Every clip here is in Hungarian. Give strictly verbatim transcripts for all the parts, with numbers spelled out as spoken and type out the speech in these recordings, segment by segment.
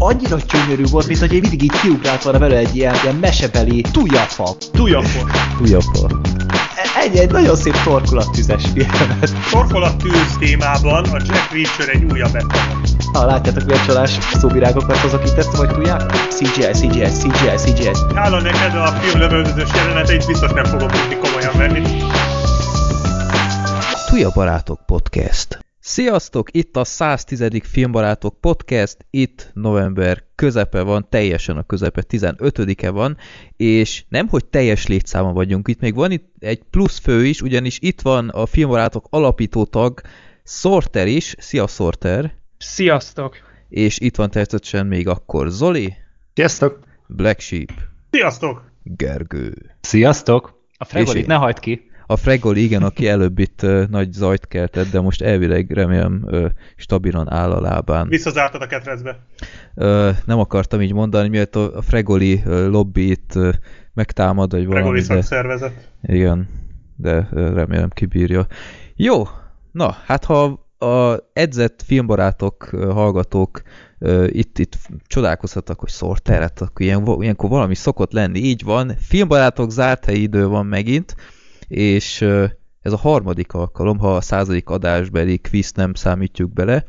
annyira gyönyörű volt, mint hogy én mindig így kiugrált volna vele egy ilyen, ilyen mesebeli tujafa. Tujafa. Tujafa. Egy, egy nagyon szép torkolattűzes filmet. Torkolattűz témában a Jack Reacher egy újabb ettem. Ha látjátok, milyen csalás szóvirágokat hozok itt, ezt vagy tudjátok? cé gé i, cé gé i, cé gé i, cé gé i. Hála neked a film lövöldözős jeleneteit biztos nem fogom tudni komolyan venni. Tuja Barátok Podcast. Sziasztok, itt a száztizedik Filmbarátok Podcast, itt november közepe van, teljesen a közepe, tizenötödike van, és nemhogy teljes létszámon vagyunk, itt még van itt egy plusz fő is, ugyanis itt van a Filmbarátok alapító tag, Sorter is. Szia, Sorter! Sziasztok! És itt van természetesen még akkor Zoli. Sziasztok! Black Sheep. Sziasztok! Gergő. Sziasztok! A Fregolit ne hagyd ki! A Fregoli, igen, aki előbb itt uh, nagy zajt keltett, de most elvileg remélem uh, stabilan áll a lábán. Visszazártad a ketrecbe. Uh, nem akartam így mondani, miért a, a Fregoli uh, lobby itt uh, megtámad, vagy valami. Fregoli szakszervezet. Igen, de uh, remélem kibírja. Jó, na, hát ha a edzett filmbarátok, uh, hallgatók uh, itt, itt csodálkozhatnak, hogy Sorteret, akkor ilyen, ilyenkor valami szokott lenni. Így van, filmbarátok zárt helyi idő van megint, és ez a harmadik alkalom, ha a századik adásbeli quizt nem számítjuk bele,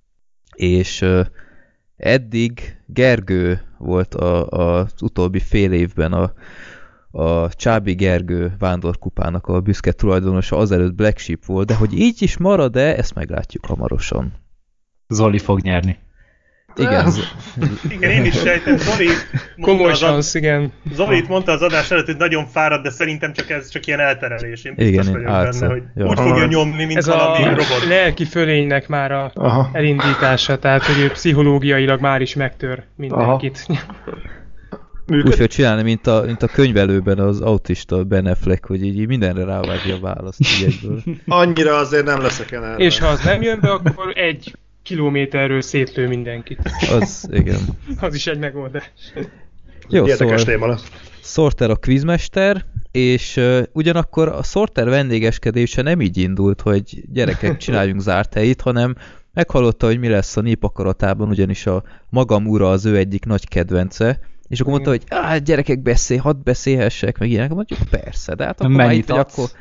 és eddig Gergő volt a, a, az utóbbi fél évben a, a Csábi Gergő vándorkupának a büszke tulajdonosa, azelőtt Black Sheep volt, de hogy így is marad-e, ezt meglátjuk hamarosan. Zoli fog nyerni. Igen. Igen, én is sejtem. Zoli komoly szansz, igen. Zoli mondta az adás előtt, hogy nagyon fárad, de szerintem csak ez csak ilyen elterelés. Én biztos igen, vagyok álca. benne, hogy ja. úgy fogja nyomni, mint ez valami a robot. lelki fölénynek már a Aha. elindítása, tehát hogy ő pszichológiailag már is megtör mindenkit. Úgy, hogy csinálni, mint a, mint a könyvelőben az autista Ben Affleck, hogy így mindenre rávágja a választ egyből. Annyira azért nem leszek el erre. És ha az nem jön be, akkor egy kilométerről szétlő mindenkit. Az, igen. Az is egy megoldás. Jó, érdekes szóval téma lesz. Sorter a quizmester, és uh, ugyanakkor a Sorter vendégeskedése nem így indult, hogy gyerekek, csináljunk zárt helyit, hanem meghallotta, hogy mi lesz a népakaratában, ugyanis a Magam ura az ő egyik nagy kedvence, és akkor mondta, hogy á, gyerekek, beszélj, hadd beszélhessek, meg ilyenek, mondjuk persze, de hát akkor már itt, hogy akkor...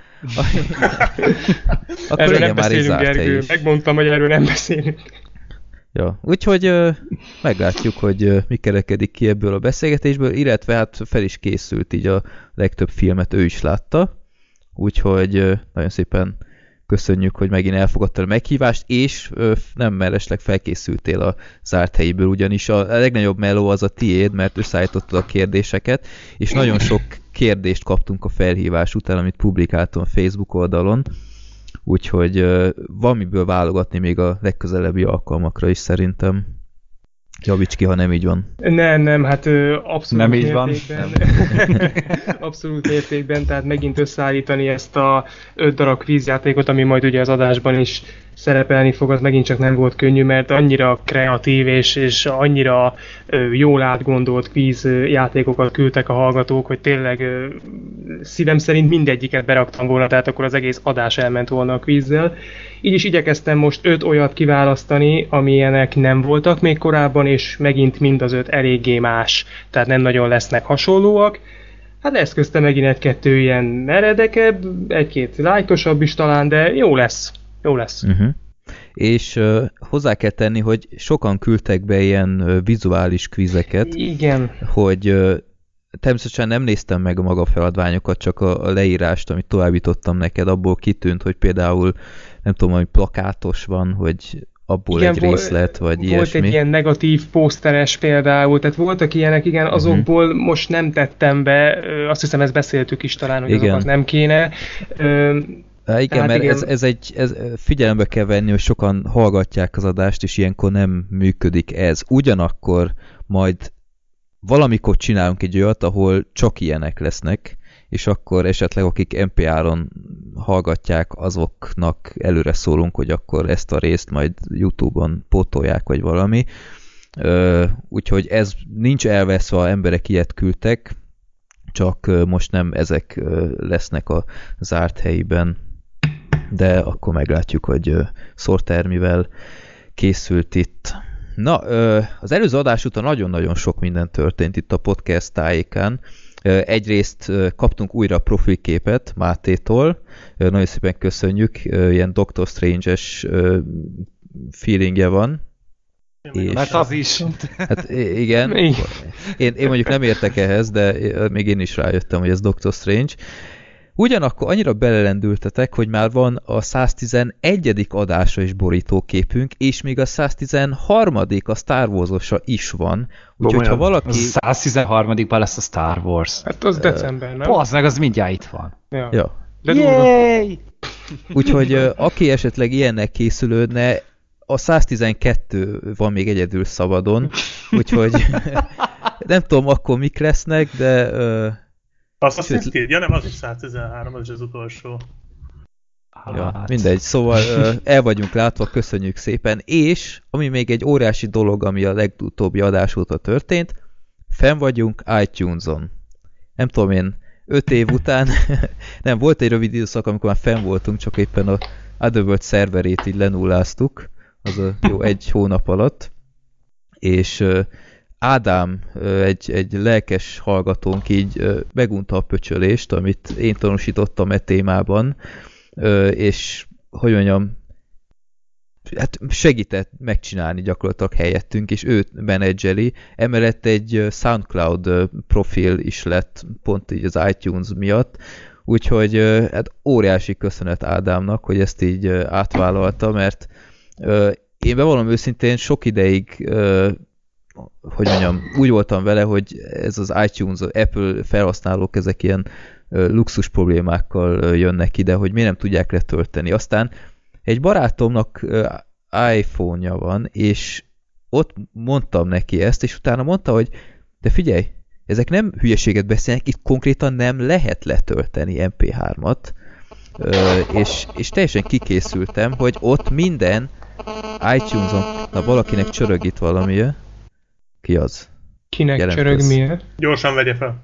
akkor erről nem már beszélünk, Gergő. Megmondtam, hogy erről nem beszélünk. Ja, úgyhogy uh, meglátjuk, hogy uh, mi kerekedik ki ebből a beszélgetésből, illetve hát fel is készült, így a legtöbb filmet ő is látta, úgyhogy uh, nagyon szépen köszönjük, hogy megint elfogadtad a meghívást, és uh, nem mellesleg felkészültél a zárt helyiből, ugyanis a legnagyobb meló az a tiéd, mert összeállítottad a kérdéseket, és nagyon sok kérdést kaptunk a felhívás után, amit publikáltam a Facebook oldalon, úgyhogy uh, van miből válogatni még a legközelebbi alkalmakra is szerintem. Javíts ki, ha nem így van. Nem, nem, hát abszolút nem így mértékben. Van. Abszolút mértékben, tehát megint összeállítani ezt a öt darab kvízjátékot, ami majd ugye az adásban is szerepelni fog, az megint csak nem volt könnyű, mert annyira kreatív és, és annyira jól átgondolt kvízjátékokat küldtek a hallgatók, hogy tényleg szívem szerint mindegyiket beraktam volna, tehát akkor az egész adás elment volna a kvízzel. Így is igyekeztem most öt olyat kiválasztani, amilyenek nem voltak még korábban, és megint mind az öt eléggé más, tehát nem nagyon lesznek hasonlóak. Hát lesz közte megint egy-kettő ilyen meredekebb, egy-két lájtosabb is talán, de jó lesz. Jó lesz. Uh-huh. És uh, hozzá kell tenni, hogy sokan küldtek be ilyen uh, vizuális kvízeket. Igen. Hogy uh, természetesen nem néztem meg a maga feladványokat, csak a, a leírást, amit továbbítottam neked, abból kitűnt, hogy például nem tudom, hogy plakátos van, hogy abból igen, egy részlet, vagy volt ilyesmi. Volt egy ilyen negatív pószteres például, tehát voltak ilyenek, igen, azokból uh-huh. most nem tettem be, azt hiszem ezt beszéltük is talán, hogy igen. azokat nem kéne. Há, igen, mert igen. Ez, ez egy, ez figyelembe kell venni, hogy sokan hallgatják az adást, és ilyenkor nem működik ez. Ugyanakkor majd valamikor csinálunk egy olyat, ahol csak ilyenek lesznek, és akkor esetleg akik em pé á-on hallgatják, azoknak előre szólunk, hogy akkor ezt a részt majd YouTube-on pótolják, vagy valami. Úgyhogy ez nincs elveszve, emberek ilyet küldtek, csak most nem ezek lesznek a zárt helyiben. De akkor meglátjuk, hogy Sorter mivel készült itt. Na, az előző adás után nagyon-nagyon sok minden történt itt a podcast tájékán. Egyrészt kaptunk újra profilképet Mátétól, nagyon szépen köszönjük, ilyen Doctor Strange-es feelingje van. És mert az is. Hát igen, én, én mondjuk nem értek ehhez, de még én is rájöttem, hogy ez Doctor Strange. Ugyanakkor annyira belelendültetek, hogy már van a száztizenegyedik adásra is borítóképünk, és még a száztizenharmadik a Star Wars-osa is van. Úgyhogy ha valaki... A száztizenharmadikban lesz a Star Wars. Hát az december, nem? Az meg, az mindjárt itt van. Ja. ja. Yay! Úgyhogy aki esetleg ilyennek készülődne, a száztizenkettő van még egyedül szabadon, úgyhogy nem tudom akkor mik lesznek, de... Assassin's Creed? Ja nem, az is száztizenhárom, az is az utolsó. Ja, hát. Mindegy, szóval el vagyunk látva, köszönjük szépen, és ami még egy óriási dolog, ami a legutóbbi adás óta történt, fenn vagyunk iTunes-on. Nem tudom én, öt év után, nem, volt egy rövid időszak, amikor már fenn voltunk, csak éppen a Otherworld szerverét így lenulláztuk, az a jó egy hónap alatt, és Ádám, egy, egy lelkes hallgatónk így megunta a pöcsölést, amit én tanúsítottam e témában, és hogy mondjam, hát segített megcsinálni gyakorlatilag helyettünk, és őt menedzseli. Emellett egy SoundCloud profil is lett pont így az iTunes miatt, úgyhogy hát óriási köszönet Ádámnak, hogy ezt így átvállalta, mert én bevallom őszintén sok ideig hogy mondjam, úgy voltam vele, hogy ez az iTunes, Apple felhasználók ezek ilyen luxus problémákkal jönnek ide, hogy miért nem tudják letölteni. Aztán egy barátomnak iPhone-ja van, és ott mondtam neki ezt, és utána mondta, hogy de figyelj, ezek nem hülyeséget beszélnek, itt konkrétan nem lehet letölteni em pé hármat, és, és teljesen kikészültem, hogy ott minden iTunes-on, na valakinek csörög itt valami, ki az? Kinek jelentős. Csörög miért? Gyorsan vegye fel.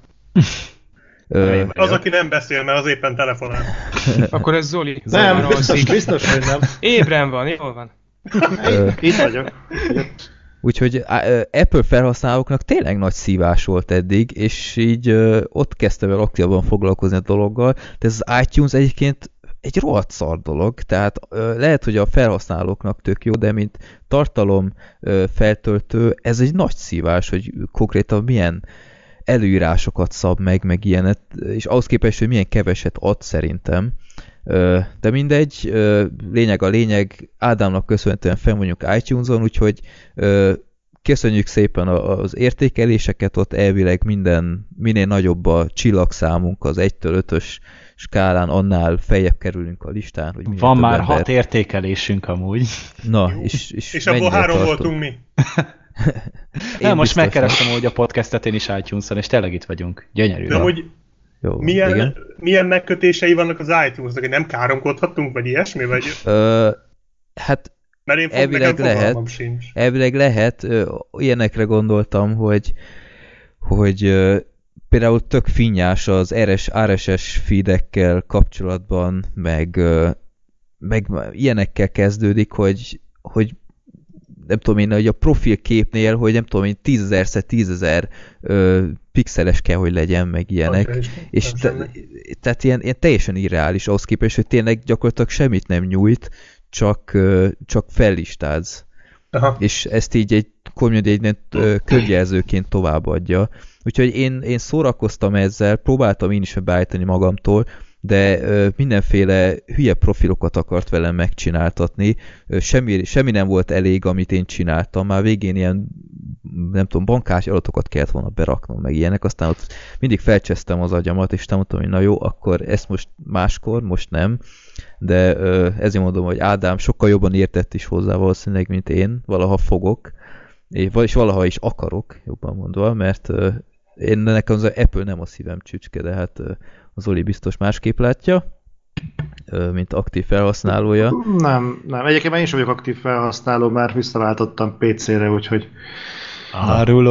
Az, aki nem beszél, mert az éppen telefonál. Akkor ez Zoli. Nem, Zoli biztos, biztos, hogy nem. Ébren van, jól van. Itt vagyok. Úgyhogy Apple felhasználóknak tényleg nagy szívás volt eddig, és így ott kezdtem el aktívabban foglalkozni a dologgal, de ez az iTunes egyébként egy rohadt szar dolog, tehát ö, lehet, hogy a felhasználóknak tök jó, de mint tartalom ö, feltöltő, ez egy nagy szívás, hogy konkrétan milyen előírásokat szab meg, meg ilyenet, és ahhoz képest, hogy milyen keveset ad szerintem. Ö, de mindegy, ö, lényeg a lényeg, Ádámnak köszönhetően fenn vagyunk iTunes-on, úgyhogy ö, köszönjük szépen az értékeléseket, ott elvileg minden, minél nagyobb a csillagszámunk az egytől ötös skálán, annál feljebb kerülünk a listán. Hogy van már ember... hat értékelésünk amúgy. Na, és, és, és abból három tartunk? Voltunk mi. Nem, most megkerestem, hogy a podcastet én is iTunes-on, és tényleg itt vagyunk. Gyönyörű. De hogy jó, milyen, milyen megkötései vannak az iTunes-nak, hogy nem káromkodhattunk, vagy ilyesmi? Vagy... Ö, hát mert én fog, elvileg lehet, elvileg lehet, ö, ilyenekre gondoltam, hogy, hogy ö, például tök finnyás az er es es feedekkel kapcsolatban, meg, ö, meg ilyenekkel kezdődik, hogy, hogy nem tudom én, hogy a profil képnél, hogy nem tudom én, tízezerszer tízezer pixeles kell, hogy legyen, meg ilyenek. Okay, és te, tehát ilyen, ilyen teljesen irreális ahhoz képest, hogy tényleg gyakorlatilag semmit nem nyújt, csak, csak fellistáz. Aha. És ezt így egy, egy könyvjelzőként továbbadja. Úgyhogy én, én szórakoztam ezzel, próbáltam én is beállítani magamtól, de ö, mindenféle hülye profilokat akart velem megcsináltatni, ö, semmi, semmi nem volt elég, amit én csináltam, már végén ilyen, nem tudom, bankás adatokat kellett volna beraknom, meg ilyenek, aztán ott mindig felcsesztem az agyamat, és nem mondtam, hogy na jó, akkor ezt most máskor, most nem, de ö, ezért mondom, hogy Ádám sokkal jobban értett is hozzá valószínűleg, mint én, valaha fogok, és valaha is akarok, jobban mondva, mert ö, én nekem az Apple nem a szívem csücske, de hát ö, az Oli biztos másképp látja, mint aktív felhasználója. Nem, nem. Egyébként én is vagyok aktív felhasználó, már visszaváltottam pé cére, úgyhogy... Áruló!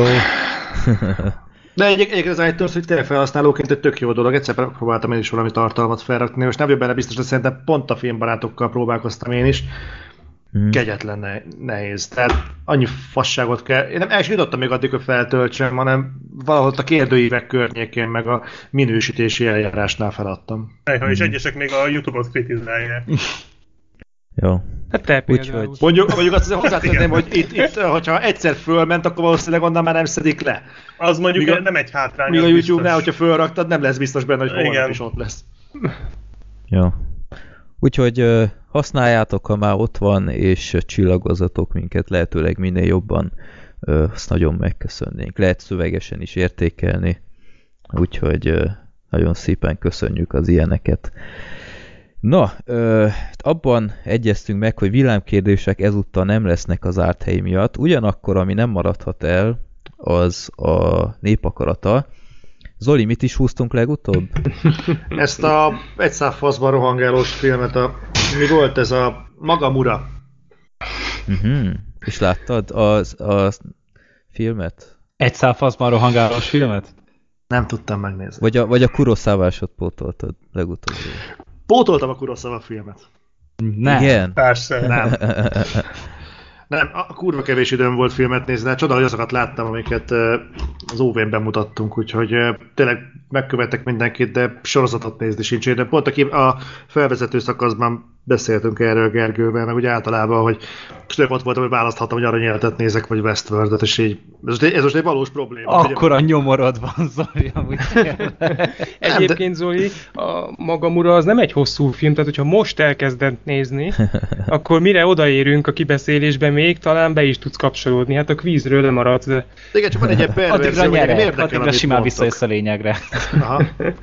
De egyébként az iTunes, hogy tényleg felhasználóként egy tök jó dolog. Egyszer próbáltam én is valami tartalmat felrakni, most nem vagyok benne biztos, de szerintem pont a filmbarátokkal próbálkoztam én is. hmm. kegyetlen ne- nehéz. Tehát annyi fasságot kell... Én nem el sem jutottam még addig, hogy feltöltsem, hanem valahol a kérdőívek környékén, meg a minősítési eljárásnál feladtam. Ejha, és egyesek még a YouTube-ot kritizálják. Jó. Hát te például. Úgy... Mondjuk, mondjuk azt hozzátenném, hogy itt, itt, hogyha egyszer fölment, akkor valószínűleg onnan már nem szedik le. Az mondjuk a, nem egy hátrány. Míg a YouTube-nál, hogyha fölraktad, nem lesz biztos benne, hogy holnap igen. is ott lesz. Jó. Úgyhogy uh, használjátok, ha már ott van, és csillagozzatok minket lehetőleg minél jobban. Uh, azt nagyon megköszönnénk. Lehet szövegesen is értékelni. Úgyhogy uh, nagyon szépen köszönjük az ilyeneket. Na, ö, abban egyeztünk meg, hogy villámkérdések ezúttal nem lesznek az zárt hely miatt. Ugyanakkor, ami nem maradhat el, az a népakarata. Zoli, mit is húztunk legutóbb? Ezt a egy száz faszban rohangálós filmet, a, mi volt ez a Magamura? Uh-huh. És láttad az, a filmet? Egy száz faszban rohangálós filmet? Nem tudtam megnézni. Vagy a, vagy a Kuroszávásot pótoltad legutóbb? Pótoltam a Kuroszava filmet. Nem. Igen? Persze. Nem. Nem, a kurva kevés időm volt filmet nézni, de csoda, hogy azokat láttam, amiket az ó vén bemutattunk, úgyhogy tényleg megkövettek mindenkit, de sorozatot nézni sincs. De pont aki a felvezető szakaszban beszéltünk erről Gergővel, meg úgy általában, hogy tényleg ott voltam, hogy választhatom, hogy Aranyéletet nézek, vagy Westworld-et, és így, ez, ez most egy valós probléma. Akkora nyomorod van, Zoli, amúgy Egyébként, Zoli, a Magamura az nem egy hosszú film, tehát hogyha most elkezded nézni, akkor mire odaérünk a kibeszélésben még, talán be is tudsz kapcsolódni. Hát a kvízről lemaradsz, de... Igen, csak van egy ilyen perverzió, addigra hogy nyerek, addigra simán visszajössz a lényegre. Aha.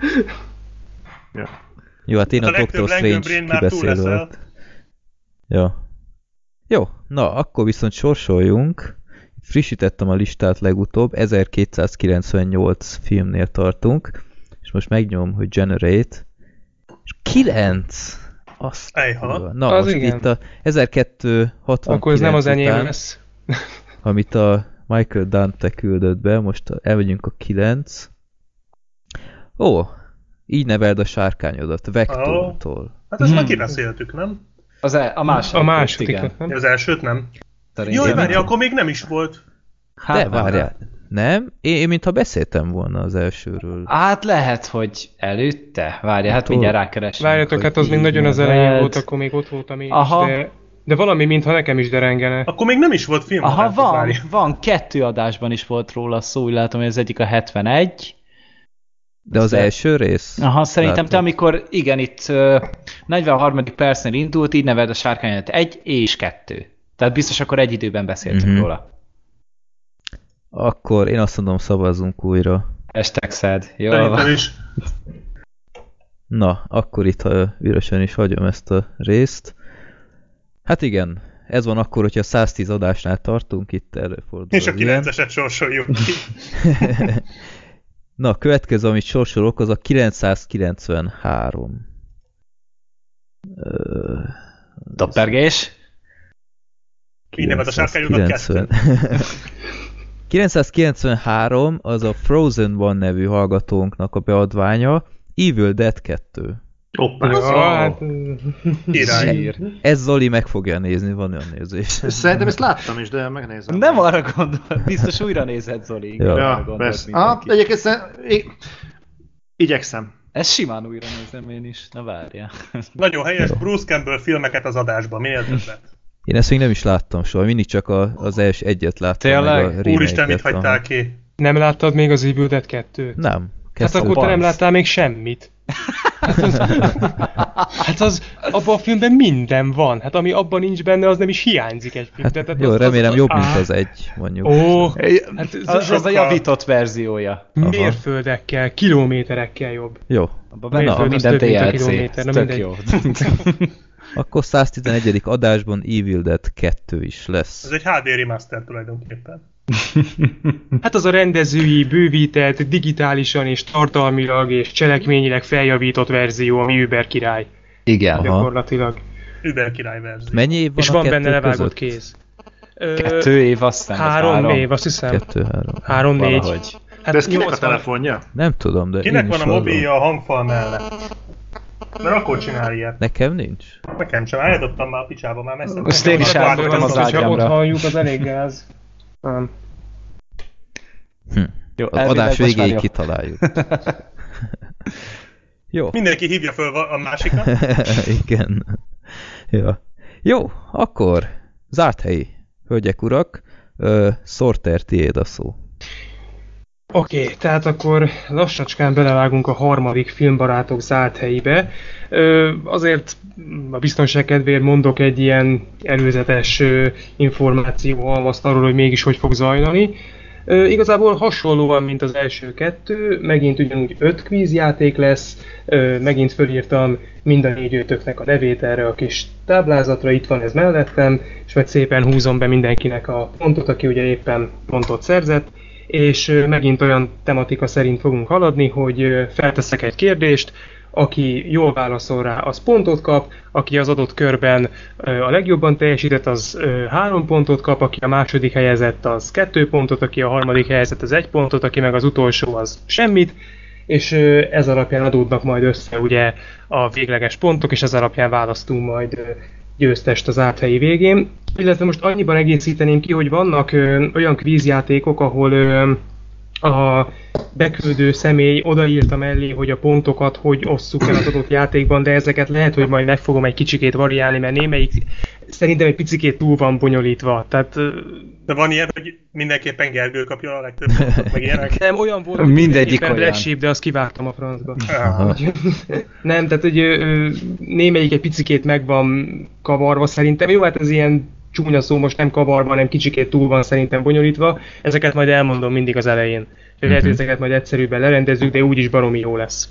Ja. Jó, hát én a, a Doctor Strange kibeszélő. Jó. Jó, na, akkor viszont sorsoljunk. Frissítettem a listát legutóbb, ezerkétszázkilencvennyolc filmnél tartunk, és most megnyom, hogy Generate, és kilenc! Azt na, az most igen. Itt a ezerkétszázhatvankilenc akkor ez nem az enyém után, lesz. amit a Michael Dante küldött be, most elmegyünk a kilenc. Ó, így neveld a sárkányodat, Vektortól. Oh. Hát ezt hmm. már kibeszéltük, nem? Az el, a második. A második, nem? Az elsőt nem? Jaj, várj, akkor még nem is volt. Hát, de várjál, nem? Én, én mintha beszéltem volna az elsőről. Hát lehet, hogy előtte. Várjál, hát mindjárt rákeresünk. Várjatok, hát az még nagyon az elején volt, akkor még ott voltam én Aha. is, de... De valami, mintha nekem is derengene. Akkor még nem is volt film. Aha, van, várj. van, kettő adásban is volt róla szó, úgy látom, hogy az egyik a hetvenegy. De az első rész? Aha, szerintem látod. Te amikor, igen, itt uh, negyvenharmadik percnél indult, így neved a sárkányát egy és kettő. Tehát biztos akkor egy időben beszéltünk mm-hmm. róla. Akkor én azt mondom, szavazzunk újra. Hashtag sad. Jól van. Is. Na, akkor itt uh, üresen is hagyom ezt a részt. Hát igen, ez van akkor, hogyha száztíz adásnál tartunk, itt előfordul. És a kilenceset sorsoljuk ki. Na, a következő, amit sorsolok, az a kilencszázkilencvenhárom. Toppergés? Így neved a sárkányodat kettő. kilencszázkilencvenhárom az a Frozen One nevű hallgatónknak a beadványa, Evil Dead kettő. Hoppá, oh, király. Ez Zoli meg fogja nézni, van olyan nézés. Szerintem ezt láttam is, de megnézem. Nem arra gondol, biztos újra nézed, Zoli. Ja, ja persze. Aha, egyébként igyekszem. Ezt simán újra nézem én is, na várjál. Nagyon helyes, jó. Bruce Campbell filmeket az adásban, minél többet. Én ezt még nem is láttam soha, mindig csak a, az első egyet láttam. Tényleg? Úristen, mit hagytál ki? Nem láttad még az Evil Dead kettőt? Nem. Hát akkor te nem láttál még semmit. Hát az, hát az, abban a filmben minden van. Hát ami abban nincs benne, az nem is hiányzik egy filmben. Hát jó, az, remélem az, az, jobb, mint az egy, mondjuk. Ó, hát az, az, az a javított verziója. Mérföldekkel, kilométerekkel jobb. Jó. Abban na, minden té el cé, tök jó. Akkor száztizenegyedik adásban Evil Dead kettő is lesz. Ez egy há dé remaster tulajdonképpen. Hát az a rendezői, bővített, digitálisan és tartalmilag és cselekményileg feljavított verzió, ami Uber király. Igen. Gyakorlatilag. Uber király verzió. Mennyi év van és a van kettő benne levágott között? kéz. Kettő év, azt hiszem. Három, három év, azt hiszem. Kettő, három. Három, négy. Hát de ez kinek a telefonja? Nem tudom, de kinek van a mobilja a hangfal mellett? Mert akkor csinál ilyet. Nekem nincs. Nekem sem, eldobtam már a picsába, már messze. Azt én is eldobtam az ágyamra. Ha ott ágyamra. halljuk, az elég gáz. Nem. Hm. Jó, Az adás most már végéig jó. kitaláljuk. Jó. Mindenki hívja föl a másikat. Igen. Ja. Jó, akkor zárt helyi. Hölgyek, urak, uh, Sorter, tiéd a szó. Oké, okay, tehát akkor lassacskán belevágunk a harmadik filmbarátok zárt helyébe. Ö, azért a biztonság kedvéért mondok egy ilyen előzetes ö, információhalmazt arról, hogy mégis hogy fog zajlani. Ö, igazából hasonlóan, mint az első kettő, megint ugyanúgy öt kvízjáték lesz, ö, megint fölírtam mind a négy ötöknek a nevét erre a kis táblázatra, itt van ez mellettem, és majd szépen húzom be mindenkinek a pontot, aki ugye éppen pontot szerzett, és megint olyan tematika szerint fogunk haladni, hogy felteszek egy kérdést, aki jól válaszol rá, az pontot kap, aki az adott körben a legjobban teljesített, az három pontot kap, aki a második helyezett, az kettő pontot, aki a harmadik helyezett, az egy pontot, aki meg az utolsó, az semmit, és ez alapján adódnak majd össze ugye a végleges pontok, és ez alapján választunk majd győztest az áthelyi végén. Illetve most annyiban egészíteném ki, hogy vannak ö, olyan kvízjátékok, ahol ö, a beküldő személy odaírta mellé, hogy a pontokat hogy osszuk el az adott játékban, de ezeket lehet, hogy majd meg fogom egy kicsikét variálni, mert némelyik szerintem egy picikét túl van bonyolítva. Tehát, ö, De van ilyen, hogy mindenképpen Gergő kapja a legtöbb pontot, meg ilyenek? nem olyan volt, Mindegyik éppen olyan. Black Sheep, de azt kivártam a francba. Aha. Nem, tehát hogy ö, némelyik egy picikét meg van kavarva szerintem. Jó, hát ez ilyen csúnya szó, most nem kavarva, hanem kicsikét túl van szerintem bonyolítva. Ezeket majd elmondom mindig az elején. Úgyhogy lehet, hogy ezeket majd egyszerűbben lerendezzük, de úgyis baromi jó lesz.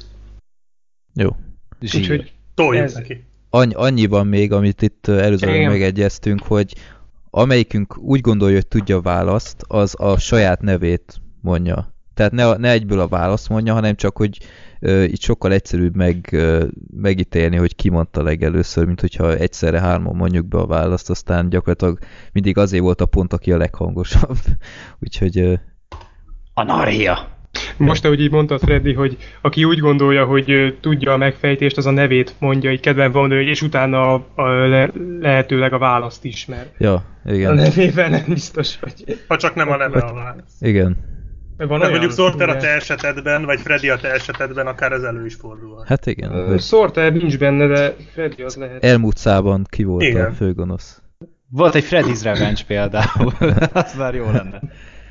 Jó. Úgyhogy Toljuk ez- neki. Annyi, annyiban még, amit itt ö, előzően Igen. megegyeztünk, hogy amelyikünk úgy gondolja, hogy tudja a választ, az a saját nevét mondja. Tehát ne, ne egyből a választ mondja, hanem csak, hogy ö, itt sokkal egyszerűbb meg, ö, megítélni, hogy ki mondta legelőször, mint hogyha egyszerre hárman mondjuk be a választ, aztán gyakorlatilag mindig azért volt a pont, aki a leghangosabb. Úgyhogy ö, Anarchia. most, ahogy így mondtad, Freddy, hogy aki úgy gondolja, hogy ö, tudja a megfejtést, az a nevét mondja, így kedven van, hogy és utána a, a le, lehetőleg a választ is, mert ja, a igen, nevével nem biztos, hogy... Ha csak nem a neve a válasz. igen. Mert van Mert olyan, mondjuk Sorter a ugye. te esetedben, vagy Freddy a te esetedben, akár ez elő is fordul. Hát igen. Ö, hogy Sorter nincs benne, de Freddy az lehet. elmúlt szában ki volt a Igen. főgonosz. Volt egy Freddy's Revenge például. Az már jó lenne.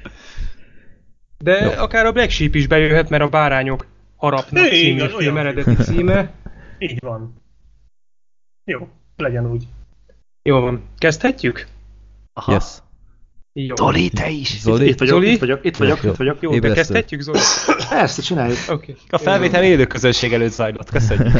De Jó. akár a Black Sheep is bejöhet, mert a Bárányok harapnak Igen, című olyan film film. eredeti címe. Így van. Jó, legyen úgy. Jó van. Kezdhetjük? Aha. Yes. Jó. Zoli, te is. Zoli? Itt vagyok, Zoli? itt vagyok, itt vagyok, Jó, itt vagyok. Jó, de Ébresztő. kezdhetjük, Zoli? Persze, csináljuk. Oké. A felvétel élő közönség előtt zajlott. Köszönjük.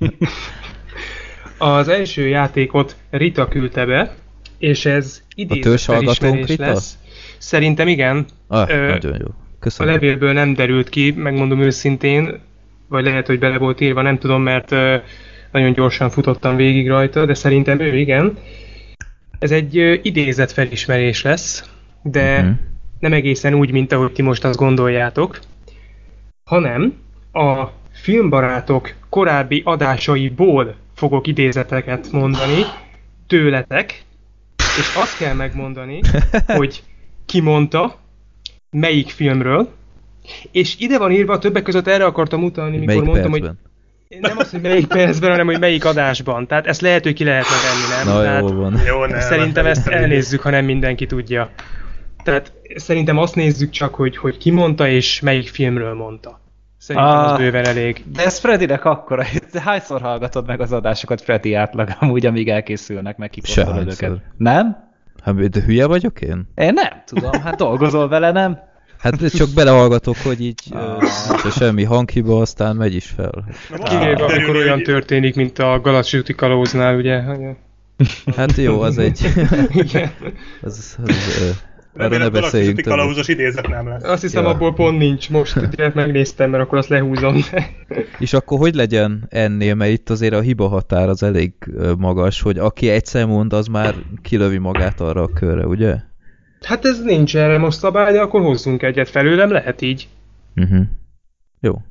Az első játékot Rita küldte be, és ez idézett törzshallgatónk felismerés Rita? lesz. Szerintem igen. Ah, Ö, nagyon jó. A Köszönöm. levélből nem derült ki, megmondom őszintén, vagy lehet, hogy bele volt írva, nem tudom, mert ö, nagyon gyorsan futottam végig rajta, de szerintem ő igen. Ez egy ö, idézett felismerés lesz, de Mhm. nem egészen úgy, mint ahogy ti most azt gondoljátok, hanem a filmbarátok korábbi adásaiból fogok idézeteket mondani tőletek, és azt kell megmondani, hogy ki mondta, melyik filmről, és ide van írva, többek között erre akartam utalni, mikor Melyik mondtam, percben? hogy nem az, hogy melyik percben, hanem hogy melyik adásban. Tehát ezt lehet, hogy ki lehetne venni, nem? Na, Tehát jó van. Jó, ne, szerintem ezt elnézzük, ha nem mindenki tudja. Tehát szerintem azt nézzük csak, hogy, hogy ki mondta és melyik filmről mondta. Szerintem az Ah. bőven elég. De ez Freddynek akkora. Te hányszor hallgatod meg az adásokat Freddy átlag, amúgy amíg elkészülnek, meg kiposztolod Sehányszor. őket? Nem? Hát, de hülye vagyok én? Én nem tudom, hát dolgozol vele, nem? Hát csak belehallgatok, hogy így Ah. uh, semmi hanghiba, aztán megy is fel. Kivéve, amikor olyan történik, mint a Galacsi kalóznál, ugye? Hát jó, az egy... Igen. az, az, uh, arra ne Remélem, beszéljünk valaki többet. kalauzos idézet nem lesz. Azt hiszem, Ja. abból pont nincs. Most direkt megnéztem, mert akkor azt lehúzom. És akkor hogy legyen ennél, mert itt azért a hiba határ az elég ö, magas, hogy aki egyszer mond, az már kilövi magát arra a körre, ugye? Hát ez nincs erre most szabály, de akkor hozzunk egyet felőlem, lehet így. Uh-huh. Jó.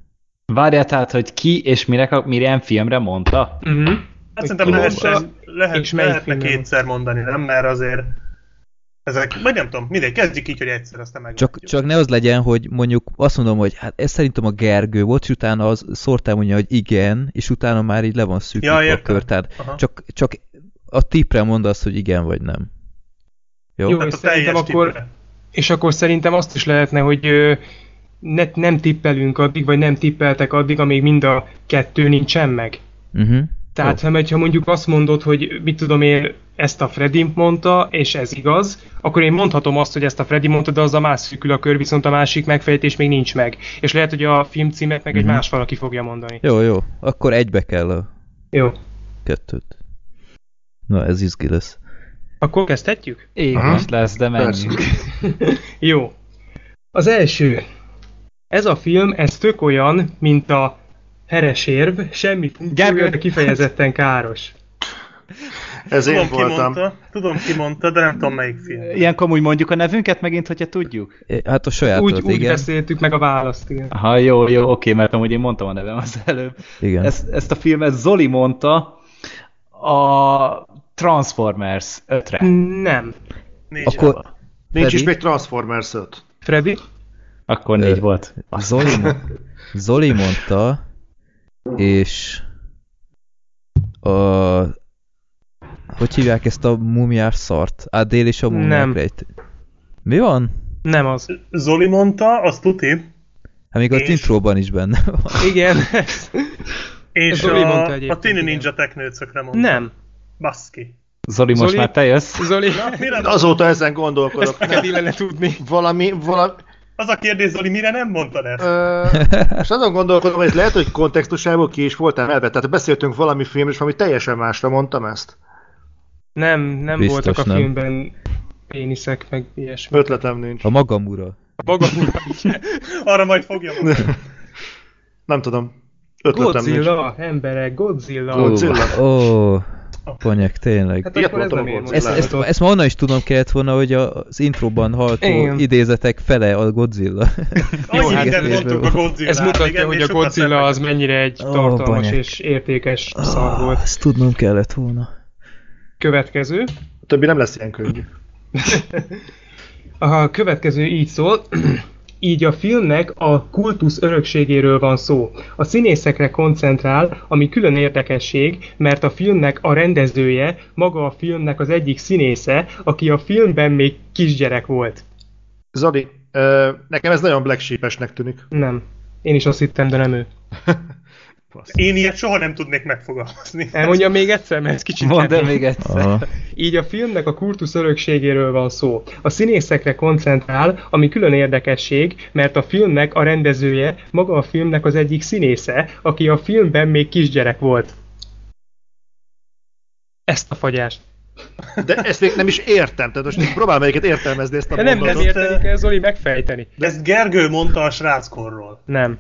Várjál, tehát, hogy ki és mire, milyen filmre mondta? Uh-huh. Hát szerintem lehessen, lehet, lehetne kétszer mondani, nem? Mert azért ezek, vagy nem tudom, mindegy, kezdjük így, hogy egyszer, aztán meg. Csak, csak ne az legyen, hogy mondjuk azt mondom, hogy hát ez szerintem a Gergő volt, és utána az szórtál mondja, hogy igen, és utána már így le van szűkítve ja, a kör. Tehát csak, csak a tippre mondd azt, hogy igen vagy nem. Jó, Jó és, szerintem akkor, és akkor szerintem azt is lehetne, hogy ö, ne, nem tippelünk addig, vagy nem tippeltek addig, amíg mind a kettő nincsen meg. Uh-huh. Tehát, ha, ha mondjuk azt mondod, hogy mit tudom én, ezt a Freddy mondta, és ez igaz, akkor én mondhatom azt, hogy ezt a Freddy mondta, de az a más szűkül a kör, viszont a másik megfejtés még nincs meg. És lehet, hogy a filmcímet meg uh-huh. egy más valaki fogja mondani. Jó, jó. Akkor egybe kell a jó. kettőt. Na, ez izgi lesz. Akkor kezdhetjük? Égos lesz, de menjünk. Jó. Az első. Ez a film, ez tök olyan, mint a heresérv, semmi funkciója, de kifejezetten káros. Ez tudom, én voltam. Ki mondta, tudom, ki mondta, de nem tudom, melyik film. Ilyenkor úgy mondjuk a nevünket megint, hogyha tudjuk? Hát a sajátot, úgy, igen. Úgy beszéltük meg a választ, igen. Aha, jó, jó, oké, mert amúgy én mondtam a nevem az előbb. Igen. Ezt, ezt a filmet Zoli mondta a Transformers ötre. Nem. Négy Akkor Freddy? Nincs is még Transformers öt. Freddy? Akkor négy Ö, volt. Zoli, Zoli mondta, és a... Hogy hívják ezt a mumiás szart? Á, Dél és a mumiák rejt. Mi van? Nem az. Zoli mondta, azt tuti. Hát még és... a intróban is benne van. Igen. És Zoli a, a Tini Ninja Teknőcökre mondta. Nem. Baszki. Zoli, most Zoli? Már te jössz? Zoli? Na, azóta ezen gondolkodok. Ezt neked illene tudni. Valami, valami... Az a kérdés, Zoli, mire nem mondtad ezt? Ö, és azon gondolkodom, hogy ez lehet, hogy kontextusából ki is voltál elve. Tehát beszéltünk valami filmről, és valami teljesen másra mondtam ezt. Nem, nem biztos voltak a nem. filmben péniszek, meg ilyesmi. Ötletem nincs. A magam ura. A magam ura. Arra majd fogja mondani. Nem tudom. Ötletem Godzilla, nincs. emberek, Godzilla. Godzilla. Ó, oh, ponyek, tényleg. Hát akkor ez nem én ezt, ezt, ezt ma onnan is tudom kellett volna, hogy az intróban hallható én. idézetek fele a Godzilla. Jó, hát mondtuk a Godzilla. Ez mutatja, hogy a Godzilla az mennyire egy oh, tartalmas banyek. és értékes oh, szar volt. Ezt tudnom kellett volna. Következő. A többi nem lesz ilyen könnyű. A következő így szól. Így a filmnek a kultusz örökségéről van szó. A színészekre koncentrál, ami külön érdekesség, mert a filmnek a rendezője, maga a filmnek az egyik színésze, aki a filmben még kisgyerek volt. Zoli, ö, nekem ez nagyon Black Sheep-esnek tűnik. Nem. Én is azt hittem, de nem ő. Én ilyet soha nem tudnék megfogalmazni. Elmondjam még egyszer, mert ez kicsit Mondd el még egyszer. Aha. Így a filmnek a kultusz örökségéről van szó. A színészekre koncentrál, ami külön érdekesség, mert a filmnek a rendezője, maga a filmnek az egyik színésze, aki a filmben még kisgyerek volt. Ezt a fagyást. De ezt még nem is értem, tehát most próbál melyiket értelmezni ezt a de nem, mondatot. nem érteni kell, Zoli, megfejteni. De ezt Gergő mondta a sráckorról. Nem.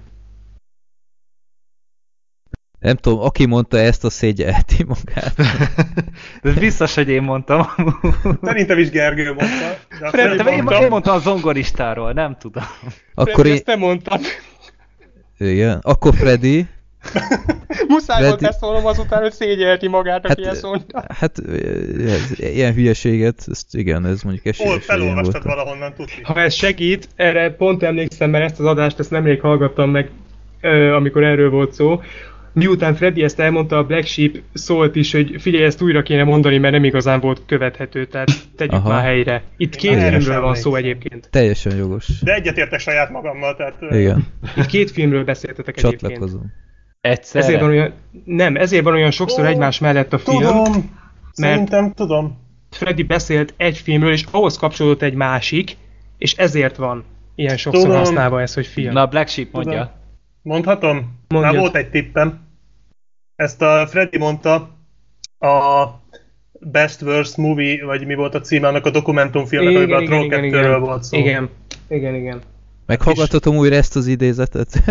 Nem tudom, aki mondta ezt, a szégyelheti magát. De biztos, hogy én mondtam. Szerintem is Gergő mondta. Szerintem én, én mondtam a zongoristáról, nem tudom. Akkor Freddy, én... ezt te mondtad. Igen, akkor Freddy... Muszáj Freddy... volt beszólnom azután, hogy szégyelheti magát, aki hát, ezt mondta. Hát, ez, ilyen hülyeséget, ezt igen, ez mondjuk esélyes. Hol felolvastad valahonnan, tudni. Ha ez segít, erre pont emlékszem, mert ezt az adást, ezt nemrég hallgattam meg, amikor erről volt szó. Miután Freddy ezt elmondta, a Black Sheep szólt is, hogy figyelj, ezt újra kéne mondani, mert nem igazán volt követhető, tehát tegyük Aha. már helyre. Itt két filmről van szó egyébként. Teljesen jogos. De egyetértek saját magammal, tehát... Igen. Itt két filmről beszéltetek egyébként. Csatlakozom. Egyszerre? Ezért van olyan, nem, ezért van olyan sokszor oh, egymás mellett a film. Tudom, mert szerintem tudom. Freddy beszélt egy filmről, és ahhoz kapcsolódott egy másik, és ezért van ilyen sokszor tudom. használva ez, hogy film. Na, Black Sheep mondja. Tudom. Mondhatom? Mondjad. Már volt egy tippem. Ezt a Freddy mondta a Best Worst Movie, vagy mi volt a címe annak a dokumentumfilmnek, amiben a Troll kettőről volt szó. Igen, igen, igen. Meghallgathatom újra ezt az idézetet?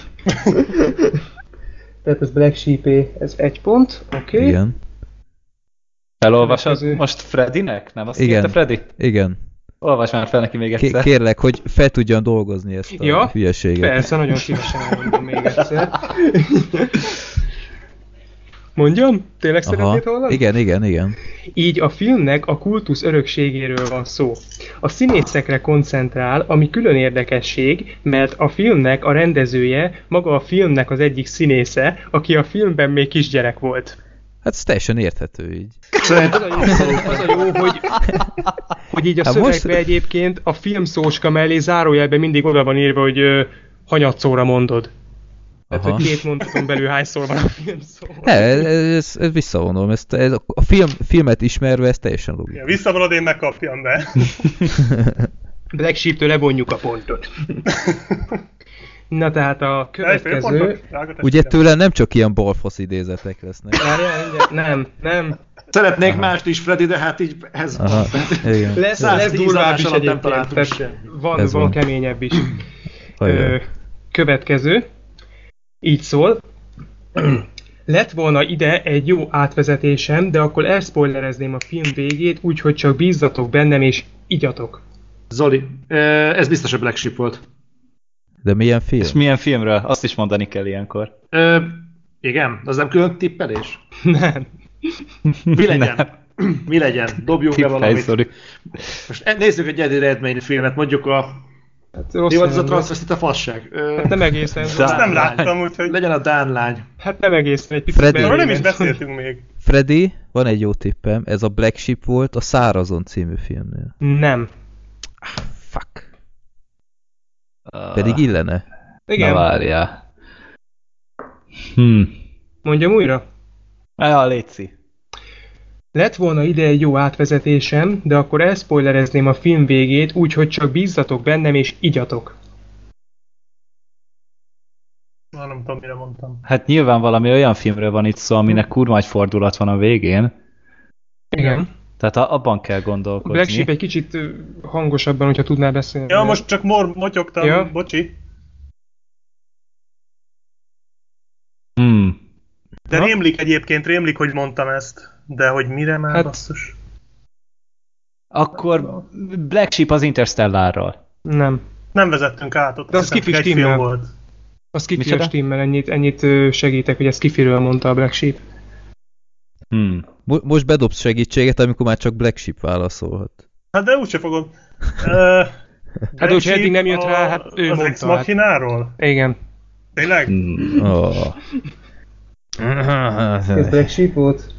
Tehát ez Black Sheep-é, ez egy pont, oké. Okay. Igen. Felolvasod most Freddynek? Nem azt igen. Freddy? Igen. Olvasd már fel neki még egyszer. Kérlek, hogy fel tudjan dolgozni ezt a ja, hülyeséget. Persze, nagyon szívesen elmondom még egyszer. Mondjam? Tényleg Aha. szeretnéd hallani? Igen, igen, igen. Így a filmnek a kultusz örökségéről van szó. A színészekre koncentrál, ami külön érdekesség, mert a filmnek a rendezője maga a filmnek az egyik színésze, aki a filmben még kisgyerek volt. Hát ez teljesen érthető így. Az a jó, az a jó hogy, hogy így a hát szövegbe most... egyébként a filmszóska mellé zárójelben mindig oda van írva, hogy ö, hanyatszóra mondod. Tehát, hogy két mondaton belül hányszor van a film szó. Ne, ez, ez visszavonom. Ezt, ez, a film, filmet ismerve ez teljesen logikus. Ja, visszavonod, én megkapjam be. Black Sheep-től levonjuk a pontot. Na tehát a következő... Ugye tőle nem csak ilyen balfasz idézetek lesznek. Nem, nem. Szeretnék Aha. mást is, Freddy, de hát így ez Aha, van. Igen. Lesz, lesz durvább is egyébként, van, van, van keményebb is. Ö, következő. Így szól. Lett volna ide egy jó átvezetésem, de akkor elspoilerezném a film végét, úgyhogy csak bízzatok bennem és igyatok. Zoli, ez biztos a Black Sheep volt. De milyen film? És milyen filmről? Azt is mondani kell ilyenkor. Ö, igen, az nem külön tippelés? Nem. Mi legyen? Nem. Mi legyen? Dobjunk be valamit. Sorry. Most nézzük egy Eddie Redmayne filmet, mondjuk a... Hát mi volt az a transzvesztita fasság? Ö, hát nem egészen. Azt nem láttam, úgyhogy... Legyen a Dán lány. Hát nem egészen, egy picit Freddy. Arról nem is beszéltünk még. Freddy, van egy jó tippem, ez a Black Sheep volt a Szárazon című filmnél. Nem. Ah, fuck. Uh, Pedig illene. Igen. Na várjál. Hm. Mondjam újra? Ja, létszi. Lett volna ide egy jó átvezetésem, de akkor elspoilerezném a film végét, úgyhogy csak bízzatok bennem és igyatok. Na, nem tudom, mire mondtam. Hát nyilván valami olyan filmről van itt szó, aminek kurva nagy fordulat van a végén. Igen. Tehát abban kell gondolkodni. Black Sheep egy kicsit hangosabban, hogyha tudnál beszélni. Ja, most csak mor motyogtam, ja. Bocsi. Hmm. De rémlik egyébként, rémlik, hogy mondtam ezt. De hogy mire már, hát, basszus? Akkor Black Sheep az Interstellárral. Nem. Nem vezettünk át ott. De az Skiffy stimmel volt. A Skiffy stimmel, ennyit, ennyit segítek, hogy a Skiffyről mondta a Black Sheep. Hmm. Most bedobsz segítséget, amikor már csak Black Sheep válaszolhat. Hát de úgyse fogom. Uh, hát úgyse eddig nem jött rá, hát ő az mondta. Az Ex Machináról? Hát. Igen. Tényleg? Hmm. Oh. Ez Black Sheep volt?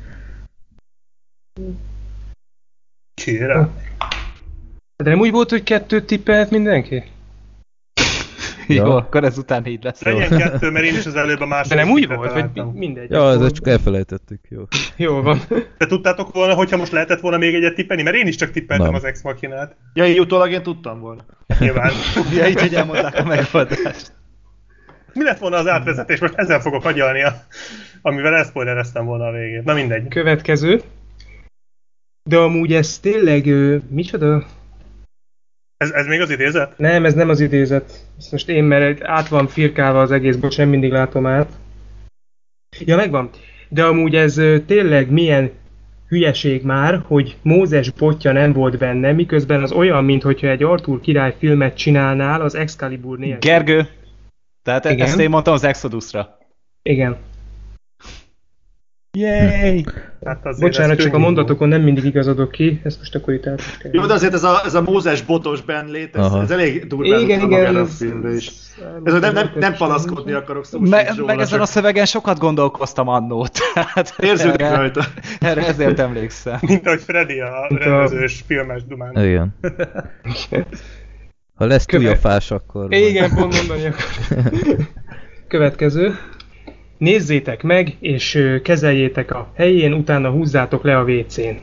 Kérem. De nem úgy volt, hogy kettőt tippelt mindenki? Ja. Jó, akkor ezután így lesz. Legyen kettő, mert én is az előbb a második. De nem úgy volt, vagy mindegy. Ja, ezt csak elfelejtettük, jó. Jó van. De tudtátok volna, hogyha most lehetett volna még egyet tippelni? Mert én is csak tippeltem nem. az Ex Machinát. Ja, így utólag én tudtam volna. Nyilván. Ja, így, hogy elmondták a megoldást. Mi lett volna az átvezetés? Most ezzel fogok agyalni, a, amivel elszpoilereztem volna a végét. Na mindegy. Következő. De amúgy ez tényleg, ő, micsoda? Ez, ez még az idézet? Nem, ez nem az idézet. Ezt most én, mert át van firkálva az egész, bocs, nem mindig látom át. Ja, megvan. De amúgy ez tényleg milyen hülyeség már, hogy Mózes botja nem volt benne, miközben az olyan, mintha egy Arthur király filmet csinálnál az Excalibur nélkül. Gergő! Tehát igen? Ezt én mondtam az Exodusra. Igen. Yay! Hát bocsánat, csak a mondatokon nem mindig igazodok ki, ezt most akkor itt át kell. Jó, de azért ez a, ez a Mózes botos benlét, ez, ez elég durván igen, igen, a filmre is. Ez nem, nem, nem panaszkodni akarok szó Me, róla, Meg ezen csak... a szövegen sokat gondolkoztam annó. Érződik rajta. Erre ezért emlékszem. Mint ahogy Freddy a rendezős filmes dumán. Igen. Ha lesz túljafás, akkor... Igen, pont mondani akar. Következő. Nézzétek meg, és kezeljétek a helyén, utána húzzátok le a vécén.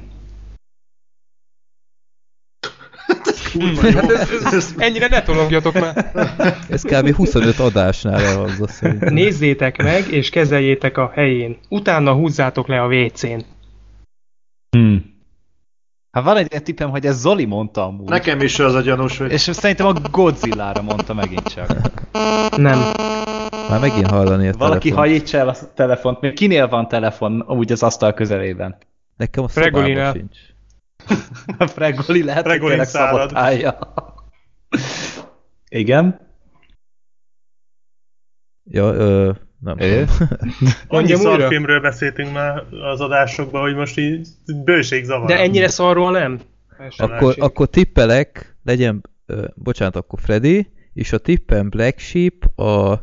Hát ez, ez, ez, ennyire ne tologjatok már. Ez kb. huszonöt adásnál elhangzott szerintem. Nézzétek meg, és kezeljétek a helyén. Utána húzzátok le a vécén. Hmm. Hát van egy tippem, hogy ez Zoli mondta amúgy. Nekem is az a gyanús, hogy... És szerintem a Godzilla-ra mondta megint csak. Nem. Már megint hallani a Valaki telefon. hajítsa el a telefont. Kinél van telefon úgy az asztal közelében? Nekem a szobában sincs. A Fregoli lehet, hogy Fregolin tényleg szárad. szabotálja. Igen? Ja, ö, nem Ő? tudom. Annyi Mondjam újra? szarfilmről beszéltünk már az adásokban, hogy most így bőség zavar. De ennyire szarról nem? Akkor, akkor tippelek, legyen, ö, bocsánat, akkor Freddy, és a tippem Black Sheep, a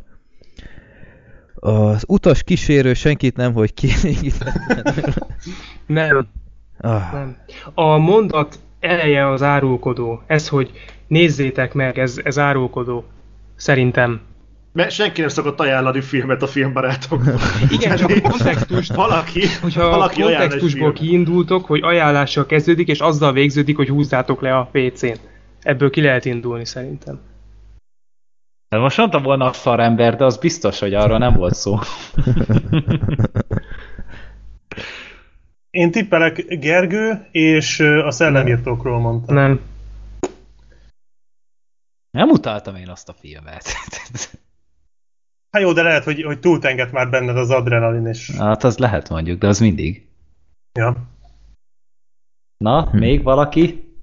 az utas kísérő senkit nem, hogy kielégítetlen. Nem, Ah, nem. A mondat eleje az árulkodó. Ez, hogy nézzétek meg, ez, ez árulkodó. Szerintem. Mert senki nem szokott ajánlani filmet a filmbarátoknak. Igen, csak a kontextust, Valaki, hogyha a valaki ajánl egy kontextusból filmet. kiindultok, hogy ajánlással kezdődik, és azzal végződik, hogy húzzátok le a pé cén. Ebből ki lehet indulni szerintem. De most mondtam volna a szarember, de az biztos, hogy arról nem volt szó. Én tippelek Gergő, és a szellemírtókról mondtam. Nem. Nem utáltam én azt a filmet. Hát jó, de lehet, hogy, hogy túltengett már benned az adrenalin, és... Hát az lehet mondjuk, de az mindig. Ja. Na, Hm. még valaki?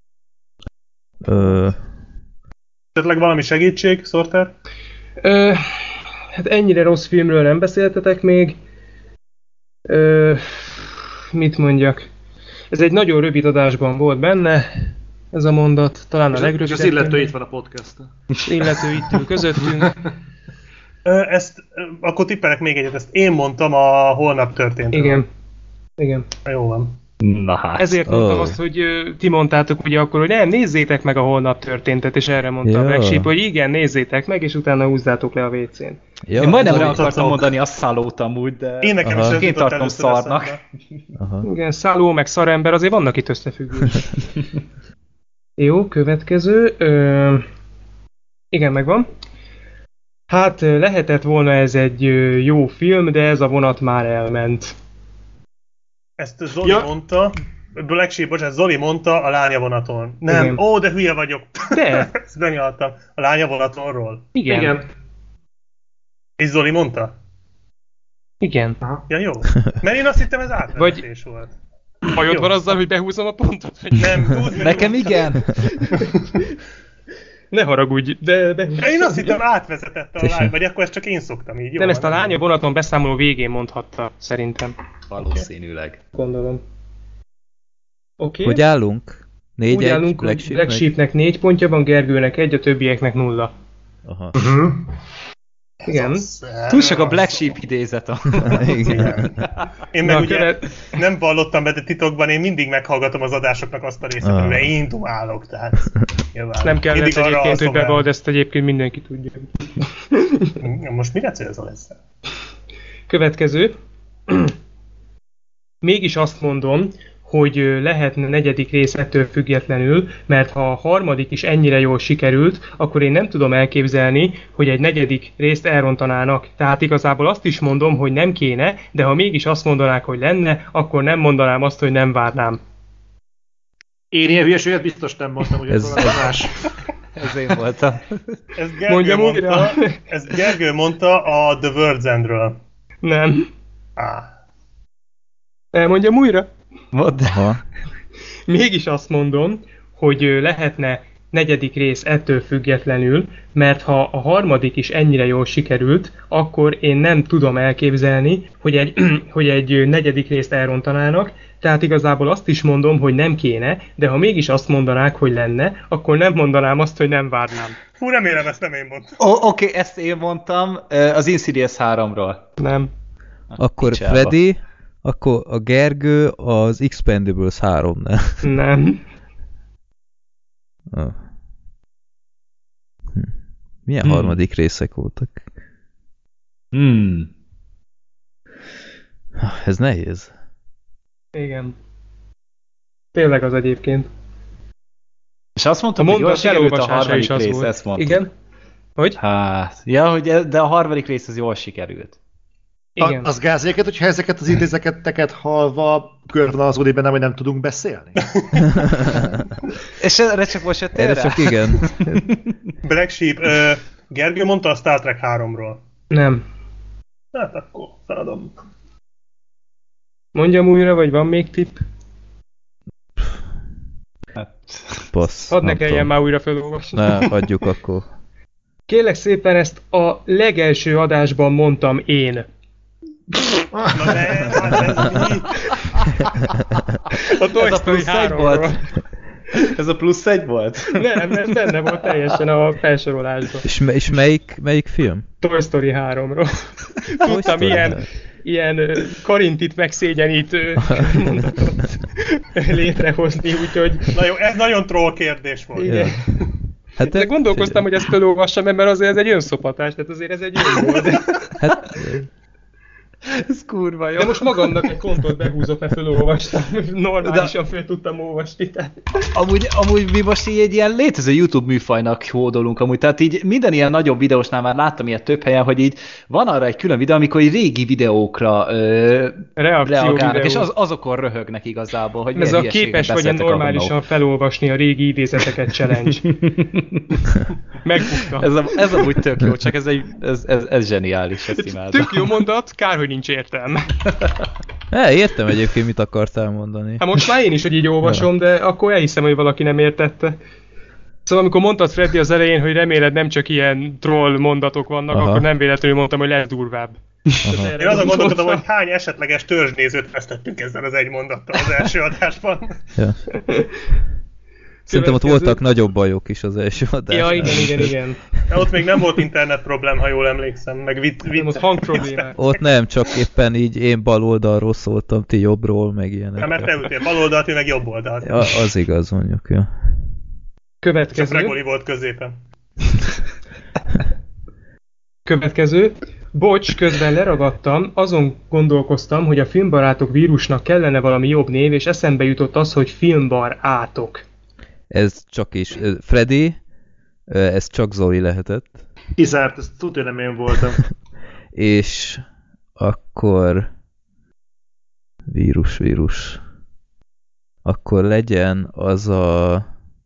ö, Esetleg valami segítség, Sorter? Ö, hát ennyire rossz filmről nem beszéltetek még. Ö, mit mondjak? Ez egy nagyon rövid adásban volt benne, ez a mondat, talán a És legrövidebb. az illető itt van a podcasten. Illető itt ül közöttünk. Ö, ezt, ö, akkor tippelek még egyet, ezt én mondtam a holnap történt. Igen. Igen. Jó van. Na hát. Ezért mondtam Ó. azt, hogy ö, ti mondtátok ugye akkor, hogy nem, nézzétek meg a holnap történtet, és erre mondta a Ja. Black Sheep, hogy igen, nézzétek meg, és utána húzzátok le a vé cén. ja, Én majdnem rá Zoli, akartam tudok. mondani a szalót amúgy, de... Én nekem Aha. is ez Én jutott tartom először szarnak. eszembe. aha. Igen, Szálló meg szarember, azért vannak itt összefüggések. Jó, következő. Ö, igen, megvan. Hát ö, lehetett volna ez egy ö, jó film, de ez a vonat már elment. Ezt Zoli Ja. mondta, Black Sheep, bocsánat, Zoli mondta a lánya vonaton. Nem, Igen. ó, de hülye vagyok. De, Ezt benyaltam. A lánya vonatonról. igen. Igen. Igen. És Zoli mondta? igen. Ja, jó. Mert én azt hittem, ez átvezetés volt. Bajod Jó. van azzal, hogy behúzom a pontot? Vagy? Nem, húzd meg, Nekem húzd. igen. Ne haragudj, de behúzom. Én azt hittem, átvezetette a lány, vagy akkor ezt csak én szoktam így. Jó, Nem, ezt a van, lánya vonaton beszámoló végén mondhatta, szerintem. Valószínűleg. Gondolom. Oké. Hogy állunk? Négy, Úgy egy, állunk, Black hogy Sheep, Black meg- Sheepnek négy pontja van, Gergőnek egy, a többieknek nulla. Aha. Uh-huh. Igen. Túl sok a Black Sheep idézet. A... Igen. Én Na, meg a ugye követ- nem vallottam be, de titokban én mindig meghallgatom az adásoknak azt a részét, Ah. amiben én dumálok, tehát nyilván. Nem kellett Mindig arra egyébként, hogy alszom el. bevald, ezt egyébként mindenki tudja. Most mire célzol ezzel? Következő. Mégis azt mondom, hogy ö, lehetne negyedik rész ettől függetlenül, mert ha a harmadik is ennyire jól sikerült, akkor én nem tudom elképzelni, hogy egy negyedik részt elrontanának. Tehát igazából azt is mondom, hogy nem kéne, de ha mégis azt mondanák, hogy lenne, akkor nem mondanám azt, hogy nem várnám. Én ilyen hülyeséget biztos nem mondtam, hogy ez Ez- valami más. Ez én voltam. Ez Gergő Mondjam mondta, újra? ez Gergő mondta a The World's Endről. Nem. Á. Elmondjam újra? Mondd. Aha. Mégis azt mondom, hogy ö, lehetne negyedik rész ettől függetlenül, mert ha a harmadik is ennyire jól sikerült, akkor én nem tudom elképzelni, hogy egy, hogy egy ö, negyedik részt elrontanának, tehát igazából azt is mondom, hogy nem kéne, de ha mégis azt mondanák, hogy lenne, akkor nem mondanám azt, hogy nem várnám. Fú, remélem ezt nem én mondtam. Ó, oké, okay, ezt én mondtam ö, az Insidious háromról. Nem. Akkor Picsába. Freddy, akkor a Gergő az Expendables háromnál. Nem. Ah. Hm. Milyen Hmm. harmadik részek voltak? Hmm. Ah, Ez nehéz. Igen. Tényleg az egyébként. És azt A mondtam, hogy jól mondat sikerült a elolvasása is harmadik az rész, volt. ezt mondtam. Igen? Hogy? Hát, ja, hogy e- de a harmadik rész az jól sikerült. Igen. A, az gázéket, hogyha ezeket az idézeteket hallva körvonalazódik bennem, hogy nem tudunk beszélni. És erre csak most jöttél Erre rá? csak igen. Black Sheep, ö, Gergő mondta a Star Trek háromról. Nem. Hát akkor feladom. Mondjam újra, vagy van még tipp? Hát... Passz. Hadd ne kelljen már újra felolvasni. Ne, hagyjuk akkor. Kérlek szépen, ezt a legelső adásban mondtam én. Na ne, hát ez mi? A Toy Ez a Story plusz egy háromról. volt? Ez a plusz egy volt? Nem, ez benne volt teljesen a felsorolásban. És, és melyik, melyik film? Toy Story háromról. Tudtam, Story ilyen, három. ilyen ö, Karintit megszégyenítő mondatot létrehozni, úgyhogy... Na jó, ez nagyon troll kérdés volt. Igen. Hát De gondolkoztam, hogy ezt felolvassam, mert azért ez egy önszopatás, tehát azért ez egy jó volt. Hát, Ez kurva jó. De most magamnak egy kontot behúzok, mert felolvastam. Normálisan fel tudtam olvasni. Tehát... Amúgy, amúgy mi most így egy ilyen létező YouTube műfajnak hódolunk amúgy, tehát így minden ilyen nagyobb videósnál már láttam ilyet több helyen, hogy így van arra egy külön videó, amikor így régi videókra ö, reagálnak, és az, azokon röhögnek igazából, hogy ez a képes vagy normálisan felolvasni a régi idézeteket challenge. Megbuktam. Ez, a, ez amúgy tök jó, csak ez, egy, ez, ez, ez zseniális, ezt imádom. Tök jó mondat, kár, hogy nincs értelme. é, értem egyébként, mit akartál mondani. Hát most már én is, hogy így olvasom, de akkor elhiszem, hogy valaki nem értette. Szóval amikor mondtad Freddy az elején, hogy reméled nem csak ilyen troll mondatok vannak, Aha. akkor nem véletlenül mondtam, hogy lesz durvább. Én azon gondolkodom, hogy hány esetleges törzsnézőt vesztettünk ezzel az egy mondattal az első adásban. Ja. Szerintem ott voltak nagyobb bajok is az első adásnál. Ja, igen, igen, igen. De ott még nem volt internet problém, ha jól emlékszem, meg vitt. Nem, ott hang problémák. Ott nem, csak éppen így én bal oldalról szóltam, ti jobbról, meg ilyenek. Nem, mert te ültél bal oldalt, én meg jobb oldalt. Ja, az igaz, mondjuk, ja. Csak Következő. Regoli volt középen. Következő. Bocs, közben leragadtam, azon gondolkoztam, hogy a filmbarátok vírusnak kellene valami jobb név, és eszembe jutott az, hogy filmbarátok. Ez csak is. Freddy, ez csak Zoli lehetett. Kizárt, ezt tudja, nem én voltam. És akkor vírus, vírus. Akkor legyen az a...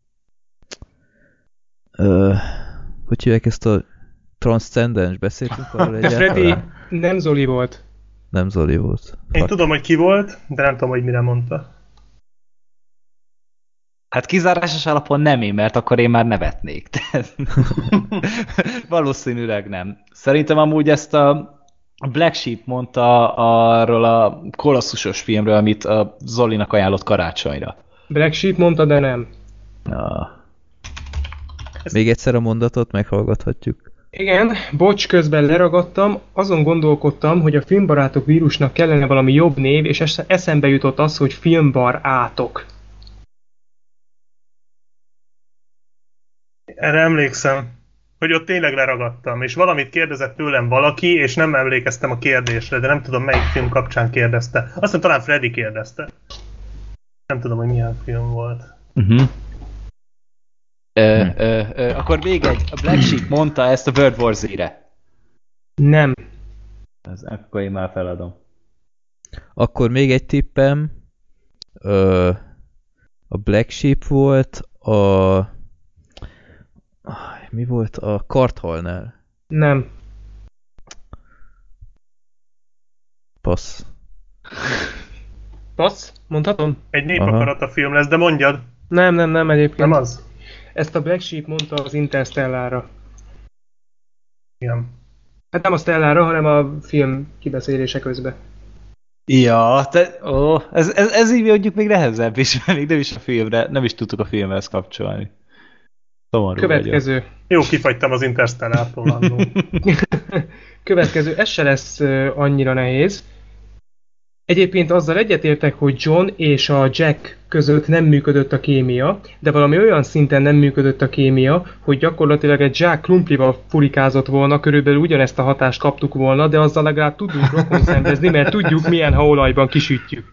Ö, hogy hívják ezt a transzcendens? Beszéltünk arról De Freddy egyáltalán? nem Zoli volt. Nem Zoli volt. Én Fuck. tudom, hogy ki volt, de nem tudom, hogy mire mondta. Hát kizárásos alapon nem én, mert akkor én már nevetnék. Valószínűleg nem. Szerintem amúgy ezt a Black Sheep mondta arról a kolosszusos filmről, amit a Zolinak ajánlott karácsonyra. Black Sheep mondta, de nem. Na. Még egyszer a mondatot meghallgathatjuk. Igen, bocs, közben leragadtam, azon gondolkodtam, hogy a filmbarátok vírusnak kellene valami jobb név, és es- eszembe jutott az, hogy filmbarátok. Erre emlékszem, hogy ott tényleg leragadtam, és valamit kérdezett tőlem valaki, és nem emlékeztem a kérdésre, de nem tudom, melyik film kapcsán kérdezte. Azt hiszem, talán Freddy kérdezte. Nem tudom, hogy milyen film volt. Uh-huh. Ö, ö, ö, akkor még egy. A Black Sheep mondta ezt a World War Z-re. Nem. Ez, akkor én már feladom. Akkor még egy tippem. Ö, a Black Sheep volt, a... Mi volt? A Karthalnál. Nem. Passz. Passz? Mondhatom? Egy népakarata film lesz, de mondjad. Nem, nem, nem egyébként. Nem az? Ezt a Black Sheep mondta az Interstellára. Igen. Hát nem a Stellára, hanem a film kibeszélése közben. Ja, te, ó, ez, ez, ez így mondjuk még nehezebb is, mert még nem is a filmre, nem is tudtuk a filmhez kapcsolni. Szomorú Következő. vagyok. Jó, kifagytam az Interstellártól annól. Következő, ez se lesz uh, annyira nehéz. Egyébként azzal egyetértek, hogy John és a Jack között nem működött a kémia, de valami olyan szinten nem működött a kémia, hogy gyakorlatilag egy Jack krumplival furikázott volna, körülbelül ugyanezt a hatást kaptuk volna, de azzal legalább tudunk rokon szenvezni, mert tudjuk, milyen ha olajban kisütjük.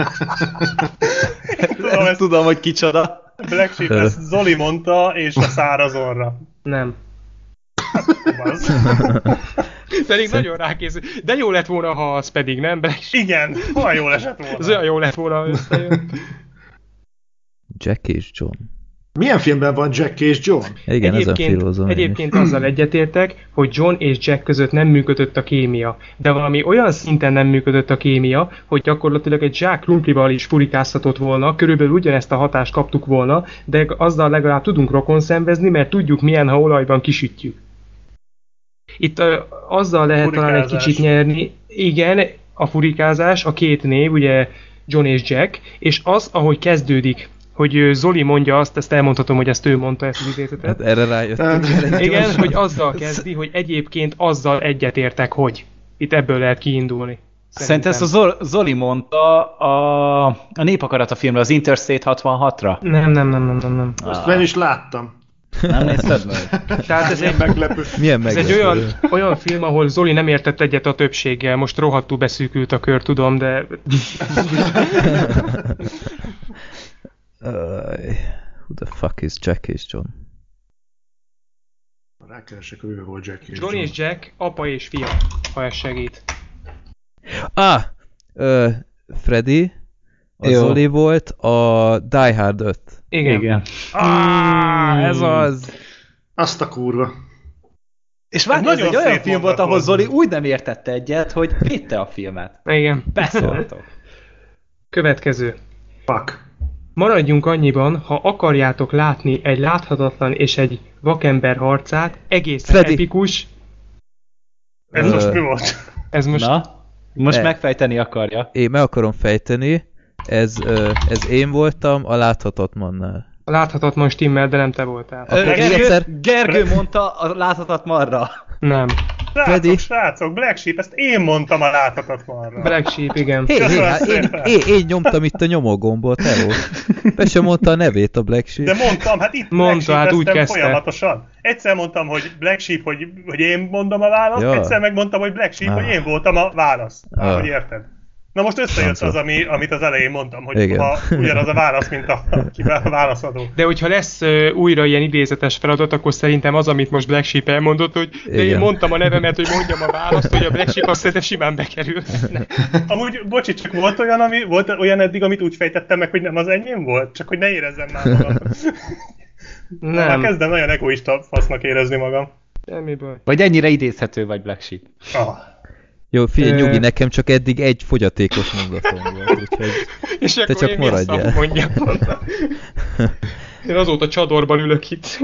Tudom, ezt Tudom, hogy kicsoda. Black Sheep, ezt Zoli mondta, és a szárazonra. Nem. Az. Pedig nagyon rákészül. De jó lett volna, ha az pedig nem, Black Sheep. Igen, olyan jól esett volna. Az olyan jó lett volna, ha összejön. Jack és John. Milyen filmben van Jack és John? Igen, ezen filózom. Egyébként azzal egyetértek, hogy John és Jack között nem működött a kémia. De valami olyan szinten nem működött a kémia, hogy gyakorlatilag egy zsák krumplival is furikázhatott volna, körülbelül ugyanezt a hatást kaptuk volna, de azzal legalább tudunk rokon szenvezni, mert tudjuk milyen, ha olajban kisütjük. Itt uh, azzal lehet talán egy kicsit nyerni. Igen, a furikázás, a két név, ugye John és Jack, és az, ahogy kezdődik, hogy Zoli mondja azt, ezt elmondhatom, hogy ezt ő mondta, ezt az idézetet. Hát erre rájöttünk. Igen, gyorsan. Hogy azzal kezdi, hogy egyébként azzal egyetértek, hogy. Itt ebből lehet kiindulni. Szerintem ezt a Zoli mondta a, a Népakarata filmre, az Interstate hatvanhatra? Nem, nem, nem, nem, nem. nem. Azt nem is láttam. Nem nézted meg? Tehát ez egy, meglepő. Milyen ez egy olyan, olyan film, ahol Zoli nem értett egyet a többséggel. Most rohadtul beszűkült a kör, tudom, de... Uh, who the fuck is Jack és John? Rákeresek, hogy ő volt Jack és John. John és Jack, apa és fia, ha ez segít. Ah! Uh, Freddy, a Jó. Zoli volt a Die Hard öt. Igen. Igen. Ah, ez az! Azt a kurva. És várj, ez egy olyan film volt, ahol volt. Zoli úgy nem értette egyet, hogy vitte a filmet. Igen. Beszóltok. Következő. Fuck. Maradjunk annyiban, ha akarjátok látni egy láthatatlan és egy vakember harcát, egészen Freddy. epikus. Ez Ö, most mi volt? Ez most... Na, most Ne. megfejteni akarja. Én meg akarom fejteni, ez, ö, ez én voltam a láthatatmannál. A láthatatlan stimmel, de nem te voltál. Ö, még Gergő, egyszer. Gergő mondta a láthatatlanra. Nem. Freddy. Srácok, srácok, Black Sheep, ezt én mondtam a láthatatlanra. Black Sheep, igen. Hé, hé, Köszönöm hát én, szépen. én, én nyomtam itt a nyomógombot, hello. Be sem mondta a nevét a Black Sheep. De mondtam, hát itt Mondta, Black Sheep hát úgy eztem kezdte. folyamatosan. Egyszer mondtam, hogy Black Sheep, hogy, hogy én mondom a választ, Ja. egyszer megmondtam, hogy Black Sheep, Ah. hogy én voltam a válasz. Ah. Hogy érted? Na most összejött Nem az, ami, amit az elején mondtam, hogy Igen. ha ugyanaz a válasz, mint a, a válaszadó. De hogyha lesz uh, újra ilyen idézetes feladat, akkor szerintem az, amit most Black Sheep elmondott, hogy de én Igen. mondtam a nevemet, hogy mondjam a választ, hogy a Black Sheep azt szerintem simán bekerül. Amúgy, bocsi, csak volt olyan, ami, volt olyan eddig, amit úgy fejtettem meg, hogy nem az enyém volt? Csak hogy ne érezzem már magam. Már Nem. kezdem nagyon egoista fasznak érezni magam. Semmi baj. Vagy ennyire idézhető vagy Black Sheep. Ah. Jó, figyelj, Ö- nyugi, nekem csak eddig egy fogyatékos mondatom volt, úgyhogy... És akkor csak én maradjál. vissza mondjam. Én azóta csadorban ülök itt.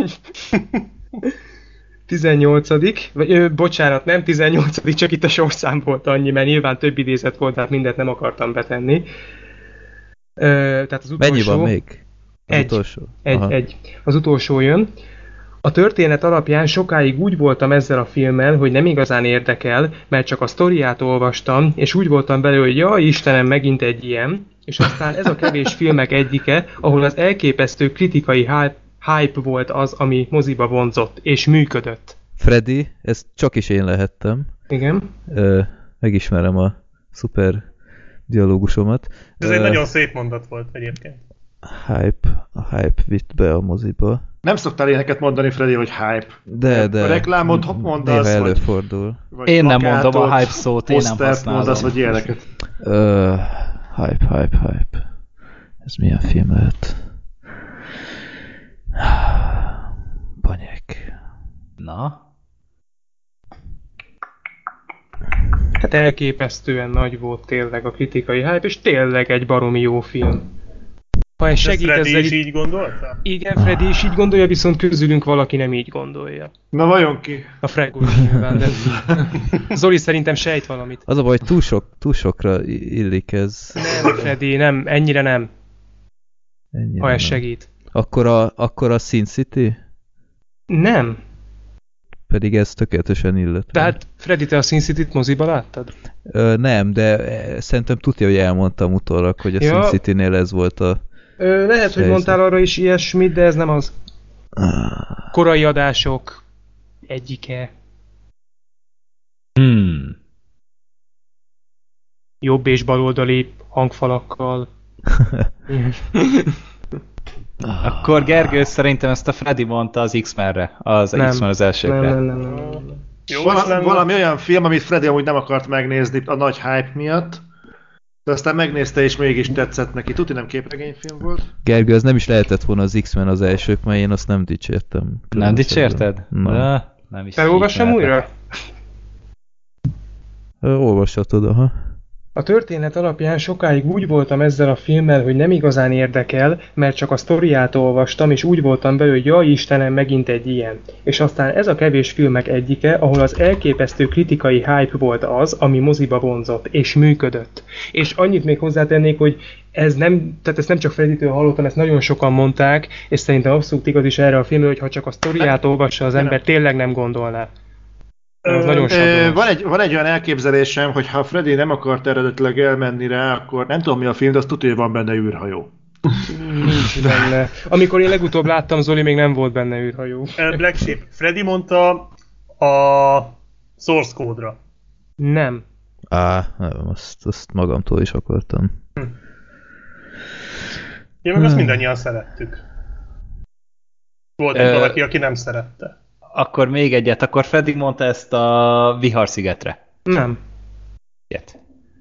tizennyolcadik Vagy, ö, bocsánat, nem tizennyolcadik csak itt a sorszám volt annyi, mert nyilván több idézet volt, tehát mindent nem akartam betenni. Ö, tehát az utolsó... Mennyi van még? Az Egy. utolsó? Egy, Aha. egy. Az utolsó jön. A történet alapján sokáig úgy voltam ezzel a filmmel, hogy nem igazán érdekel, mert csak a sztoriát olvastam, és úgy voltam belőle, hogy jaj, Istenem, megint egy ilyen, és aztán ez a kevés filmek egyike, ahol az elképesztő kritikai hype, hype volt az, ami moziba vonzott, és működött. Freddy, ez csak is én lehettem. Igen? Ö, megismerem a szuper dialógusomat. Ez egy Ö, nagyon szép mondat volt egyébként. Hype, a hype vitt be a moziba. Nem szoktál éneket mondani, Freddy, hogy hype. De, de... A reklámot mondasz, néha vagy, előfordul. vagy Én nem plakátot, mondom a hype szót, én nem posztert használom. mondasz, vagy ilyeneket. Ö, hype, hype, hype. Ez milyen film lehet? Banyek. Na? Hát elképesztően nagy volt tényleg a kritikai hype, és tényleg egy baromi jó film. Ha ez És segít Freddy ezzel is itt... így gondolta? Igen, Freddy is így gondolja, viszont közülünk valaki nem így gondolja. Na vajon ki? A Frego is nyilván, de Zoli szerintem sejt valamit. Az a baj, hogy túl, sok, túl sokra illik ez. Nem, Freddy, nem, ennyire nem, Ennyire ha ez nem. segít. Akkor a, akkor a Sin City? Nem. Pedig ez tökéletesen illet. Tehát Freddy, te a Sin City-t moziba láttad? Ö, nem, de eh, szerintem tudja, hogy elmondtam utólag, hogy a Ja. Sin City-nél ez volt a... Ö, lehet, hogy Fejezet. mondtál arra is ilyesmit, de ez nem az. Korai adások egyike. Hmm. Jobb és baloldali hangfalakkal. Akkor Gergő szerintem ezt a Freddy mondta az X-Menre, az Nem. X-Men az Nem, elsőkre. nem, nem, nem, nem. Jó, Vala, ez lenne. valami olyan film, amit Freddy amúgy nem akart megnézni a nagy hype miatt, De aztán megnézte, és mégis tetszett neki. Tuti nem képregényfilm volt. Gergő, az nem is lehetett volna az X-Men az elsők, mert én azt nem dicsértem. Nem dicsérted? Nem. De, nem is. Felolvassam újra? Olvashatod, aha. A történet alapján sokáig úgy voltam ezzel a filmmel, hogy nem igazán érdekel, mert csak a sztoriát olvastam, és úgy voltam belőle, hogy jaj Istenem, megint egy ilyen. És aztán ez a kevés filmek egyike, ahol az elképesztő kritikai hype volt az, ami moziba vonzott, és működött. És annyit még hozzátennék, hogy ez nem, tehát ezt nem csak Freddytől hallottam, ezt nagyon sokan mondták, és szerintem abszolút igaz is erre a filmre, hogy ha csak a sztoriát olvassa az ember, tényleg nem gondolná. Ez nagyon ö, van, egy, van egy olyan elképzelésem, hogy ha Freddy nem akart eredetileg elmenni rá, akkor nem tudom mi a film, de azt tudja, hogy van benne űrhajó. Nincs benne. Amikor én legutóbb láttam, Zoli, még nem volt benne űrhajó. Black Sheep. Freddy mondta a source code-ra. Nem. Á, nem, azt, azt magamtól is akartam. Hm. Én meg azt mindannyian szerettük. Volt Ö... valaki, aki nem szerette. Akkor még egyet, akkor Freddy mondta ezt a Vihar-szigetre. Nem. Ilyet.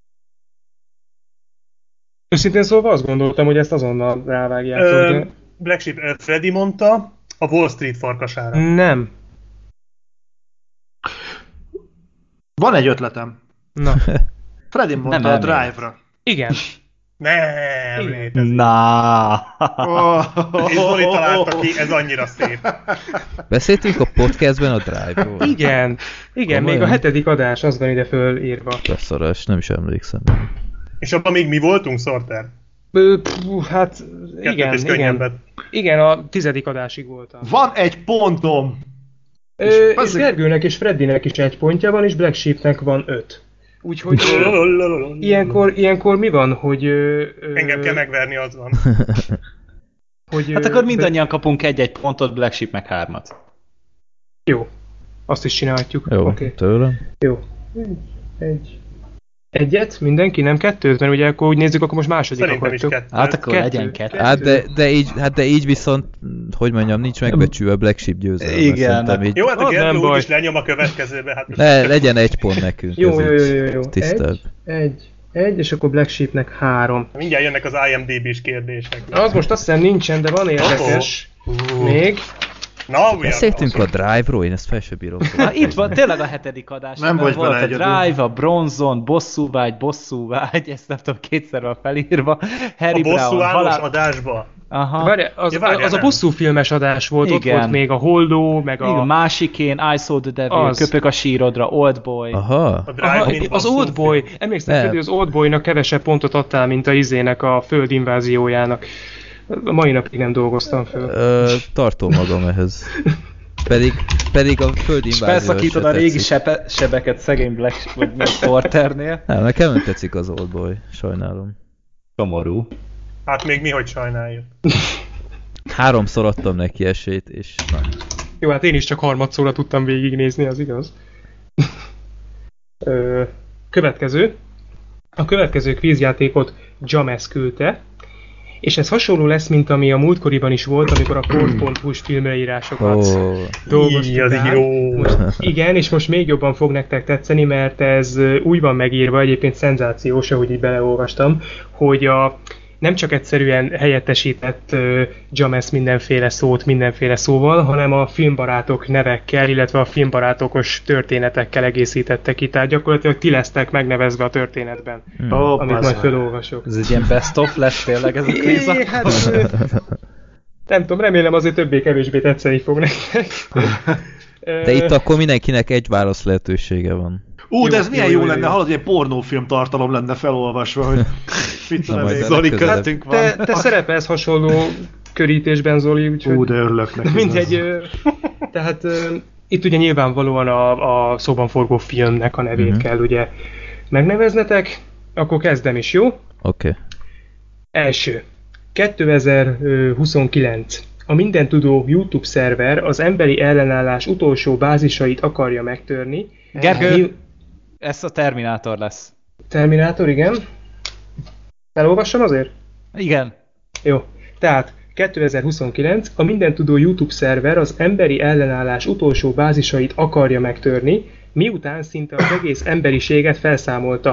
Őszintén szólva azt gondoltam, hogy ezt azonnal rávágják. Ö, de... Black Sheep, Freddy mondta a Wall Street farkasára. Nem. Van egy ötletem. Na. Freddy mondta nem a Drive-ra. Igen. Nem, létezik. Na. És Zoli találta ki, ez annyira szép. Beszéltünk a podcastben a Drive-ról. Igen. Igen, Komolyan? még a hetedik adás, az van ide fölírva. Beszarás, nem is emlékszem. És abban még mi voltunk, Sorter? Ö, pff, hát igen, és igen. könnyebbet. Igen, a tizedik adásig voltam. Van egy pontom! Ö, És és azért- Gergőnek és Freddynek is egy pontja van, és Black Sheepnek van öt. Úgyhogy ö, ilyenkor, ilyenkor mi van, hogy... Ö, ö, Engem kell megverni, az van. hogy, Hát ö, akkor mindannyian kapunk egy-egy pontot, Black Sheep meg hármat. Jó. Azt is csinálhatjuk. Jó, Okay. tőlem. Jó. Egy. Egyet? Mindenki? Nem kettőt? Mert ugye akkor úgy nézzük, akkor most második Szerintem is vagytok. kettő. Hát akkor Kettő. legyen kettő. Hát de, de, így, hát de így viszont, hogy mondjam, nincs megbecsülve a Black Sheep győzelme. Igen. Szerintem így, Jó, hát a Az Gergő nem baj. úgyis lenyom a következőbe. Hát most ne, legyen egy pont nekünk. Jó, ez jó, így jó, jó, jó. tisztább. Egy, egy, egy, és akkor Black Sheepnek három. mindjárt jönnek az I M D B-s kérdések. Az most azt hiszem nincsen, de van érdekes. Még. Na, we are Beszéltünk a awesome. Drive-ról, én ezt fel sem bírom. Na, itt van tényleg a hetedik adás. Nem ebben vagy volt vele a egyedül. Drive, a Bronzon, bosszúvágy, bosszúvágy, ezt nem tudom, kétszer van felírva. Harry A Brown, bosszúállós halál... adásba. Aha. Várj, az, Ja, várjál, az a nem. bosszú filmes adás volt, ott Igen. volt még a Holdó, meg Igen, a... másikén, I Saw the Devil, Az. Köpök a sírodra, Oldboy. Aha. A Drive, Aha, mint az bosszú Oldboy, film. emlékszem, Nem. hogy az Oldboynak kevesebb pontot adtál, mint a izének, a föld inváziójának. A mai napig nem dolgoztam föl. Ö, tartom magam ehhez. Pedig, pedig a földi És invázió felszakítod se a régi tetszik. sebe, sebeket szegény Black vagy Porternél. Nem, nekem nem tetszik az Oldboy, sajnálom. Szomorú. Hát még mi, hogy sajnáljuk. Háromszor adtam neki esélyt, és na. Jó, hát én is csak harmadszorra tudtam végignézni, az igaz. Ö, következő. A következő kvízjátékot James küldte, és ez hasonló lesz, mint ami a múltkoriban is volt, amikor a port pont hu-s filmreírásokat Oh. dolgoztuk Így, az át. jó. Most, igen, és most még jobban fog nektek tetszeni, mert ez ö, úgy van megírva, egyébként szenzációs, ahogy így beleolvastam, hogy a nem csak egyszerűen helyettesített uh, James mindenféle szót mindenféle szóval, hanem a filmbarátok nevekkel, illetve a filmbarátokos történetekkel egészítette ki. Tehát gyakorlatilag ti lesztek megnevezve a történetben, Hmm. Oh, amit majd felolvasok. Ez egy ilyen best of lesz tényleg ez a kvíz. É, hát, ö, nem tudom, remélem azért többé-kevésbé tetszeni fog nektek. De itt akkor mindenkinek egy válasz lehetősége van. Ú, de Jó, ez milyen jó, jó, jó, lenne, jó. hallod, hogy egy pornófilm tartalom lenne felolvasva, hogy mit Na, tudom majd én. Zoli Zoli közelebb. köztünk van. Te, te szerepelsz hasonló körítésben, Zoli, úgyhogy... Ú, de örülök neki. Mindegy, ö, tehát ö, itt ugye nyilvánvalóan a, a szóban forgó filmnek a nevét Mhm. kell ugye megneveznetek, akkor kezdem is, jó? Oké. Okay. Első. kétezer-huszonkilenc. A mindentudó YouTube szerver az emberi ellenállás utolsó bázisait akarja megtörni. Gergő, Mi- ez a Terminátor lesz. Terminátor, igen. Elolvassam azért? Igen. Jó. Tehát kétezer-huszonkilenc a mindentudó YouTube szerver az emberi ellenállás utolsó bázisait akarja megtörni, miután szinte az egész emberiséget felszámolta.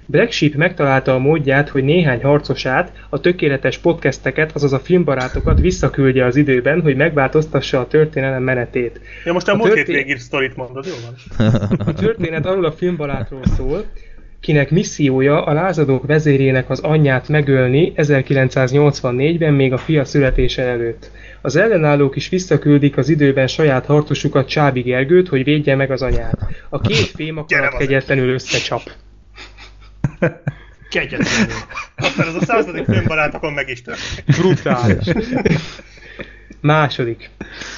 Black Sheep megtalálta a módját, hogy néhány harcosát, a tökéletes podcasteket, azaz a filmbarátokat visszaküldje az időben, hogy megváltoztassa a történelem menetét. Ja, most a, a múlt történ... hét végig sztorit mondod, jó van? A történet arról a filmbarátról szól, kinek missziója a lázadók vezérének az anyját megölni ezerkilencszáznyolcvannégyben még a fia születése előtt. Az ellenállók is visszaküldik az időben saját harcosukat, Csábi Gergőt, hogy védje meg az anyát. A két fém akarat kegyetlenül összecsap. Kegyetlenül. Aztán az a századik filmbarátokon meg is történik. Brutális. Második.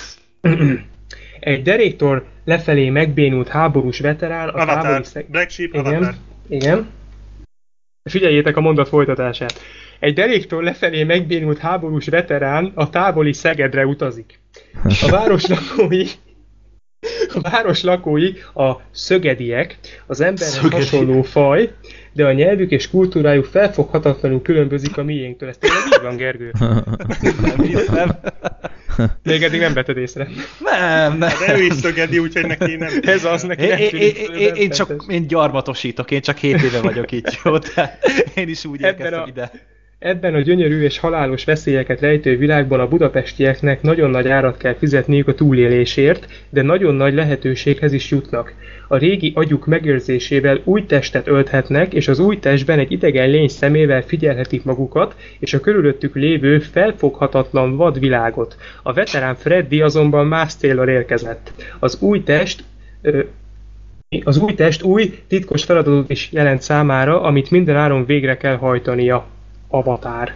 Egy deréktől lefelé megbénult háborús veterán... A Avatar. Távoli szeg... Black Sheep, igen, Avatar. Igen. Figyeljétek a mondat folytatását. Egy deréktől lefelé megbénult háborús veterán a távoli Szegedre utazik. A város lakói... A város lakói a szögediek, az emberhez Szögedi. hasonló faj, de a nyelvük és kultúrájuk felfoghatatlanul különbözik a miénktől. Ez tényleg így van, Gergő? Nem hiszem. Még eddig nem vetted észre. Nem, nem. De ő is szögedi, úgyhogy neki nem... Ez az, neki én, nem én, tűnik, én, én, én csak én gyarmatosítok, én csak hét éve vagyok itt, jó? Tehát én is úgy érkeztem a... ide. Ebben a gyönyörű és halálos veszélyeket rejtő világban a budapestieknek nagyon nagy árat kell fizetniük a túlélésért, de nagyon nagy lehetőséghez is jutnak. A régi agyuk megőrzésével új testet ölthetnek, és az új testben egy idegen lény szemével figyelhetik magukat, és a körülöttük lévő felfoghatatlan vadvilágot. A veterán Freddy azonban más célra érkezett. Az új test... Ö, az új test új, titkos feladatot is jelent számára, amit mindenáron végre kell hajtania. Avatar.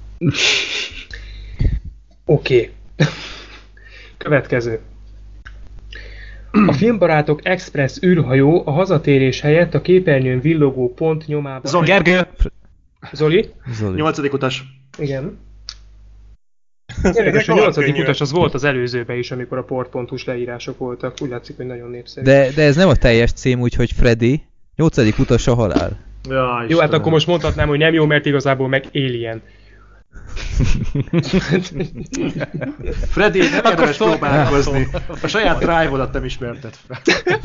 Oké. Okay. Következő. A filmbarátok Express űrhajó a hazatérés helyett a képernyőn villogó pont nyomában... Zoli. Gergő! Zoli? Zoli. Nyolcadik utas. Igen. Érdekes, a nyolcadik utas az volt az előzőben is, amikor a port.hu-s leírások voltak. Úgy látszik, hogy nagyon népszerű. De, de ez nem a teljes cím, úgyhogy Freddy. Nyolcadik utas a halál. Ja, jó, hát akkor most mondhatnám, hogy nem jó, mert igazából meg Alien. Freddy, nem érdemes próbálkozni. A saját drive-odat nem ismerted fel.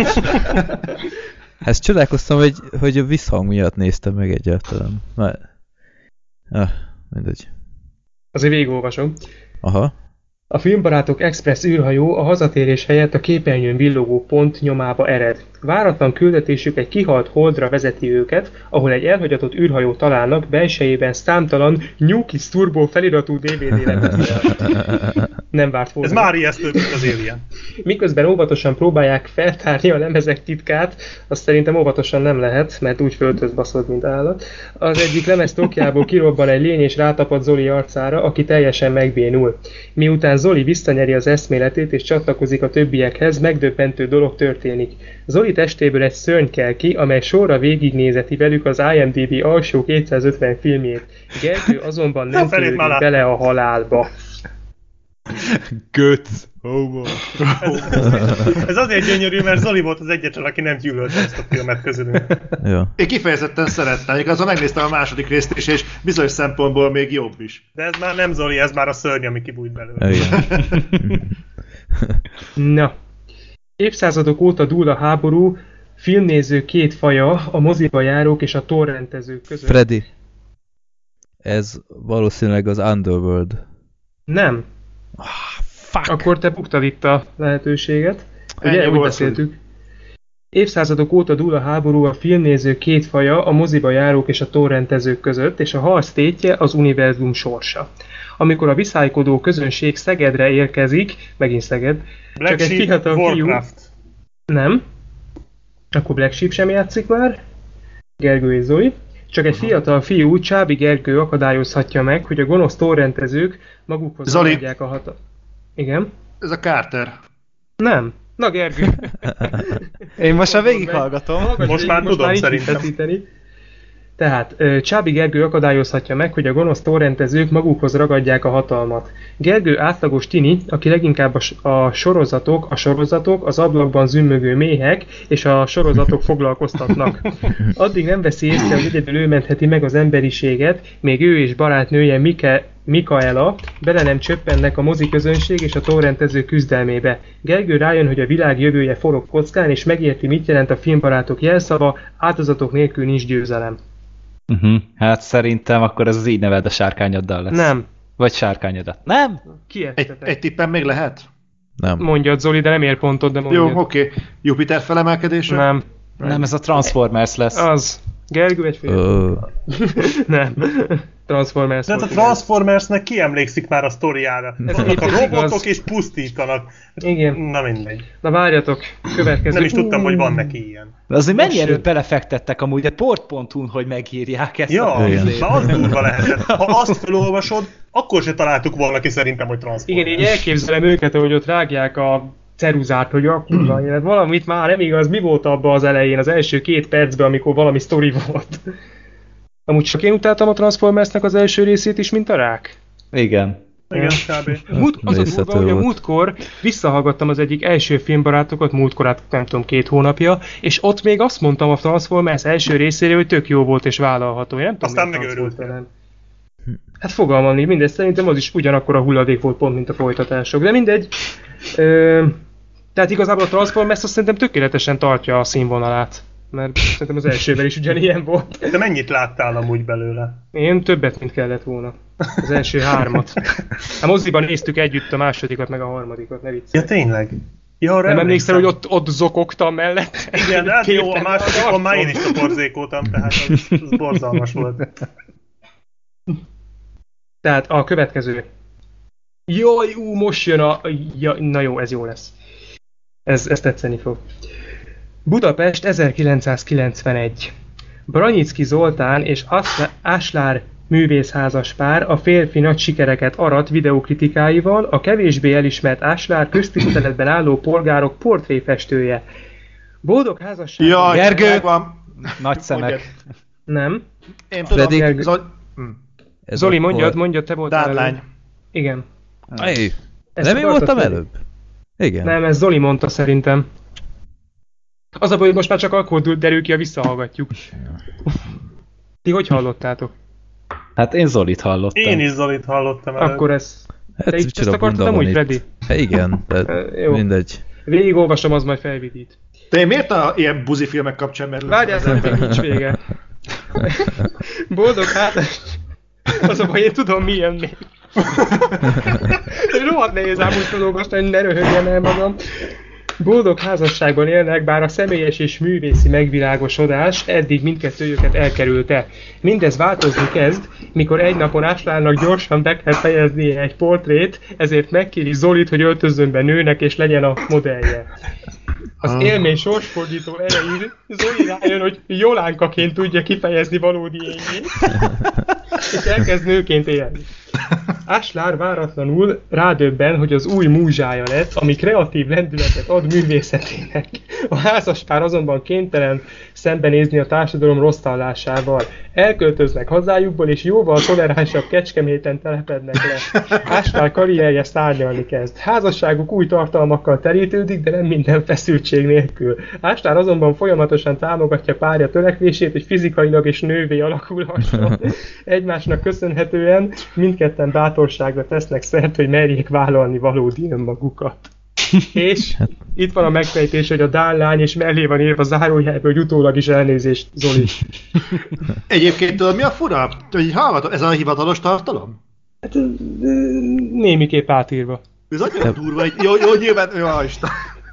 Hát csodálkoztam, hogy, hogy a visszhang miatt néztem meg egyáltalán. Már... Ah, mindegy. Azért végigolvasom. Aha. A filmbarátok Express űrhajó a hazatérés helyett a képernyőn villogó pont nyomába ered. Váratlan küldetésük egy kihalt holdra vezeti őket, ahol egy elhagyatott űrhajót találnak, belsejében számtalan Newkis Turbo feliratú dé vé dé lemezzel. Nem várt volna. Ez már ijesztő, mint az Alien. Miközben óvatosan próbálják feltárni a lemezek titkát, azt szerintem óvatosan nem lehet, mert úgy föltöz baszod, mint állat. Az egyik lemez tokjából kirobban egy lény és rátapad Zoli arcára, aki teljesen megbénul. Miután Zoli visszanyeri az eszméletét és csatlakozik a többiekhez, megdöbbentő dolog történik. Zoli testéből egy szörny kel ki, amely sorra végignézeti velük az I M D B alsó kétszázötven filmjét. Gergő azonban nem törődik bele a halálba. Götz! Homo! Ez azért gyönyörű, mert Zoli volt az egyetlen, aki nem gyűlölte ezt a filmet közülünk. Ja. Én kifejezetten szerettem, igazán megnéztem a második részt is, és bizonyos szempontból még jobb is. De ez már nem Zoli, ez már a szörny, ami kibújt belőle. Igen. Na. Évszázadok óta dúl a háború, filmnéző két faja, a moziba járók és a torrentezők között. Freddy. Ez valószínűleg az Underworld. Nem. Ah, fuck. Akkor te buktad itt a lehetőséget. Ennyi Ugye, úgy volt, beszéltük. Évszázadok óta dúl a háború a filmnéző két faja, a moziba járók és a torrentezők között, és a harc tétje az univerzum sorsa. Amikor a viszálykodó közönség Szegedre érkezik, megint Szeged, Black csak egy Sheep, fiatal Warcraft. fiú... Nem. Akkor Black Sheep sem játszik már. Gergő és Zoli. Csak egy fiatal fiú, Csábi Gergő akadályozhatja meg, hogy a gonosz torrentezők magukhoz Zoli. adják a hatalmat. Igen? Ez a Carter. Nem. Na Gergő. Én most már végighallgatom. Most végig, már tudom, így szerintem. feszíteni. Tehát Csábi Gergő akadályozhatja meg, hogy a gonosz torrentezők magukhoz ragadják a hatalmat. Gergő átlagos tini, aki leginkább a, a sorozatok, a sorozatok, az ablakban zümmögő méhek és a sorozatok foglalkoztatnak. Addig nem veszi észre, hogy egyedül ő mentheti meg az emberiséget, még ő és barátnője Mike, Mikaela bele nem csöppennek a moziközönség és a torrentező küzdelmébe. Gergő rájön, hogy a világ jövője forog kockán, és megérti, mit jelent a filmbarátok jelszava, áldozatok nélkül nincs győzelem. Uh-huh. Hát szerintem akkor ez az így neved a sárkányoddal lesz. Nem. Vagy sárkányodat. Nem? Egy, egy tippen még lehet? Nem. Mondjad, Zoli, de nem ér pontot, de mondjad. Jó, oké. Okay. Jupiter felemelkedése? Nem. Nem, ez a Transformers lesz. Az. Gergő egy fél. Ö... Nem. Transformers. De hát a Transformersnek ki emlékszik már a sztoriára? Vannak a robotok igaz. és pusztítanak. Igen. Na mindegy. Na várjatok, következő. Nem is tudtam, hogy van neki ilyen. De azért mennyi Most erőt jött. belefektettek amúgy a port pont hu-n, hogy megírják ezt Ja, a Igen. na az durva lehetett. Ha azt felolvasod, akkor se találtuk volna ki szerintem, hogy Transformers. Igen, így elképzelem őket, hogy ott rágják a ceruzát, hogy a kurva élet, valamit már nem igaz, mi volt abban az elején, az első két percben, amikor valami sztori volt. Amúgy csak én utáltam a Transformersnek az első részét is, mint a rák. Igen. Igen, kb. Múlt, az a Nézhető durva, hogy a volt. múltkor visszahallgattam az egyik első filmbarátokat, múltkor, hát nem tudom, két hónapja, és ott még azt mondtam a Transformers első részére, hogy tök jó volt és vállalható. Én nem tudom, Aztán miért megőrült. volt velem. Hát fogalmam nincs, mindegy, szerintem az is ugyanakkor a hulladék volt pont, mint a folytatások, de mindegy. Ö, tehát igazából a Transformers azt szerintem tökéletesen tartja a színvonalát. Mert szerintem az elsővel is ugyanilyen volt. De mennyit láttál amúgy belőle? Én többet, mint kellett volna. Az első hármat. A moziban néztük együtt a másodikat, meg a harmadikat, ne viccelj. Ja, tényleg? Ja, Nem emlékszel, hogy ott, ott zokogtam mellett? Igen, de hát jó, a Kértem másodikon arcom. már én is toporzékoltam, tehát az, az borzalmas volt. Tehát a következő. Jaj, ú, most jön a... Ja, na jó, ez jó lesz. Ez, ez tetszeni fog. Budapest ezerkilencszázkilencvenegy. Branyicki Zoltán és Asla- Áslár művészházas pár a férfi nagy sikereket arat videókritikáival, a kevésbé elismert Áslár köztiszteletben álló polgárok portréfestője. Boldog házasság. Jaj, Gergő! megvan. Nagy szemek. Nem. Én tudom, Freddy? Gergő. Zoli... Hm. Ez Zoli, akkor- mondjad, mondjad, te voltál Dárlány. előbb. Igen. Ej, Ezt nem én akartad, voltam Freddy? előbb? Igen. Nem, ez Zoli mondta szerintem. Az a baj, hogy most már csak akkor derül ki, ha visszahallgatjuk. Ti hogy hallottátok? Hát én Zolit hallottam. Én is Zolit hallottam előtt. Akkor ez... Hát Te is micsoda ezt akartad bunda van amúgy, itt. Freddy? Hát igen, de Ö, jó. mindegy. Végigolvasom, az majd felvidít. Te én miért a ilyen buzi filmek kapcsán merülsz? Várjál, szerintem nincs vége. Boldog házas... Az a baj, én tudom milyen még. Rohadt nehéz ám úgy felolvasni, hogy ne röhögjem el magam. Boldog házasságban élnek, bár a személyes és művészi megvilágosodás eddig mindkettőjüket elkerülte. Mindez változni kezd, mikor egy napon Áslárnak gyorsan be kell fejeznie egy portrét, ezért megkéri Zolit, hogy öltözzön be nőnek és legyen a modellje. Az élmény sorsfordító erején Zoli rájön, hogy Jolánkaként tudja kifejezni valódi énjét, és elkezd nőként élni. Áslár váratlanul rádöbben, hogy az új múzsája lett, ami kreatív lendületet ad művészetének. A házaspár azonban kénytelen szembenézni a társadalom rosszallásával. Elköltöznek hazájukból, és jóval toleránsabb Kecskeméten telepednek le. Áslár karrierje szárnyalni kezd. Házasságuk új tartalmakkal terítődik, de nem minden feszültség nélkül. Áslár azonban folyamatosan támogatja párja törekvését, hogy fizikailag és nővé alakulhasson. Egymásnak köszönhetően mindketten bátorságra tesznek szert, hogy merjék vállalni valódi önmagukat. És itt van a megfejtés, hogy a dállány és mellé van írva zárójelbe, hogy utólag is elnézést, Zoli. Egyébként tudod, mi a fura? Hogy hallgatod, ez a hivatalos tartalom? Hát, némiképp átírva. Ez annyira durva, hogy jó, jó, nyilván, jó, Isten.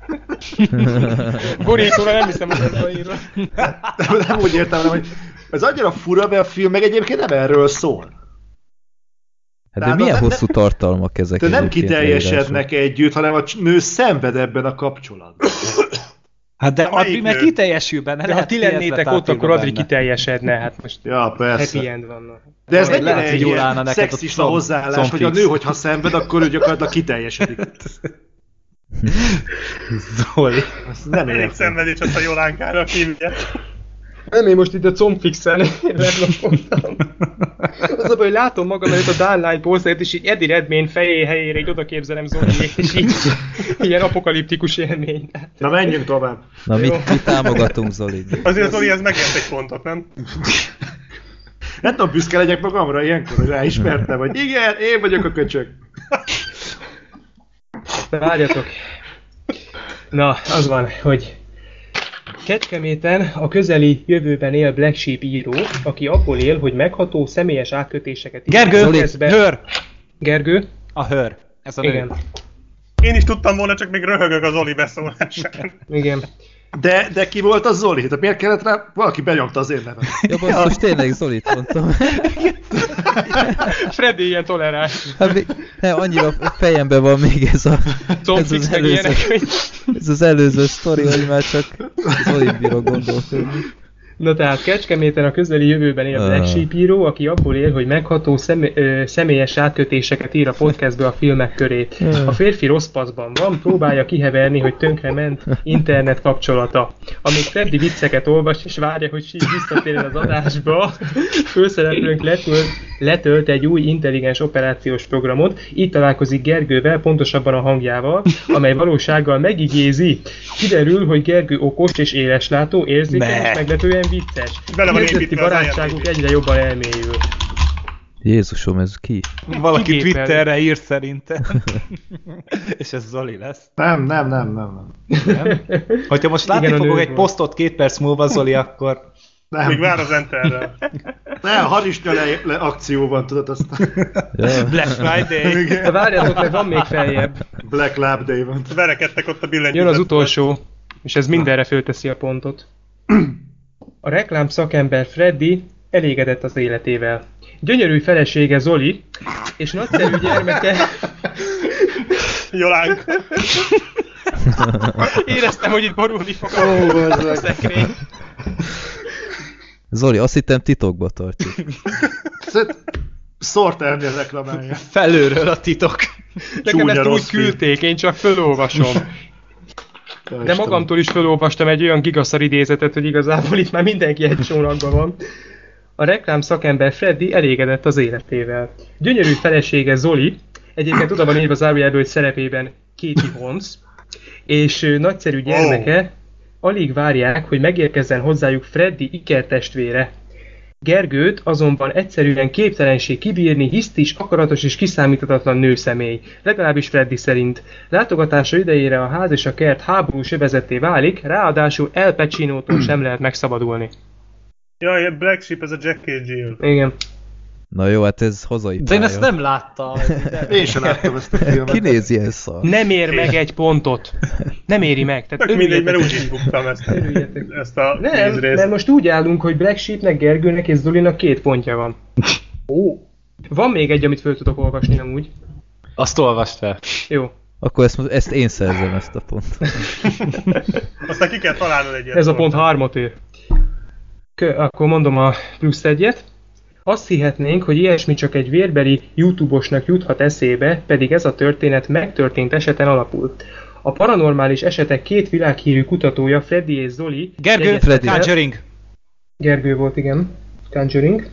Borítóra nem hiszem, hogy ez van írva. Nem, nem úgy értem, hanem, hogy ez annyira fura, mert a film meg egyébként nem erről szól. Hát de Tehát milyen nem- hosszú tartalmak ezek De nem egyébként kiteljesednek együtt, hanem a nő szenved ebben a kapcsolatban. Hát de De melyik Adri meg nő? kiteljesül benne. De ha lehet, ti hogy ez lennétek lett ott, akkor átírva Adri benne. kiteljesedne, hát most Ja, persze. happy end vannak. De ez Lehet, mennyire hogy egy jól állna ilyen neked a szexista comb- hozzáállás, hogy a combfix. nő, hogyha szenved, akkor ő gyakorlatilag kiteljesedik. Zoli. Ezt nem Elég értem. szenvedés, azt a Jolánkára hívja. Nem, én most itt a combfixen leblokkoltam. Az a baj, hogy látom magam előtt a Dállány pósztert, és így Eddie Redmayne fejé helyére így oda képzelem Zoli, és így ilyen apokaliptikus élmény. Na menjünk tovább. Na mit, mit támogatunk, Zoli? Azért Zoli, ez megért egy pontot, nem? Nem tudom, büszke legyek magamra ilyenkor, hogy ráismertem, hogy igen, én vagyok a köcsög. De várjatok. Na, az van, hogy Kecskeméten a közeli jövőben él Black Sheep író, aki abból él, hogy megható személyes átkötéseket... Gergő! Podcastbe... Hör! Gergő? A hör. Ez a nő. Igen. Én is tudtam volna, csak még röhögök az Oli beszólásán. Igen. De, de ki volt az Zoli? Tehát miért kellett rá? Valaki benyomta az én nevet. Ja, basszus, tényleg Zolit mondtam. Freddy ilyen toleráns. Hát még, ne, annyira fejemben van még ez a... Ez az, előző, ez az előző sztori, hogy már csak Zolit bírok gondolkodni. Na tehát Kecskeméten a közeli jövőben él Black Sheep író, aki abból él, hogy megható személy, ö, személyes átkötéseket ír a podcastbe a filmek köré. A férfi rossz paszban van, próbálja kiheverni, hogy tönkrement internet kapcsolata. Amíg Freddy vicceket olvas és várja, hogy Sheep visszatérjen az adásba, főszereplőnk letölt, letölt egy új intelligens operációs programot, így találkozik Gergővel, pontosabban a hangjával, amely valósággal megigézi. Kiderül, hogy Gergő okos és éleslátó, érzékeny és meglepően vicces. Érzeti barátságuk egyre jobban elmélyül. Jézusom, ez ki? Valaki Kigépel. Twitterre ír szerintem. És ez Zoli lesz. Nem, nem, nem, nem. nem. Hogyha most látni igen, fogok egy volt. Posztot két perc múlva, Zoli, akkor... Nem. Még vár az Enterrel. Nem, harisnya le, le akció van, tudod azt. Yeah. Black Friday. De várjátok, meg van még feljebb. Black Lab Day van. Verekedtek ott a billentyűzet. Jön az utolsó, és ez mindenre fölteszi a pontot. A reklám szakember Freddy elégedett az életével. Gyönyörű felesége Zoli, és nagyszerű gyermeke... Jolánk. Éreztem, hogy itt borulni fog a, a szekrény. Zoli, azt hittem titokba tartjuk. Sorterni a reklamálja. Felőről a titok. Nekem ezt úgy küldték, én csak felolvasom. De magamtól is felolvastam egy olyan gigaszar idézetet, hogy igazából itt már mindenki egy csónakban van. A reklám szakember Freddy elégedett az életével. Gyönyörű felesége Zoli, egyébként oda van írva zárójelből, hogy szerepében Katie Holmes, és nagyszerű gyermeke, oh. alig várják, hogy megérkezzen hozzájuk Freddy ikertestvére. Gergőt azonban egyszerűen képtelenség kibírni, hisztis, akaratos és kiszámíthatatlan nőszemély. Legalábbis Freddy szerint. Látogatása idejére a ház és a kert háborús övezetté válik, ráadásul El Pacino-tól sem lehet megszabadulni. Jaj, Black Sheep, ez a Jack és Jill. Igen. Na jó, hát ez hazai De én ezt nem láttam. Én sem láttam ezt a filmet. Ki nézi ilyen szar? Nem ér meg egy pontot. Nem éri meg. Tehát tök mindegy, mert úgy is buktam ezt, ezt a nem, tízrészt. mert most úgy állunk, hogy Black Sheepnek, Gergőnek és Zolinak két pontja van. Ó. Van még egy, amit föl tudok olvasni amúgy. Azt olvast fel. Jó. Akkor ezt, ezt én szerzem, ezt a pontot. Aztán ki kell találnod egyet. Ez a pont hármat ér. Kö, akkor mondom a plusz egyet. Azt hihetnénk, hogy ilyesmi csak egy vérbeli YouTube-osnak juthat eszébe, pedig ez a történet megtörtént eseten alapul. A paranormális esetek két világhírű kutatója, Freddy és Zoli... Gergő, Freddy. Conjuring. Gergő volt, igen. Conjuring.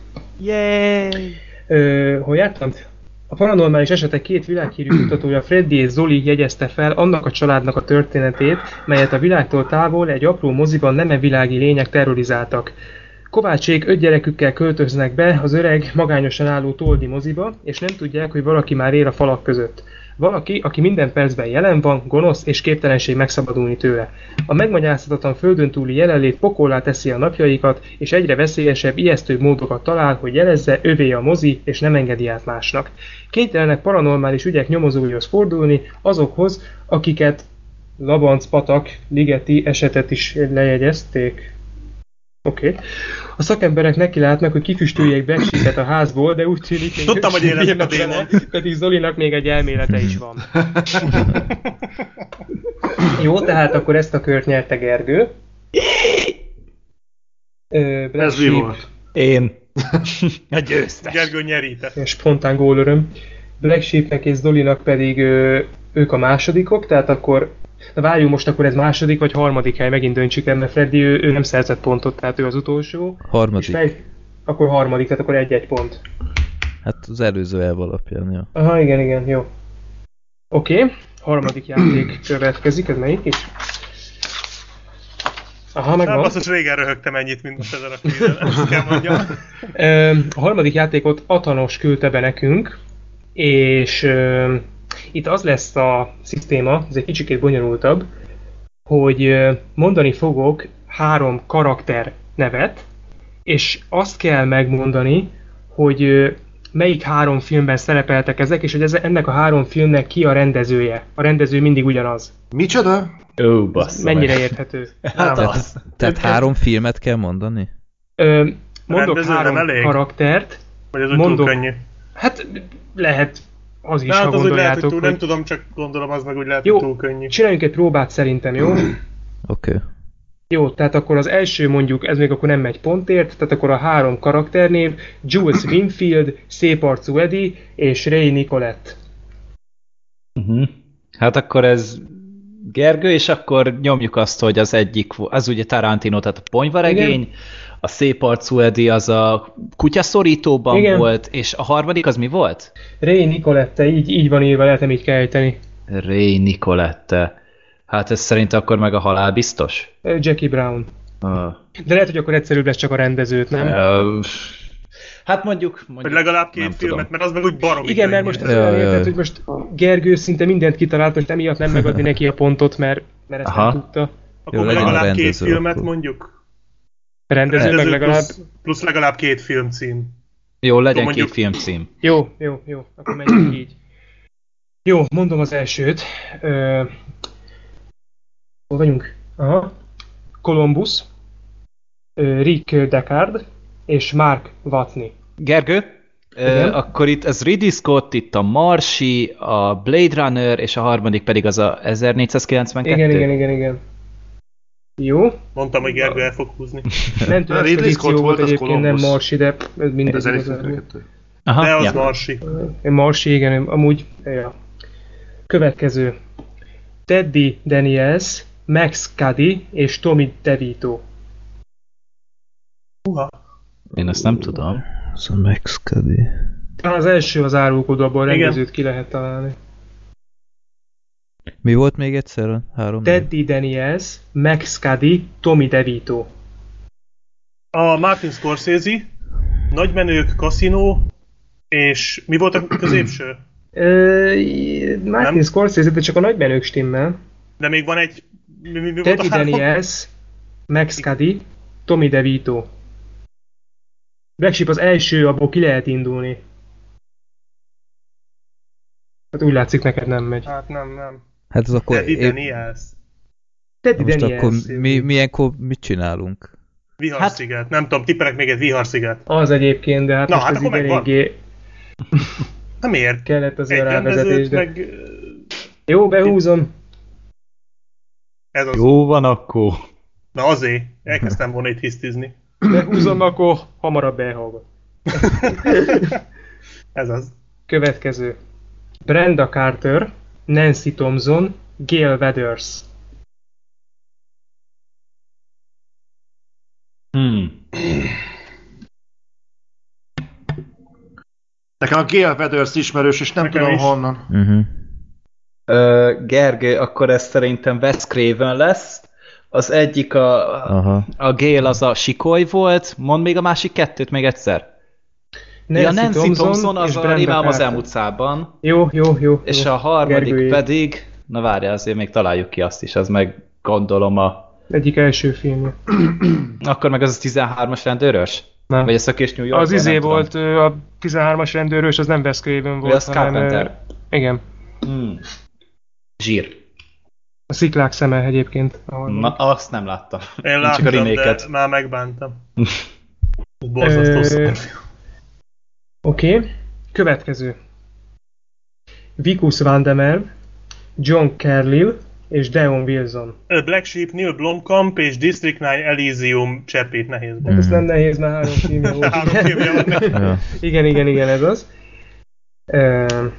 Yay! Ö, hol jártam? A paranormális esetek két világhírű kutatója, Freddy és Zoli jegyezte fel annak a családnak a történetét, melyet a világtól távol egy apró moziban nemevilági lények terrorizáltak. Kovácsék öt gyerekükkel költöznek be az öreg, magányosan álló Toldi moziba, és nem tudják, hogy valaki már él a falak között. Valaki, aki minden percben jelen van, gonosz és képtelenség megszabadulni tőle. A megmagyarázhatatlan földön túli jelenlét pokollá teszi a napjaikat, és egyre veszélyesebb, ijesztőbb módokat talál, hogy jelezze, övé a mozi, és nem engedi át másnak. Kénytelenek paranormális ügyek nyomozóihoz fordulni, azokhoz, akiket Labanc-patak ligeti esetet is lejegyezték. Oké. Okay. A szakemberek neki látnak, hogy kifüstüljék Black Sheepet a házból, de úgy tűnik, hogy tudtam, hogy én a bele, pedig Zolinak még egy elmélete is van. Jó, tehát akkor ezt a kört nyerte Gergő. Black Ez mi volt? Én. A győztes. Gergő nyerített. Spontán gólöröm. Black Sheepnek és Zolinak pedig ö, ők a másodikok, tehát akkor na várjunk most, akkor ez második vagy harmadik hely, megint döntsük el, mert Freddy ő, ő nem szerzett pontot, tehát ő az utolsó. Harmadik. Fej... Akkor harmadik, tehát akkor egy-egy pont. Hát az előző elv alapján, jó. Aha, igen, igen, jó. Oké, okay. Harmadik játék következik, ez melyik is? Aha, megvan. Nem, basszus, régen röhögtem ennyit, mint most ezen a kvízen, ezt kell mondjam. A harmadik játékot Atanos küldte be nekünk, és uh, itt az lesz a szisztéma, ez egy kicsikét bonyolultabb, hogy mondani fogok három karakter nevet, és azt kell megmondani, hogy ö, melyik három filmben szerepeltek ezek, és hogy ez, ennek a három filmnek ki a rendezője. A rendező mindig ugyanaz. Micsoda? Ó, bassza. Mennyire érthető? Hát az. Tehát három filmet kell mondani? Ö, mondok Rendező három nem elég? karaktert. Vagy ez úgy Mondok- túl könnyű? Hát lehet az is, De ha hát az úgy lehet, hogy gondoljátok, túl, hogy... nem tudom, csak gondolom, az meg úgy lehet, Jó. hogy túl könnyű. Csináljunk egy próbát szerintem, jó? Oké. Okay. Jó, tehát akkor az első mondjuk, ez még akkor nem megy pontért, tehát akkor a három karakternév, Jules Winfield, Széparcú Eddie és Ray Nicolette. Uh-huh. Hát akkor ez Gergő, és akkor nyomjuk azt, hogy az egyik, az ugye Tarantino, tehát a ponyvaregény, Igen. a Széparcú Eddie az a kutyaszorítóban Igen. volt, és a harmadik az mi volt? Ray Nicolette, így, így van írva, lehet nem így kell ejteni. Ray Nicolette. Hát ez szerint akkor meg a halál biztos? Ö, Jackie Brown. Uh, De lehet, hogy akkor egyszerűbb lesz csak a rendezőt, nem? uh, hát mondjuk... mondjuk Vagy legalább két nem filmet, tudom. mert az meg úgy baromi Igen, mert könnyű. most az Ja, olyan ja, érted, ja. hogy most Gergő szinte mindent kitalált, most emiatt nem megadni neki a pontot, mert, mert ezt Aha. nem tudta. Akkor Jó, legyen a legalább két rendező filmet akkor. mondjuk. Rendező meg Rendező legalább... plusz, plusz legalább két filmcím. Jó, legyen mondjuk- két filmcím. Jó, jó, jó, akkor menjünk így. Jó, mondom az elsőt. Ö... Hol vagyunk? Aha. Columbus, ö, Rick Deckard és Mark Watney. Gergő, Igen? uh, akkor itt ez Ridley Scott, itt a Marsi, a Blade Runner, és a harmadik pedig az a ezernégyszázkilencvenkettő. Igen, igen, igen, igen. Jó. Mondtam, hogy Gergő el fog húzni. Mentő A Ridley expedíció Scott volt volt, az egyébként, nem Columbus. Marsi, de ez mindegy. igazából. ezernégyszázhetvenkettő. Aha, De az ja. Marsi. Marsi, igen, amúgy. Ja. Következő. Teddy Daniels, Max Cady és Tommy DeVito. Uha. Én ezt nem tudom. Ez a Max Cady. Talán az első az árulkodó, abból a Igen. rendezőt ki lehet találni. Mi volt még egyszer a három? Teddy Daniels, Max Cady, Tommy DeVito. A Martin Scorsese, Nagymenők, Casino, és mi volt a középső? Ö, Martin Nem? Scorsese, de csak a nagymenők stimmel. De még van egy... Mi, mi, mi volt Teddy a három? Daniels, Max Cady, Tommy DeVito. Black Sheep az első, abból ki lehet indulni. Hát úgy látszik, neked nem megy. Hát nem, nem. Hát az akkor... Teddy én- Daniels. Teddy Most Daniels. akkor mi, milyenkor mit csinálunk? Viharsziget. Nem tudom, tippelek még egy Viharsziget. Az egyébként, de hát Na, most hát ez így akkor megvan. eléggé Nem miért? kellett az Egy a rávezetés, rendezőt, de... meg... ö, Jó, behúzom. Ez az. Jó van akkor. Na azért. Elkezdtem volna itt hisztizni. Behúzom, akkor hamarabb elhallgat. Ez az. Következő. Brenda Carter, Nancy Thompson, Gail Weathers. Hmm. Nekem a Gail Weathers ismerős, és nem Nekem tudom is. honnan. Uh-huh. Ö, Gergő, akkor ez szerintem Wes Craven lesz. Az egyik a, Aha. a Gale az a Sikoly volt. Mondd még a másik kettőt még egyszer. Nancy, ja, Nancy Thompson, Thompson az és a Brenda Rémálom az Carter. elmúlt szában. Jó, jó, jó. És jó. a harmadik Gergőjé. pedig, na várjál, azért még találjuk ki azt is, az meg gondolom a... Egyik első filmje. Akkor meg az a tizenhármas rendőrös? Nem. Vagy a Szökés New York? Az izé volt, ö, a tizenhármas rendőrös, az nem Wes Craven Vagy volt, az Carpenter? ö, igen. Hmm. Zsír. A Sziklák szeme egyébként. ahol Na, azt nem láttam. Én Én láttam, csak a de remake-et. már megbántam. Ez borzasztó Ö, szar. Oké, okay. Következő. Vikus Van der Merwe, John Carlyle és Deon Wilson. Ö, Black Sheep, Neil Blomkamp és District kilenc Elysium cseppét nehéz Hát volt. ez nem nehéz, mert három filmje volt. Három filmje van. Ja. Igen, igen, igen, ez az. Uh,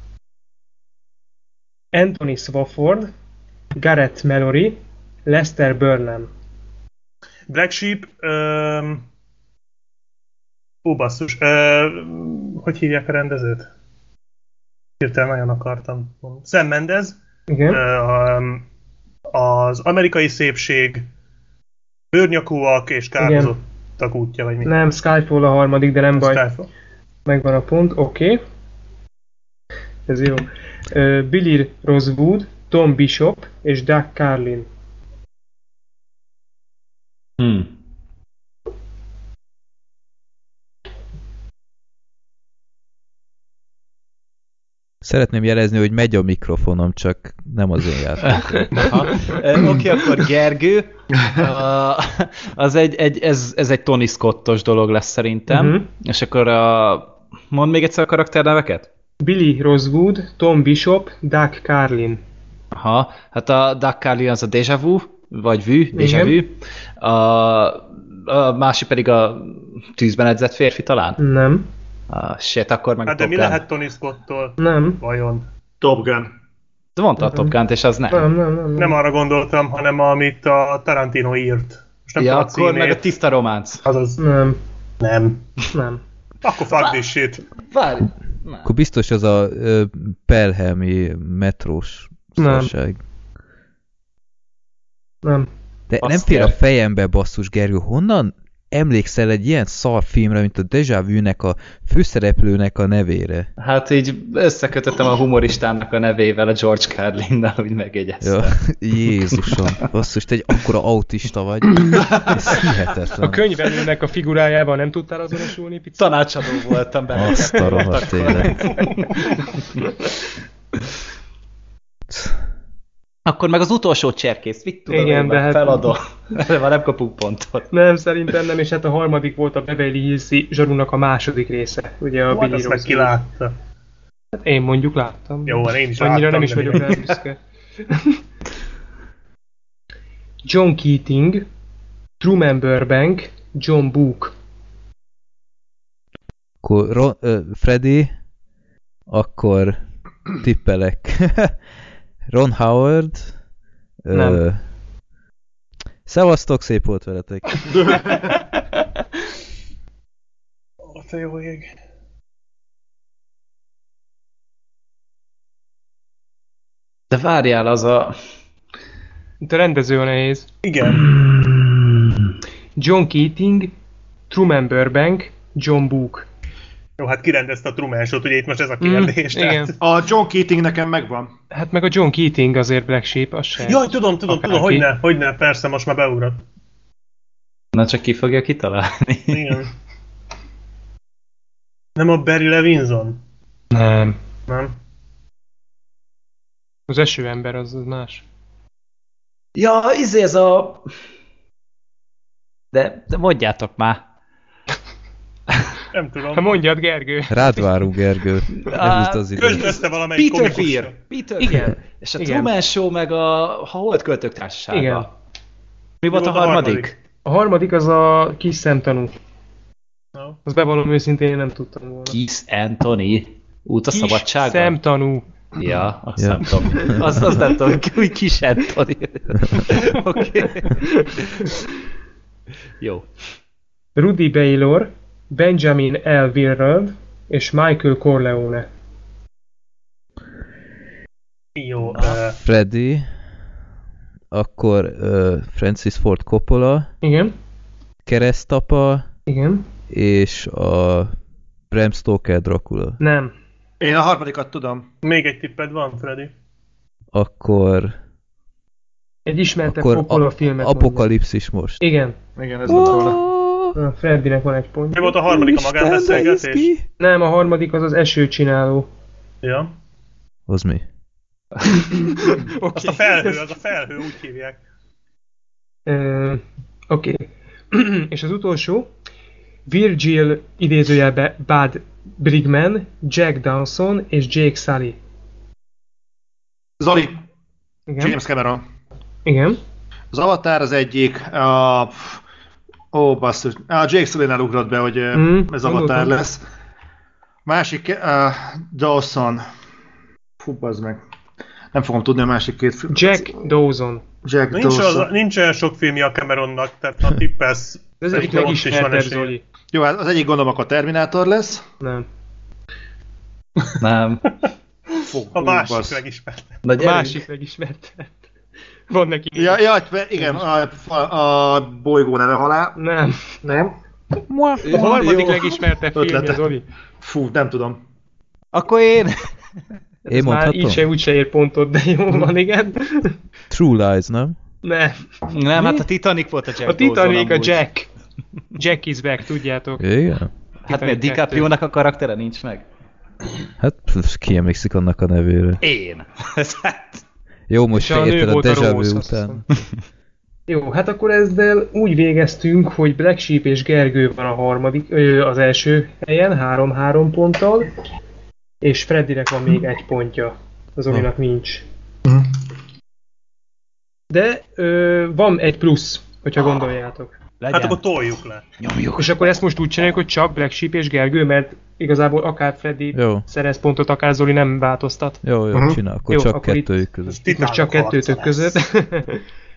Anthony Swofford, Gareth Mallory, Lester Burnham. Black Sheep, öm... Ó, basszus, öm... hogy hívják a rendezőt? Hirtelen nagyon akartam. Sam Mendes, Igen. öm... az amerikai szépség, bőrnyakúak és kárhozottak útja, vagy mi? Nem, Skyfall a harmadik, de nem baj. Skyfall. Megvan a pont, oké. Okay. Ez jó. Uh, Billy Rosewood, Tom Bishop és Doug Carlin. Hmm. Szeretném jelezni, hogy megy a mikrofonom, csak nem az én játékom. Oké, okay, akkor Gergő, uh, az egy, egy, ez, ez egy Tony Scottos dolog lesz szerintem, uh-huh. És akkor a, mondd még egyszer a karakterneveket? Billy Rosewood, Tom Bishop, Doug Carlin. Aha, hát a Doug Carlin az a Déjà Vu, vagy Vu, Déjà Vu. A, a másik pedig a tűzben edzett férfi talán? Nem. Ah, shit, akkor meg hát de mi Gun. Lehet Tony Scott-tól? Nem. Vajon? Top Gun. De mondta a Top Gun-t, és az nem. Nem, nem, nem, nem. Nem arra gondoltam, hanem amit a Tarantino írt. Most nem ja, akkor címét. Meg a Tiszta Románc. Azaz. Nem. Nem. Nem. Akkor fuck this shit. Várj. Akkor biztos az a uh, Pelhami metrós szarság. Nem. De azt nem fél a fejembe, basszus, Gergő, honnan emlékszel egy ilyen szar filmre, mint a Déjà Vu-nek a főszereplőnek a nevére? Hát így összekötöttem a humoristának a nevével, a George Carlinnal, hogy megjegyeztem. Ja, Jézusom, basszus, te egy akkora autista vagy. Ez hihetetlen. A könyvelőnek a figurájával nem tudtál azonosulni? Picit? Tanácsadó voltam benne. Azt a rohadt tényleg. Akkor meg az utolsó cserkész, mit tudom, igen, de hát... feladom. De már nem kapunk pontot. Nem, szerintem nem, és hát a harmadik volt a Beverly Hills-i zsarúnak a második része. Ugye a Billy Rose. Meg ki látta? Hát én mondjuk láttam. Jó, én is annyira láttam. nem is vagyok rá büszke. John Keating, Truman Burbank, John Book. Akkor Ron, uh, Freddy, akkor tippelek. Ron Howard. Nem. Uh, szevasztok, szép volt veletek. Ó, te jó ég. De várjál, az a... Itt a rendező a nehéz. Igen. John Keating, Truman Burbank, John Book. Jó, hát kirendezte a Truman Show-t, ugye itt most ez a kérdés. Mm, igen. A John Keating nekem megvan. Hát meg a John Keating azért Black Sheep, az sem. Jaj, tudom, tudom, tudom, hogyne, hogyne, persze, most már beugrott. Na csak ki fogja kitalálni. Igen. Nem a Barry Levinson? Nem. Nem? Az esőember, az, az más. Ja, izé ez a... De, de mondjátok már. Nem tudom. Ha mondjad, Gergő. Rád várunk, Gergő. Köztözte valamelyik Peter komikus. Fear. Peter Igen. Fear. És a Igen. Truman Show meg a Ha Holt Költők Társasága. Igen. Mi volt a harmadik? harmadik? A harmadik az a Kis szemtanú. No. Azt bevallom őszintén, én nem tudtam volna. Kis Anthony. Út a Kis szabadságra? szemtanú. Ja, azt ja. nem tudom. Azt, azt nem tudom, hogy Kis Anthony. Oké. Okay. Jó. Rudy Baylor, Benjamin L. Willard és Michael Corleone. Jó. Uh... Freddy, akkor uh, Francis Ford Coppola. Igen. Keresztapa. Igen. És a Bram Stoker Dracula. Nem. Én a harmadikat tudom. Még egy tipped van, Freddy? Akkor... Egy ismertebb Coppola filmet Apokalipszis most. Igen. Igen, ez volt róla. A Freddynek van egy pontja. Mi volt a harmadik, a magánbeszélgetés? Nem, a harmadik az az esőcsináló. Ja. Az mi? Okay. Azt a felhő, az a felhő, úgy hívják. Uh, Oké. Okay. És az utolsó, Virgil idézőjelbe Bud Brigman, Jack Dawson és Jake Sully. Zoli. Igen. James Cameron. Igen. Az Avatar az egyik, a... Ó, basszus. A Jake Sully-nál ugrott be, hogy mm, ez Avatar lesz. Másik, uh, Dawson. Fú, bazd meg. Nem fogom tudni a másik két film. Jack Dawson. Jack nincs, Dawson. Az, nincs olyan sok filmje a Cameronnak, tehát ha tippelsz... Ez egyik legismertebb, Zoli. Jó, hát az egyik gondolom akkor a Terminátor lesz. Nem. Nem. Fog, a másik basz. Legismertebb. A másik legismertebb. Van neki. Ja, ja igen, a, a, a bolygó neve halál. Nem. Nem? A harmadik legismertebb filmje, Zoli. Fú, nem tudom. Akkor én... Én mondhatom? Már így se úgy se ér pontot, de jó van, igen. True Lies, nem? Nem. Nem, Mi? hát a Titanic volt a Jack A Titanic a amúgy. Jack. Jack is back, tudjátok. Igen? Hát miért DiCaprio-nak a karaktere nincs meg? Hát pff, ki emlékszik annak a nevére. Én. Hát... Jó, most És a nő érted a volt a Deja Rose, Vu azt után. Jó, hát akkor ezzel úgy végeztünk, hogy Black Sheep és Gergő van a harmadik, ö, az első helyen, három-három ponttal, és Freddynek van még egy pontja, az Olinak nincs. De ö, van egy plusz, hogyha gondoljátok. Legyen. Hát akkor toljuk le. Nyomjuk. És akkor ezt most úgy csináljuk, hogy csak Black Sheep és Gergő, mert igazából akár Freddy Jó. szerez pontot, akár Zoli nem változtat. Jó, jó, Uh-huh. csinál. Akkor Jó, csak akkor itt- kettőjük között. Itt most csak Titánok kettőtök harca lesz. között.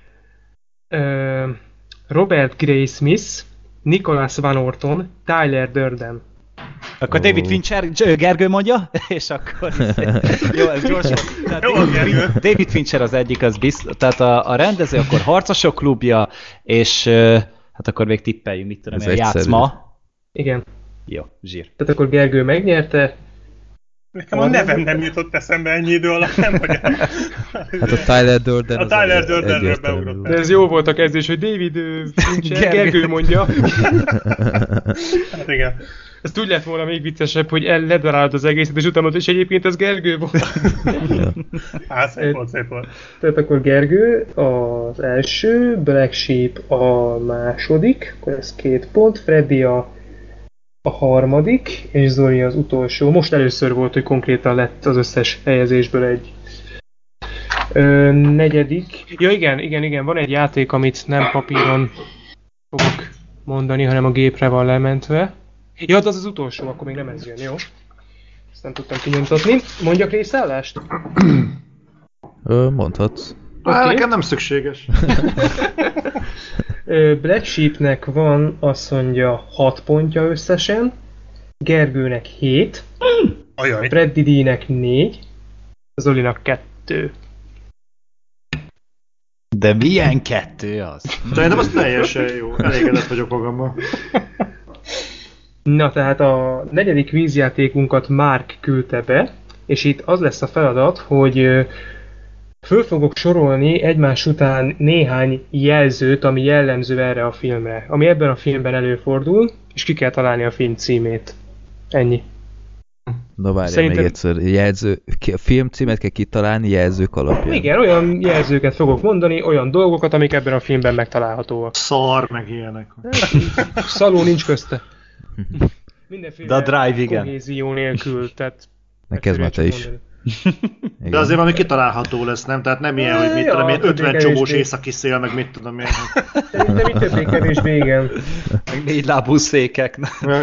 Ö, Robert Gray Smith, Nicholas Van Orton, Tyler Durden. Akkor Ó. David Fincher, G- Gergő mondja, és akkor... Jó, ez gyors volt. Tehát Jó, David, Gergő. David Fincher az egyik, az biztos. Tehát a, a rendező, akkor Harcosok klubja, és ö, hát akkor még tippeljünk, mit tudom Ez én, egyszerű. Játszma. Igen. Jó, zsír. Tehát akkor Gergő megnyerte. Nekem a nevem nem jutott eszembe ennyi idő alatt, nem vagy. Hát a Tyler Durden A az Tyler egy- Durdenről egyértelmű beugrott. volt. De ez jó volt a kezdés, hogy David ö, Fincher, Gergő. Gergő mondja. Hát igen. Ez úgy lett volna még viccesebb, hogy el ledarálod az egészet, és utána mondta, és egyébként ez Gergő volt. Hát szép volt, szép volt. Tehát akkor Gergő az első, Black Sheep a második, akkor ez két pont, Freddy a, a harmadik, és Zoli az utolsó. Most először volt, hogy konkrétan lett az összes helyezésből egy. Ö, negyedik. Ja igen, igen, igen, van egy játék, amit nem papíron fogok mondani, hanem a gépre van lementve. Ja, de az az utolsó, akkor még nem ez jön, jó? Ezt nem tudtam kinyomtatni. Mondjak részállást? Ö, Mondhatsz. Á, Oké. nekem nem szükséges. Ö, Black Sheepnek van, azt mondja, hat pontja összesen, Gergőnek hét, Ajaj. Freddy D-nek négy, Zolinak kettő. De milyen kettő az? Szerintem az teljesen jó. Elégedett vagyok magammal. Na, tehát a negyedik vízjátékunkat Mark küldte be, és itt az lesz a feladat, hogy ö, föl fogok sorolni egymás után néhány jelzőt, ami jellemző erre a filmre, ami ebben a filmben előfordul, és ki kell találni a film címét. Ennyi. Na várjál Szerintem- még egyszer. Jelző, ki- a film címet kell kitalálni jelzők alapján. Igen, olyan jelzőket fogok mondani, olyan dolgokat, amik ebben a filmben megtalálhatóak. Szar, meg ilyenek. Szaló nincs közte. Mindenféle De a Drive, igen. kohézió nélkül, tehát... Ne kezd már te csak is. mondani. Igen. De azért valami kitalálható lesz, nem? Tehát nem ilyen, hogy mit Ja, tudom én, ötven többé-kevésbé. csomós északi szél, meg mit tudom én. Szerintem itt többé-kevésbé igen. Meg négy lábú székek.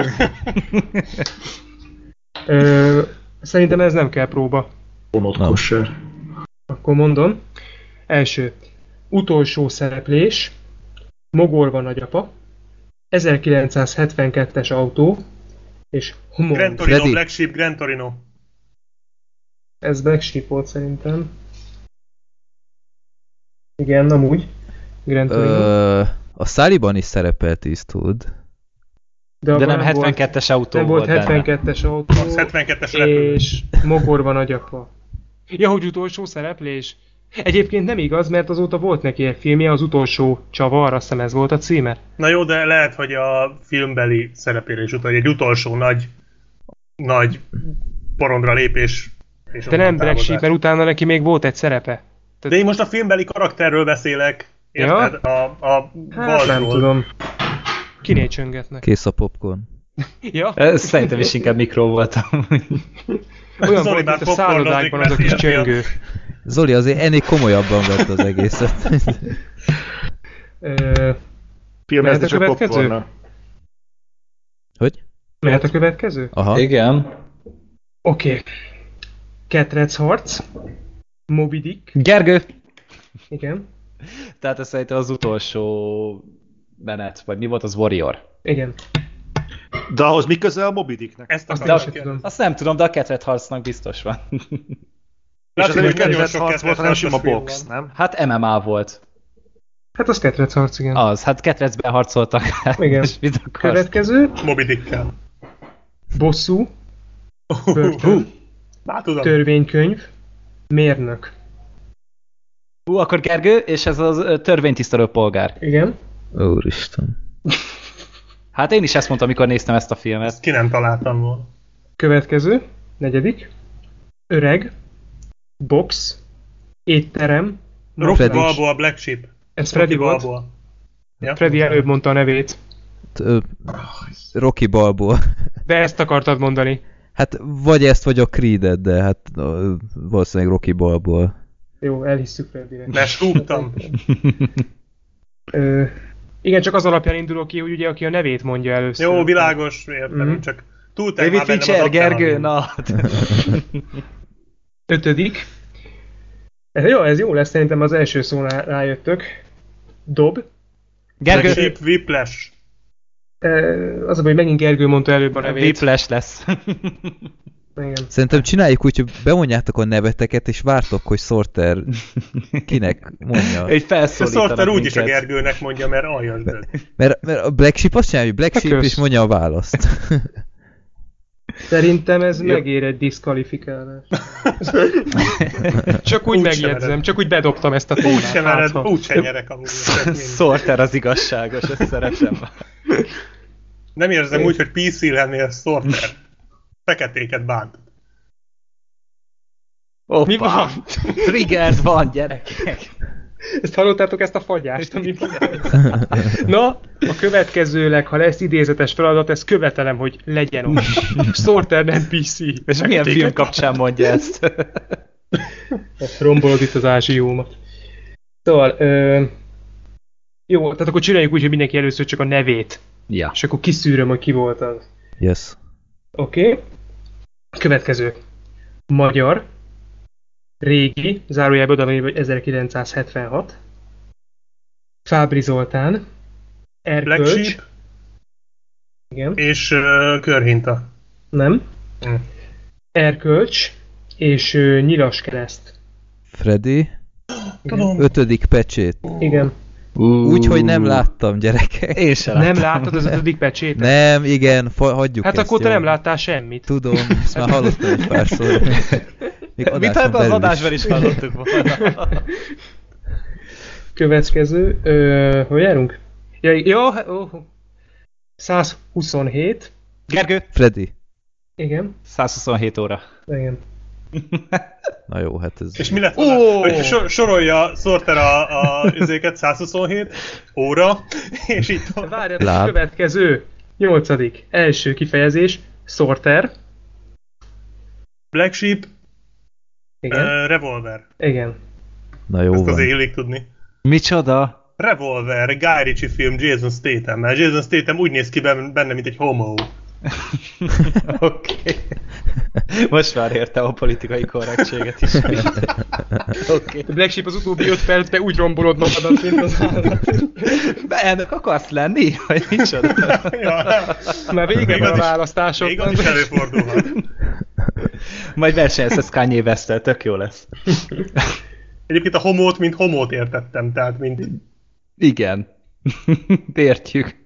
Ö, szerintem ez nem kell próba. Vonott Nem. kosser. Akkor mondom. Első. Utolsó szereplés. Mogorva nagyapa. ezerkilencszázhetvenkettes autó. És Gran Humor. Torino, Freddy. Black Sheep, Gran Torino. Ez Black Sheep volt szerintem. Igen, amúgy. Grand Torino. Ö, a Sullyban is szerepelt Eastwood. De abban nem volt- hetvenkettes autó Nem volt volt benne. hetvenkettes autó. Az hetvenkettes repülő. És Mogorva nagyapa. Ja, hogy utolsó szereplés? Egyébként nem igaz, mert azóta volt neki egy filmje, az utolsó csavar, azt hiszem ez volt a címe. Na jó, de lehet, hogy a filmbeli szerepére is utal, hogy egy utolsó nagy, nagy porondra lépés. És De onnan nem Black távozás. Sheep, mert utána neki még volt egy szerepe. De én most a filmbeli karakterről beszélek. Érted? A, a Hát nem Balzról. tudom. Kiné csöngetnek. Kész a popcorn. Ja, Ez szerintem is inkább mikró voltam. olyan Zoli volt, már mint a szállodákban az a kis popcornozik, mert csöngő. Zoli azért ennél komolyabban vett az egészet. Ö, Filmezni Mehet a csak következő? popcornnal. Hogy? Mehet a következő? Aha. Igen. Oké. Okay. Ketrec harc. Moby Dick. Gergő! Igen. Tehát ez szerintem az utolsó menet, vagy mi volt az Warrior? Igen. De ahhoz mi köze a Moby Dicknek? Ezt Azt akarom én sem kérdezni. tudom. Azt nem tudom, de a Ketret harcnak biztos van. És Látszik, ez nem hogy egy nagyon kezdett sok harc volt, hanem kettős sima film box, van. nem? Hát em em á volt. Hát az ketrec harc, igen. Az, hát Ketrecben harcoltak. Igen. És mit akarsz? Következő. Moby Dickkel. Bosszú. Börtön. Már tudom. Törvénykönyv. Mérnök. Hú, akkor Gergő, és ez az törvénytisztelő polgár. Igen. Úristen. Hát én is ezt mondtam, amikor néztem ezt a filmet. Ezt ki nem találtam volna. Következő, negyedik. Öreg. Box. Étterem. Rocky Freddy. Balboa, Black Sheep. Ez Freddy volt. Balboa. Ja? Freddy előbb mondta a nevét. Ö, Rocky Balboa. De ezt akartad mondani. Hát vagy ezt, vagy a Creed-et, de hát ö, valószínűleg Rocky Balboa. Jó, elhisszük Freddynek. Ne súgtam. Ö, igen, csak az alapján indulok ki, hogy ugye aki a nevét mondja először. Jó, világos, értem, Mhm. csak túlták David már bennem Fincher, az Gergő, adrenalin. na. Ötödik. Ez jó, ez jó lesz, szerintem az első szónál rájöttök. Dob. Black Gergő, Sheep, Whiplash. Ö, az a baj, hogy megint Gergő mondta előbb a nevét. Whiplash lesz. Igen. Szerintem csináljuk úgy, hogy bemondjátok a neveteket, és vártok, hogy Sorter kinek mondja. Egy A felszólítanak Sorter úgyis a minket. Gergőnek mondja, mert aljas dög. Mert, mert a Black Sheep azt csinálja, hogy Black Hát Sheep, kösz. és mondja a választ. Szerintem ez megér egy diszkvalifikálást. Csak úgy Úgy megjegyzem, sem csak úgy bedobtam ezt a témát. Úgy sem hát, ered, ha- úgy sem nyerek amúgy. Sorter az igazságos, ezt szeretem. Nem érzem úgy, hogy pé cé lennél Sorter. Feketéket bánt. Oppa. Mi van? Triggers van, gyerekek. Ezt hallottátok, ezt a fagyást? Ami... Na, a következőleg, ha lesz idézetes feladat, ezt követelem, hogy legyen ott. Sorter, nem pé cé. És milyen film kapcsán mondja ezt? Rombolod itt az ázsiómat. Szóval, ö... jó, tehát akkor csináljuk úgy, hogy mindenki először csak a nevét. Ja. És akkor kiszűröm, hogy ki volt az. Yes. Oké. Okay. Következő. Magyar. Régi, zárójelben oda van írva, hogy ezerkilencszázhetvenhat. Fábri Zoltán. Black Erkölcs. Sheep Igen. és uh, Körhinta. Nem. Mm. Erkölcs és uh, Nyilas Kereszt. Freddy, Tudom. ötödik pecsét. Igen. Úgy, hogy nem láttam, gyerekek. Én sem Nem láttam. láttad az ötödik pecsétet? Nem, igen, fa- hagyjuk Hát ezt, akkor te jó? nem láttál semmit. Tudom, ezt már hallottam egy párszor. Még Mit adáson hát az belül adásban is hallottuk volna. Következő. Ö, hol járunk? Ja, jó, hát, ó, százhuszonhét. Gergő, Freddy. Igen. százhuszonhét óra. Igen. Na jó, hát ez... És mi lett volna? Ó! Hogy so- sorolja Sorter a, a izéket, százhuszonhét óra, és így tovább. Várjatok, Láb. következő. Nyolcadik. Első kifejezés. Sorter. Black Sheep, Igen. uh, Revolver. Igen. Na jó Ezt van. azért illik tudni. Micsoda? Revolver, Guy Ritchie film Jason Statham, mert Jason Statham úgy néz ki benne, mint egy homo. Oké. Okay. Most már értem a politikai korrektséget is. Oké. Okay. Black Sheep az utóbbi öt percben úgy rombolod magadat, mint az állat. Elnök akarsz lenni? Vagy micsoda? Ja, nem. Már vége Még van az a is- választásokban. Még az is előfordulhat. Majd versenyezhetsz Kanye West-tel, tök jó lesz. Egyébként a homót, mint homót értettem, tehát mint... Igen. Értjük.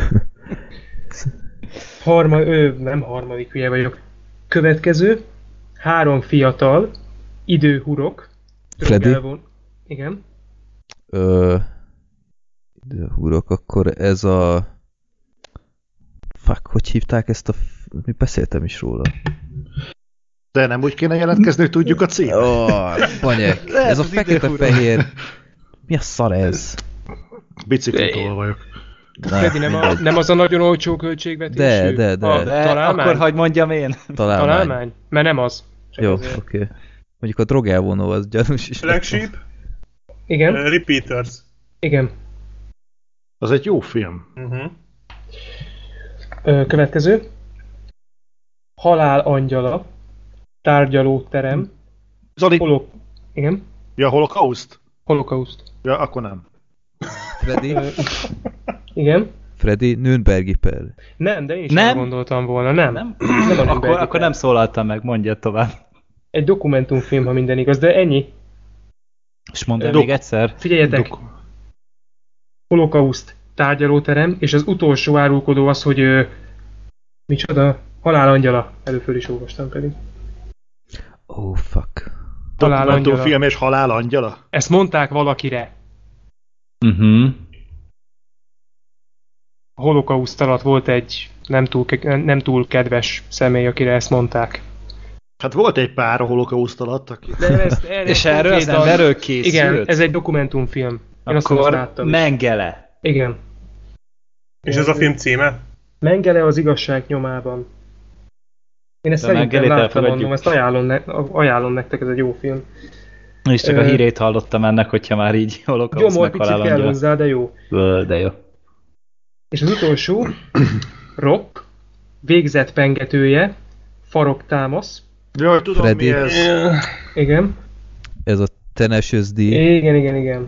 Harma, ő, nem harmadik, hülye vagyok. Következő. Három fiatal. Időhurok. Freddy? Drogálvon- Igen. Ö... De húrok, akkor ez a... Fuck, hogy hívták ezt a... f- Mi beszéltem is róla. De nem úgy kéne jelentkezni, hogy tudjuk a címet. Oh, banyek. Ez a fekete-fehér... Mi a szar ez? Biciklitól vagyok. Na, Freddy nem, a, mindegy. nem az a nagyon olcsó költségvetésű? De, de, de. A De találmány? akkor hagy mondjam én. Találmány. Találmány? Mert nem az. Csak Jó, azért. oké. Okay. Mondjuk a drogelvonó az gyanús is. Black Sheep, Igen? uh, Repeaters. Igen. Az egy jó film. Uh-huh. Ö, következő. Halál angyala. Tárgyalóterem. Zoli, Holok... Igen? ja, holokauszt? Holokauszt. Ja, akkor nem. Freddy? Ö, igen? Freddy, Nürnbergi per. Nem, de én is Nem? nem gondoltam volna, nem. Nem? nem a Akkor, Nürnbergi akkor per. nem szólaltam meg, mondja tovább. Egy dokumentumfilm, ha minden igaz, de ennyi. És mondd el Dok- még egyszer. Figyeljetek! Dok- Holokauszt, tárgyalóterem, és az utolsó árulkodó az, hogy ö, micsoda? Halál angyala. Előföl is olvastam pedig. Oh, fuck. Dokumentumfilm és Halál angyala? Ezt mondták valakire. Uh-huh. A holokauszt alatt volt egy nem túl, nem túl kedves személy, akire ezt mondták. Hát volt egy pár a holokauszt alatt, aki... De ezt, erre és erről az emberről készült? Igen, ez egy dokumentumfilm. Én Akkor azt Mengele. Igen. És ez a film címe? Mengele az igazság nyomában. Én ezt szerintem láttam, mondom, ezt ajánlom, ne, ajánlom nektek, ez egy jó film. És csak Ö... a hírét hallottam ennek, hogyha már így holokauszt meg halál angyala. Kell hozzá, de jó. De jó. És az utolsó, Rock, végzett pengetője, faroktámasz. Jaj, tudom Freddy. mi ez. Igen. Ez a Tenacious D. Igen, igen, igen.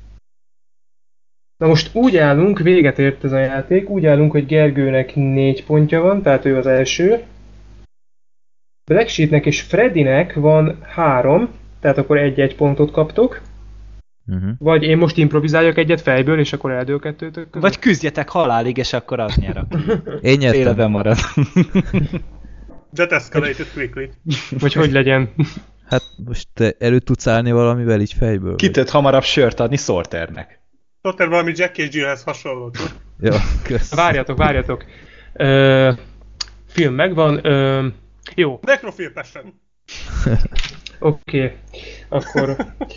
Na most úgy állunk, véget ért ez a játék, úgy állunk, hogy Gergőnek négy pontja van, tehát ő az első. Black Sheepnek és Freddynek van három, tehát akkor egy-egy pontot kaptok. Uh-huh. Vagy én most improvizáljak egyet fejből, és akkor eldől kettőtök között. Vagy küzdjetek halálig, és akkor az nyer. Én nyertem. Életben marad. That escalated quickly. Vagy hogy legyen. Hát most te elő tudsz állni valamivel így fejből? Ki tud hamarabb sört adni Sorternek? Sorter valami Jack és Jillhez hasonló. Jó, kösz. Várjatok, várjatok. Ö, film megvan. Ö, jó. Necrofil Passion. Oké. Okay. Akkor...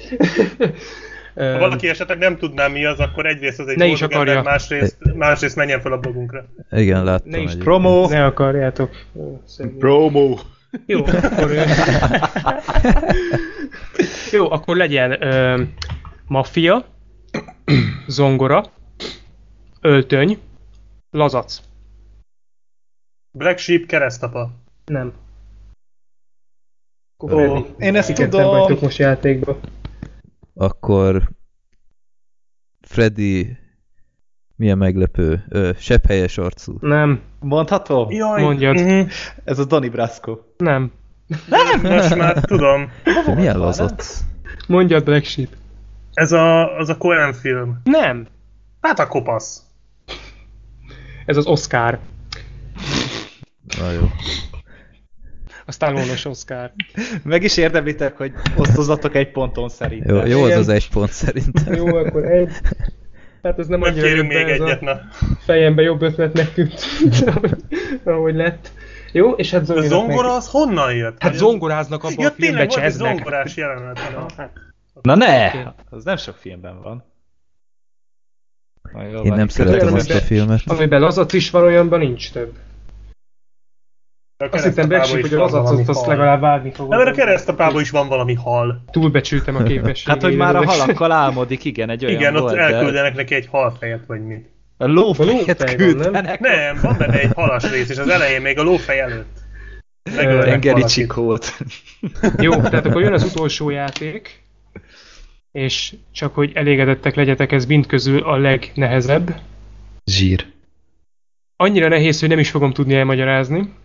Ha valaki esetleg nem tudná mi az, akkor egyrészt az egy ne is akarja. Ember, másrészt, másrészt menjen fel a blogunkra. Igen, láttam. Ne is promo. Ne akarjátok. Promo. Jó, akkor... Jó, akkor legyen ö, maffia, zongora, öltöny, lazac. Black Sheep keresztapa. Nem. Ó, én ezt Siketten tudom. vagytok most játékban. Akkor Freddy milyen meglepő, Ö, sepphelyes arcú. Nem. Mondhatom? Jaj. Mondjad. Uh-huh. Ez a Donnie Brasco. Nem. Nem, most már tudom. De milyen lazac? Mondjad, Black Sheep. Ez a, az a Coen film. Nem. Hát a kopasz. Ez az Oscar. Na jó. A Stallone-os Oscar. Meg is érdemlitek, hogy osztozzatok egy ponton szerintem. Jó, jó az az egy pont szerintem. Jó, akkor egy. Hát ez nem Nem annyira kérünk még ez egyet, a na. fejembe jobb ötletnek tűnt, ahogy lett. Jó, és hát A zongora meg... az honnan jött? Hát zongoráznak abban ja, a filmben, jazznek. jazznek. Zongorás jelenet. Na, hát. Na ne! Az nem sok filmben van. Én van, nem szeretem azt a filmet. Amiben lazac is van, olyanban nincs több. Azt hittem Black Sheep, hogy a lazacot azt legalább vágni fogod. Nem, mert a keresztapában is van valami hal. Túlbecsültem a képességét. Hát, hogy már a halakkal álmodik, igen, egy olyan igen, volt, ott elküldenek neki egy halfejet, vagy mit. A lófejet küldenek? Nem, van benne egy halas rész, és az elején még a lófej előtt. Tengeri csikót. Jó, tehát akkor jön az utolsó játék. És csak hogy elégedettek legyetek, ez mind közül a legnehezebb. Zsír. Annyira nehéz, hogy nem is fogom tudni elmagyarázni.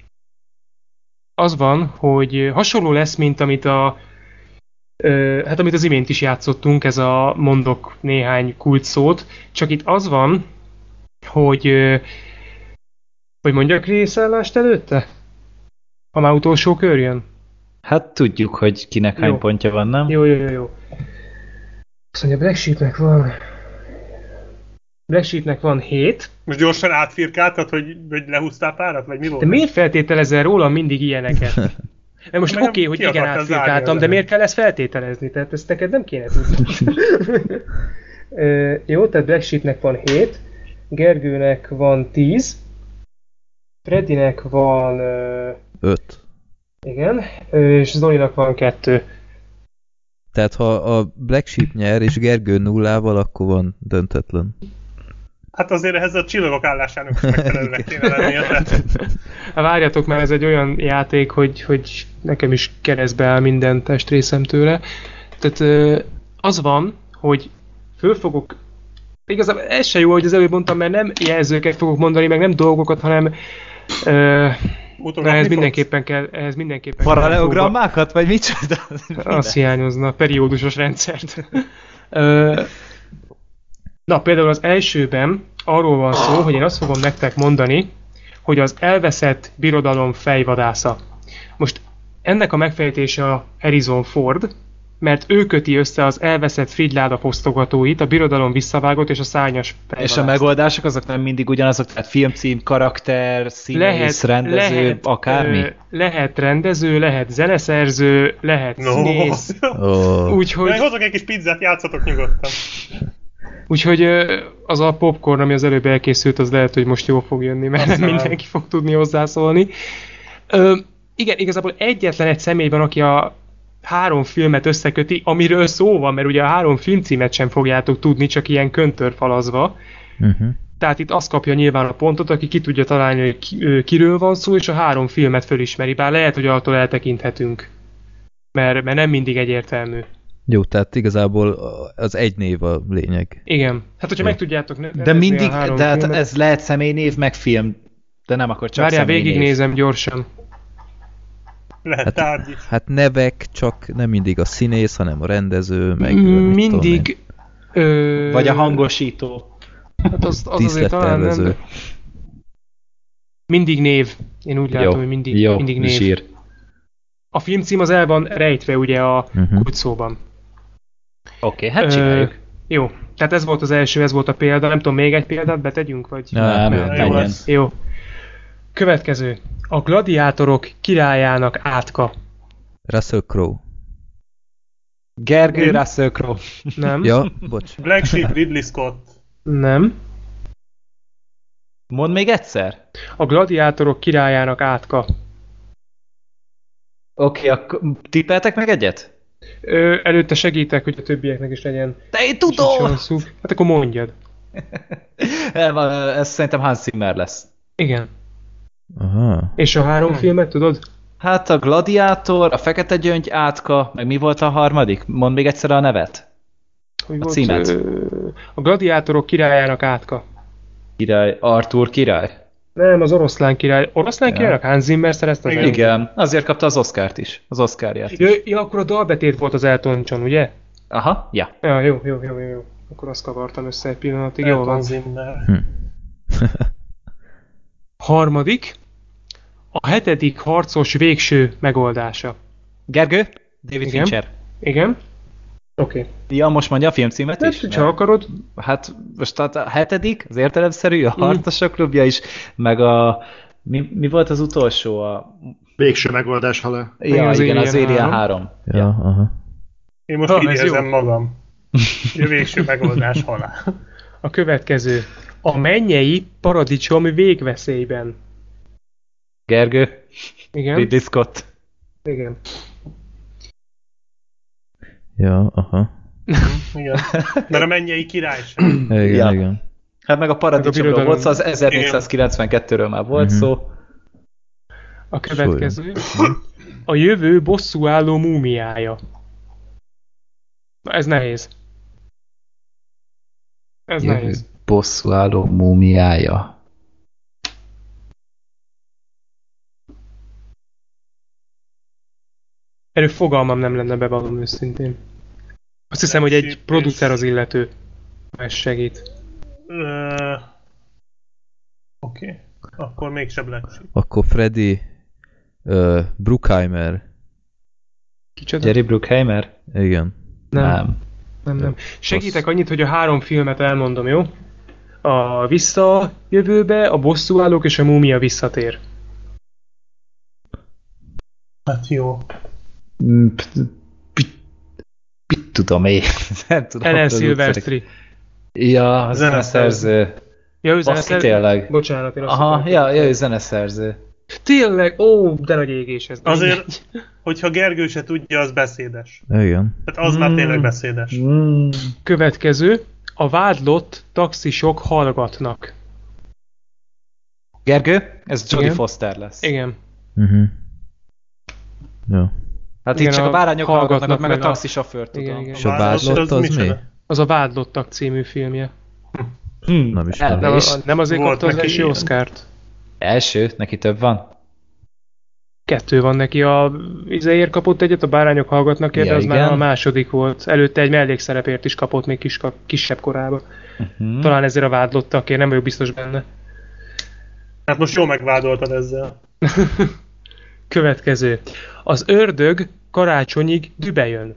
Az van, hogy hasonló lesz, mint amit a ö, hát amit az imént is játszottunk, ez a mondok néhány kult szót, csak itt az van, hogy ö, hogy mondjak részállást előtte? Ha már utolsó kör jön? Hát tudjuk, hogy kinek hány jó. pontja van, nem? Jó, jó, jó, jó. Azt mondja, Black Sheepnek van... Black Sheepnek van hét. Most gyorsan átfirkáltad, hogy, hogy lehúztál párat, vagy mi volt? De miért feltételezel rólam mindig ilyeneket? Mert most oké, okay, hogy igen, átfirkáltam, de miért kell ezt feltételezni? Tehát ezt neked nem kéne tudni. uh, jó, tehát Black Sheepnek van hét, Gergőnek van tíz, Freddynek van... öt. Uh, igen, és Zolinak van kettő. Tehát ha a Black Sheep nyer és Gergő nullával, akkor van döntetlen. Hát azért ehhez a csillagok állásának is megfelelőnek kéne lennie. Tehát... Várjatok, mert ez egy olyan játék, hogy, hogy nekem is keresztbe áll minden testrészem tőle. Tehát az van, hogy föl fogok... Igazából ez se jó, hogy az előbb mondtam, mert nem jelzőket fogok mondani, meg nem dolgokat, hanem... Uh, ehhez mindenképpen kell, ehhez mindenképpen paralelogrammákat, vagy micsoda? Azt hiányozna, periódusos rendszert. uh, na, például az elsőben arról van szó, hogy én azt fogom nektek mondani, hogy az elveszett birodalom fejvadásza. Most ennek a megfejtése a Harrison Ford, mert ő köti össze az elveszett frigyláda fosztogatóit, a birodalom visszavágott és a szárnyas fejvalászt. És a megoldások azok nem mindig ugyanazok, tehát filmcím, karakter, színész, lehet, rendező, lehet, akármi? Ö, lehet rendező, lehet zeneszerző, lehet no. színész. Oh. Úgyhogy... Hozok egy kis pizzát, játszatok nyugodtan. Úgyhogy az a popcorn, ami az előbb elkészült, az lehet, hogy most jól fog jönni, mert nem mindenki fog tudni hozzászólni. Ö, igen, igazából egyetlen egy személy van, aki a három filmet összeköti, amiről szó van, mert ugye a három filmcímet sem fogjátok tudni, csak ilyen köntörfalazva. Uh-huh. Tehát itt azt kapja nyilván a pontot, aki ki tudja találni, hogy ki, kiről van szó, és a három filmet fölismeri, bár lehet, hogy attól eltekinthetünk. Mert, mert nem mindig egyértelmű. Jó, tehát igazából az egy név a lényeg. Igen. Hát, hogyha jó. meg tudjátok... Ne, de mindig, de hát ez lehet személynév, meg film, de nem akkor csak Várjál, személynév. végignézem gyorsan. Lehet hát, hát nevek, csak nem mindig a színész, hanem a rendező, meg... Mindig... Ö... Vagy a hangosító. Hát az, az azért talán nem... Mindig név. Én úgy látom, jó, hogy mindig, jó, mindig név. Zsír. A filmcím az el van rejtve ugye a uh-huh. kulcsszóban. Oké, okay, hát csináljuk. Ö, jó, tehát ez volt az első, ez volt a példa. Nem tudom, még egy példát betegyünk? Vagy? Nem, nem, nem, nem. Jó. Következő. A gladiátorok királyának átka. Russell Crowe. Gergő Russell Crowe. Nem. Ja, bocs. Black Sheep Ridley Scott. Nem. Mondd még egyszer. A gladiátorok királyának átka. Oké, okay, akkor tippeltek meg egyet? Ö, előtte segítek, hogy a többieknek is legyen. De én tudom! Hát akkor mondjad. Ez szerintem Hans Zimmer lesz. Igen. Aha. És a három hmm. filmet tudod? Hát a Gladiátor, a Fekete Gyöngy átka, meg mi volt a harmadik? Mondd még egyszer a nevet. Hogy a volt, címet. Ö, a gladiátorok királyának átka. Király, Arthur király? Nem, az oroszlán király. Oroszlán ja. királynak Hans Zimmer szerezte az Igen, igen, azért kapta az Oscart is. Az Oscarját. Ja, ja, akkor a dalbetét volt az Elton John, ugye? Aha, ja. Ja, jó, jó, jó, jó. Akkor azt kavartam össze egy pillanatig. Jól van. Hm. Harmadik. A hetedik harcos végső megoldása. Gergő? David igen. Fincher. Igen. Oké. Okay. Ja, most mondja a filmcímet is? Hát, ha akarod. Hát most a hetedik, az értelemszerű, a harcosok klubja is, meg a... Mi, mi volt az utolsó? A... Végső megoldás halál. Ja, az igen, az Alien három. Ja, ja. Aha. Én most ha, idézem magam. A végső megoldás halál. A következő. A mennyei paradicsom végveszélyben. Gergő? Igen. Ridley Scott. Igen. Ja, aha. Igen. Mert a mennyei király sem. Igen, ja. igen. Hát meg a paradicsomról volt szó, az ezernégyszázkilencvenkettőről már volt uh-huh. szó. A következő. A jövő bosszúálló múmiája. Na, ez nehéz. Ez jövő nehéz. Bosszúálló múmiája. Erről fogalmam nem lenne, bevallom őszintén. Azt hiszem, hogy egy producer az illető. Ez segít. Uh, Oké. Okay. Akkor mégsem Black Sheep. Akkor Freddy uh, Bruckheimer. Kicsoda? Jerry Bruckheimer? Igen. Nem. Nem, nem. nem. Segítek annyit, hogy a három filmet elmondom, jó? A Visszajövőbe, a Bosszúállók és a Múmia visszatér. Hát jó. Mit tudom én? Nem tudom. Ellen Silvestri. Ja, a zeneszerző. Ja, ő zeneszerző? Tényleg. Bocsánat, én azt Aha, ja, ja, ő zeneszerző. Tényleg? Ó, de nagy égés ez. Azért, hogyha Gergő se tudja, az beszédes. Igen. Tehát az mm. már tényleg beszédes. Mm. Következő. A vádlott taxisok hallgatnak. Gergő? Ez Jodie Igen. Foster lesz. Igen. Uh-huh. Jó. Hát igen, itt csak a, a bárányok hallgatnak, hallgatnak meg, meg a taxisofőrt, tudom. Igen, igen. És a vádlott az, az mi? Az a Vádlottak című filmje. Hmm. Nem is nem, nem, nem azért kapta az első Oscart. Első? Neki több van? Kettő van neki. A izéért kapott egyet, a Bárányok hallgatnak érde, ja, az igen. Már a második volt. Előtte egy mellékszerepért is kapott még kis, kisebb korában. Uh-huh. Talán ezért a Vádlottakért, nem vagyok biztos benne. Hát most jól megvádoltad ezzel. Következő. Az ördög karácsonyig dübejön.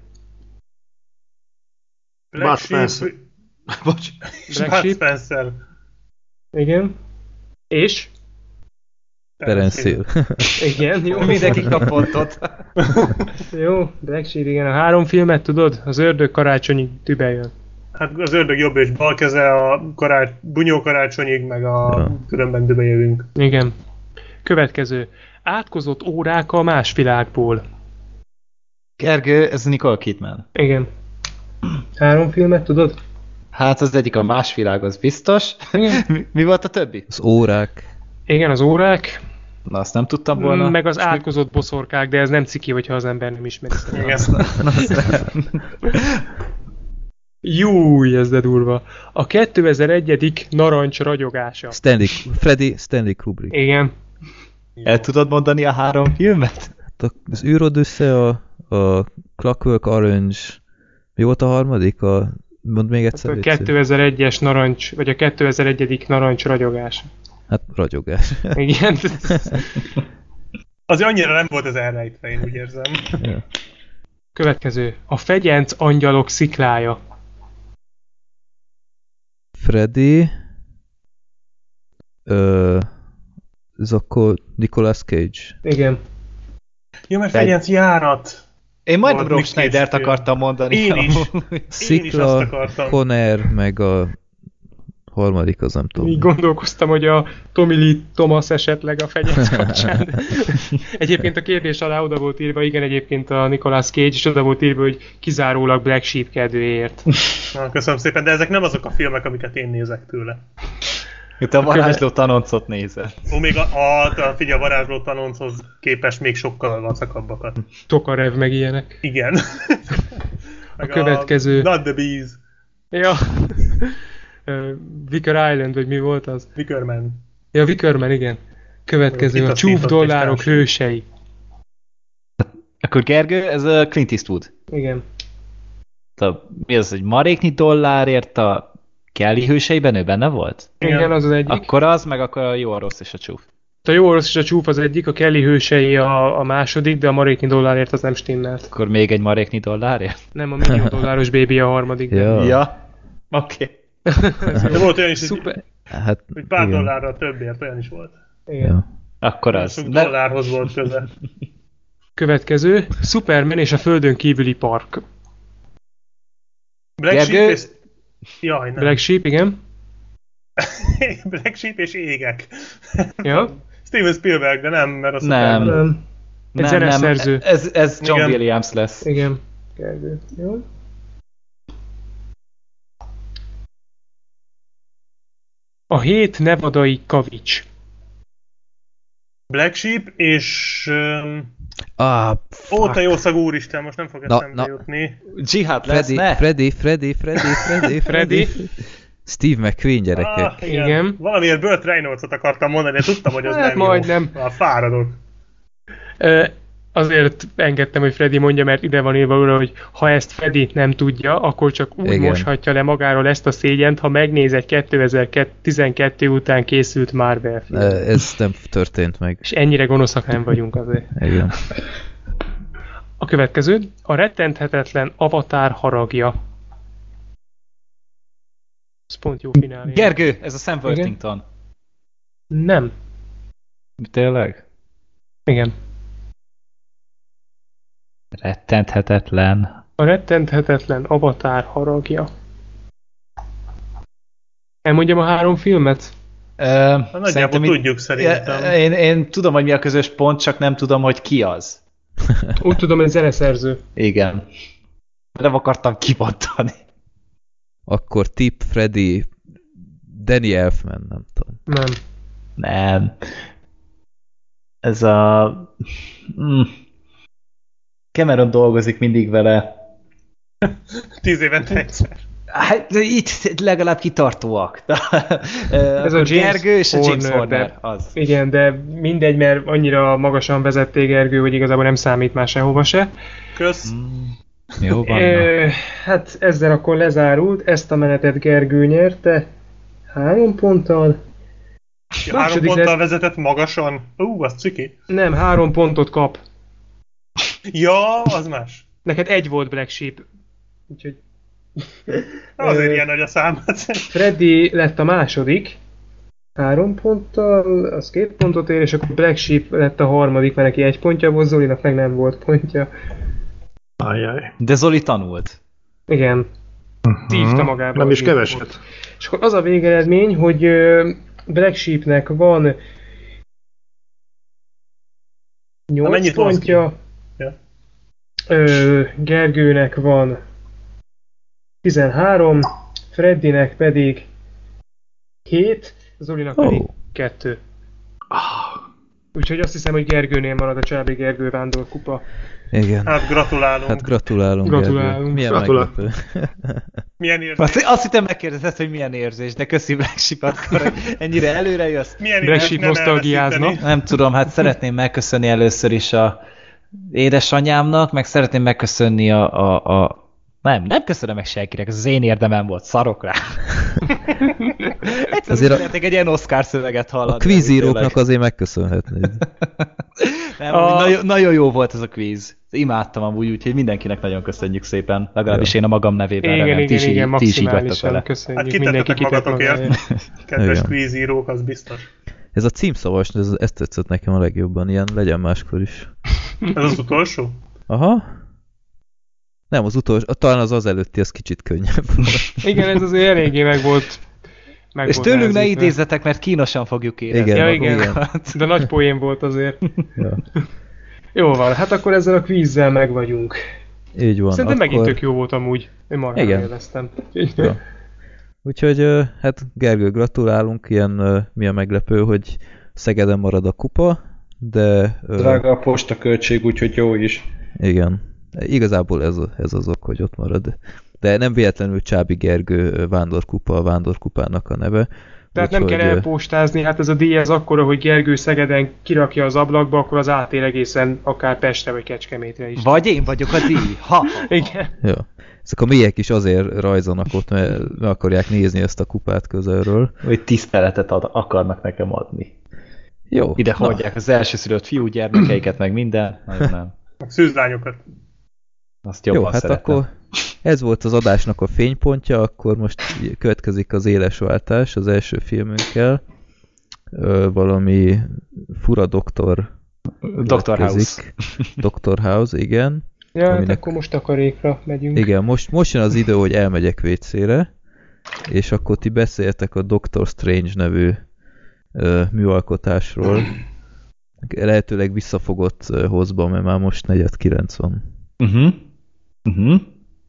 Bud Spencer. Bocs. Black Bud Sheep. Spencer. Igen. És? Terence Hill. Igen, jó. Mindenki kap pontot. Jó, Black Sheep, igen. A három filmet tudod? Az ördög karácsonyig dübejön. Hát az ördög jobb és bal keze a karács... bunyó karácsonyig, meg a Ja. különben dübe jövünk. Igen. Következő. Átkozott órák a más világból. Gergő, ez Nicole Kidman. Igen. Három filmet tudod? Hát az egyik a más világ, az biztos. Mi, mi volt a többi? Az órák. Igen, az órák. Na, azt nem tudtam volna. Meg az átkozott boszorkák, de ez nem ciki, hogyha az ember nem ismeri. Igen. Júj, ez de durva. A kétezer-egy. narancs ragyogása. Stanley, Freddy, Stanley Kubrick. Igen. El tudod mondani a három filmet? Hát az űrodüssze, a, a Clockwork Orange, mi volt a harmadik? A, mondd még egyszer. A légy szíves. kétezer-egyes narancs, vagy a kétezer-egy. narancs ragyogás. Hát ragyogás. Igen. Azért annyira nem volt ez elrejtve, én úgy érzem. Ja. Következő. A fegyenc angyalok sziklája. Freddy, ö, ez akkor Nicolas Cage. Igen. Jó, mert Fegy- fegyenc járat. Én majdnem Volt Rob Nick Schneider-t Cage akartam mondani. Én is. Szikla, azt akartam. Conner, meg a harmadik, az nem tudom. Így gondolkoztam, hogy a Tommy Lee Thomas esetleg a fegyenc kapcsán. Egyébként a kérdés alá oda volt írva, igen, egyébként a Nicolas Cage, és oda volt írva, hogy kizárólag Black Sheep kedvéért. Na, köszönöm szépen, de ezek nem azok a filmek, amiket én nézek tőle. Itt a varázsló tanoncot nézel. Ó, még a, a, a figyelj, a varázsló tanonchoz képest még sokkal vacakabbakat. Tokarev meg ilyenek. Igen. A következő. A Not the Bees. Ja. Ö, Wicker Island, vagy mi volt az? Wickerman. Ja, Wickerman, igen. Következő, Itt a a csúf színpad dollárok és társai. hősei. Akkor Gergő, ez a Clint Eastwood. Igen. A, mi az, hogy maréknyi dollárért a Kelly hőseiben ő benne volt? Igen. Igen, az az egyik. Akkor az, meg akkor a jó, a rossz és a csúf. A jó rossz és a csúf az egyik, a Kelly hősei a, a második, de a maréknyi dollárért az nem stimmelt. Akkor még egy maréknyi dollárért? Nem, a millió dolláros baby a harmadik. de- Ja. Ja. Oké. Okay. De volt olyan is, hogy, Szuper. Hát, hogy pár igen. dollárra többért, olyan is volt. Igen. Ja. Akkor az. Sok De, dollárhoz volt köze. Következő, Superman és a földön kívüli park. Black Gergő? Sheep és... Jaj, nem. Black Sheep, igen. Black Sheep és égek. Ja. Steven Spielberg, de nem, mert az Nem. Superman. Um, egy zeneszerző. Ez, ez John Igen. Williams lesz. Igen. Gergő. Jó. A hét nevadai kavics. Black Sheep és... Um, Ah, ó, fuck. te jó szagú úristen, most nem fog Na, eszembe na. jutni. Jihad lesz, Freddy, ne? Freddy, Freddy, Freddy, Freddy, Freddy. Steve McQueen, gyerekek. Ah, igen. Igen. Valamiért Burt Reynolds-ot akartam mondani, de tudtam, hogy az Hát nem majdnem. jó. Ah, fáradok. Ö, azért engedtem, hogy Freddy mondja, mert ide van írva róla, hogy ha ezt Freddy nem tudja, akkor csak úgy Igen. moshatja le magáról ezt a szégyent, ha megnéz egy kétezer-tizenkettő után készült Marvel film. Ö, Ez nem történt meg. És ennyire gonoszak nem vagyunk azért. Igen. A következő, a rettenthetetlen Avatar haragja. Ez pont jó finálé. Gergő, ez a Sam Worthington. Nem. Tényleg? Igen. Rettenthetetlen. A rettenthetetlen Avatar haragja. Elmondjam a három filmet? Uh, Na, nagyjából tudjuk szerintem. Én, én tudom, hogy mi a közös pont, csak nem tudom, hogy ki az. Úgy tudom, hogy zeneszerző. Igen. Nem akartam kibontani. Akkor Tip, Freddy, Danny Elfman, nem tudom. Nem. Nem. Ez a... Mm. Cameron dolgozik mindig vele. Tíz évente egyszer. Hát itt legalább kitartóak. Ez a James Gergő és a James Horner, Horner. de- Az. Igen, de mindegy, mert annyira magasan vezették Gergő, hogy igazából nem számít már sehova se. Kösz. Mm. Jó van. E, hát ezzel akkor lezárult, ezt a menetet Gergő nyerte három ponttal, Ja, három ponttal lett... vezetett magasan. Ú, uh, az ciki. Nem, három pontot kap. Ja, az más. Neked egy volt Black Sheep. Úgyhogy... Azért ilyen nagy a szám. Freddy lett a második. Három ponttal, az két pontot ér, és akkor Black Sheep lett a harmadik, mert neki egy pontja volt, Zolinak meg nem volt pontja. Ajjaj. De Zoli tanult. Igen. Szívta magába. Nem is keveset. És akkor az a végeredmény, hogy Black Sheepnek van nyolc pontja, ja. Ö, Gergőnek van tizenhárom, Freddynek pedig hét, Zolinak oh. pedig kettő. Oh. Úgyhogy azt hiszem, hogy Gergőnél marad a Csábi Gergő vándorkupa. Igen. Hát gratulálunk. Hát gratulálunk. Gratulálunk. Milyen Gratulál. meglepő. Milyen érzés? Azt, azt hittem megkérdezed, hogy milyen érzés, de köszi Black Sheep, akkor ennyire előre jössz. Milyen Black Sheep nosztalgiázna. Nem tudom, hát szeretném megköszönni először is a édesanyámnak, meg szeretném megköszönni a, a, a Nem, nem köszönöm meg senkinek, ez az én érdemem volt, szarok rá. Egyszerűen szeretnék egy ilyen Oscar szöveget hallani. A kvízíróknak azért megköszönhetnéd. Nem, a... nagyon, nagyon jó volt ez a kvíz. Imádtam amúgy, úgyhogy mindenkinek nagyon köszönjük szépen. Legalábbis ja. én a magam nevében igen, remélem. Igen, ti igen, ti is így vagytok vele. Hát kitettetek magatokért, kedves kvízírók, az biztos. Ez a címszavas, ez, ezt tetszett nekem a legjobban, ilyen legyen máskor is. Ez az utolsó? Aha. Nem, az utolsó, talán az az előtti, az kicsit könnyebb volt. Igen, ez azért eléggé meg volt. Meg és volt tőlünk ne idézzetek, mert kínosan fogjuk érezni. Igen, ja, igen. igen. De nagy poén volt azért. Ja. Jó van, hát akkor ezzel a kvízzel meg vagyunk. Így van. Szerintem akkor... megint tök jó volt amúgy. Én marhára élveztem. Ja. Úgyhogy hát Gergő, gratulálunk, ilyen mi a meglepő, hogy Szegeden marad a kupa, de... Drága a postaköltség, úgyhogy jó is. Igen. Igazából ez, ez az ok, hogy ott marad. De nem véletlenül Csábi Gergő vándorkupa, a vándorkupának a neve. Tehát úgy, nem kell hogy... elpostázni, hát ez a díj ez akkora, hogy Gergő Szegeden kirakja az ablakba, akkor az átér egészen akár Pestre vagy Kecskemétre is. Vagy én vagyok a díj. Ha. Igen. Ja. Ezek a mélyek is azért rajzanak ott, mert meg akarják nézni ezt a kupát közelről. Hogy tiszteletet ad, akarnak nekem adni. Jó. Ide hagyják az elsőszülött fiú gyermekeiket, meg minden. Nagyon nem. A szűzlányokat. Azt jobban Jó, hát szeretem. akkor ez volt az adásnak a fénypontja, akkor most következik az élesváltás az első filmünkkel. Ö, valami fura doktor Doktor House. Doktor House, igen. Ja, aminek... hát akkor most takarékra megyünk. Igen, most, most jön az idő, hogy elmegyek vécére, és akkor ti beszéltek a Doctor Strange nevű ö, műalkotásról. Lehetőleg visszafogott ö, hozba, mert már most negyed kilenc van. Uh-huh. Uh-huh.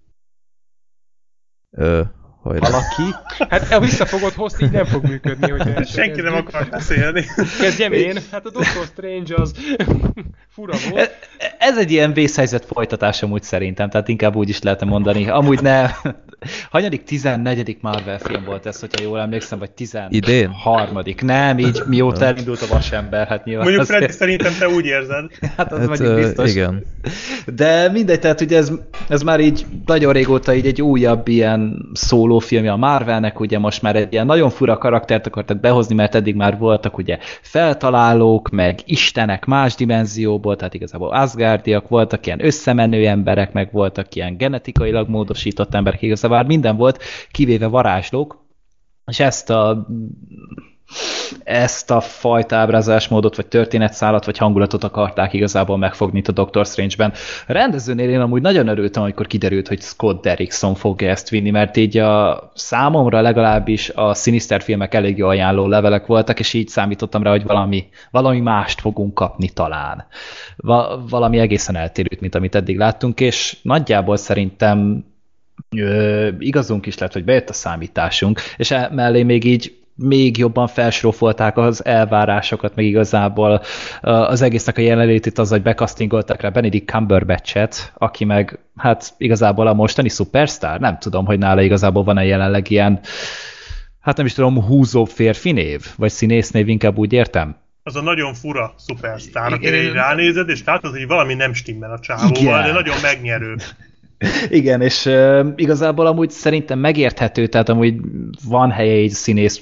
Ö, hajrá. Valaki? Hát a visszafogott host így nem fog működni, hogyha... Senki nem akar beszélni. Kezdjem én. Hát a Doctor Strange az fura volt. Ez, ez egy ilyen vészhelyzet folytatás amúgy szerintem, tehát inkább úgy is lehetne mondani. Amúgy ne... Hanyadik tizennegyedik Marvel film volt ez, hogyha jól emlékszem, vagy tizenharmadik Idén? Nem, így mióta elindult a Vasember, hát nyilván... Mondjuk Freddy, azért... szerintem te úgy érzed. Hát az hát, mondjuk biztos. Igen. De mindegy, tehát ugye ez, ez már így nagyon régóta így egy újabb ilyen szólófilmje a Marvelnek, ugye most már egy ilyen nagyon fura karaktert akartak behozni, mert eddig már voltak ugye feltalálók, meg istenek más dimenzióból, tehát igazából Asgardiak, voltak ilyen összemenő emberek, meg voltak ilyen genetikailag módosított emberek, igazából már minden volt, kivéve varázslók, és ezt a ezt a fajta ábrázolásmódot, vagy történetszálat, vagy hangulatot akarták igazából megfogni itt a Doctor Strange-ben. A rendezőnél én amúgy nagyon örültem, amikor kiderült, hogy Scott Derrickson fogja ezt vinni, mert így a számomra legalábbis a Sinister filmek elég jó ajánló levelek voltak, és így számítottam rá, hogy valami, valami mást fogunk kapni talán. Va- valami egészen eltérőt, mint amit eddig láttunk, és nagyjából szerintem Ö, igazunk is lett, hogy bejött a számításunk, és mellé még így még jobban felsrófolták az elvárásokat, meg igazából az egésznek a jelenlétét az, hogy bekasztingoltak rá Benedict Cumberbatchet, aki meg hát igazából a mostani szupersztár, nem tudom, hogy nála igazából van-e jelenleg ilyen, hát nem is tudom, húzó férfi név, vagy színésznév, inkább úgy értem. Az a nagyon fura szupersztár, akire így ránézed, és látod, hogy valami nem stimmel a csávóval, igen. De nagyon megnyerő. Igen, és uh, igazából amúgy szerintem megérthető, tehát amúgy van helye így színész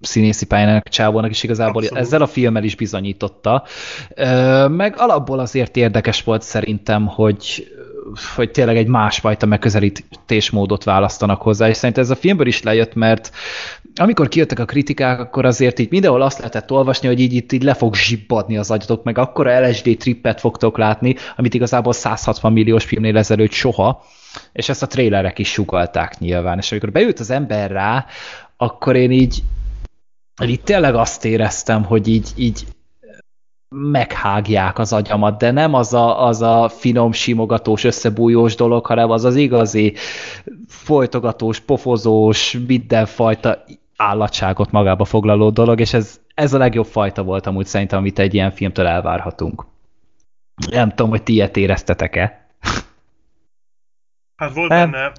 színészi pályának, csávónak is igazából Abszolút. Ezzel a filmmel is bizonyította. Meg alapból azért érdekes volt szerintem, hogy hogy tényleg egy másfajta megközelítésmódot választanak hozzá, és szerintem ez a filmből is lejött, mert amikor kijöttek a kritikák, akkor azért így mindenhol azt lehetett olvasni, hogy így itt így le fog zsibbadni az agyatok, meg akkora el es dé trippet fogtok látni, amit igazából száz hatvan milliós filmnél ezelőtt soha, és ezt a trailerek is sugallták nyilván, és amikor beült az ember rá, akkor én így, így tényleg azt éreztem, hogy így, így meghágják az agyamat, de nem az a, az a finom, simogatós, összebújós dolog, hanem az az igazi folytogatós, pofozós, mindenfajta állatságot magába foglaló dolog, és ez, ez a legjobb fajta volt amúgy szerintem, amit egy ilyen filmtől elvárhatunk. Nem tudom, hogy ti ilyet éreztetek-e? Hát volt nem. benne...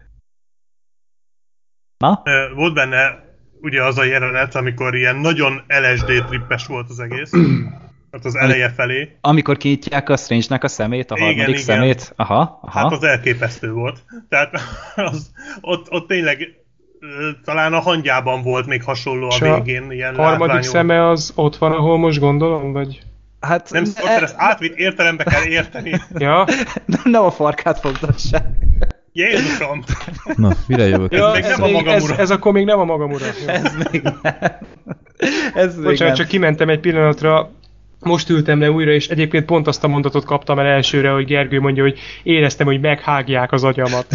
Na? Volt benne ugye az a jelenet, amikor ilyen nagyon el es dé trippes volt az egész. Hát az eleje felé. Amikor kinyitják a Strange-nek a szemét, a harmadik igen, szemét. Igen. Aha, aha. Hát az elképesztő volt. Tehát az, ott, ott tényleg talán a hangyában volt még hasonló a végén. Ilyen a harmadik látványú. Szeme az ott van, ahol most gondolom, vagy? Hát, nem szokta, e... ezt átvitt értelembe kell érteni. Ja. nem, nem a farkát fogdassák. Jézusom! Na, mire jövök? Ja, ez, ez, még, ez, ez akkor még nem a magam ura. Ez még nem. Ez még Bocsánat, nem. Csak kimentem egy pillanatra, most ültem le újra, és egyébként pont azt a mondatot kaptam el elsőre, hogy Gergő mondja, hogy éreztem, hogy meghágják az agyamat.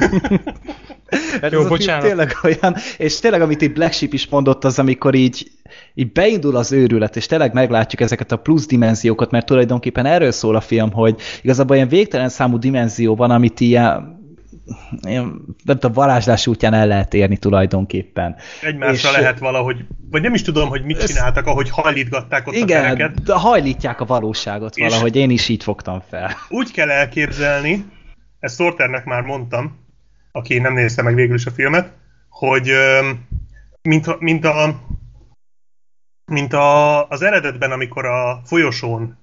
Hát jó, bocsánat. Tényleg olyan, és tényleg, amit itt Black Sheep is mondott, az, amikor így, így beindul az őrület, és tényleg meglátjuk ezeket a plusz dimenziókat, mert tulajdonképpen erről szól a film, hogy igazából ilyen végtelen számú dimenzió van, amit ilyen nem tudom, varázslás útján el lehet érni tulajdonképpen. Egymásra és lehet valahogy, vagy nem is tudom, hogy mit csináltak, ahogy hajlítgatták ott igen, a tereket. Igen, hajlítják a valóságot valahogy, én is így fogtam fel. Úgy kell elképzelni, ezt Sorternek már mondtam, aki nem nézte meg végül is a filmet, hogy mint, mint, a, mint a, az eredetben, amikor a folyosón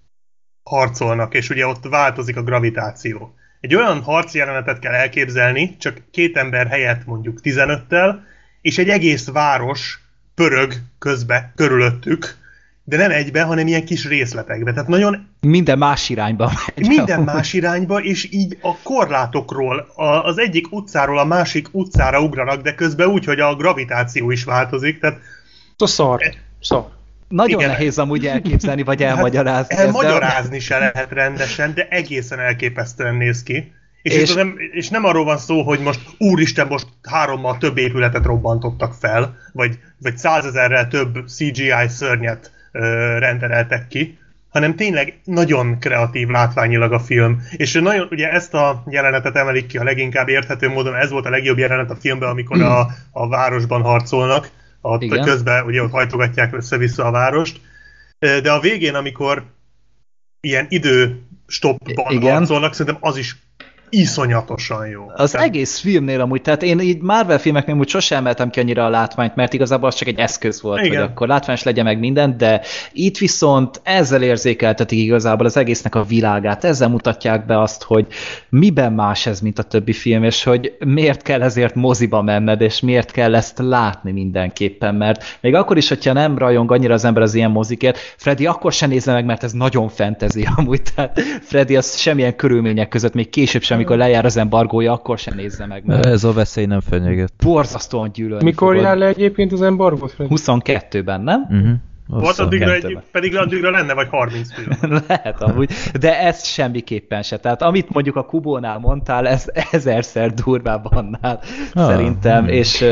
harcolnak, és ugye ott változik a gravitáció. Egy olyan harci jelenetet kell elképzelni, csak két ember helyett mondjuk tizenöttel, és egy egész város pörög közbe, körülöttük, de nem egybe, hanem ilyen kis részletekbe. Tehát nagyon... Minden más irányba megy. Minden más irányba, és így a korlátokról, a, az egyik utcáról a másik utcára ugranak, de közben úgy, hogy a gravitáció is változik. Tehát... A szar. Szar. Nagyon igen. Nehéz amúgy elképzelni, vagy elmagyarázni. Hát elmagyarázni se lehet rendesen, de egészen elképesztően néz ki. És, és... Nem, és nem arról van szó, hogy most úristen, most hárommal több épületet robbantottak fel, vagy, vagy százezerrel több cé gé í szörnyet ö, rendeltek ki, hanem tényleg nagyon kreatív látványilag a film. És nagyon, ugye ezt a jelenetet emelik ki a leginkább érthető módon, ez volt a legjobb jelenet a filmben, amikor a, a városban harcolnak, ott igen. Közben ugye ott hajtogatják össze-vissza a várost, de a végén, amikor ilyen időstoppban harcolnak, szerintem az is iszonyatosan jó. Az tehát... egész filmnél amúgy, tehát én így Marvel filmeknél úgy sosem emeltem ki annyira a látványt, mert igazából az csak egy eszköz volt, igen. Hogy akkor látványos legyen meg minden, de itt viszont ezzel érzékeltetik igazából az egésznek a világát, ezzel mutatják be azt, hogy miben más ez, mint a többi film, és hogy miért kell ezért moziba menned, és miért kell ezt látni mindenképpen, mert még akkor is, hogyha nem rajong annyira az ember az ilyen mozikért, Freddy akkor sem nézze meg, mert ez nagyon fantasy amúgy, tehát Freddy az semmilyen körülmények között, még később sem, amikor lejár az embargója, akkor sem nézze meg. Mert ez a veszély nem fenyeget. Borzasztóan gyűlölni mikor jár le egyébként az embargót, Freddy? huszonkettőben, nem? Uh-huh. Volt addigra egy, pedig addigra lenne vagy harminc film. Lehet amúgy, de ez semmiképpen se. Tehát amit mondjuk a Kubónál mondtál, ez ezerszer durvább annál, ah, szerintem, hmm. és,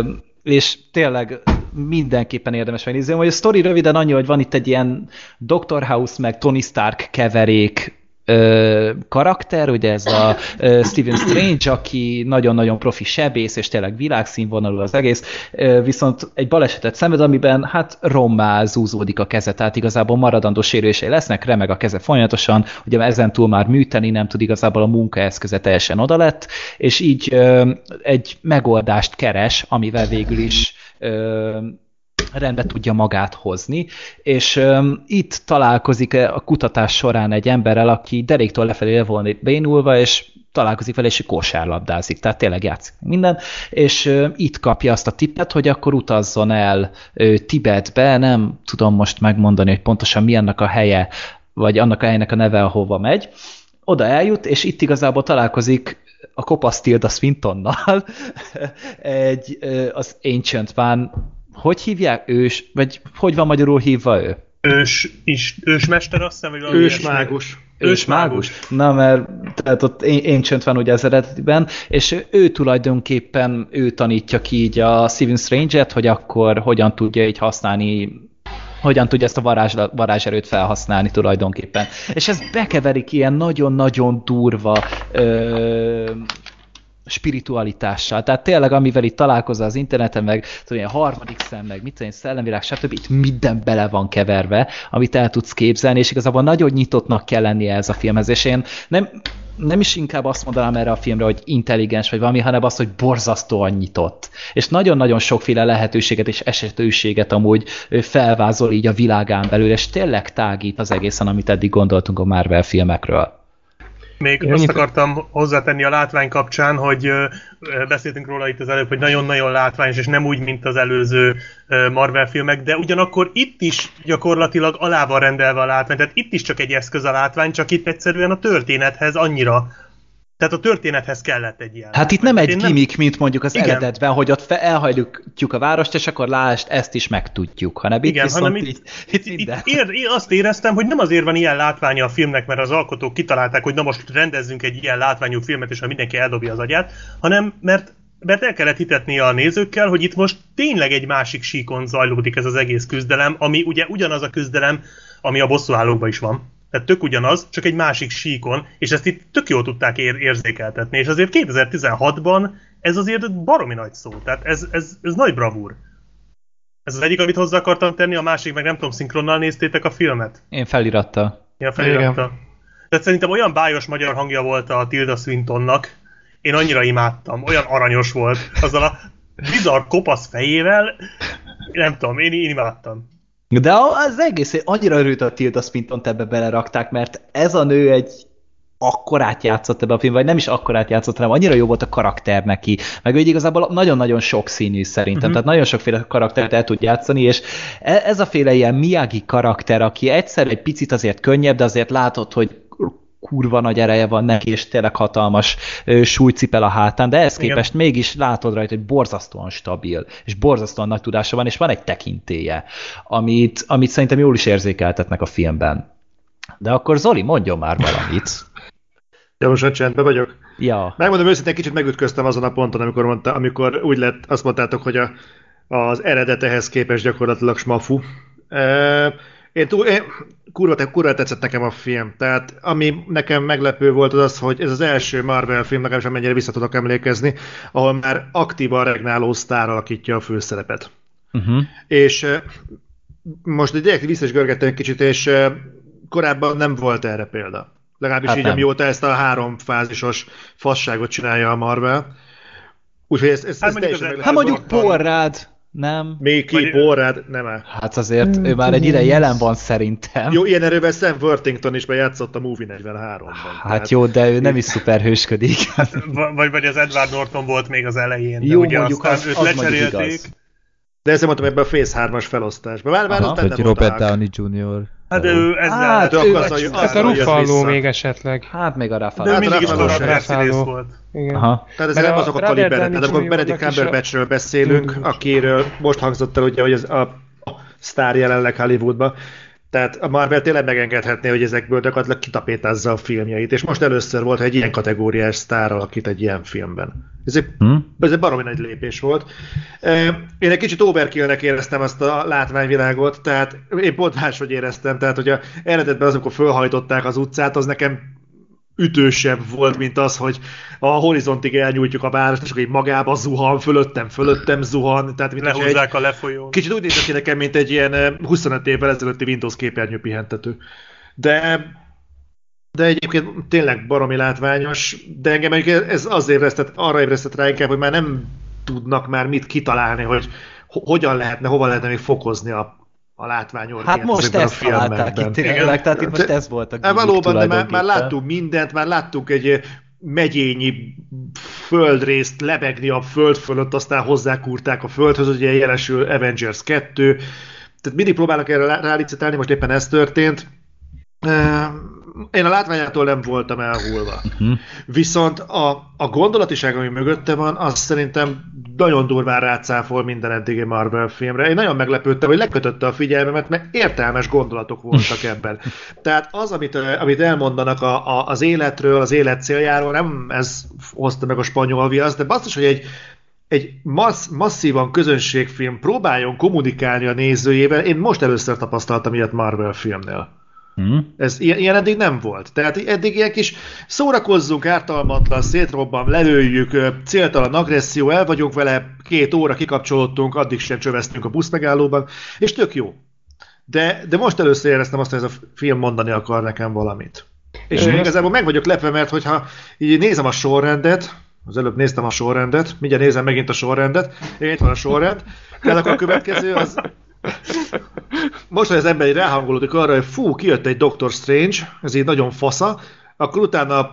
és tényleg mindenképpen érdemes megnézni. Hogy a sztori röviden annyi, hogy van itt egy ilyen doktor House meg Tony Stark keverék Ö, karakter, ugye ez a ö, Stephen Strange, aki nagyon-nagyon profi sebész, és tényleg világszínvonalú az egész, ö, viszont egy balesetet szenved, amiben hát rommá zúzódik a keze, tehát igazából maradandó sérülései lesznek, remeg a keze folyamatosan, ugye ezentúl már műteni nem tud, igazából a munkaeszköze teljesen oda lett, és így ö, egy megoldást keres, amivel végül is ö, rendbe tudja magát hozni, és um, itt találkozik a kutatás során egy emberrel, aki deréktől lefelé le volna bénulva, és találkozik vele, és kosárlabdázik, tehát tényleg játszik minden, és uh, itt kapja azt a tippet, hogy akkor utazzon el uh, Tibetbe, nem tudom most megmondani, hogy pontosan mi annak a helye, vagy annak a helynek a neve, ahova megy. Oda eljut, és itt igazából találkozik a kopasz Tilda Swintonnal, egy, uh, az Ancient One, hogy hívják? Ős, vagy hogy van magyarul hívva ő? Ős, is, ősmester, azt hiszem, hogy ősmágus. Ősmágus? Na, mert tehát ott Ancient van ugye az eredetiben, és ő tulajdonképpen, ő tanítja ki így a Stephen Strange-et, hogy akkor hogyan tudja így használni, hogyan tudja ezt a varázs, varázserőt felhasználni tulajdonképpen. És ez bekeverik ilyen nagyon-nagyon durva ö, spiritualitással. Tehát tényleg, amivel itt találkozol az interneten, meg tudom, ilyen harmadik szem, meg mit tudom, szellemvilág, stb. Itt minden bele van keverve, amit el tudsz képzelni, és igazából nagyon nyitottnak kell lennie ez a filmhez, és én nem, nem is inkább azt mondanám erre a filmre, hogy intelligens vagy valami, hanem azt, hogy borzasztóan nyitott. És nagyon-nagyon sokféle lehetőséget és esetőséget amúgy felvázol így a világán belül, és tényleg tágít az egészen, amit eddig gondoltunk a Marvel filmekről. Még Én azt akartam hozzátenni a látvány kapcsán, hogy ö, beszéltünk róla itt az előbb, hogy nagyon-nagyon látványos, és nem úgy, mint az előző ö, Marvel filmek, de ugyanakkor itt is gyakorlatilag alá van rendelve a látvány, tehát itt is csak egy eszköz a látvány, csak itt egyszerűen a történethez annyira, tehát a történethez kellett egy ilyen. Hát itt nem egy gimmick, nem... mint mondjuk az Igen. eredetben, hogy ott fe- elhajlítjuk a várost, és akkor lásd, ezt is megtudjuk, hanem itt Igen, viszont hanem itt, itt, itt, itt, itt ér, én azt éreztem, hogy nem azért van ilyen látványa a filmnek, mert az alkotók kitalálták, hogy na most rendezzünk egy ilyen látványú filmet, és ha mindenki eldobja az agyát, hanem mert, mert el kellett hitetni a nézőkkel, hogy itt most tényleg egy másik síkon zajlódik ez az egész küzdelem, ami ugye ugyanaz a küzdelem, ami a bosszúállókban is van. Tehát tök ugyanaz, csak egy másik síkon, és ezt itt tök jól tudták ér- érzékeltetni, és azért kétezer-tizenhatban ez azért baromi nagy szó, tehát ez, ez, ez nagy bravúr. Ez az egyik, amit hozzá akartam tenni, a másik meg nem tudom, szinkronnal néztétek a filmet? Én feliratta. Ja, feliratta. Tehát szerintem olyan bájos magyar hangja volt a Tilda Swintonnak, én annyira imádtam, olyan aranyos volt, azzal a bizarr kopasz fejével, nem tudom, én, én imádtam. De az egész, annyira örült a Tilda Swintont ebbe belerakták, mert ez a nő egy akkorát játszott ebbe a filmbe, vagy nem is akkorát játszott, hanem annyira jó volt a karakter neki. Meg hogy igazából nagyon-nagyon sok színű szerintem, uh-huh. tehát nagyon sokféle karaktert el tud játszani, és ez a féle ilyen Miyagi karakter, aki egyszer egy picit azért könnyebb, de azért látod, hogy kurva nagy ereje van neki, és tényleg hatalmas ö, súlycipel a hátán, de ehhez képest Igen. mégis látod rajta, hogy borzasztóan stabil, és borzasztóan nagy tudása van, és van egy tekintélye, amit, amit szerintem jól is érzékeltetnek a filmben. De akkor Zoli, mondjon már valamit. Ja, most csendben vagyok. Ja. Megmondom őszintén, kicsit megütköztem azon a ponton, amikor, mondta, amikor úgy lett, azt mondtátok, hogy a, az eredet ehhez képest gyakorlatilag smafu. E- Én, túl, én kurva, kurva tetszett nekem a film. Tehát ami nekem meglepő volt az az, hogy ez az első Marvel film, nekem sem mennyire vissza tudok emlékezni, ahol már aktívan regnáló sztár alakítja a főszerepet. Uh-huh. És most direkt vissza is görgettem egy kicsit, és korábban nem volt erre példa. Legalábbis hát így, nem. Amióta ezt a három fázisos fasságot csinálja a Marvel. Úgyhogy ez, ez, hát ez teljesen mondjuk, hát mondjuk Porrád. Nem. Még ki, Porrád, nem áll. Hát azért ő már egy ide jelen van szerintem. Jó, ilyen erővel Sam Worthington is bejátszott a Movie negyvenháromban. Hát tehát... jó, de ő nem is szuperhősködik. vagy, vagy az Edward Norton volt még az elején, de jó, ugye mondjuk aztán az, őt az lecserélték. De ezzel mondtam ebben a Phase hármas felosztásban. Bár, bár Aha, hogy Robert Downey junior Hát ő ezzel... Hát, ő ő, az, hát a Ruffalo még esetleg. Hát még a Ruffalo. De ő mindig is Ruffalo karakterszínész volt. Igen. Aha. Tehát ez nem azok a kaliberek. Tehát amikor Benedict Cumberbatchről beszélünk, akiről most hangzott el ugye, hogy ez a sztár jelenleg Hollywoodban. Tehát a Marvel tényleg megengedhetné, hogy ezekből gyakorlatilag kitapétázza a filmjeit. És most először volt, hogy egy ilyen kategóriás sztár alakít egy ilyen filmben. Ez egy, hmm. ez egy baromi nagy lépés volt. Én egy kicsit overkillnek éreztem azt a látványvilágot, tehát én pont máshogy éreztem, tehát hogy a eredetben az, amikor fölhajtották az utcát, az nekem ütősebb volt, mint az, hogy a horizontig elnyújtjuk a várost, és akkor így magába zuhan, fölöttem, fölöttem zuhan. Tehát, mint lehúzzák egy, a lefolyón. Kicsit úgy nézett ki nekem, mint egy ilyen huszonöt évvel ezelőtti Windows képernyő pihentető. De, de egyébként tényleg baromi látványos, de engem ez azért ébresztett, arra ébresztett rá inkább, hogy már nem tudnak már mit kitalálni, hogy hogyan lehetne, hova lehetne még fokozni a a látványorgiát. Hát most ezt találták itt tényleg, tehát itt most ez volt a gimmick. Valóban, de már, már láttunk mindent, már láttunk egy megyényi földrészt lebegni a föld fölött, aztán hozzákúrták a földhöz, ugye jelesül Avengers kettő, tehát mindig próbálnak erre rálicitálni, most éppen ez történt. Én a látványától nem voltam elhullva. Uh-huh. Viszont a, a gondolatiság, ami mögötte van, az szerintem nagyon durván rácáfol minden eddigi Marvel filmre. Én nagyon meglepődtem, hogy lekötötte a figyelmemet, mert értelmes gondolatok voltak ebben. Tehát az, amit, amit elmondanak a, a, az életről, az élet céljáról, nem ez hozta meg a spanyol viaszt, de basszus, hogy egy egy massz, masszívan közönségfilm próbáljon kommunikálni a nézőjével, én most először tapasztaltam ilyet Marvel filmnél. Hmm. Ez ilyen, ilyen eddig nem volt. Tehát eddig ilyen kis szórakozzunk, ártalmatlan, szétrobban, lelőjük, céltalan agresszió, el vagyunk vele, két óra kikapcsolódtunk, addig sem csöveztünk a buszmegállóban, és tök jó. De, de most először éreztem azt, hogy ez a film mondani akar nekem valamit. És én igazából meg vagyok lepve, mert hogyha így nézem a sorrendet, az előbb néztem a sorrendet, mindjárt nézem megint a sorrendet, itt van a sorrend, tehát akkor a következő az... Most, hogy az ember így ráhangolódik arra, hogy fú, kijött egy Doctor Strange, ez így nagyon fasza, akkor utána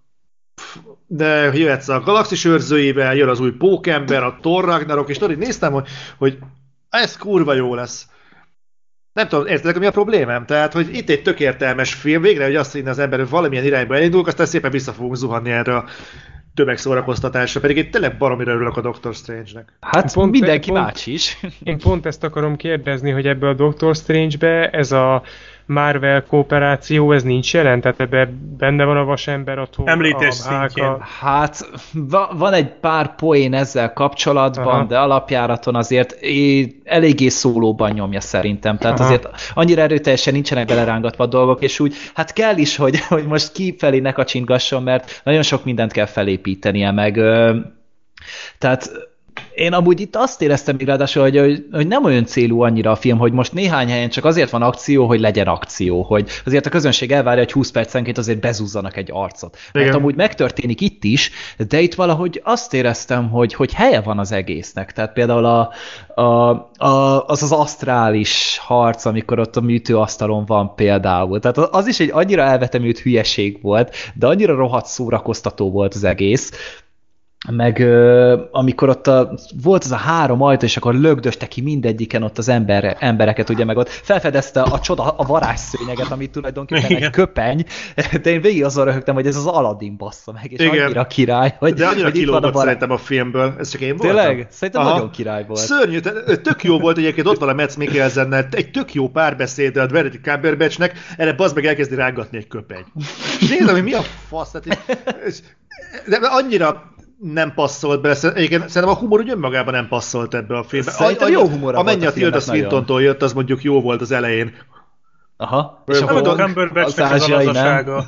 de jöhetsz a Galaxis őrzőjével, jön az új Pókember, a Thor Ragnarok, és tudod, néztem, hogy, hogy ez kurva jó lesz. Nem tudom, értedek, mi a problémám? Tehát, hogy itt egy tök értelmes film, végre, hogy azt hinne az ember, hogy valamilyen irányba elindulunk, aztán szépen vissza fogunk zuhanni erre a tömegszórakoztatásra, pedig én tényleg baromira örülök a Doctor Strange-nek. Hát pont mindenki pont, más is. Én pont ezt akarom kérdezni, hogy ebbe a Doctor Strange-be ez a Marvel kooperáció, ez nincs jelen? Tehát ebben benne van a Vasember, a Thor, Említés a szintjén. Hát va- van egy pár poén ezzel kapcsolatban, aha, de alapjáraton azért é- eléggé szólóban nyomja szerintem. Tehát aha, azért annyira erőteljesen nincsenek belerángatva a dolgok, és úgy hát kell is, hogy, hogy most kifelé ne kacsingasson, mert nagyon sok mindent kell felépítenie, meg ö- tehát én amúgy itt azt éreztem még ráadásul, hogy, hogy, hogy nem olyan célú annyira a film, hogy most néhány helyen csak azért van akció, hogy legyen akció, hogy azért a közönség elvárja, hogy húsz percenként azért bezúzzanak egy arcot. Igen. Mert amúgy megtörténik itt is, de itt valahogy azt éreztem, hogy, hogy helye van az egésznek. Tehát például a, a, a, az az asztrális harc, amikor ott a műtőasztalon van például. Tehát az is egy annyira elvetemült hülyeség volt, de annyira rohadt szórakoztató volt az egész. Meg ö, amikor ott a, volt az a három ajtó, és akkor lögdöste ki mindegyiken ott az ember, embereket, ugye, meg ott felfedezte a csoda, a varázsszőnyeget, amit tulajdonképpen igen, egy köpeny, de én végig azon röhögtem, hogy ez az Aladdin bassza meg, és igen, annyira király, hogy de annyira hogy kilógott bará... szerintem a filmből, ez csak én voltam. Tényleg? Szerintem aha, nagyon király volt. Szörnyű, tök jó volt egyébként, ott van a Mads Mikkelsennel, egy tök jó párbeszéd a Benedict Cumberbatchnek, erre bazd meg elkezdi rángatni egy köpeny. És nézem, hogy mi a fasz, de annyira nem passzolt bele. Egyébként szerintem a humor úgy önmagában nem passzolt ebbe a filmbe. Szerintem jó humora amennyi a Tilda Swintontól jött, az mondjuk jó volt az elején. Aha. És nem a Cumberbatchnek az alazasága.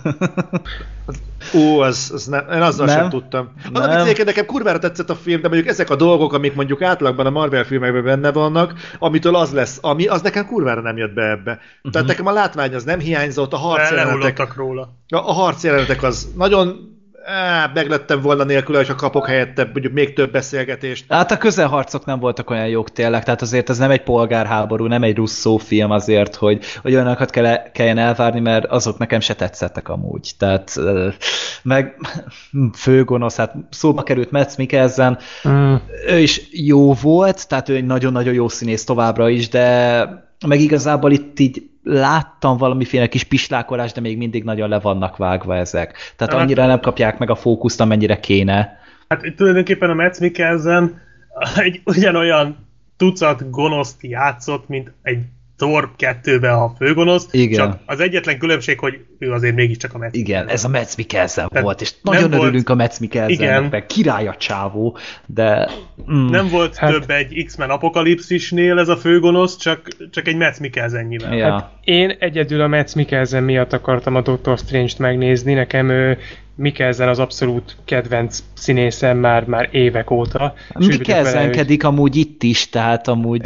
Ó, az, az nem, én azzal nem, sem tudtam. Az, amit egyébként nekem kurvára tetszett a film, de mondjuk ezek a dolgok, amik mondjuk átlagban a Marvel filmekben benne vannak, amitől az lesz, ami, az nekem kurvára nem jött be ebbe. Uh-huh. Tehát nekem a látvány az nem hiányzott, a harcjelenetek, róla. A, a harcjelenetek az nagyon... Á, meglettem volna nélkül, hogyha kapok helyette mondjuk még több beszélgetést. Hát a közelharcok nem voltak olyan jók tényleg, tehát azért ez nem egy polgárháború, nem egy Russo film azért, hogy, hogy olyanokat kell, kelljen elvárni, mert azok nekem se tetszettek amúgy. Tehát meg főgonosz, hát szóba került Mads Mikkelsen, mm. ő is jó volt, tehát ő egy nagyon-nagyon jó színész továbbra is, de meg igazából itt így láttam valamiféle kis pislákolás, de még mindig nagyon le vannak vágva ezek. Tehát annyira nem kapják meg a fókuszt, amennyire kéne. Hát tulajdonképpen a Mads Mikkelsen egy ugyanolyan tucat gonoszt játszott, mint egy Thor kettőben a főgonosz, igen, csak az egyetlen különbség, hogy ő azért mégiscsak a Mads Mikkelsen. Igen, ez a Mads Mikkelsen volt, és nagyon örülünk volt, a Mads Mikkelsennek, meg király a csávó, de... Mm, nem volt hát, több egy X-Men apokalipszisnél ez a főgonosz, csak, csak egy Mads Mikkelsennyire. Ja. Hát én egyedül a Mads Mikkelsen miatt akartam a Doctor Strange-t megnézni, nekem ő Mikkelsen az abszolút kedvenc színészem már, már évek óta. Mikkelsenkedik amúgy itt is, tehát amúgy...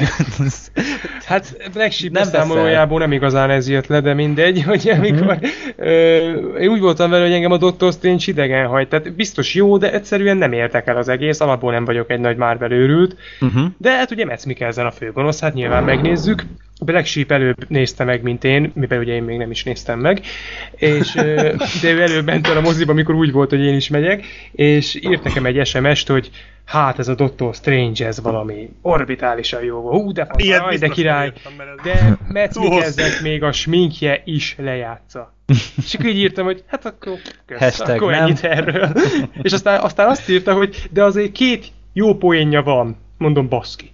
Hát Black Sheep beszámolójából nem igazán ez jött le, de mindegy, hogy amikor... Mm-hmm. ö, én úgy voltam vele, hogy engem a Doctor Strange idegen hagy, tehát biztos jó, de egyszerűen nem értek el az egész, alapból nem vagyok egy nagy Marvel őrült, uh-huh. de hát ugye Mads Mikkelsen a főgonosz, hát nyilván megnézzük. Black Sheep előbb nézte meg, mint én, mivel ugye én még nem is néztem meg, és, de ő előbb ment el a moziba, amikor úgy volt, hogy én is megyek, és írt nekem egy es em est, hogy hát ez a Doctor Strange, ez valami orbitálisan jó volt. Hú, de fasz, de király, de Mads Mikkelsennek még a sminkje is lejátsza. És akkor így írtam, hogy hát akkor kösz, akkor nem. ennyit erről. És aztán, aztán azt írta, hogy de azért két jó poénja van. Mondom, baszki.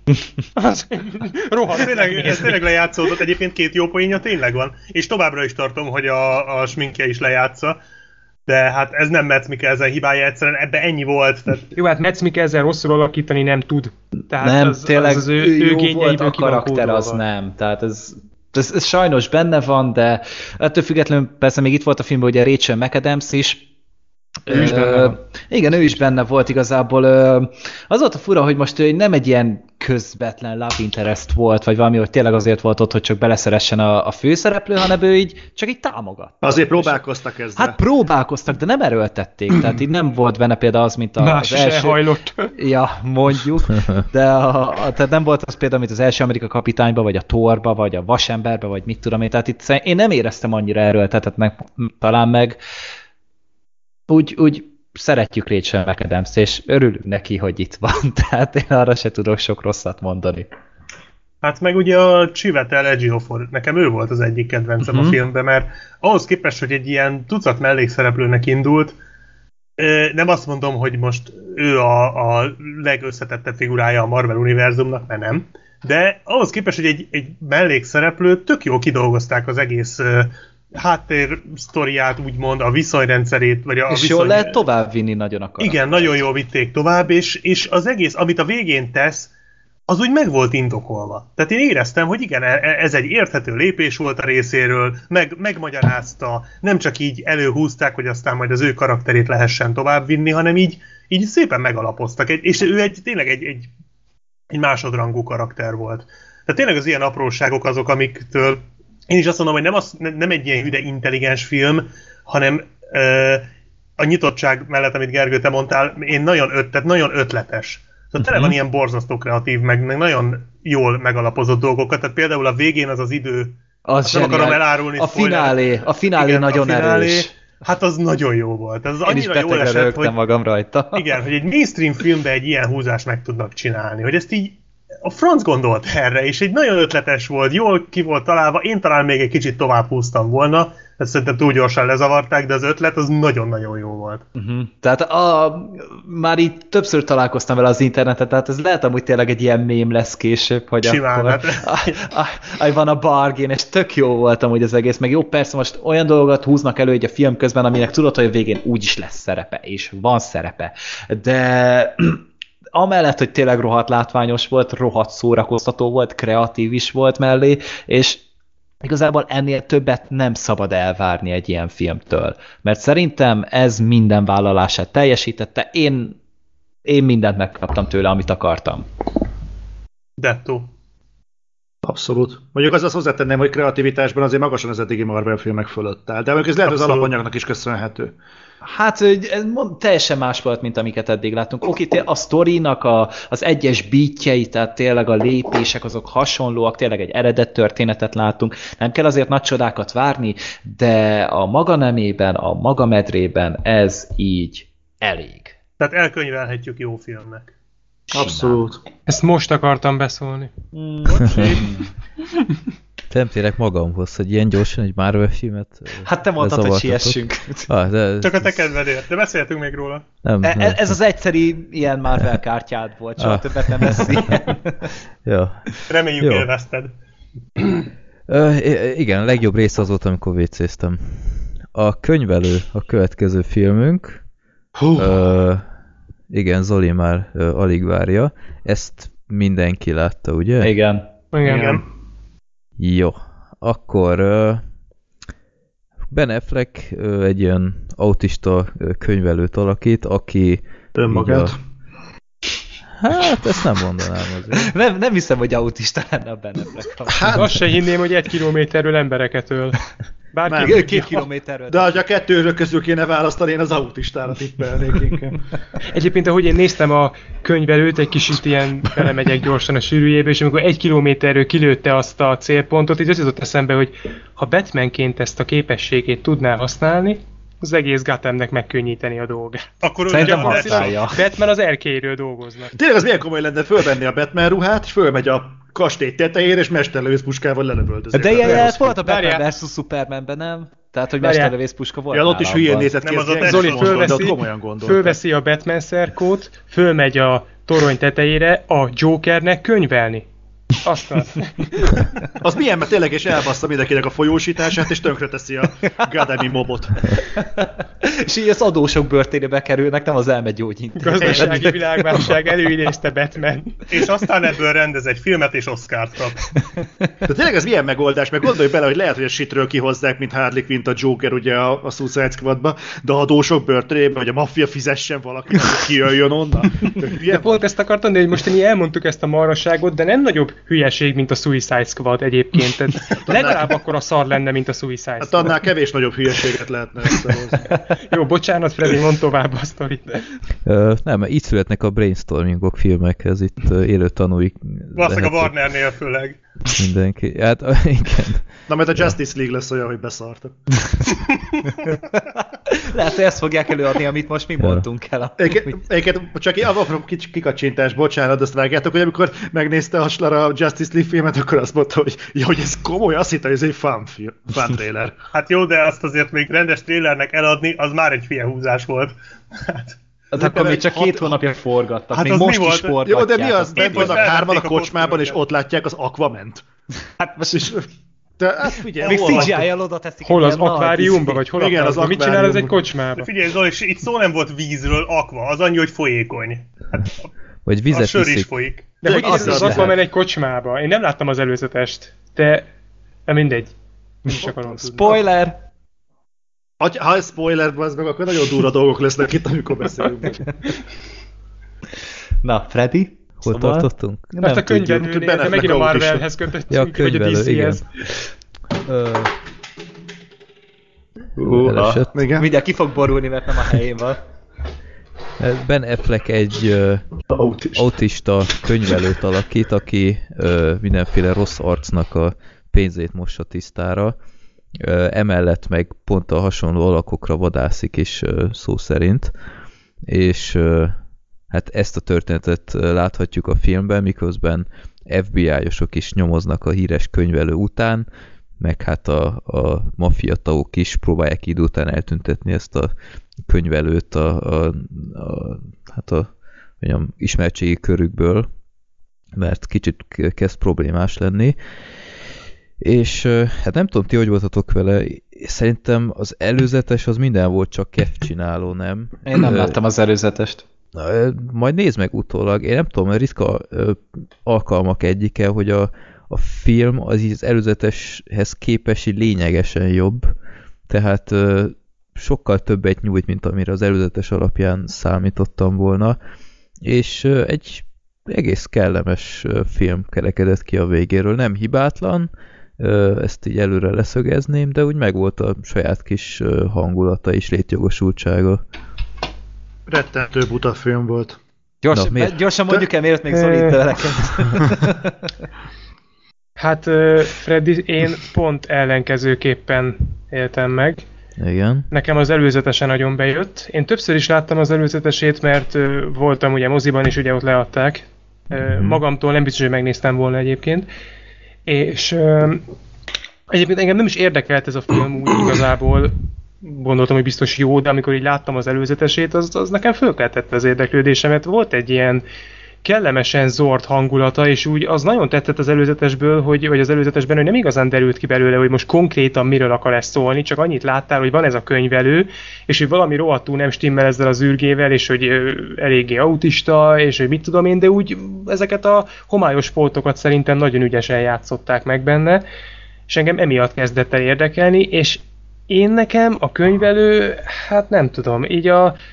Rohadt, tényleg, ez tényleg lejátszódott, egyébként két jó poénja tényleg van. És továbbra is tartom, hogy a, a sminkje is lejátsza. De hát ez nem Mads Mikkelsen hibája, egyszerűen ebbe ennyi volt. Tehát... Jó, hát Mads Mikkelsen rosszul alakítani nem tud. Tehát nem, az, tényleg az az ő, ő ő jó volt, a karakter az van. nem. Tehát ez, ez, ez sajnos benne van, de ettől függetlenül persze még itt volt a filmben ugye Rachel McAdams is. Ő is benne van. Igen, ő is benne volt igazából. Az volt a fura, hogy most ő nem egy ilyen közvetlen love interest volt, vagy valami, hogy tényleg azért volt ott, hogy csak beleszeressen a, a főszereplő, hanem ő így csak így támogat. Azért próbálkoztak ezzel. Hát próbálkoztak, de nem erőltették, tehát így nem volt benne például az, mint a, Más az első... elhajlott. Ja, mondjuk, de a, a, tehát nem volt az például, mint az első Amerika kapitányba, vagy a Thorba, vagy a Vasemberbe, vagy mit tudom én, tehát itt én nem éreztem annyira erőltetetnek talán meg. Úgy, úgy szeretjük Rachel McAdams-t, és örülünk neki, hogy itt van, tehát én arra se tudok sok rosszat mondani. Hát meg ugye a Chiwetel Ejiofor, nekem ő volt az egyik kedvencem uh-huh. a filmben, mert ahhoz képest, hogy egy ilyen tucat mellékszereplőnek indult, nem azt mondom, hogy most ő a, a legösszetettebb figurája a Marvel univerzumnak, mert nem, de ahhoz képest, hogy egy, egy mellékszereplő, tök jól kidolgozták az egész háttér sztoriát, úgymond, a viszonyrendszerét, vagy a és viszony... jól lehet továbbvinni nagyon a karaktert. Igen, nagyon jól vitték tovább, és, és az egész, amit a végén tesz, az úgy meg volt indokolva. Tehát én éreztem, hogy igen, ez egy érthető lépés volt a részéről, meg, megmagyarázta, nem csak így előhúzták, hogy aztán majd az ő karakterét lehessen továbbvinni, hanem így, így szépen megalapoztak, és ő egy, tényleg egy, egy, egy másodrangú karakter volt. Tehát tényleg az ilyen apróságok azok, amiktől én is azt mondom, hogy nem, az, nem egy ilyen hüde intelligens film, hanem ö, a nyitottság mellett, amit Gergő, te mondtál, én nagyon, öt, tehát nagyon ötletes. Szóval uh-huh. tele van ilyen borzasztó kreatív, meg, meg nagyon jól megalapozott dolgokat. Tehát például a végén az az idő, az nem akarom elárulni. A finálé, a finálé igen, nagyon a finálé, erős. Hát az nagyon jó volt. Ez én annyira is jól esett, hogy, magam rajta. Igen, hogy egy mainstream filmben egy ilyen húzást meg tudnak csinálni. Hogy ezt így a franc gondolt erre, és egy nagyon ötletes volt, jól ki volt találva, én talán még egy kicsit tovább húztam volna, ezt szerintem túl gyorsan lezavarták, de az ötlet az nagyon-nagyon jó volt. Uh-huh. Tehát a, már így többször találkoztam vele az interneten, tehát ez lehet amúgy tényleg egy ilyen mém lesz később, hogy simán, akkor I van a bargain, és tök jó volt amúgy az egész, meg jó, persze most olyan dolgokat húznak elő egy a film közben, aminek tudod, hogy a végén úgyis lesz szerepe, és van szerepe, de amellett, hogy tényleg rohadt látványos volt, rohadt szórakoztató volt, kreatív is volt mellé, és igazából ennél többet nem szabad elvárni egy ilyen filmtől. Mert szerintem ez minden vállalását teljesítette. Én, én mindent megkaptam tőle, amit akartam. Dettó. Abszolút. Mondjuk az azt hozzátenném, hogy kreativitásban azért magasan az eddigi Marvel filmek fölött áll. De mondjuk ez lehet, hogy az alapanyagnak is köszönhető. Hát ez teljesen más volt, mint amiket eddig láttunk. Oké, a sztorinak a, az egyes beatjei, tehát tényleg a lépések azok hasonlóak, tényleg egy eredet történetet látunk. Nem kell azért nagy csodákat várni, de a maga nemében, a maga medrében ez így elég. Tehát elkönyvelhetjük jó filmnek. Abszolút. Ezt most akartam beszólni. Mm. Nem térek magamhoz, hogy ilyen gyorsan egy Marvel filmet. Hát te mondtad, hogy siessünk. Ah, de... Csak a te kedvedért, de beszéltünk még róla. Nem, e- nem. Ez az egyszeri ilyen Marvel kártyád volt, csak ah. többet nem lesz ilyen. Ja. Reméljük Jó. élvezted. Uh, igen, a legjobb része az volt, amikor vécéztem. A könyvelő a következő filmünk. Uh, igen, Zoli már uh, alig várja. Ezt mindenki látta, ugye? Igen. Igen. igen. Jó, akkor uh, Ben Affleck uh, egy ilyen autista uh, könyvelőt alakít, aki... Önmagát? A... Hát, ezt nem mondanám azért. nem, nem hiszem, hogy autista lenne a Ben Affleck. Hát, azt se hinném, hogy egy kilométerről embereket öl. Bárki Nem, két kilométerről. De ha a kettőről közül kéne választani, én az autistára tippelnék inkább. Egyébként, ahogy én néztem a könyvelőt, egy kicsit ilyen belemegyek gyorsan a sűrűjébe, és amikor egy kilométerről kilőtte azt a célpontot, így az jutott eszembe, hogy ha Batmanként ezt a képességét tudná használni, az egész Gothamnek megkönnyíteni a dolgát. Akkor Szerintem ugyan- használja. Batman az erkélyről dolgoznak. Tényleg az milyen komoly lenne fölvenni a Batman ruhát, és fölmegy a kastély tetejére, és mesterlövészpuskával lelövöldözik. De ilyen jelent volt a Batman Várjál. versus Supermanben, nem? Tehát, hogy Várjál. mesterlövészpuska volt Ja, ott is nálam hülyén van. nézett ki, Nem, ez az a ilyen Zoli gondolt, de ott fölveszi, komolyan gondolt. fölveszi a Batman szerkót, fölmegy a torony tetejére a Jokernek könyvelni. Aztán. Az milyen, mert tényleg és elbassza mindenkinek a folyósítását, és tönkreteszi a Gothami mobot. És így az adósok börténébe kerülnek, nem az elmegyógyintézet. Gazdasági világválság előidézte Batman. És aztán ebből rendez egy filmet, és Oscart kap. De tényleg ez milyen megoldás, meg gondolj bele, hogy lehet, hogy a shitről kihozzák, mint Harley Quinn a Joker ugye a, a Suicide Squadba, de a adósok börtönében, vagy a maffia fizessen valaki, hogy kijöjjön onnan. De pont ezt akartam, de hogy most mi elmondtuk ezt a marhaságot, de nem nagyobb hülyeség, mint a Suicide Squad egyébként. Tehát legalább akkor a szar lenne, mint a Suicide Hát Squad. annál kevés nagyobb hülyeséget lehetne összehozni. Jó, bocsánat, Freddy, mondd tovább a sztorit. Ö, nem, mert így születnek a brainstormingok filmekhez, itt ö, élő tanúik Valószínűleg a lehetnek Warnernél főleg. mindenki. Hát ö, igen. Na, mert a Justice League lesz olyan, hogy beszartak. Lehet, hogy ezt fogják előadni, amit most mi mondtunk el. Egyébként, egyébként csak egy apró kics- kikacsintás, bocsánat, azt vágjátok, hogy amikor megnézte a Slar a Justice League filmet, akkor azt mondta, hogy, ja, hogy ez komoly, azt hitte, hogy ez egy fun, film, fun trailer. Hát jó, de azt azért még rendes trailernek eladni, az már egy fiehúzás volt. Hát, Hát akkor még csak két hónapja forgattak, Hát még az mi most volt? is Jó, forgatják. Jó, de mi az? Épp, Bent hogy vannak hárman a felvették a kocsmában, és kosztümöket. ott látják az Aquament. Hát most is... De hát figyelj, Még hol cé van? gé í-jel oda teszik. Hol egy az ilyen nagy akváriumba, izé- vagy hol Igen, a az francba? Mit csinál ez egy akváriumban. kocsmába? figyelj Zoli, itt szó nem volt vízről, akva, az annyi, hogy folyékony. Hát, Vagy a vizet sör is iszik. folyik. De hogy Azt az az lehet. Aquaman egy kocsmába? Én nem láttam az előzetest, de... de mindegy. Nem is akarom tudni. Spoiler! Ha, ha ez spoiler, az meg, akkor nagyon durva dolgok lesznek itt, amikor beszélünk. Na, Freddy? Hol Szóval- tartottunk? Most a tudjuk. könyvelőnél, de Benne megint a Affleck Marvelhez Ja, a kötöttünk, vagy a könyvelő, dé céhez. Ö, Hú, elesett. Igen. mindjárt ki fog borulni, mert nem a helyén van. Ben Affleck egy ö, Autista. autista könyvelőt alakít, aki ö, mindenféle rossz arcnak a pénzét mossa tisztára. Ö, emellett meg pont a hasonló alakokra vadászik is ö, szó szerint. És ö, hát ezt a történetet ö, láthatjuk a filmben, miközben ef bé í-osok is nyomoznak a híres könyvelő után, meg hát a, a maffia tagok is próbálják idő után eltüntetni ezt a könyvelőt a, a, a, hát a mondjam, ismertségi körükből, mert kicsit kezd problémás lenni. És hát nem tudom, ti hogy voltatok vele, szerintem az előzetes az minden volt, csak kef csináló, nem? Én nem Ö, láttam az előzetest. Na, ö, majd nézd meg utólag. Én nem tudom, mert ritka ö, alkalmak egyike, hogy a, a film az így az előzeteshez képest így lényegesen jobb. Tehát ö, sokkal többet nyújt, mint amire az előzetes alapján számítottam volna. És ö, egy egész kellemes ö, film kerekedett ki a végéről. Nem hibátlan, ö, ezt így előre leszögezném, de úgy megvolt a saját kis ö, hangulata és létjogosultsága. Rettentő buta film volt. Gyors, Na, miért? gyorsan mondjuk el, miért még Zoli tőleket. Hát ö, Freddy, én pont ellenkezőképpen éltem meg. Igen. Nekem az előzetesen nagyon bejött. Én többször is láttam az előzetesét, mert ö, voltam ugye moziban, és ugye ott leadták. Ö, Mhm. Magamtól nem biztos, hogy megnéztem volna egyébként. És ö, egyébként engem nem is érdekelt ez a film úgy igazából. Gondoltam, hogy biztos jó, de amikor így láttam az előzetesét, az, az nekem fölkeltette az érdeklődésemet. Volt egy ilyen kellemesen zord hangulata, és úgy az nagyon tetszett az előzetesből, hogy, vagy az előzetesben, hogy nem igazán derült ki belőle, hogy most konkrétan miről akar ezt szólni, csak annyit láttál, hogy van ez a könyvelő, és hogy valami rohadtul nem stimmel ezzel az űrgével, és hogy ö, eléggé autista, és hogy mit tudom én, de úgy ezeket a homályos pótokat szerintem nagyon ügyesen játszották meg benne, és engem emiatt kezdett el érdekelni, és én nekem a könyvelő, hát nem tudom, így a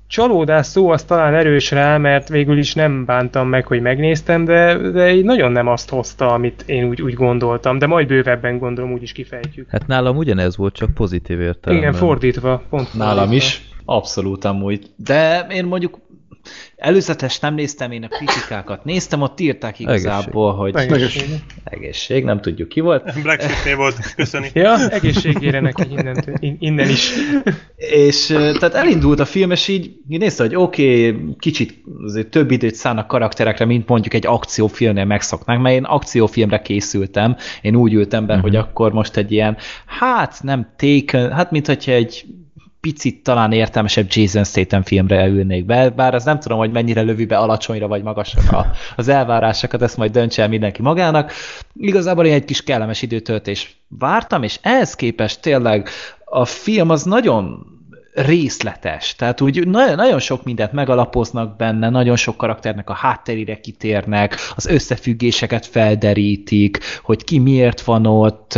csalódás szó az talán erős rá, mert végül is nem bántam meg, hogy megnéztem, de, de így nagyon nem azt hozta, amit én úgy, úgy gondoltam, de majd bővebben gondolom, úgy is kifejtjük. Hát nálam ugyanez volt, csak pozitív értelemben. Igen, fordítva. Pont Nálam fordítva. is. Abszolút amúgy. De én mondjuk előzetes nem néztem én a kritikákat. Néztem, ott írták igazából, hogy Egészség. egészség, nem tudjuk ki volt. Black Sheep-nél volt, köszöni. Ja, egészségére neki innen, innen is. És tehát elindult a film, és így, így nézte, hogy oké, okay, kicsit azért több időt szánnak karakterekre, mint mondjuk egy akciófilmnél megszoknánk, mert én akciófilmre készültem, én úgy ültem be, uh-huh. hogy akkor most egy ilyen, hát nem Taken, hát mint hogyha egy picit talán értelmesebb Jason Statham filmre ülnék be, bár az nem tudom, hogy mennyire lövi be alacsonyra vagy magasra az elvárásokat, ezt majd döntse el mindenki magának. Igazából én egy kis kellemes időtöltést vártam, és ehhez képest tényleg a film az nagyon részletes, tehát úgy nagyon, nagyon sok mindent megalapoznak benne, nagyon sok karakternek a hátterére kitérnek, az összefüggéseket felderítik, hogy ki miért van ott,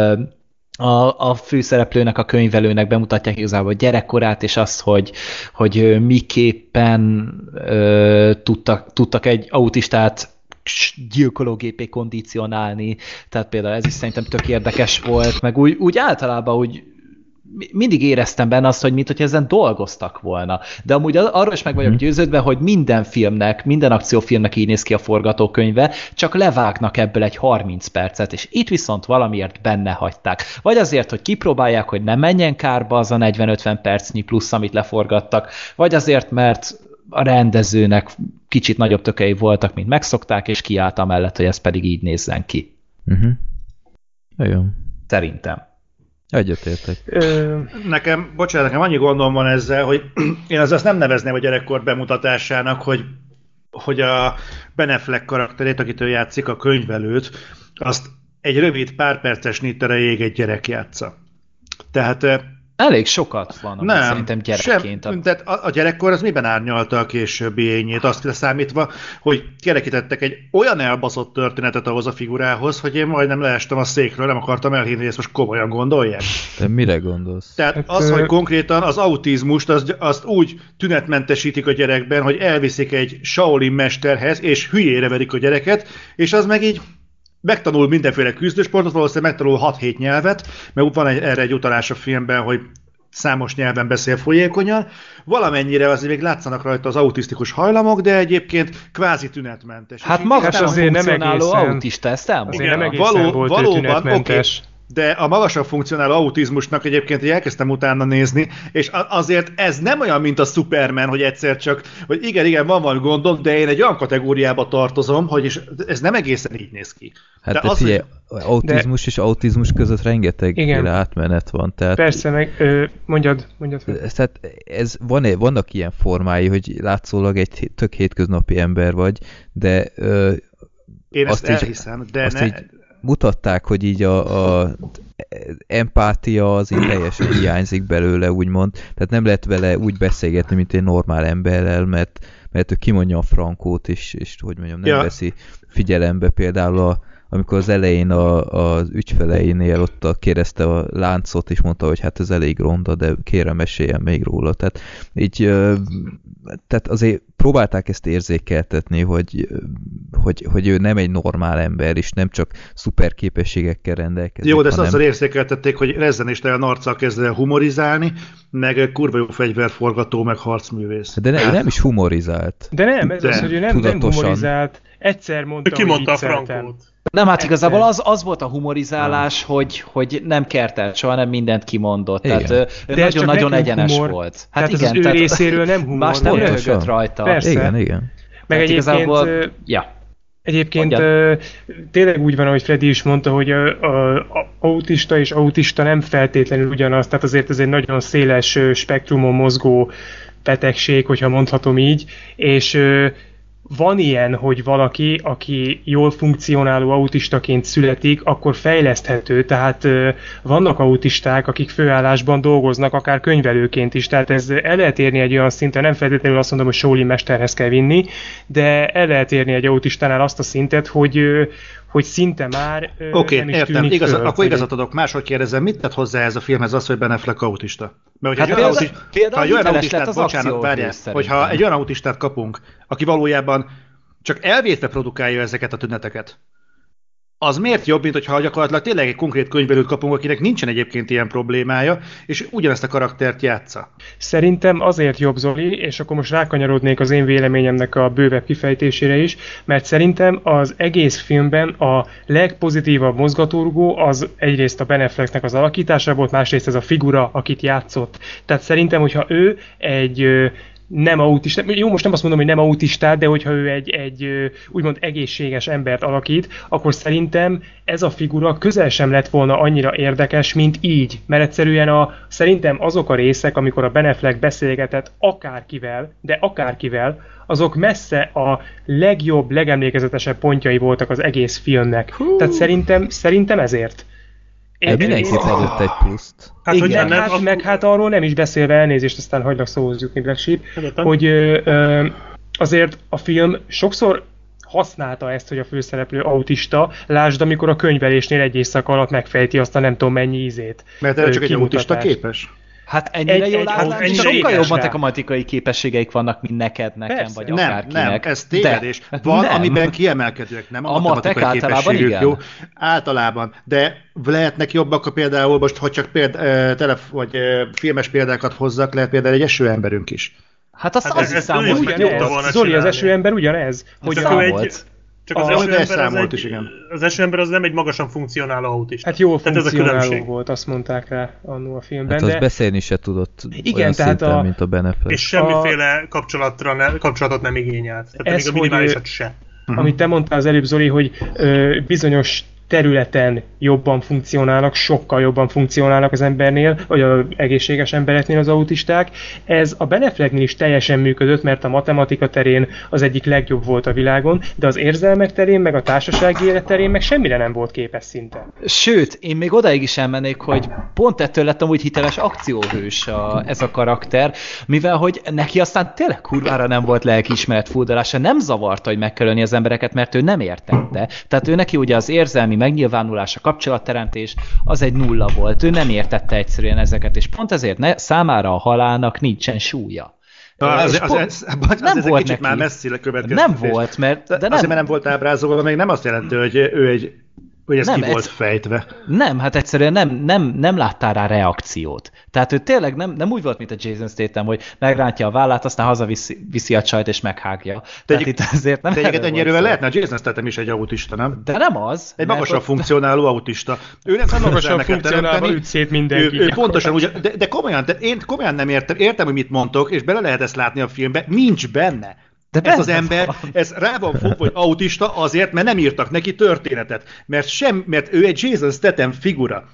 A, a főszereplőnek, a könyvelőnek bemutatják igazából a gyerekkorát, és azt, hogy, hogy miképpen ö, tudtak, tudtak egy autistát gyilkológépé kondicionálni, tehát például ez is szerintem tök érdekes volt, meg úgy, úgy általában úgy mindig éreztem benne azt, hogy mint hogy ezen dolgoztak volna. De amúgy arról is meg vagyok győződve, hogy minden filmnek, minden akciófilmnek így néz ki a forgatókönyve, csak levágnak ebből egy harminc percet, és itt viszont valamiért benne hagyták. Vagy azért, hogy kipróbálják, hogy ne menjen kárba az a negyven-ötven percnyi plusz, amit leforgattak, vagy azért, mert a rendezőnek kicsit nagyobb tökei voltak, mint megszokták, és kiállt amellett, hogy ez pedig így nézzen ki. Uh-huh. Jó. Szerintem. Egyetértek. Ö... Nekem, bocsánat, nekem annyi gondom van ezzel, hogy én az azt nem nevezném a gyerekkor bemutatásának, hogy, hogy a Ben Affleck karakterét, akit ő játszik, a könyvelőt, azt egy rövid pár perces nit erejéig egy gyerek játsza. Tehát elég sokat van, nem, szerintem gyerekként. Sem, tehát a, a gyerekkor az miben árnyalta a későbbi ényét, azt leszámítva, hogy kerekítettek egy olyan elbaszott történetet ahhoz a figurához, hogy én majdnem leestem a székről, nem akartam elhinni, hogy ezt most komolyan gondolják. Te mire gondolsz? Tehát hát, az, hogy konkrétan az autizmust, az, azt úgy tünetmentesítik a gyerekben, hogy elviszik egy Shaolin mesterhez, és hülyére verik a gyereket, és az meg így megtanul mindenféle küzdősportot, valószínűleg megtanul hat-hét nyelvet, mert van egy, erre egy utalás a filmben, hogy számos nyelven beszél folyékonyan. Valamennyire azért még látszanak rajta az autisztikus hajlamok, de egyébként kvázi tünetmentes. Hát maga sem azért nem funkcionáló egészen, autista, ezt elmondja. Azért nem egészen Való, volt valóban, tünetmentes. Okay, de a magasabb funkcionáló autizmusnak egyébként így elkezdtem utána nézni, és azért ez nem olyan, mint a Superman, hogy egyszer csak, hogy igen, igen, van valami gondom, de én egy olyan kategóriába tartozom, hogy ez nem egészen így néz ki. Hát de de az, figyelj, hogy... autizmus de... és autizmus között rengeteg átmenet van. Tehát... Persze, meg ö, mondjad, mondjad. Tehát ez, van, vannak ilyen formái, hogy látszólag egy tök hétköznapi ember vagy, de ö, én azt ezt így, elhiszem, de azt ne... így mutatták, hogy így a, a empátia az így teljesen hiányzik belőle, úgymond. Tehát nem lehet vele úgy beszélgetni, mint egy normál emberrel, mert, mert ő kimondja a frankót, és, és hogy mondjam, nem ja. veszi figyelembe például a amikor az elején a, az ügyfeleinél ott a, kérdezte a láncot, és mondta, hogy hát ez elég ronda, de kérem, meséljen még róla. Tehát így, tehát azért próbálták ezt érzékeltetni, hogy, hogy, hogy ő nem egy normál ember, és nem csak szuper képességekkel rendelkezik. Jó, de ezt hanem... azzal érzékeltették, hogy rezzenéstelen arccal kezd el humorizálni, meg kurva jó fegyverforgató, meg harcművész. De ne, nem is humorizált. De nem, ez de. az, hogy ő nem, nem humorizált. Egyszer mondta, ki mondta a frankót. Nem, hát igazából az, az volt a humorizálás, hogy, hogy nem kertelt soha, nem mindent kimondott. Igen. Tehát nagyon-nagyon egyenes humor. Volt. Hát tehát igen, az ő tehát részéről nem humor. Más nem röhögött rajta. Persze. Igen, igen. Meg egyébként, igazából, ja. egyébként uh, tényleg úgy van, ahogy Freddy is mondta, hogy a, a, a autista és autista nem feltétlenül ugyanaz, tehát azért ez egy nagyon széles spektrumon mozgó betegség, hogyha mondhatom így, és uh, van ilyen, hogy valaki, aki jól funkcionáló autistaként születik, akkor fejleszthető, tehát ö, vannak autisták, akik főállásban dolgoznak, akár könyvelőként is, tehát ez el lehet érni egy olyan szinten, nem feltétlenül azt mondom, hogy Shaolin mesterhez kell vinni, de el lehet érni egy autistánál azt a szintet, hogy, ö, hogy szinte már Oké, okay, nem is értem, tűnik igaz, föl, akkor igazat adok, máshogy kérdezem, mit tett hozzá ez a filmhez az, hogy Ben Affleck autista? Mert Hát hogy egy olyan, például- auti- például ha egy olyan hiteles lett autistát, az bocsánat, várjál, akcióhős hogyha szerintem. egy olyan autistát kapunk, aki valójában csak elvétve produkálja ezeket a tüneteket, az miért jobb, mint hogyha gyakorlatilag tényleg egy konkrét könyvelőt kapunk, akinek nincsen egyébként ilyen problémája, és ugyanezt a karaktert játsza? Szerintem azért jobb, Zoli, és akkor most rákanyarodnék az én véleményemnek a bővebb kifejtésére is, mert szerintem az egész filmben a legpozitívabb mozgatórugó az egyrészt a Ben Afflecknek az alakítása volt, másrészt ez a figura, akit játszott. Tehát szerintem, hogyha ő egy ö, nem autista, jó, most nem azt mondom, hogy nem autistát, de hogyha ő egy, egy ö, úgymond egészséges embert alakít, akkor szerintem ez a figura közel sem lett volna annyira érdekes, mint így. Mert egyszerűen a, szerintem azok a részek, amikor a Ben Affleck beszélgetett akárkivel, de akárkivel, azok messze a legjobb, legemlékezetesebb pontjai voltak az egész filmnek. Hú. Tehát szerintem, szerintem ezért. De mindenkit adott egy pluszt. Hát, Igen, hogy meg, nem, hát, akkor... meg hát arról nem is beszélve, elnézést, aztán hagylak szóhoz jutni, Black Sheep, Adottam. hogy ö, ö, azért a film sokszor használta ezt, hogy a főszereplő autista, lásd, amikor a könyvelésnél egy éjszaka alatt megfejti azt a nem tudom mennyi ízét. Mert erre csak egy autista képes? Hát ennyire Egy- jól egy- állás, egy- sokkal egy- jobb egy- matematikai képességeik vannak, mint neked, nekem, Persze. vagy Nem, akárkinek. nem, ez tévedés. De, Van, nem. amiben kiemelkedőek, nem a, A matematikai matek általában képességük, igen. jó? Általában. De lehetnek jobbak, a például most, hogy csak péld, eh, telef, vagy eh, filmes példákat hozzak, lehet például egy esőemberünk is. Hát azt Hát az ez- is ez számos, ő is hogy meg jó. tudta volna Zoli, az csinálni. esőember ugyanez? Hogy Csak ő egy, számolt. csak az A- esőember az, számolt is, egy, igen. az esőember az nem egy magasan funkcionáló autista. Hát jó Tehát ez a funkcionáló különbség. volt, azt mondták rá annó a filmben, Hát az de beszélni se tudott Igen, olyan tehát szinten, a- mint a Ben Affleck. És semmiféle kapcsolatra ne, kapcsolatot nem igényelt. Tehát Ez, még a hogy minimálisat se. amit te mondtál az előbb, Zoli, hogy ö, bizonyos területen jobban funkcionálnak, sokkal jobban funkcionálnak az embernél, vagy az egészséges embereknél az autisták. Ez a Ben Afflecknél is teljesen működött, mert a matematika terén az egyik legjobb volt a világon, de az érzelmek terén, meg a társasági élet terén meg semmire nem volt képes szinte. Sőt, én még odaig is elmennék, hogy pont ettől lettem úgy hiteles akcióhős a, ez a karakter, mivel hogy neki aztán tényleg kurvára nem volt lelkiismeret furdalása, nem zavarta, hogy meg kell ölni az embereket, mert ő nem értette. Tehát ő neki ugye az érzelmi megnyilvánulás, a kapcsolatteremtés, az egy nulla volt. Ő nem értette egyszerűen ezeket, és pont ezért ne, számára a halálnak nincsen súlya. Na, És az, az, pont- az, az, az, nem ez egy volt kicsit neki. már messzire következtetés. Nem volt, mert... De Azért, nem, mert nem volt ábrázolva, még nem azt jelenti, hogy ő egy hogy ez Nem, ki volt ez- fejtve. Nem, hát egyszerűen nem, nem, nem láttál rá reakciót. Tehát ő tényleg nem, nem úgy volt, mint a Jason Statham, hogy megrántja a vállát, aztán hazaviszi viszi a csajt és meghágja. Tehát egy- itt azért nem De egyébként erről ennyire volt szó. lehetne, a Jason Statham is egy autista, nem? De nem az. Egy mert magasan ott- funkcionáló autista. Ő nem Nem tudott magasan ezzel neked funkcionálva teremteni. üt szét Ő, mindenki. ő pontosan úgy, de, de komolyan, de én komolyan nem értem, értem, hogy mit mondtok, és bele lehet ezt látni a filmbe, nincs benne. De ez az benne ember, van. ez rá van fogva, hogy autista azért, mert nem írtak neki történetet. Mert, sem, mert ő egy Jason Statham figura.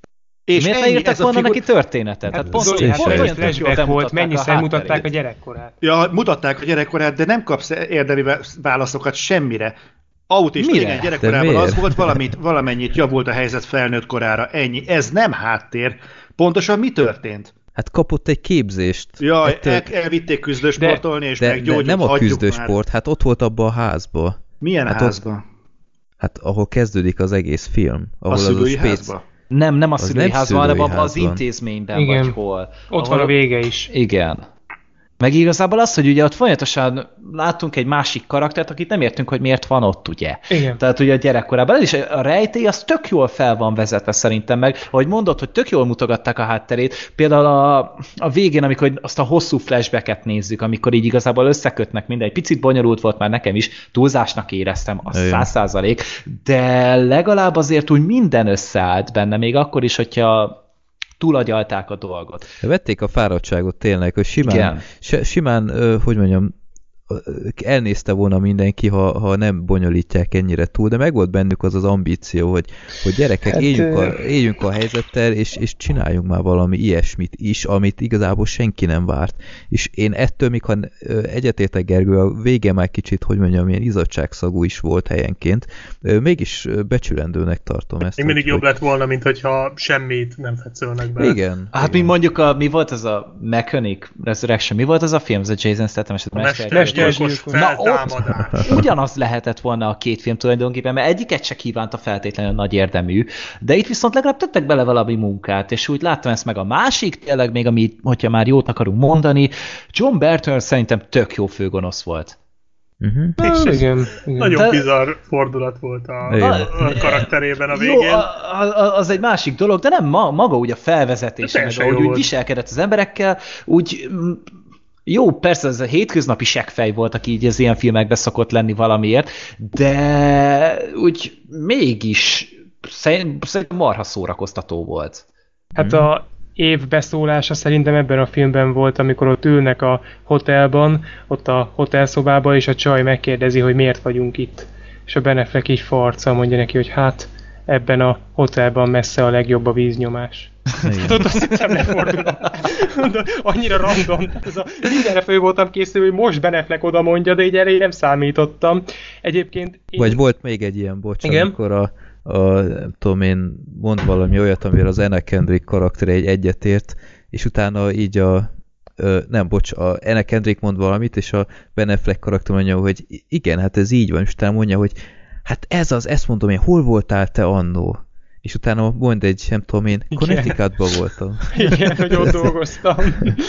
És miért ne ennyi, írtak ez a volna figur- neki történetet? Hát pont, Zoli, pont, hát pont ez olyan flashback tök jól Flashback volt, bemutatták mennyiszer a mutatták a hátterét. gyerekkorát. Ja, mutatták a gyerekkorát, de nem kapsz érdemi válaszokat semmire. Autista, Mire? igen, De gyerekkorában miért? az volt, valamit, valamennyit javult a helyzet felnőtt korára. Ennyi. Ez nem háttér. Pontosan mi történt? Hát kapott egy képzést. Jaj, Ettől- el, elvitték küzdősportolni, és de, de meggyógyult, nem a hagyjuk küzdősport, már. hát ott volt abban a házba. Milyen hát hát házba? Hát ahol kezdődik az egész film. A Ahol szülői az a házba? Nem, nem a Az szülői nem házban, hanem szülői abban az házban. intézményben Igen. vagy hol. Ott Ahol- van a vége is. Igen. Meg igazából az, hogy ugye ott folyamatosan látunk egy másik karaktert, akit nem értünk, hogy miért van ott, ugye. Igen. Tehát ugye a gyerekkorában. Ez is a rejtély, az tök jól fel van vezetve szerintem meg. Ahogy mondod, hogy tök jól mutogatták a hátterét. Például a, a végén, amikor azt a hosszú flashbacket nézzük, amikor így igazából összekötnek minden. Egy picit bonyolult volt már nekem is, túlzásnak éreztem, az Igen. száz százalék, de legalább azért úgy minden összeállt benne, még akkor is, hogyha túlagyalták a dolgot. Vették a fáradtságot tényleg, hogy simán, Igen. se, simán ö, hogy mondjam, ö, elnézte volna mindenki, ha, ha nem bonyolítják ennyire túl, de meg volt bennük az az ambíció, hogy, hogy gyerekek, hát, éljünk, a, éljünk a helyzettel, és, és csináljunk már valami ilyesmit is, amit igazából senki nem várt. És én ettől, mikor egyetértek Gergő, a vége már kicsit, hogy mondjam, ilyen izzadságszagú is volt helyenként, ö, mégis ö, becsülendőnek tartom ezt. Még mindig hogy- jobb lett volna, mint hogyha semmit nem fetszölnek be. Igen. Hát igen. mi mondjuk, a, mi volt ez a Mechanic Resurrection, mi volt ez a film, ez a Jason Statham eset? A Mester tömeggyilkos feltámadás. Ugyanaz lehetett volna a két film tulajdonképpen, mert egyiket se kívánta feltétlenül nagy érdemű, de itt viszont legalább tettek bele valami munkát, és úgy láttam ezt meg a másik, tényleg még, ami, hogyha már jót akarunk mondani, John Bertrand szerintem tök jó főgonosz volt. Uh-huh. És igen, igen. nagyon De- bizarr fordulat volt a, Igen. a karakterében a Jó, végén. a, a, az egy másik dolog, de nem ma, maga úgy a felvezetése, meg Teljesen ahogy jó úgy volt. viselkedett az emberekkel, úgy mm, jó, persze ez a hétköznapi seggfej volt, aki így az ilyen filmekben szokott lenni valamiért, de úgy mégis szerint- szerintem marha szórakoztató volt. Hát a év beszólása szerintem ebben a filmben volt, amikor ott ülnek a hotelban, ott a hotelszobában, és a csaj megkérdezi, hogy miért vagyunk itt. És a Ben Affleck így farccal mondja neki, hogy hát ebben a hotelban messze a legjobb a víznyomás. Tudod, azt hiszem lefordulom. Annyira random. Ez a, mindenre fő voltam készülő, hogy most Ben Affleck oda mondja, de így erre én nem számítottam. Egyébként... Én... Vagy volt még egy ilyen, bocs, Igen? amikor a, a, nem tudom én, mond valami olyat, amire az Anna Kendrick karaktere egy egyetért, és utána így a, ö, nem, bocs, a Anna Kendrick mond valamit, és a Ben Affleck karakter mondja, hogy igen, hát ez így van, és utána mondja, hogy hát ez az, ezt mondom én, hol voltál te annó? És utána mond egy, nem tudom én, Connecticutban voltam. Igen, hogy ott dolgoztam.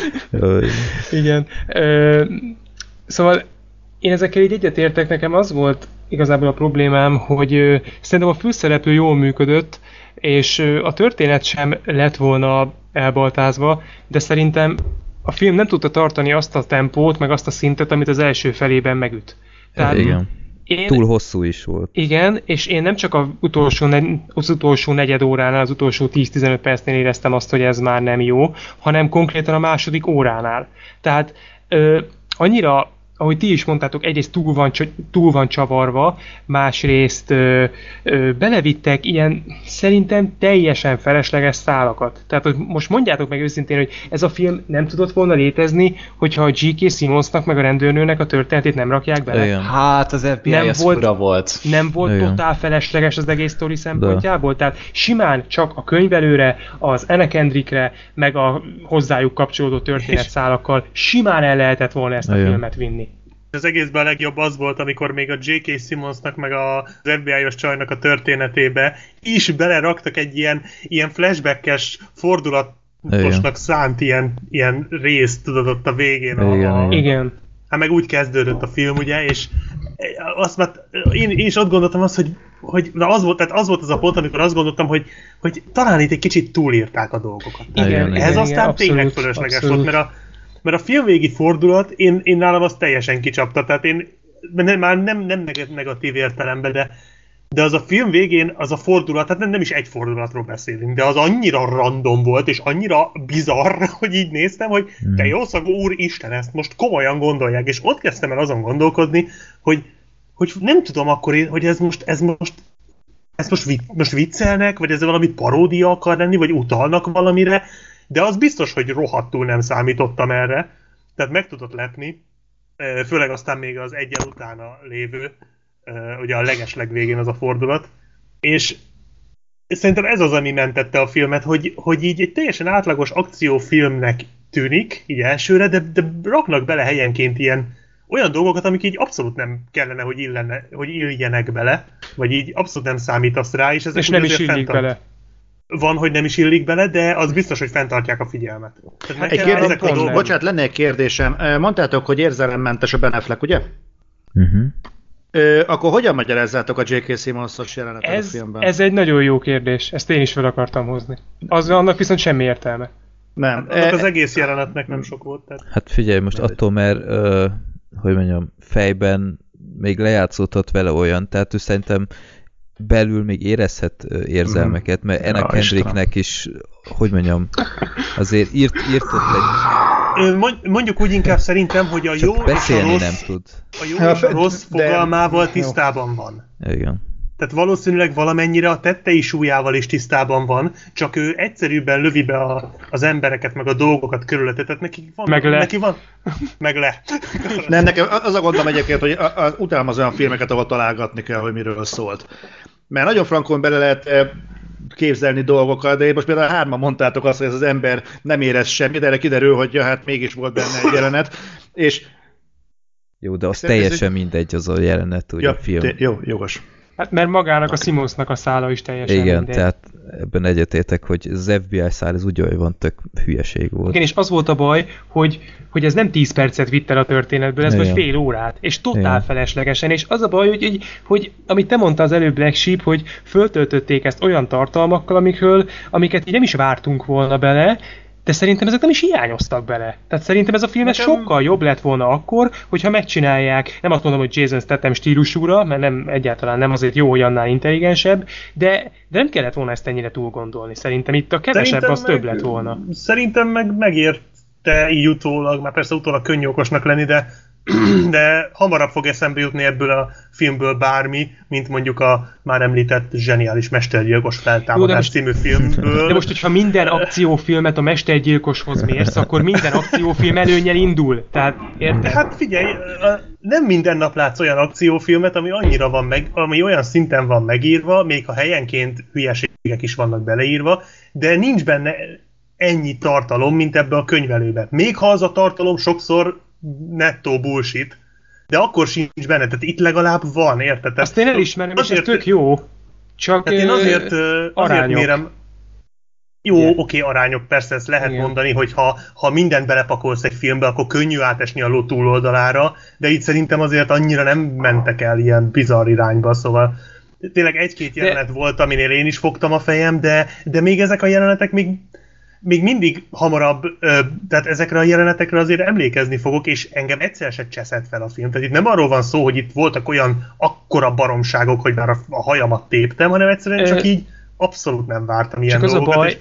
Ö, Igen. Ö, szóval én ezekkel így egyetértek, nekem az volt igazából a problémám, hogy ö, szerintem a főszereplő jól működött, és ö, a történet sem lett volna elbaltázva, de szerintem a film nem tudta tartani azt a tempót, meg azt a szintet, amit az első felében megüt. Tehát igen. én, Túl hosszú is volt. igen, és én nem csak az utolsó, ne- az utolsó negyed óránál, az utolsó tíz-tizenöt percnél éreztem azt, hogy ez már nem jó, hanem konkrétan a második óránál. Tehát ö, annyira, ahogy ti is mondtátok, egyrészt túl van, csa- túl van csavarva, másrészt ö, ö, belevittek ilyen szerintem teljesen felesleges szálakat. Tehát hogy most mondjátok meg őszintén, hogy ez a film nem tudott volna létezni, hogyha a gé ká. Simmonsnak meg a rendőrnőnek a történetét nem rakják bele. Igen. Hát az ef bé i Nem az volt- fura volt. Nem volt Igen. totál felesleges az egész sztori szempontjából? Tehát simán csak a könyvelőre, az Anna Kendrickre, meg a hozzájuk kapcsolódó történetszálakkal simán el lehetett volna ezt a Igen. filmet vinni. Az egészben a legjobb az volt, amikor még a gé ká. Simmonsnak meg az ef bé i-os csajnak a történetébe is beleraktak egy ilyen, ilyen flashbackes fordulatosnak szánt ilyen, ilyen részt, tudod, ott a végén. A, Igen, a, igen. Igen. Hát meg úgy kezdődött a film, ugye, és azt már, én, én is ott gondoltam azt, hogy, hogy na az volt, tehát az volt az a pont, amikor azt gondoltam, hogy, hogy talán itt egy kicsit túlírták a dolgokat. Igen, Igen, Ez igen, aztán igen, tényleg abszolút, fölösleges abszolút. volt, mert a, mert a filmvégi fordulat, én, én nálam az teljesen kicsapta, tehát én nem, már nem, nem negatív értelemben, de, de az a film végén, az a fordulat, tehát nem, nem is egy fordulatról beszélünk, de az annyira random volt, és annyira bizarr, hogy így néztem, hogy te jószagú úr Isten, ezt most komolyan gondolják, és ott kezdtem el azon gondolkodni, hogy, hogy nem tudom akkor, én, hogy ez most, ez most ezt most, vic, most viccelnek, vagy ez valami paródia akar lenni, vagy utalnak valamire, de az biztos, hogy rohadtul nem számítottam erre. Tehát meg tudott lepni, főleg aztán még az egyen utána lévő, ugye a legesleg végén az a fordulat. És szerintem ez az, ami mentette a filmet, hogy, hogy így egy teljesen átlagos akciófilmnek tűnik, így elsőre, de, de raknak bele helyenként ilyen olyan dolgokat, amik így abszolút nem kellene, hogy, illene, hogy illjenek bele, vagy így abszolút nem számítasz rá, és ezek És nem is azért illik fenntart- bele. Van, hogy nem is illik bele, de az biztos, hogy fenntartják a figyelmet. Tehát Egy nekem kérdés, ezek a pont dolgok... bocsánat, lenne egy kérdésem. Mondtátok, hogy érzelemmentes a Ben Affleck, ugye? Uh-huh. Ö, akkor hogyan magyarázzátok a gé ká. Simmons-os jelenetet a Ez, filmben? ez egy nagyon jó kérdés. Ezt én is fel akartam hozni. Az, annak viszont semmi értelme. Nem. Annak az E- egész jelenetnek nem sok volt. Tehát... Hát figyelj, most attól, mert ö, hogy mondjam, fejben még lejátszódhat vele olyan, tehát ő szerintem belül még érezhet ö, érzelmeket, mert Anna Ja, Kendricknek is, hogy mondjam, azért írt, írt ott egy, Ö, mond- Mondjuk úgy inkább szerintem, hogy a jó csak és a beszélni rossz, nem tud. a jó Ja, és a rossz de- fogalmával tisztában van. Igen. Tehát valószínűleg valamennyire a tettei súlyával is tisztában van, csak ő egyszerűbben lövi be a, az embereket, meg a dolgokat körülötte. Tehát neki van... Meg le. Neki van... Meg le. Nem, nekem az a gondom egyébként, hogy a, a, utálom az olyan filmeket, ahol találgatni kell, hogy miről szólt. Mert nagyon frankon bele lehet eh, képzelni dolgokat, de én most például hárman mondtátok azt, hogy ez az ember nem érez semmit, de erre kiderül, hogy ja, hát mégis volt benne egy jelenet. És Jó, de az Szerintem teljesen ez mindegy az a jelenet, ugye Ja, a film. te, jó, jogos. Hát mert magának a Simonsnak a szála is teljesen Igen, mindegy. tehát ebben egyetértek, hogy az ef bé i szál ez úgy van, tök hülyeség volt. Igen, és az volt a baj, hogy, hogy ez nem tíz percet vitt el a történetből, ez Igen. vagy fél órát, és totál Igen. feleslegesen, és az a baj, hogy, hogy, hogy amit te mondtál az előbb, Black Sheep, hogy föltöltötték ezt olyan tartalmakkal, amikről, amiket így nem is vártunk volna bele, de szerintem ezek nem is hiányoztak bele. Tehát szerintem ez a film Nekem... sokkal jobb lett volna akkor, hogyha megcsinálják, nem azt mondom, hogy Jason Statham stílusúra, mert nem, egyáltalán nem, azért jó, hogy annál intelligensebb, de, de nem kellett volna ezt ennyire túl gondolni. Szerintem itt a kevesebb Szerintem az meg, több lett volna. Szerintem meg megérte így utólag, már persze utólag könnyű okosnak lenni, de, de hamarabb fog eszembe jutni ebből a filmből bármi, mint mondjuk a már említett zseniális Mestergyilkos feltámadás Jó, című filmből. De most, hogyha minden akciófilmet a Mestergyilkoshoz mérsz, akkor minden akciófilm előnnyel indul. Tehát, érted? Hát figyelj, nem minden nap látsz olyan akciófilmet, ami annyira van meg, ami olyan szinten van megírva, még ha helyenként hülyeségek is vannak beleírva, de nincs benne ennyi tartalom, mint ebbe a könyvelőbe. Még ha az a tartalom sokszor nettó bullshit, de akkor sincs benne, tehát itt legalább van, érted? Tehát azt én elismerem, és ez azért, tök jó. Csak tehát én azért, azért arányok. mérem, jó, Igen. oké, arányok, persze ezt lehet Igen. mondani, hogy ha, ha mindent belepakolsz egy filmbe, akkor könnyű átesni a ló túloldalára, de itt szerintem azért annyira nem mentek el ilyen bizarr irányba, szóval tényleg egy-két jelenet de... volt, aminél én is fogtam a fejem, de, de még ezek a jelenetek még, még mindig hamarabb, ö, tehát ezekre a jelenetekre azért emlékezni fogok, és engem egyszer se cseszett fel a film. Tehát itt nem arról van szó, hogy itt voltak olyan akkora baromságok, hogy már a, a hajamat téptem, hanem egyszerűen csak így abszolút nem vártam ilyen csak dolgokat. Az a baj... És,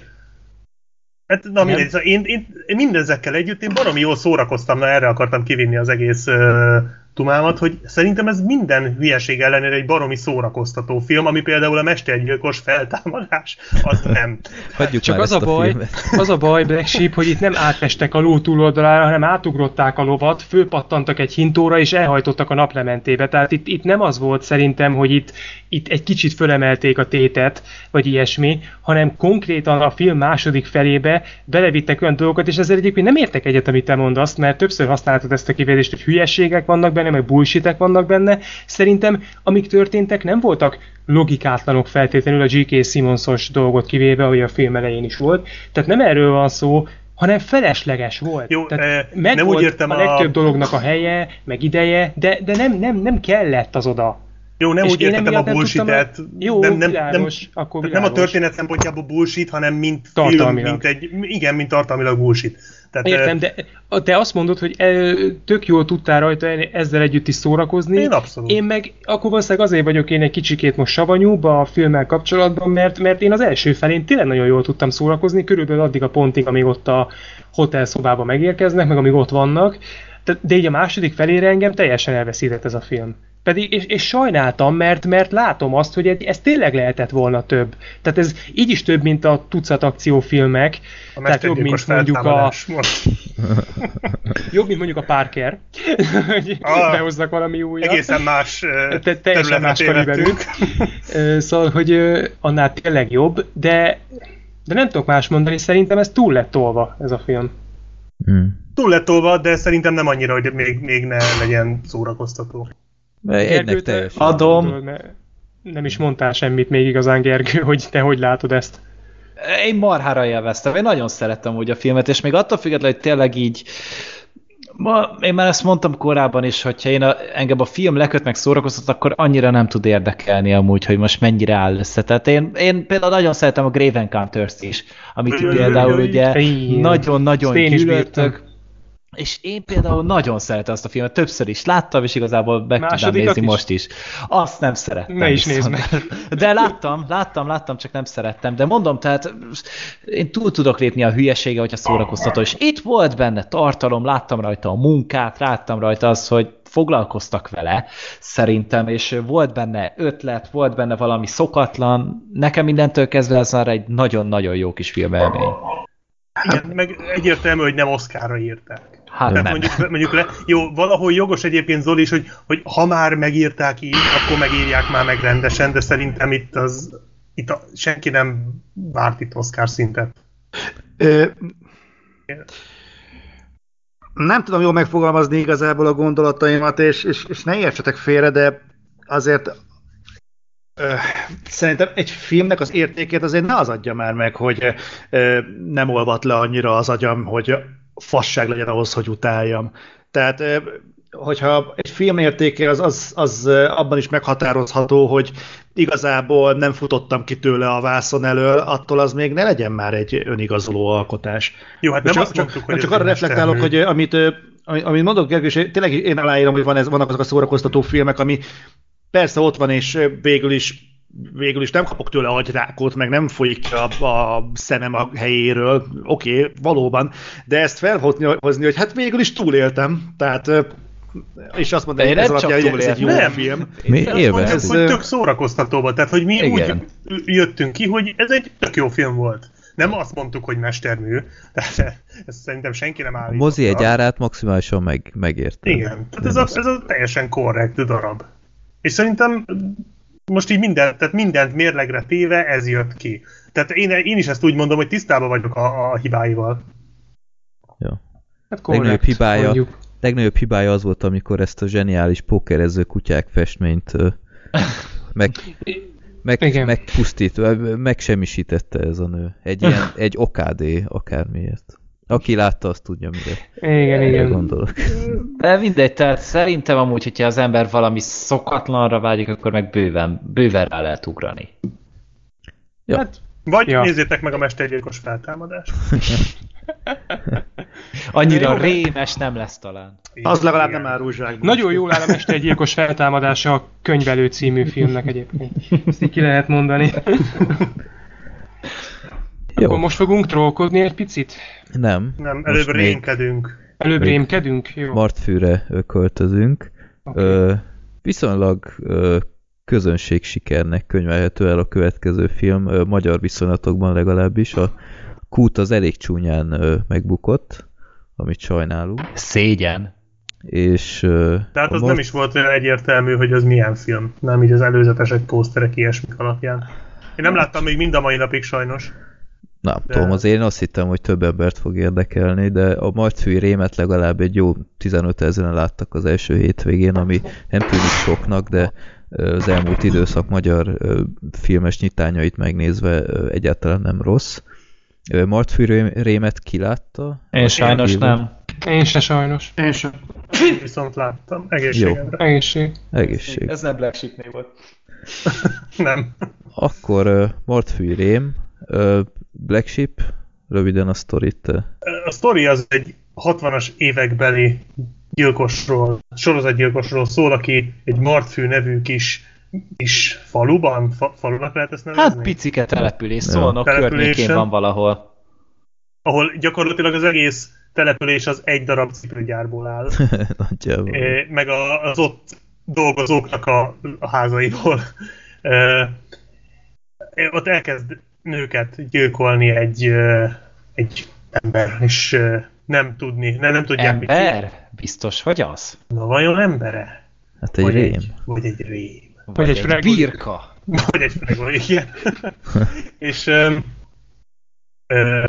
hát, na mindegy, szóval én, én, én mindezekkel együtt én baromi jól szórakoztam, na erre akartam kivinni az egész uh, tumámat, hogy szerintem ez minden hülyeség ellenére egy baromi szórakoztató film, ami például a Mestergyilkos feltámadás, az nem. Hagyjuk Csak már az ezt a, a baj, filmet. az a baj, Black Sheep, hogy itt nem átestek a ló túloldalára, hanem átugrották a lovat, fölpattantak egy hintóra, és elhajtottak a naplementébe. Tehát itt, itt nem az volt szerintem, hogy itt, itt egy kicsit fölemelték a tétet, vagy ilyesmi, hanem konkrétan a film második felébe belevittek olyan dolgokat, és ezzel egyébként nem értek egyet, amit te mondasz, mert többször használtad ezt a kifejezést, hogy hülyeségek vannak benne, meg bullshitek vannak benne. Szerintem, amik történtek, nem voltak logikátlanok feltétlenül a gé ká. Simonsos dolgot kivéve, hogy a film elején is volt. Tehát nem erről van szó, hanem felesleges volt. Jó, Tehát eh, meg nem volt úgy értem a a... legtöbb dolognak a helye, meg ideje, de, de nem, nem, nem kellett az oda. Jó, nem És úgy én értettem a emiatt nem bullshit-et. tudtam, Jó, nem, nem, világos, nem, akkor nem világos. a történet szempontjából bullshit, hanem mint film, Tartalmilag. mint egy, igen, mint tartalmilag bullshit. Tehát, Értem, de te azt mondod, hogy tök jól tudtál rajta ezzel együtt is szórakozni. Én abszolút. Én meg akkor valószínűleg azért vagyok én egy kicsikét most savanyúbb a filmmel kapcsolatban, mert, mert én az első felén tényleg nagyon jól tudtam szórakozni, körülbelül addig a pontig, amíg ott a hotelszobába megérkeznek, meg amíg ott vannak. De így a második felére engem teljesen elveszített ez a film. Pedig, és, és sajnáltam, mert, mert látom azt, hogy ez tényleg lehetett volna több. Tehát ez így is több, mint a tucat akciófilmek. A Tehát jobb, mint mondjuk a... jobb, mint mondjuk a Parker. hogy ah, behoznak valami újat. Egészen más uh, Te, teljesen más kaliberű. Szóval, hogy annál tényleg jobb, de, de nem tudok más mondani, szerintem ez túl lett tolva, ez a film. Hmm. Túl lett tolva, de szerintem nem annyira, hogy még, még ne legyen szórakoztató. Egynek teljesen. Adom. Nem is mondtál semmit még igazán, Gergő, hogy te hogy látod ezt. Én marhára élveztem, én nagyon szerettem úgy a filmet, és még attól függetlenül, hogy tényleg így ma, én már ezt mondtam korábban is, hogyha én a, engem a film leköt meg szórakoztat, akkor annyira nem tud érdekelni amúgy, hogy most mennyire áll össze. Tehát én, én például nagyon szeretem a Grave Encounters-t is, amit például ugye nagyon-nagyon gyűlöltök. És én például nagyon szeretem azt a filmet, többször is láttam, és igazából meg tudnám nézni is? most is. Azt nem szerettem. Ne is nézd meg. De láttam, láttam, láttam, csak nem szerettem. De mondom, tehát én túl tudok lépni a hülyesége, hogyha szórakoztató. És itt volt benne tartalom, láttam rajta a munkát, láttam rajta az, hogy foglalkoztak vele, szerintem, és volt benne ötlet, volt benne valami szokatlan. Nekem mindentől kezdve ez már egy nagyon-nagyon jó kis filmelmény. Igen, meg egyértelmű, hogy nem Oscarra írták. Hát Tehát nem. mondjuk, mondjuk le, jó, valahol jogos egyébként Zoli is, hogy, hogy ha már megírták így, akkor megírják már meg rendesen, de szerintem itt az itt a, senki nem várt itt Oscar szintet. Ö, Nem tudom jól megfogalmazni igazából a gondolataimat, és, és, és ne értsetek félre, de azért ö, szerintem egy filmnek az értékét azért ne az adja már meg, hogy ö, nem olvad le annyira az agyam, hogy fasság legyen ahhoz, hogy utáljam. Tehát ö, hogyha egy film értéke az, az, az abban is meghatározható, hogy igazából nem futottam ki tőle a vászon elől, attól az még ne legyen már egy önigazoló alkotás. Jó, hát nem csak, azt mondtuk, hogy csak arra reflektálok, hogy amit, amit mondok, Gergő, és tényleg én aláírom, hogy van ez, vannak azok a szórakoztató filmek, ami persze ott van, és végül is végül is nem kapok tőle agyrákot, meg nem folyik ki a, a szemem a helyéről, oké, okay, valóban, de ezt felhozni, hogy hát végül is túléltem, tehát és azt mondani, hogy ez alapján, hogy ez egy jó nem. film. Mi élveztük? Ez hogy tök szórakoztató volt, tehát hogy mi igen. úgy jöttünk ki, hogy ez egy tök jó film volt. Nem azt mondtuk, hogy mestermű, tehát ezt szerintem senki nem állította. A mozi egy árát maximálisan meg, megérte. Igen, tehát ez a, ez a teljesen korrekt darab. És szerintem most így mindent, tehát mindent mérlegre téve ez jött ki. Tehát én, én is ezt úgy mondom, hogy tisztában vagyok a, a hibáival. Jó. Hát korrekt, legnagyobb hibája, mondjuk. legnagyobb hibája az volt, amikor ezt a zseniális pókerező kutyák festményt ö, meg, meg, megpusztít, megsemmisítette ez a nő. Egy ilyen, egy okádé akármiért. Aki látta, azt tudja, mire igen, igen. gondolok. De mindegy, tehát szerintem amúgy, hogyha az ember valami szokatlanra vágyik, akkor meg bőven, bőven rá lehet ugrani. Ja. Hát, vagy ja. nézzétek meg a Mestergyilkos feltámadást. Annyira rémes nem lesz talán. Az legalább nem árul zsákban. Nagyon jól áll a Mestergyilkos feltámadása a Könyvelő című filmnek egyébként. Ezt így ki lehet mondani. Jó. Akkor most fogunk trollkodni egy picit? Nem. Nem, előbb rémkedünk. Előbb rémkedünk? Jó. Martfűre költözünk. Okay. Ö, viszonylag ö, közönségsikernek könyvelhető el a következő film, ö, magyar viszonylatokban legalábbis. A Kút az elég csúnyán ö, megbukott, amit sajnálunk. Szégyen. És, ö, Tehát az Mart... nem is volt olyan egyértelmű, hogy az milyen film. Nem így az előzetesek, pószterek, ilyesmik alapján. Én nem láttam még mind a mai napig sajnos. Nem de... tudom, azért én azt hittem, hogy több embert fog érdekelni, de a Martfűi rémet legalább egy jó tizenöt ezeren láttak az első hétvégén, ami nem tűnik soknak, de az elmúlt időszak magyar filmes nyitányait megnézve egyáltalán nem rossz. Martfűi rémet ki látta? Én sajnos én nem. Én se sajnos. Én sem. Viszont láttam. Egészségemre. Egészség. Egészség. Ez nem Black Sheepnél volt. Nem. Akkor uh, Martfűi rém, uh, Black Sheep, röviden a sztorit. A sztori az egy hatvanas évekbeli gyilkosról, sorozatgyilkosról szól, aki egy Martfű nevű kis, kis faluban, fa, falunak lehet ezt nevezni? Hát picike település, Szolnok környékén van valahol. Ahol gyakorlatilag az egész település az egy darab cipőgyárból áll. Nagyjából. É, meg a, az ott dolgozóknak a, a házaiból. E, ott elkezd nőket gyilkolni egy, egy ember, és nem tudni, nem, nem tudják ember? mit. Biztos, hogy az? Na vajon embere? Hát egy vagy rém. Egy, vagy egy rém. Vagy, vagy egy, egy birka. Vagy egy fregó, igen. És ö, ö,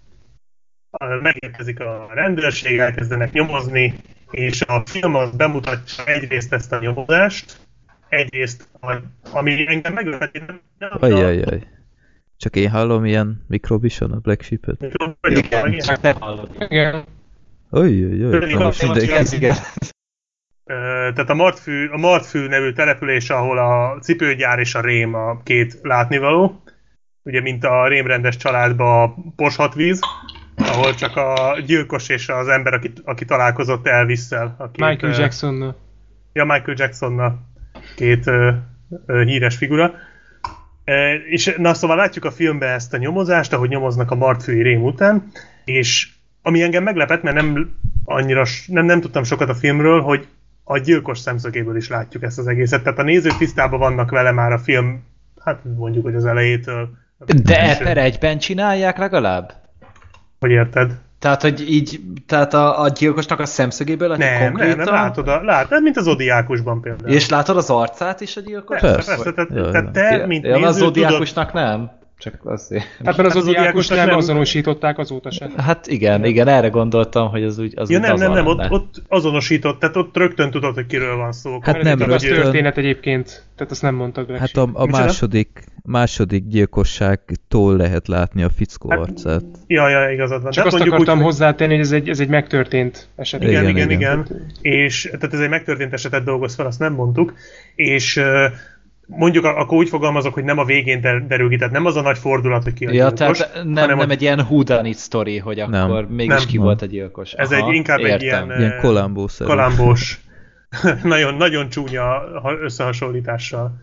megérkezik a rendőrség, elkezdenek nyomozni, és a film az bemutatja egyrészt ezt a nyomozást, egyrészt, ami engem meglepett, nem, nem Ajjajjaj. Csak én hallom ilyen mikrobison a Black Sheep-et? Igen, csak nem hallod. Igen. Ajjajjaj. Most mindenki. Tehát a Martfű, a Martfű nevű település, ahol a cipőgyár és a rém a két látnivaló. Ugye, mint a rémrendes családban a Porshatvíz, ahol csak a gyilkos és az ember, aki, aki találkozott Elvis-szel. Michael Jacksonnal. Ja, Michael Jacksonnal. Két ö, ö, híres figura. E, és na szóval látjuk a filmben ezt a nyomozást, ahogy nyomoznak a Martfűi rém után, és ami engem meglepett, mert nem annyira, nem, nem tudtam sokat a filmről, hogy a gyilkos szemszögéből is látjuk ezt az egészet. Tehát a nézők tisztában vannak vele már a film, hát mondjuk, hogy az elejétől. De per egyben csinálják legalább? Hogy érted? Tehát, hogy így, tehát a, a gyilkosnak a szemszögéből nem, konkrétan? Nem, nem, látod, a, látod, mint a Zodiákusban például. És látod az arcát is a gyilkos? Persze, persze, tehát, Jaj, tehát te, ja, mint ja, néző, a Zodiákusnak tudod, nem? Csak azért. Hát mert az Zodiákos nem, nem azonosították azóta sem. Hát igen, igen, erre gondoltam, hogy az úgy az ja, úgy nem, nem, nem, lenne. ott, ott azonosított, tehát ott rögtön tudod, hogy kiről van szó. Hát nem rögtön. Az történet egyébként, tehát azt nem mondtad meg. Hát a, a második, második gyilkosságtól lehet látni a fickó hát, arcát. Ja, ja, igazad van. Csak azt akartam úgy, hozzátenni, hogy ez egy, ez egy megtörtént eset. Igen, igen, igen, igen. És tehát ez egy megtörtént esetet dolgoz fel, azt nem mondtuk. És mondjuk akkor úgy fogalmazok, hogy nem a végén derül ki, tehát nem az a nagy fordulat, hogy ki a ja, gyilkos. Tehát nem, nem hogy... egy ilyen whodunit sztori, hogy nem. akkor mégis nem. ki nem. volt a gyilkos. Ez Aha, egy inkább értem. egy ilyen, ilyen kolambószerű. Kolambós, nagyon, nagyon csúnya összehasonlítással.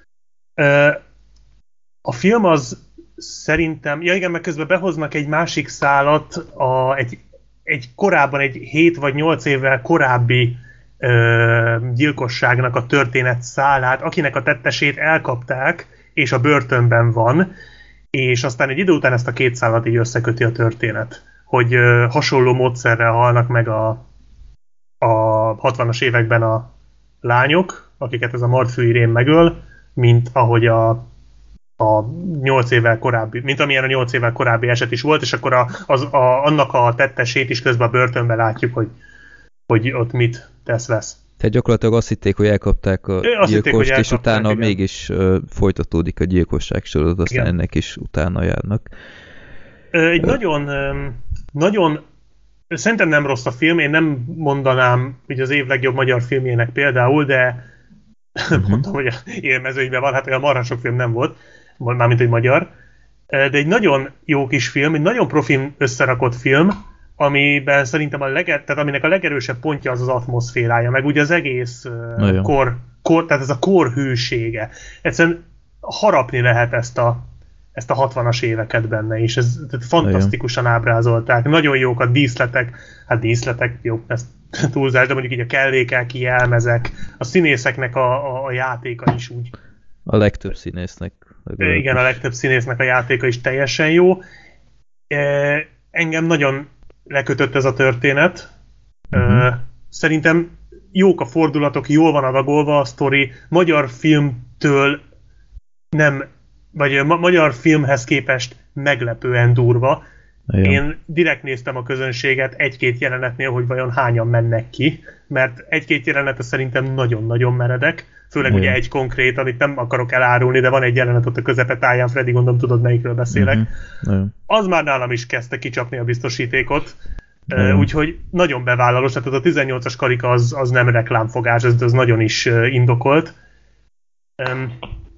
A film az szerintem, ja igen, meg közben behoznak egy másik szálat, a, egy, egy korábban, egy hét vagy nyolc évvel korábbi Ö, gyilkosságnak a történet szálát, akinek a tettesét elkapták, és a börtönben van, és aztán egy idő után ezt a két szálat így összeköti a történet, hogy ö, hasonló módszerrel halnak meg a, a hatvanas években a lányok, akiket ez a Mardfű Irén megöl, mint ahogy a, a nyolc évvel korábbi, mint amilyen a nyolc évvel korábbi eset is volt, és akkor a, az, a, annak a tettesét is közben a börtönben látjuk, hogy, hogy ott mit tesz-vesz. Tehát gyakorlatilag azt hitték, hogy elkapták a gyilkost, hitték, és elkapták, utána igen. mégis uh, folytatódik a gyilkosság sorozat, aztán igen. ennek is utána járnak. Egy uh, nagyon, nagyon, szerintem nem rossz a film, én nem mondanám hogy az év legjobb magyar filmjének például, de uh-huh. mondtam, hogy élmezőnyben van, hát a marha sok film nem volt, mármint egy magyar, de egy nagyon jó kis film, egy nagyon profin összerakott film, amiben szerintem a leger, tehát aminek a legerősebb pontja az az atmoszférája, meg ugye az egész uh, kor, kor, tehát ez a kor hűsége. Egyszerűen harapni lehet ezt a, ezt a hatvanas éveket benne, és ez fantasztikusan ábrázolták. Nagyon jók a díszletek, hát díszletek, jó, ez túlzás, de mondjuk így a kellékek, jelmezek, a színészeknek a, a, a játéka is úgy. A legtöbb színésznek. Legalább. Igen, a legtöbb színésznek a játéka is teljesen jó. E, engem nagyon lekötött ez a történet. Uh-huh. Szerintem jók a fordulatok, jól van adagolva a sztori. Magyar filmtől nem, vagy ma- magyar filmhez képest meglepően durva. Igen. Én direkt néztem a közönséget egy-két jelenetnél, hogy vajon hányan mennek ki, mert egy-két jelenet szerintem nagyon-nagyon meredek. Főleg Igen. ugye egy konkrét, amit nem akarok elárulni, de van egy jelenet ott a közepetáján, Freddy, gondolom tudod, melyikről beszélek. Uh-huh. Az már nálam is kezdte kicsapni a biztosítékot, uh, úgyhogy nagyon bevállalós, tehát az a tizennyolcas karika az, az nem reklámfogás, ez az nagyon is uh, indokolt. Um,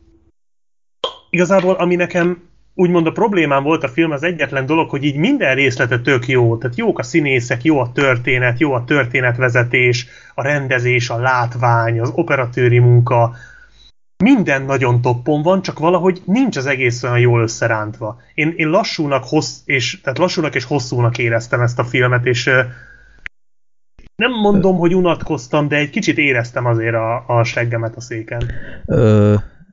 igazából, ami nekem úgymond a problémám volt a film, az egyetlen dolog, hogy így minden részlete tök jó. Tehát jók a színészek, jó a történet, jó a történetvezetés, a rendezés, a látvány, az operatőri munka. Minden nagyon toppon van, csak valahogy nincs az egész olyan jól összerántva. Én, én lassúnak, hossz, és, tehát lassúnak és hosszúnak éreztem ezt a filmet, és nem mondom, hogy unatkoztam, de egy kicsit éreztem azért a, a seggemet a széken. Ö...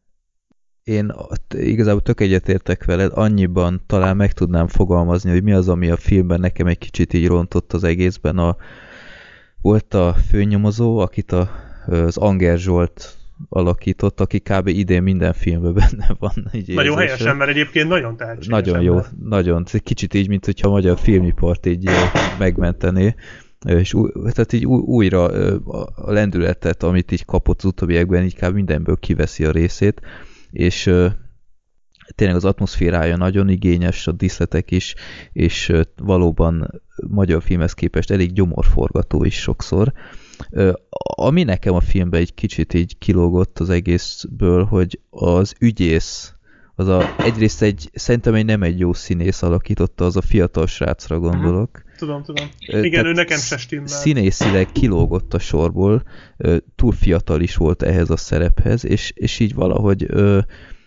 Én igazából tök egyetértek veled, annyiban talán meg tudnám fogalmazni, hogy mi az, ami a filmben nekem egy kicsit így rontott az egészben. A, volt a főnyomozó, akit a, az Anger Zsolt alakított, aki kb. Idén minden filmben benne van. Így nagyon helyesen, mert egyébként nagyon tehetséges. Nagyon jó, ember. Nagyon. Kicsit így, mint hogyha a magyar filmipart így megmentené. És új, tehát így újra a lendületet, amit így kapott az utóbbiekben, így kb. Mindenből kiveszi a részét. És uh, tényleg az atmoszférája nagyon igényes, a díszletek is, és uh, valóban magyar filmhez képest elég gyomorforgató is sokszor. Uh, ami nekem a filmben egy kicsit így kilógott az egészből, hogy az ügyész, az a, egyrészt egy, szerintem egy nem egy jó színész alakította, az a fiatal srácra gondolok. Uh-huh. Tudom, tudom. Igen, Tehát ő nekem se stimmel. Színészileg kilógott a sorból, túl fiatal is volt ehhez a szerephez, és, és így valahogy ö,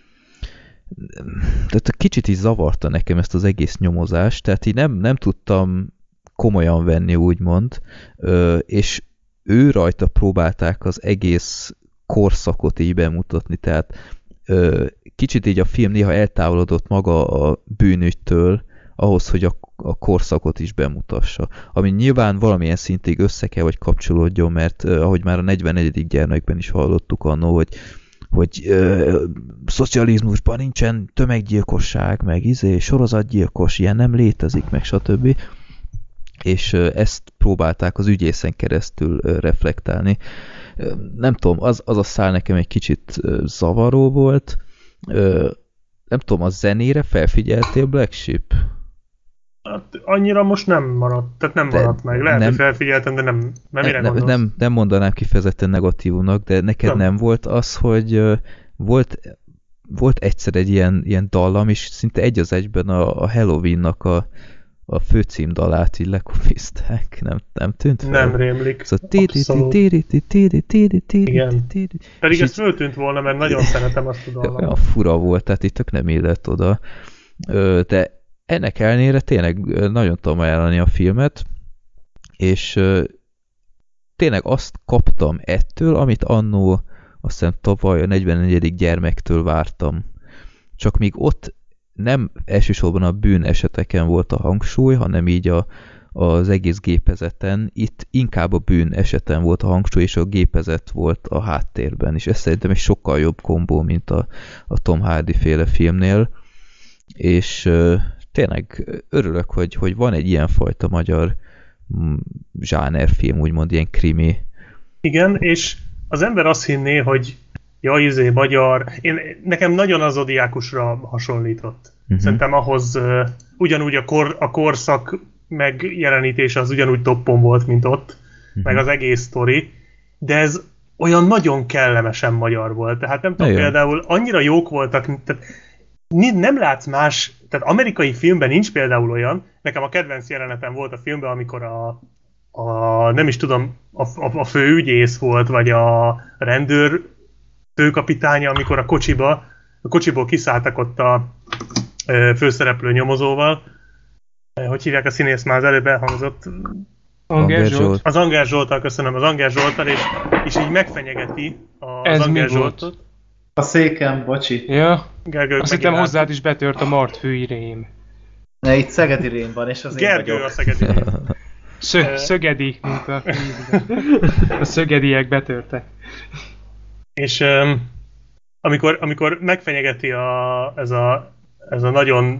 tehát kicsit is zavarta nekem ezt az egész nyomozást, tehát így nem, nem tudtam komolyan venni, úgymond, ö, és ő rajta próbálták az egész korszakot így bemutatni, tehát ö, kicsit így a film néha eltávolodott maga a bűnügytől, ahhoz, hogy a, a korszakot is bemutassa. Ami nyilván valamilyen szintig össze kell, hogy kapcsolódjon, mert uh, ahogy már a negyvennegyedik gyermekben is hallottuk annó, hogy hogy ö, szocializmusban nincsen tömeggyilkosság, meg izé, sorozatgyilkos, ilyen nem létezik, meg stb. És ö, ezt próbálták az ügyészen keresztül ö, reflektálni. Ö, nem tudom, az, az a szál nekem egy kicsit ö, zavaró volt. Ö, nem tudom, a zenére felfigyeltél Black Sheep? Hát annyira most nem maradt, tehát nem De maradt meg. Lehet, nem, hogy felfigyeltem, de nem, nem mire nem, nem, nem mondanám kifejezetten negatívumnak, de neked nem, nem volt az, hogy uh, volt, volt egyszer egy ilyen, ilyen dallam, és szinte egy az egyben a, a Halloween-nak a, a főcímdalát így lekopizták. Nem, nem tűnt fel? Nem rémlik. Szóval igen. Pedig ez föltűnt volna, mert nagyon szeretem azt a dallamot. Olyan fura volt, tehát itt tök nem illett oda. De ennek ellenére tényleg nagyon tudom ajánlani a filmet, és uh, tényleg azt kaptam ettől, amit annó azt hiszem tavaly a negyvennegyedik gyermektől vártam. Csak míg ott nem elsősorban a bűn eseteken volt a hangsúly, hanem így a, az egész gépezeten, itt inkább a bűn eseten volt a hangsúly, és a gépezet volt a háttérben, és ez szerintem egy sokkal jobb kombó, mint a, a Tom Hardy féle filmnél, és uh, tényleg örülök, hogy, hogy van egy ilyenfajta magyar zsánerfilm, úgymond ilyen krimi. Igen, és az ember azt hinné, hogy ja, izé, magyar, én, nekem nagyon az Zodiákusra hasonlított. Uh-huh. Szerintem ahhoz uh, ugyanúgy a, kor, a korszak megjelenítése az ugyanúgy toppon volt, mint ott, uh-huh. meg az egész sztori, de ez olyan nagyon kellemesen magyar volt. Tehát nem tudom, például annyira jók voltak, tehát nem látsz más, tehát amerikai filmben nincs például olyan, nekem a kedvenc jelenetem volt a filmben, amikor a, a nem is tudom, a, a, a főügyész volt, vagy a rendőr főkapitánya, amikor a kocsiba, a kocsiból kiszálltak ott a ö, főszereplő nyomozóval. Hogy hívják a színész, már az előbb elhangzott? Anger Zsolt. Az Anger Zsolttal, köszönöm, az Anger Zsolttal, és, és így megfenyegeti az Anger Zsoltot. A székem, bocsi. Ja, Gergő, azt hittem hozzád is betört a Mart fői rém. Ne, itt Szegedi rém van, és az Gergő én vagyok. a Szegedi rém. Szö, szögedi, mint a a szögediek betörtek. És um, amikor, amikor megfenyegeti a, ez, a, ez a nagyon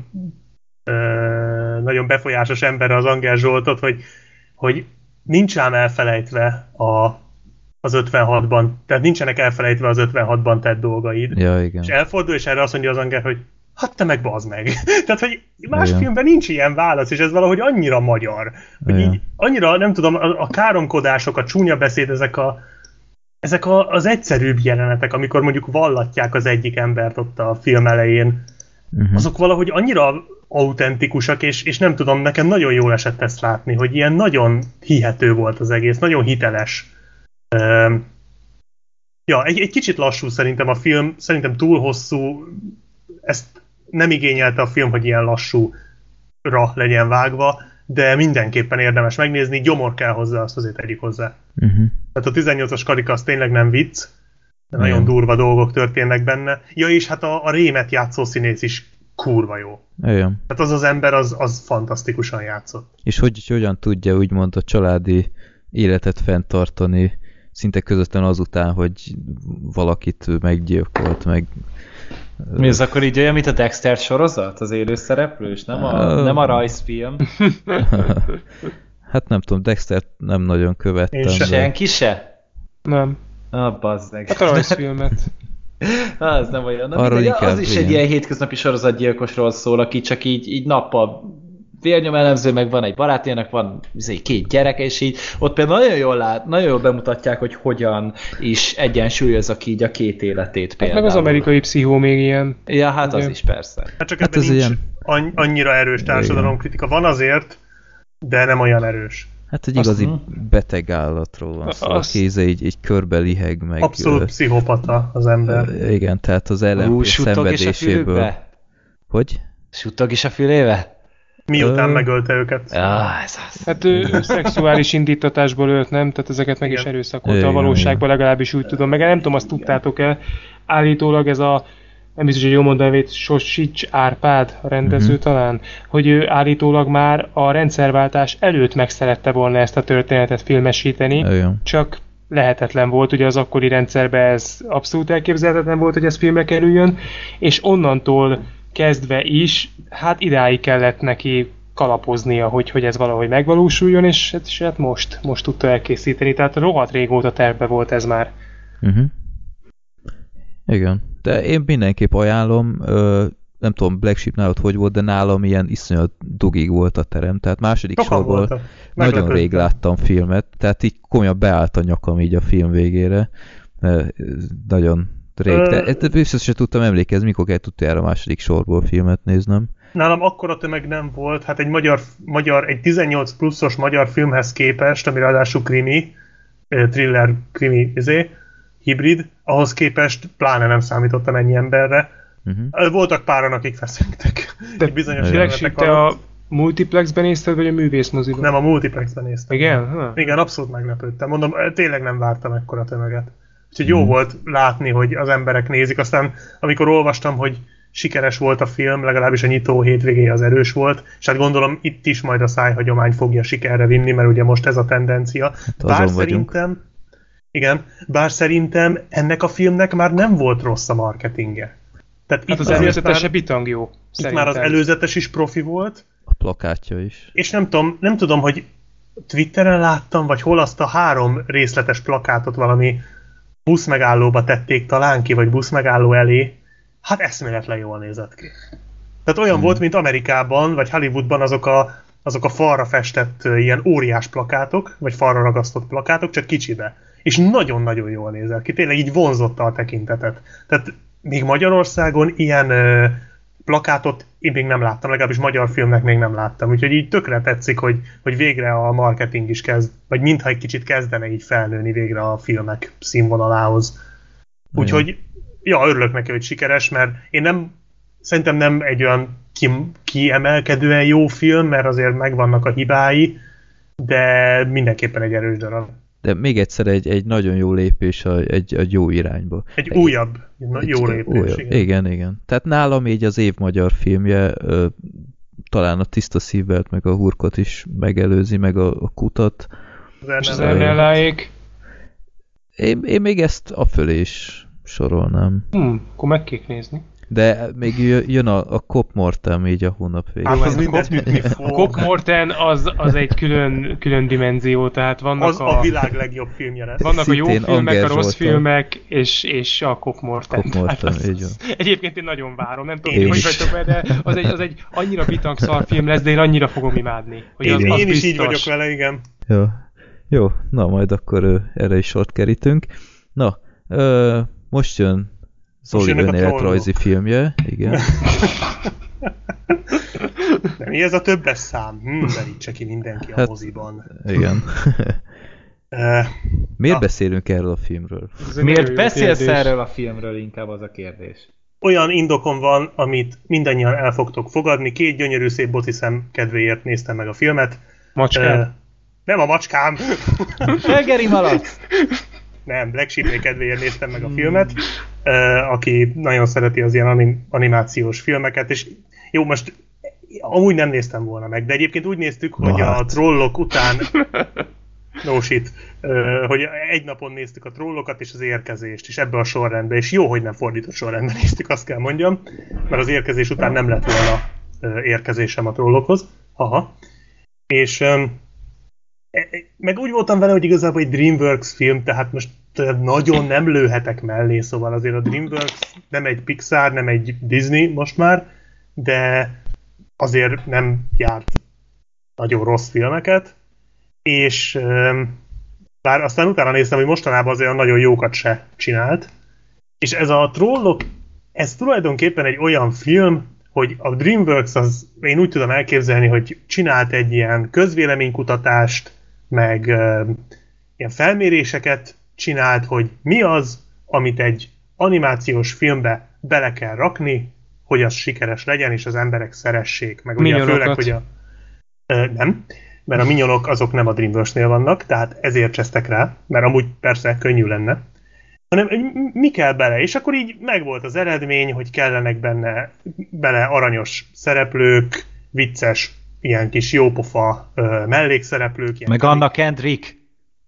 uh, nagyon befolyásos ember az Anger Zsoltot, hogy, hogy nincs ám elfelejtve a az ötvenhatban, tehát nincsenek elfelejtve az ötvenhatban tett dolgaid. Ja, igen. És elfordul, és erre azt mondja az Anger, hogy hát te meg bazd meg. Tehát, hogy más igen. filmben nincs ilyen válasz, és ez valahogy annyira magyar. Hogy így annyira, nem tudom, a, a káromkodások, a csúnya beszéd, ezek, a, ezek a, az egyszerűbb jelenetek, amikor mondjuk vallatják az egyik embert ott a film elején, uh-huh. azok valahogy annyira autentikusak, és, és nem tudom, nekem nagyon jól esett ezt látni, hogy ilyen nagyon hihető volt az egész, nagyon hiteles. Uh, ja, egy, egy kicsit lassú szerintem a film, szerintem túl hosszú, ezt nem igényelte a film, hogy ilyen lassúra legyen vágva, de mindenképpen érdemes megnézni, gyomor kell hozzá, azt azért tegyük hozzá. Uh-huh. Tehát a tizennyolcas karika az tényleg nem vicc, de nagyon uh-huh. durva dolgok történnek benne. Ja, és hát a, a Rémet játszó színész is kurva jó. Igen. Tehát az az ember, az, az fantasztikusan játszott. És hogy, hogyan tudja úgymond a családi életet fenntartani, szinte közvetlen azután, hogy valakit meggyilkolt, meg... Mi az akkor így olyan, mint a Dexter sorozat? Az élőszereplős? Nem a, uh, nem a rajzfilm? Hát nem tudom, Dextert nem nagyon követtem. Én se. De... Senki se? Nem. Ah, bazdeg. Hát a rajzfilmet. ah, az nem olyan. Na, mindegy, az is ilyen. Egy ilyen hétköznapi sorozatgyilkosról szól, aki csak így, így nappal vérnyomelemző, meg van egy barátjának, van két gyerek, és így ott például nagyon jól lát, nagyon jól bemutatják, hogy hogyan is egyensúlyozza ki így a két életét például. Hát meg az amerikai pszichó még ilyen. Ja, hát ugye? Az is persze. Hát csak hát ebben nincs ilyen... annyira erős társadalomkritika. Van azért, de nem olyan erős. Hát egy igazi azt... beteg állatról van szó, azt... aki így, így körbe liheg meg. Abszolút pszichopata az ember. Igen, tehát az ellenfél szenvedéséből. Hogy? Suttog is a fülébe? Miután Ö... megölte őket. Ah, ez az. Hát ő szexuális indítatásból ölt, nem? Tehát ezeket meg igen. is erőszakolta igen, a valóságban, igen. legalábbis úgy tudom. Meg nem tudom, azt tudtátok-e, állítólag ez a, nem biztos, hogy jól mondom, hogy Sosics Árpád, a rendező uh-huh. talán, hogy ő állítólag már a rendszerváltás előtt meg szerette volna ezt a történetet filmesíteni, igen. csak lehetetlen volt, ugye az akkori rendszerben ez abszolút elképzelhetetlen volt, hogy ez filmre kerüljön, és onnantól kezdve is, hát idáig kellett neki kalapoznia, hogy, hogy ez valahogy megvalósuljon, és, és hát most, most tudta elkészíteni, tehát rohadt régóta tervbe volt ez már. Uh-huh. Igen, de én mindenképp ajánlom, ö, nem tudom, Black Sheep nálad hogy volt, de nálam ilyen iszonyat dugig volt a terem, tehát második Sokan sorból voltak. nagyon Meglepődtem. rég láttam filmet, tehát így komolyan beállt a nyakam így a film végére, mert nagyon rég, de Ö... biztos sem tudtam emlékezni, mikor kellett utoljára a második sorból filmet néznem. Nálam akkora tömeg nem volt, hát egy magyar, magyar egy tizennyolc pluszos magyar filmhez képest, ami ráadásul krimi, thriller, krimi, izé, hibrid, ahhoz képest pláne nem számítottam ennyi emberre. Uh-huh. Voltak páran, akik feszengtek. De bizonyos Black te a multiplexben nézted, vagy a művészmoziban? Nem, a multiplexben néztem. Igen? Ha. Igen, abszolút meglepődtem. Mondom, tényleg nem vártam ekkora tömeget. Úgyhogy jó uh-huh. volt látni, hogy az emberek nézik. Aztán, amikor olvastam, hogy sikeres volt a film, legalábbis a nyitó hétvégéje az erős volt, és hát gondolom itt is majd a szájhagyomány fogja sikerre vinni, mert ugye most ez a tendencia. Hát bár szerintem, igen, bár szerintem ennek a filmnek már nem volt rossz a marketingje. Tehát hát itt az előzetes se bitang jó. Itt szerintem. már az előzetes is profi volt. A plakátja is. És nem tudom, nem tudom, hogy Twitteren láttam, vagy hol azt a három részletes plakátot valami buszmegállóba tették talán ki, vagy buszmegálló elé. Hát eszméletlen jól nézett ki. Tehát olyan hmm. volt, mint Amerikában, vagy Hollywoodban azok a, azok a falra festett uh, ilyen óriás plakátok, vagy falra ragasztott plakátok, csak kicsibe. És nagyon-nagyon jól nézett ki. Tényleg így vonzotta a tekintetet. Tehát még Magyarországon ilyen uh, plakátot én még nem láttam, legalábbis magyar filmnek még nem láttam. Úgyhogy így tökre tetszik, hogy, hogy végre a marketing is kezd, vagy mintha egy kicsit kezdene így felnőni végre a filmek színvonalához. Úgyhogy ja, örülök neki, hogy sikeres, mert én nem, szerintem nem egy olyan ki, kiemelkedően jó film, mert azért megvannak a hibái, de mindenképpen egy erős darab. De még egyszer egy, egy nagyon jó lépés a, egy, egy jó irányba. Egy, egy újabb, egy jó lépés, újabb. igen. Igen, igen. Tehát nálam így az év magyar filmje, ö, talán a Tiszta szívbelt, meg a Hurkot is megelőzi, meg a, a Kutat. És az Ernelláék? Én, én még ezt a fölé is sorolnám. Hmm, akkor meg kék nézni. De még jön a, a Cop Mortem így a hónap végén. Hát az mindent ütni fog. A Cop Mortem az, az egy külön, külön dimenzió, tehát vannak az a... a világ legjobb filmje lesz. Vannak Szintén a jó filmek, Anger a rossz Zsoltal. filmek, és, és a Cop Mortem. Cop Mortem, hát így van. Egyébként én nagyon várom, nem tudom, Én hogy is. vagytok be, de az egy, az egy annyira bitang szarfilm lesz, de én annyira fogom imádni. Hogy Én, az, az én is biztos. így vagyok vele, igen. Jó, Jó. Na majd akkor ö, erre is sort kerítünk. Na, ö, most jön Zoli jönnek a önéletrajzi filmje, igen. De mi ez a többes szám? Hm, merítse ki mindenki a Hát, moziban. Igen. Uh, Miért na. beszélünk erről a filmről? Ez egy Miért nagyon jó beszélsz kérdés. erről a filmről, inkább az a kérdés. Olyan indokom van, amit mindannyian el fogtok fogadni. Két gyönyörű szép boci szem kedvéért néztem meg a filmet. Macskám? Uh, nem a macskám! Felgeri malac! Nem, Black Sheep kedvéért néztem meg a filmet, uh, aki nagyon szereti az ilyen anim- animációs filmeket, és jó, most amúgy nem néztem volna meg, de egyébként úgy néztük, hogy Na a hát. trollok után no shit, uh, hogy egy napon néztük a trollokat és az érkezést, és ebbe a sorrendbe, és jó, hogy nem fordított sorrendben néztük, azt kell mondjam, mert az érkezés után nem lett volna uh, érkezésem a trollokhoz. Haha. És um, meg úgy voltam vele, hogy igazából egy DreamWorks film, tehát most nagyon nem lőhetek mellé, szóval azért a DreamWorks nem egy Pixar, nem egy Disney most már, de azért nem járt nagyon rossz filmeket, és bár aztán utána néztem, hogy mostanában azért nagyon jókat se csinált, és ez a Trollok, ez tulajdonképpen egy olyan film, hogy a DreamWorks az, én úgy tudom elképzelni, hogy csinált egy ilyen közvéleménykutatást, meg uh, ilyen felméréseket csinált, hogy mi az, amit egy animációs filmbe bele kell rakni, hogy az sikeres legyen, és az emberek szeressék. Meg ugye főleg, hogy a... Uh, nem, mert a Minionok azok nem a DreamWorks-nél vannak, tehát ezért csesztek rá, mert amúgy persze könnyű lenne, hanem mi kell bele, és akkor így megvolt az eredmény, hogy kellenek benne bele aranyos szereplők, vicces, ilyen kis jópofa uh, mellékszereplők. Ilyen Meg Anna Kendrick.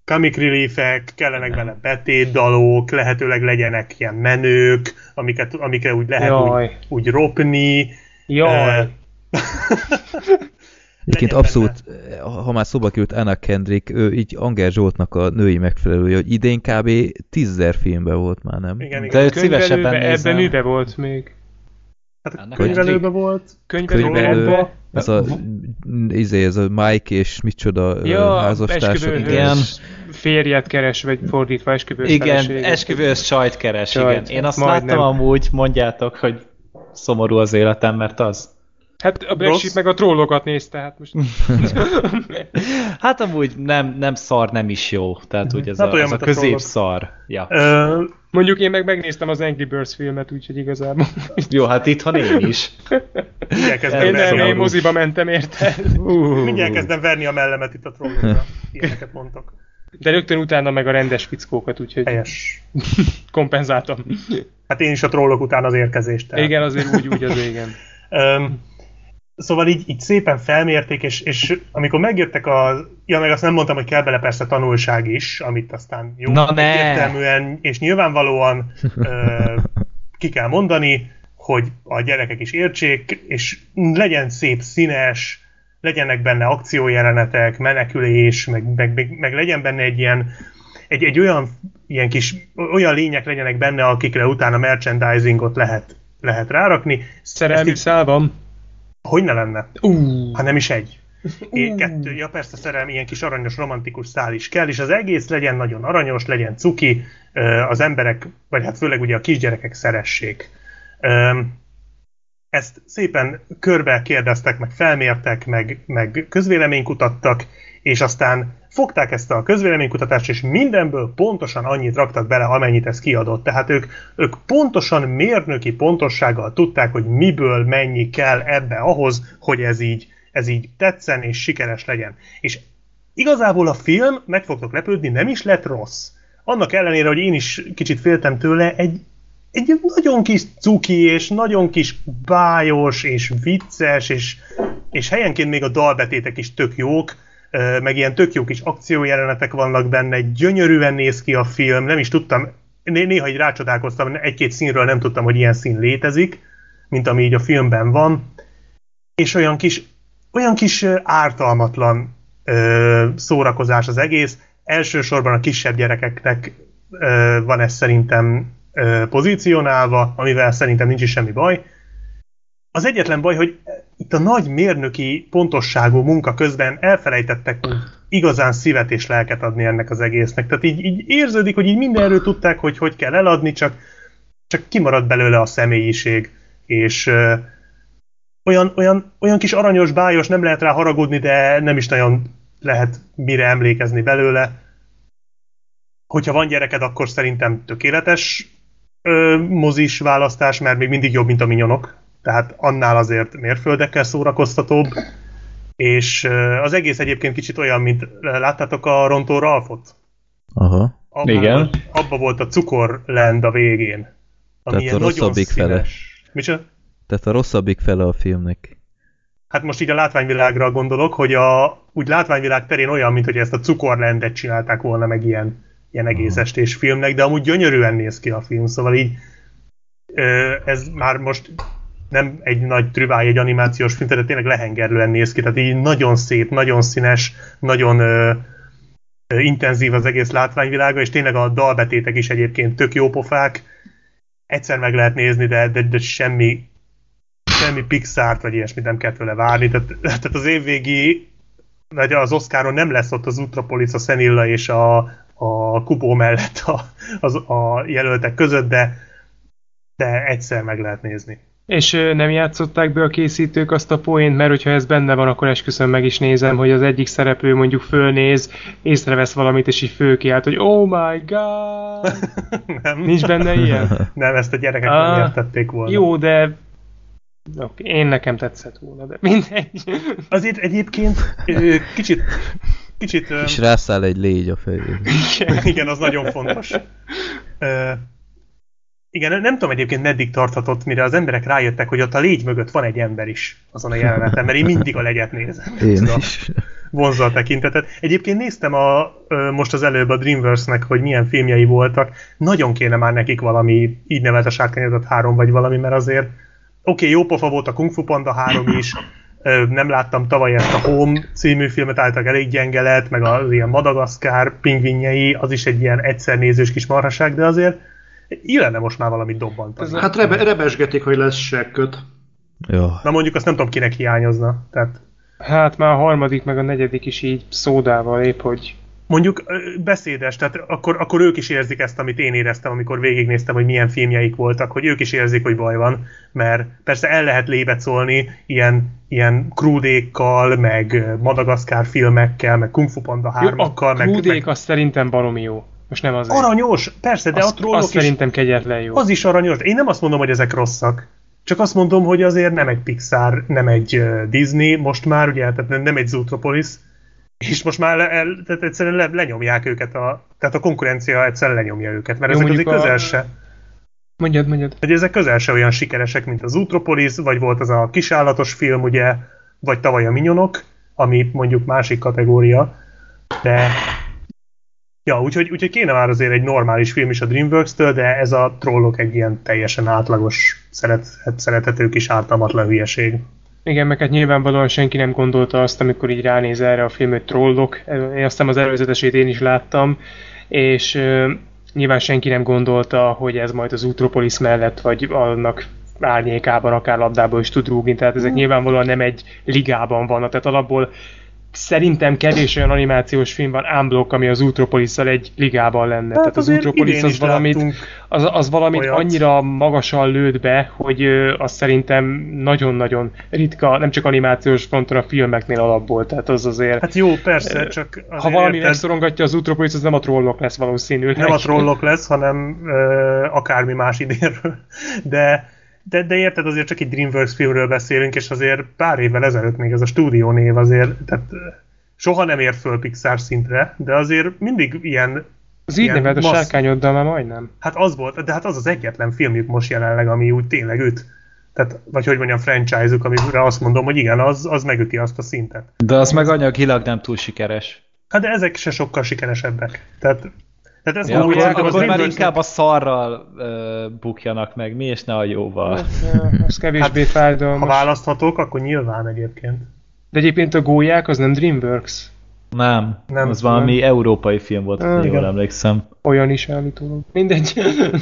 comic reliefek, kellenek benne betétdalok, lehetőleg legyenek ilyen menők, amiket, amikre úgy lehet úgy, úgy ropni. Jaj. Egyébként abszolút, ha már szóba került Anna Kendrick, ő így Anger Zsoltnak a női megfelelője, hogy idén kb. tízezer filmben volt már, nem? Igen, igen. De őt szívesebben nézem. Ebben mibe volt még? Hát a könyvelőben volt. Könyvelőben. Ez a, izé, ez a Mike és micsoda ja, házastársa. Igen. Férjet keres, vagy fordítva esküvős igen, feleséget. esküvős csajt keres, Csajt. igen. Én azt Majdnem. láttam amúgy, mondjátok, hogy szomorú az életem, mert az. Hát a Black Sheep meg a trollokat nézte, hát most... hát amúgy nem, nem szar, nem is jó. Tehát úgy ez hát a, az a középszar. Ja. Ö... Mondjuk én meg megnéztem az Angry Birds filmet, úgyhogy igazából... jó, hát itthon én is. Én nem, én moziba mentem érte. Uh. Mindjárt kezdem verni a mellemet itt a trollokra. Ilyeneket mondtok. De rögtön utána meg a rendes fickókat, úgyhogy... Helyes. Kompenzáltam. Hát én is a trollok után az érkezést. Tehát. Igen, azért úgy, úgy az igen. Um, Szóval így, így szépen felmérték, és, és amikor megjöttek a... Ja, meg azt nem mondtam, hogy kell bele persze tanulság is, amit aztán jó, egyértelműen és nyilvánvalóan ö, ki kell mondani, hogy a gyerekek is értsék, és legyen szép színes, legyenek benne akciójelenetek, menekülés, meg, meg, meg, meg legyen benne egy ilyen, egy, egy olyan, ilyen kis, olyan lények legyenek benne, akikre utána merchandisingot lehet, lehet rárakni. Szerelmi szál van. Hogy ne lenne? Uh. Ha nem is egy. Uh. Kettő, ja persze szerelmi, ilyen kis aranyos, romantikus szál is kell, és az egész legyen nagyon aranyos, legyen cuki, az emberek, vagy hát főleg ugye a kisgyerekek szeressék. Ezt szépen körbe kérdeztek, meg felmértek, meg, meg közvéleménykutattak, és aztán fogták ezt a közvéleménykutatást, és mindenből pontosan annyit raktak bele, amennyit ez kiadott. Tehát ők, ők pontosan mérnöki pontossággal tudták, hogy miből mennyi kell ebbe ahhoz, hogy ez így, ez így tetszen és sikeres legyen. És igazából a film, meg fogtok lepődni, nem is lett rossz. Annak ellenére, hogy én is kicsit féltem tőle, egy, egy nagyon kis cuki, és nagyon kis bájos, és vicces, és, és helyenként még a dalbetétek is tök jók, meg ilyen tök jó kis akciójelenetek vannak benne, gyönyörűen néz ki a film, nem is tudtam, néha így rácsodálkoztam, egy-két színről nem tudtam, hogy ilyen szín létezik, mint ami így a filmben van, és olyan kis, olyan kis ártalmatlan ö, szórakozás az egész, elsősorban a kisebb gyerekeknek ö, van ez szerintem ö, pozícionálva, amivel szerintem nincs is semmi baj. Az egyetlen baj, hogy itt a nagy mérnöki pontosságú munka közben elfelejtettek igazán szívet és lelket adni ennek az egésznek. Tehát így, így érződik, hogy így mindenről tudták, hogy hogy kell eladni, csak, csak kimarad belőle a személyiség. És ö, olyan, olyan, olyan kis aranyos, bájos, nem lehet rá haragudni, de nem is nagyon lehet mire emlékezni belőle. Hogyha van gyereked, akkor szerintem tökéletes ö, mozis választás, mert még mindig jobb, mint a Minyonok. Tehát annál azért mérföldekkel szórakoztatóbb, és az egész egyébként kicsit olyan, mint láttátok a Rontó Ralphot? Aha. Abba igen. Volt, abba volt a Cukorland a végén. Ami Tehát a rosszabbik fele. Micsoda? Tehát a rosszabbik fele a filmnek. Hát most így a látványvilágra gondolok, hogy a úgy látványvilág terén olyan, mint hogy ezt a Cukorlandet csinálták volna meg ilyen, ilyen egész Aha. estés filmnek, de amúgy gyönyörűen néz ki a film, szóval így ez már most nem egy nagy trüváj, egy animációs film, de tényleg lehengerlően néz ki, tehát így nagyon szép, nagyon színes, nagyon ö, ö, intenzív az egész látványvilága, és tényleg a dalbetétek is egyébként tök jó pofák. Egyszer meg lehet nézni, de, de, de semmi, semmi Pixart, vagy ilyesmit nem kell tőle várni. Tehát, tehát az évvégi, vagy az Oscaron nem lesz ott az Utropolis, a Szenilla és a, a Kubo mellett a, az, a jelöltek között, de, de egyszer meg lehet nézni. És nem játszották be a készítők azt a poént, mert hogyha ez benne van, akkor esküszöm meg is nézem, hogy az egyik szereplő mondjuk fölnéz, észrevesz valamit, és így fölkiált, hogy oh my god! Nem. Nincs benne ilyen? Nem, ezt a gyerekek ah, nem értették volna. Jó, de okay, én nekem tetszett volna, de mindegy. Azért egyébként kicsit... kicsit és rászáll egy légy a fején. Igen, az nagyon fontos. Igen, nem tudom egyébként meddig tarthatott, mire az emberek rájöttek, hogy ott a légy mögött van egy ember is azon a jeleneten, mert én mindig a legyet nézem. Én is. vonzza a tekintetet. Egyébként néztem a, most az előbb a DreamWorks-nek, hogy milyen filmjei voltak. Nagyon kéne már nekik valami, így nevelt a Sárkányodat három vagy valami, mert azért oké, okay, jó pofa volt a Kung Fu Panda három is, nem láttam tavaly ezt a Home című filmet, álltak elég gyenge lett, meg az ilyen Madagaszkár pingvinjei, az is egy ilyen egyszernézős kis marhaság, de azért illene most már valamit dobbantani. Hát rebe, rebesgetik, hogy lesz segköt. Jó. Na mondjuk azt nem tudom, kinek hiányozna. Tehát... Hát már a harmadik, meg a negyedik is így szódával épp, hogy... Mondjuk beszédes, tehát akkor, akkor ők is érzik ezt, amit én éreztem, amikor végignéztem, hogy milyen filmjeik voltak, hogy ők is érzik, hogy baj van, mert persze el lehet lébecolni ilyen, ilyen krúdékkal, meg Madagaszkár filmekkel, meg Kung Fu Panda hármakkal. A krúdék meg... az szerintem baromi jó. Most nem azért. Aranyos, persze, de azt, a trollok azt is... szerintem kegyetlen jó. Az is aranyos. Én nem azt mondom, hogy ezek rosszak. Csak azt mondom, hogy azért nem egy Pixar, nem egy Disney, most már ugye, tehát nem egy Zootropolis, és most már le, el, tehát egyszerűen le, lenyomják őket, a, tehát a konkurencia egyszerűen lenyomja őket, mert jó, ezek azért a... közel se. Mondjad, mondjad. Hogy ezek közel se olyan sikeresek, mint az Zootropolis, vagy volt az a kisállatos film, ugye, vagy tavaly a Minyonok, ami mondjuk másik kategória, de... Ja, úgyhogy, úgyhogy kéne már azért egy normális film is a DreamWorks-től, de ez a Trollok egy ilyen teljesen átlagos, szeret, szerethető kis ártalmatlan hülyeség. Igen, meg hát nyilvánvalóan senki nem gondolta azt, amikor így ránéz erre a film, hogy Trollok. Én aztán az előzetesét én is láttam, és uh, nyilván senki nem gondolta, hogy ez majd az Zootropolis mellett, vagy annak árnyékában, akár labdából is tud rúgni. Tehát ezek nyilvánvalóan nem egy ligában vannak. Tehát alapból szerintem kevés olyan animációs film van unblock, ami az Zootropolisszal egy ligában lenne. Hát tehát az Zootropolis az valamit, az, az valamit annyira magasan lőtt be, hogy ö, az szerintem nagyon-nagyon ritka, nem csak animációs fronton, a filmeknél alapból. Tehát az azért... Hát jó, persze, csak... Ha valami érted, megszorongatja az Zootropolis, az nem a Trollok lesz valószínűleg. Nem a Trollok lesz, hanem ö, akármi más idénről. De... De, de érted, azért csak egy DreamWorks filmről beszélünk, és azért pár évvel ezelőtt még ez a stúdiónév azért, tehát soha nem ért föl Pixar szintre, de azért mindig ilyen... Az így neved a Sárkányoddal már majdnem. Hát az volt, de hát az az egyetlen filmjük most jelenleg, ami úgy tényleg üt. Tehát, vagy hogy mondjam, franchise-uk, amire azt mondom, hogy igen, az, az megüti azt a szintet. De az meg anyagilag nem túl sikeres. Hát de ezek se sokkal sikeresebbek. Tehát... Tehát ezt ja, akkor, akkor, akkor már inkább a szarral uh, bukjanak meg, mi és ne a jóval. Hát, az kevésbé hát, fájdalmas. Ha választhatok, akkor nyilván egyébként. De egyébként a Gólyák az nem DreamWorks? Nem, nem az valami nem. európai film volt, ah, jól emlékszem. Olyan is állítólag. Mindegy.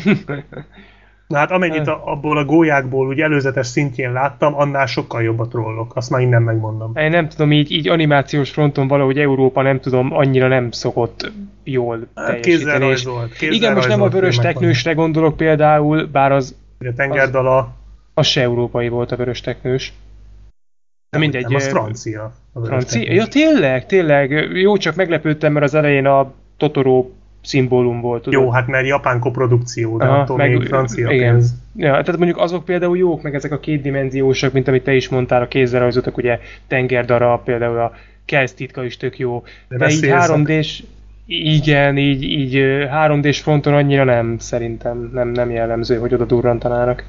Na hát amennyit a, abból a Gólyákból úgy előzetes szintjén láttam, annál sokkal jobb a Trollok. Azt már innen megmondom. Én nem tudom, így, így animációs fronton valahogy Európa nem tudom, annyira nem szokott jól teljesíteni. Kézzel rajzolt. Kézzel igen, most nem a Vörös Teknősre gondolok például, bár az... A Tengerdala... Az, az se európai volt a Vörös Teknős. De mindegy. Nem, az francia. Francia? Ja, tényleg, tényleg. Jó, csak meglepődtem, mert az elején a Totoro szimbólum volt. Tudod? Jó, hát mert japán koprodukció, de aha, attól meg, még francia igen. pénz. Ja, tehát mondjuk azok például jók, meg ezek a kétdimenziósak, mint amit te is mondtál, a kézzel rajzoltak, ugye Tengerdara, például a Kelsz titka is tök jó. De, de így három dés, igen, így, így három dés fronton annyira nem, szerintem nem, nem jellemző, hogy oda durrantanának.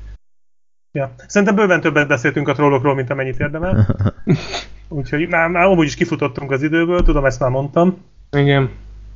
Ja. Szerintem bőven többet beszéltünk a Trollokról, mint amennyit érdemel. Úgyhogy már, már amúgy is kifutottunk az időből, tudom, ezt már mondtam. Igen.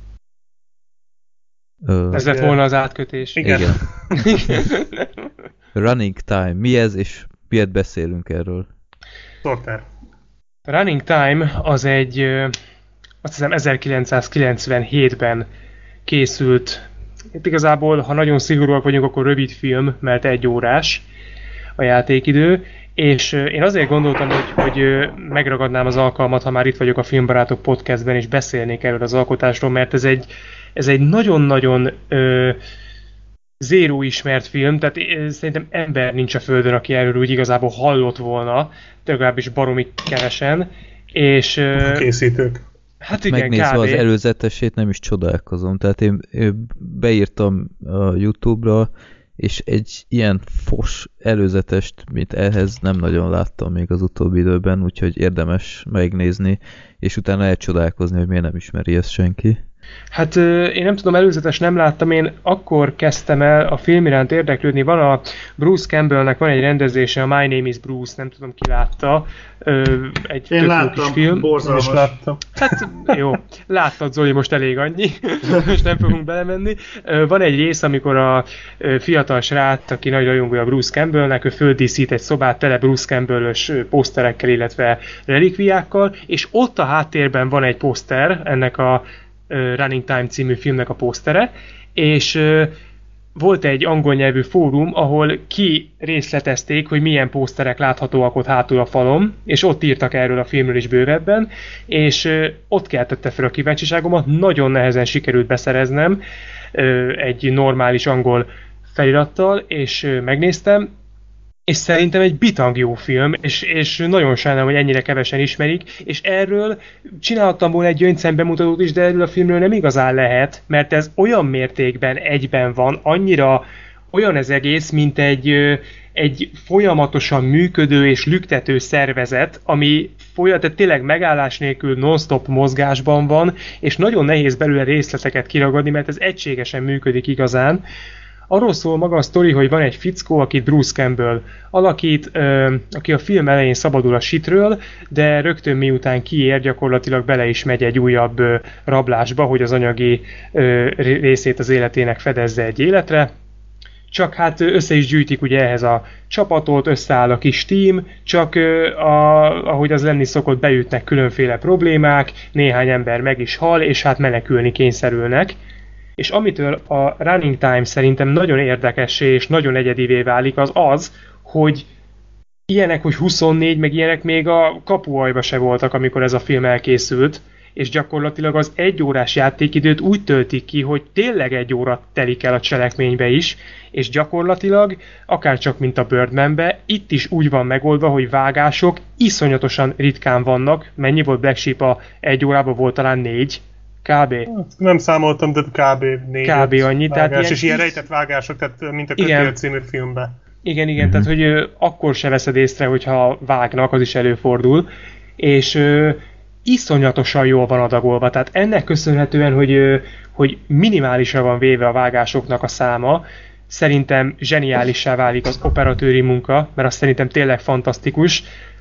Ö... Ez lett volna az átkötés. Igen. Igen. Running Time. Mi ez, és miért beszélünk erről? Sorter. Running Time az egy, azt hiszem ezerkilencszázkilencvenhétben készült. Itt igazából, ha nagyon szigorúak vagyunk, akkor rövid film, mert egy órás a játékidő. És én azért gondoltam, hogy, hogy megragadnám az alkalmat, ha már itt vagyok a Filmbarátok podcastben, és beszélnék erről az alkotásról, mert ez egy, ez egy nagyon-nagyon ö, zéró ismert film, tehát szerintem ember nincs a földön, aki erről úgy igazából hallott volna, legalábbis baromi kevesen, és... A készítők. Hát igen, megnézve kb. Az előzetesét nem is csodálkozom, tehát én, én beírtam a YouTube-ra, és egy ilyen fos előzetest, mint ehhez nem nagyon láttam még az utóbbi időben, úgyhogy érdemes megnézni, és utána elcsodálkozni, hogy miért nem ismeri ezt senki. Hát én nem tudom, előzetes nem láttam, én akkor kezdtem el a film iránt érdeklődni. Van a Bruce Campbellnek van egy rendezése, a My Name is Bruce, nem tudom ki látta. Egy én láttam, kis film. borzalmas. Én is láttam. Hát jó, láttad Zoli, most elég annyi, most nem fogunk belemenni. Van egy rész, amikor a fiatal srác, aki nagy rajongója Bruce Campbellnek, ő földíszít egy szobát tele Bruce Campbell-ös poszterekkel, illetve relikviákkal, és ott a háttérben van egy poszter, ennek a Running Time című filmnek a posztere, és volt egy angol nyelvű fórum, ahol ki részletezték, hogy milyen pószterek láthatóak ott hátul a falon, és ott írtak erről a filmről is bővebben, és ott keltette fel a kíváncsiságomat, nagyon nehezen sikerült beszereznem egy normális angol felirattal, és megnéztem, és szerintem egy bitang jó film, és, és nagyon sajnálom, hogy ennyire kevesen ismerik, és erről csináltam volna egy gyöngyszem bemutatót is, de erről a filmről nem igazán lehet, mert ez olyan mértékben egyben van, annyira olyan ez egész, mint egy, egy folyamatosan működő és lüktető szervezet, ami folyam, tehát tényleg megállás nélkül non-stop mozgásban van, és nagyon nehéz belőle részleteket kiragadni, mert ez egységesen működik igazán. Arról szól maga a sztori, hogy van egy fickó, akit Bruce Campbell alakít, ö, aki a film elején szabadul a sitről, de rögtön miután kiér, gyakorlatilag bele is megy egy újabb ö, rablásba, hogy az anyagi ö, részét az életének fedezze egy életre. Csak hát össze is gyűjtik ugye ehhez a csapatot, összeáll a kis team, csak ö, a, ahogy az lenni szokott, beütnek különféle problémák, néhány ember meg is hal, és hát menekülni kényszerülnek. És amitől a Running Time szerintem nagyon érdekessé és nagyon egyedivé válik, az az, hogy ilyenek, hogy huszonnégy, meg ilyenek még a kapuajba se voltak, amikor ez a film elkészült, és gyakorlatilag az egy órás játékidőt úgy töltik ki, hogy tényleg egy óra telik el a cselekménybe is, és gyakorlatilag, akárcsak mint a Birdmanbe, itt is úgy van megoldva, hogy vágások iszonyatosan ritkán vannak. Mennyi volt Black Sheep a egy órában? Volt talán négy. Kb. Nem számoltam, de kb. négy. Kb. annyi. Vágás, tehát ilyen és ilyen is... rejtett vágások, tehát mint a Kötél című filmben. Igen, igen, uh-huh. Tehát hogy ö, akkor se veszed észre, hogyha vágnak, az is előfordul. És ö, iszonyatosan jól van adagolva. Tehát ennek köszönhetően, hogy, ö, hogy minimálisra van véve a vágásoknak a száma, szerintem zseniálissá válik az operatőri munka, mert az szerintem tényleg fantasztikus.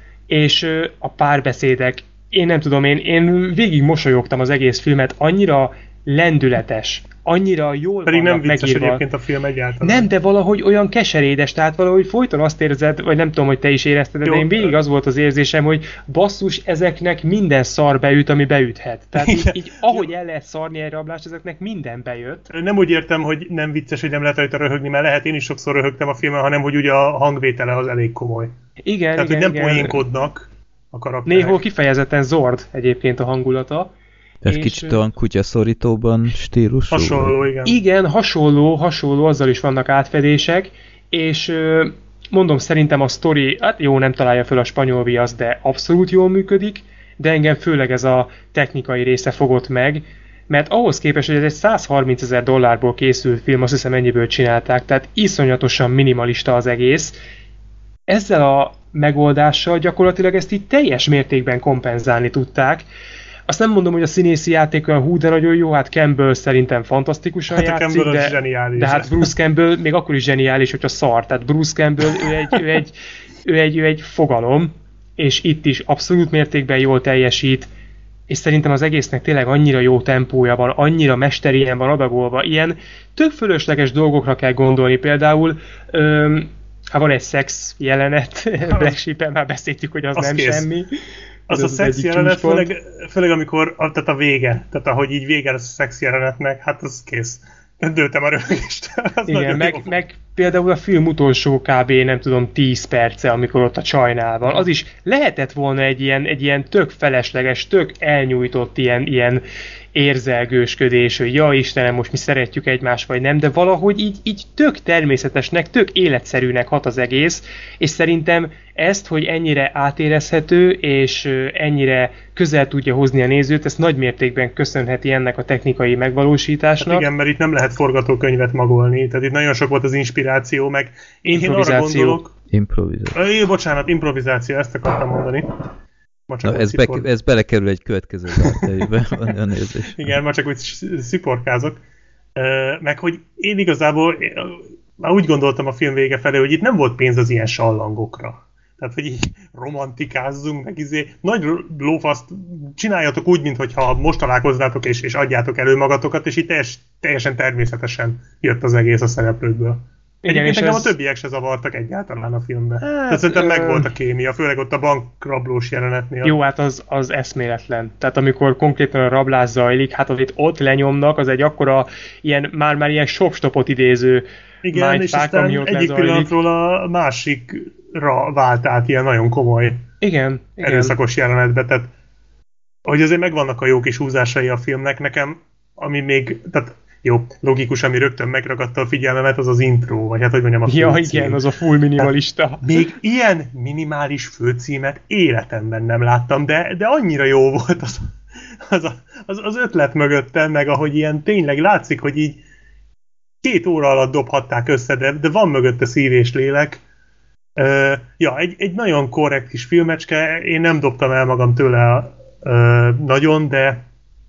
És ö, a párbeszédek, én nem tudom, én, én végig mosolyogtam az egész filmet, annyira lendületes, annyira jól pedig vannak nem vicces megírva. Egyébként a film egyáltalán. Nem, de valahogy olyan keserédes, tehát valahogy folyton azt érzed, vagy nem tudom, hogy te is érezted, de én végig az volt az érzésem, hogy basszus, ezeknek minden szar beüt, ami beüthet. Tehát így, így ahogy el lehet szarni egy rablást, ezeknek minden bejött. Nem úgy értem, hogy nem vicces, hogy nem lehet rajta röhögni, mert lehet, én is sokszor röhögtem a filmen, hanem hogy ugye a hangvétele az elég komoly. Igen, tehát, igen, hogy nem igen. poénkodnak a karakterek. Néhol kifejezetten Zord egyébként a hangulata. Ez kicsit olyan kutyaszorítóban stílusú? Hasonló, igen. Igen, hasonló, hasonló, azzal is vannak átfedések, és mondom, szerintem a sztori, hát jó, nem találja föl a spanyol viaszt, de abszolút jól működik, de engem főleg ez a technikai része fogott meg, mert ahhoz képest, hogy ez egy százharmincezer dollárból készült film, azt hiszem ennyiből csinálták, tehát iszonyatosan minimalista az egész. Ezzel a megoldással gyakorlatilag ezt így teljes mértékben kompenzálni tudták. Azt nem mondom, hogy a színészi játék olyan hú, de nagyon jó, hát Campbell szerintem fantasztikusan hát játszik, de, de hát Bruce Campbell még akkor is zseniális, hogyha szar. Tehát Bruce Campbell, ő egy, ő egy, ő egy, ő egy fogalom, és itt is abszolút mértékben jól teljesít, és szerintem az egésznek tényleg annyira jó tempója van, annyira mesterien van adagolva, ilyen tök fölösleges dolgokra kell gondolni, például öm, hát van egy szex jelenet, Black Sheep-en már beszéltük, hogy az, az nem kész. Semmi. Az, az a szex jelenet, főleg, főleg amikor, tehát a vége, tehát ahogy így vége az a szex jelenetnek, hát az kész. Dőltem a röhögéstől. Igen, meg, meg például a film utolsó kb. Nem tudom tíz perce, amikor ott a csajnál van, az is lehetett volna egy ilyen, egy ilyen tök felesleges, tök elnyújtott ilyen, ilyen érzelgősködés, hogy ja Istenem, most mi szeretjük egymást, vagy nem, de valahogy így, így tök természetesnek, tök életszerűnek hat az egész, és szerintem ezt, hogy ennyire átérezhető, és ennyire közel tudja hozni a nézőt, ezt nagy mértékben köszönheti ennek a technikai megvalósításnak. Hát igen, mert itt nem lehet forgatókönyvet magolni, tehát itt nagyon sok volt az inspiráció, meg én, én arra gondolok... Improvizáció. É, bocsánat, improvizáció, ezt akartam mondani. macsakot Na, ez, be, szipor... ez belekerül egy következő dártejébe, a nézés. Igen, már csak úgy sziporkázok. Meg hogy én igazából már úgy gondoltam a film vége felé, hogy itt nem volt pénz az ilyen sallangokra. Tehát, hogy így romantikázzunk, meg izé, nagy lófaszt csináljatok úgy, mintha most találkoznátok, és, és adjátok elő magatokat, és így teljes, teljesen természetesen jött az egész a szereplőkből. Igen, és engem ez... a többiek se zavartak egyáltalán a filmben. Hát, Tehát szerintem ö... meg volt a kémia, főleg ott a bankrablós jelenetnél. Jó, hát az, az eszméletlen. Tehát amikor konkrétan a rablás zajlik, hát amit ott lenyomnak, az egy akkora, ilyen, már-már ilyen shopstopot idéző igen, és aztán egyik lezajlik. Pillanatról a másikra vált át ilyen nagyon komoly igen, erőszakos igen. jelenetbe. Tehát, hogy azért megvannak a jó kis húzásai a filmnek, nekem, ami még, tehát jó, logikus, ami rögtön megragadta a figyelmemet, az az intro, vagy hát hogy mondjam a főcím. Ja, igen, az a full minimalista. Tehát még ilyen minimális főcímet életemben nem láttam, de, de annyira jó volt az, az, az, az ötlet mögöttem, meg ahogy ilyen tényleg látszik, hogy így két óra alatt dobhatták össze, de, de van mögötte szív és lélek. Uh, ja, egy, egy nagyon korrekt kis filmecske, én nem dobtam el magam tőle uh, nagyon, de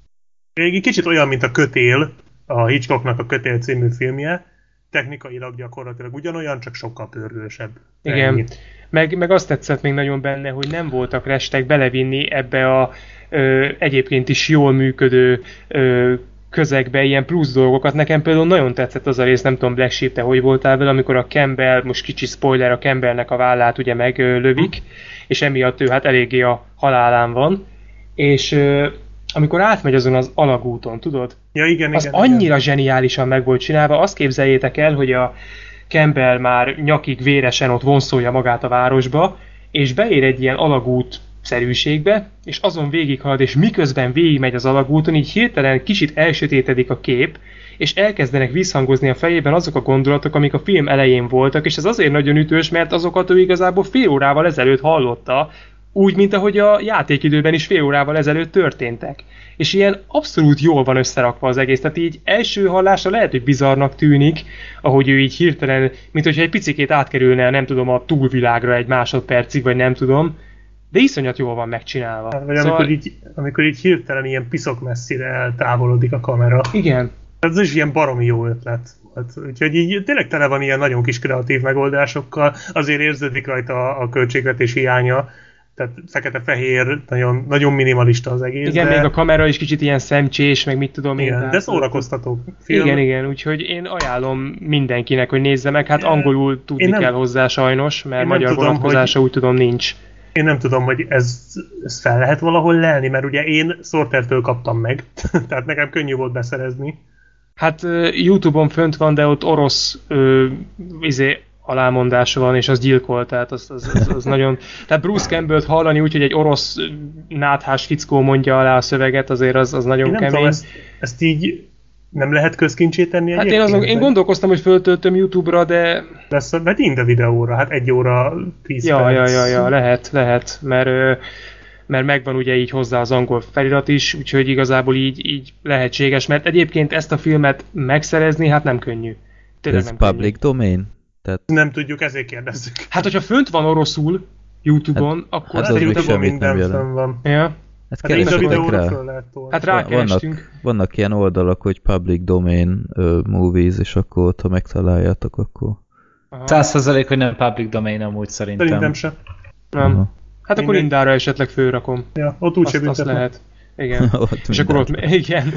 egy kicsit olyan, mint a Kötél, a Hitchcocknak a Kötél című filmje, technikailag gyakorlatilag ugyanolyan, csak sokkal pörgősebb. Igen, meg, meg azt tetszett még nagyon benne, hogy nem voltak restek belevinni ebbe a ö, egyébként is jól működő ö, közegbe ilyen plusz dolgokat. Nekem például nagyon tetszett az a rész, nem tudom, Black Sheep, te hogy voltál vele, amikor a Campbell, most kicsi spoiler, a Campbellnek a vállát ugye meglövik, hm. és emiatt ő hát eléggé a halálán van, és ö, amikor átmegy azon az alagúton, tudod? Ja, igen, az igen, annyira igen. zseniálisan meg volt csinálva. Azt képzeljétek el, hogy a Campbell már nyakig véresen ott vonszolja magát a városba, és beér egy ilyen alagút szerűségbe, és azon végighalad, és miközben végigmegy az alagúton, így hirtelen kicsit elsötétedik a kép, és elkezdenek visszhangozni a fejében azok a gondolatok, amik a film elején voltak, és ez azért nagyon ütős, mert azokat ő igazából fél órával ezelőtt hallotta, úgy, mint ahogy a játékidőben is fél órával ezelőtt történtek. És ilyen abszolút jól van összerakva az egész. Tehát így első hallásra lehet, hogy bizarrnak tűnik, ahogy ő így hirtelen, mint hogyha egy picikét átkerülne, nem tudom, a túlvilágra egy másodpercig, vagy nem tudom, de iszonyat jól van megcsinálva. Hát, vagy szóval... amikor, így, amikor így hirtelen ilyen piszok messzire eltávolodik a kamera. Igen. Ez is ilyen baromi jó ötlet. Hát, úgyhogy így tényleg tele van ilyen nagyon kis kreatív megoldásokkal, azért érződik rajta a költségvetés hiánya, tehát fekete-fehér, nagyon, nagyon minimalista az egész. Igen, de... még a kamera is kicsit ilyen szemcsés, meg mit tudom én. Igen, de szórakoztató film. Igen, igen, úgyhogy én ajánlom mindenkinek, hogy nézze meg. Hát angolul tudni nem... kell hozzá sajnos, mert magyar tudom, vonatkozása hogy... úgy tudom nincs. Én nem tudom, hogy ez, ez fel lehet valahol lelni, mert ugye én Sortertől kaptam meg, tehát nekem könnyű volt beszerezni. Hát YouTube-on fönt van, de ott orosz ö, izé, alámondása van, és az gyilkol, tehát az, az, az, az nagyon... Tehát Bruce Campbell-t hallani úgy, hogy egy orosz náthás fickó mondja alá a szöveget, azért az, az nagyon én nem kemény. Tudom, ezt, ezt így nem lehet közkincsét tenni? Hát én, azon, én gondolkoztam, hogy föltöltöm YouTube-ra, de... Lesz, mert mind a videóra, hát egy óra, tíz ja, perc. Ja, ja, ja, lehet, lehet, mert, mert megvan ugye így hozzá az angol felirat is, úgyhogy igazából így, így lehetséges, mert egyébként ezt a filmet megszerezni, hát nem könnyű. Tényleg ez nem public könnyű. Domain? Tehát... Nem tudjuk, ezért kérdezzük. Hát, hogyha fönt van oroszul YouTube-on, hát, akkor hát szerintem minden fönn van. Ja. Hát, hát én a videóra föl lehet tolni. Hát rákerestünk. Vannak, vannak ilyen oldalak, hogy public domain uh, movies, és akkor ha megtaláljátok, akkor... száz százalék, hogy nem public domain amúgy szerintem. Szerintem sem. Nem. Uh-huh. Hát akkor Indára esetleg fölrakom. Ja, ott úgy azt, azt lehet. Igen. És akkor ott... Igen.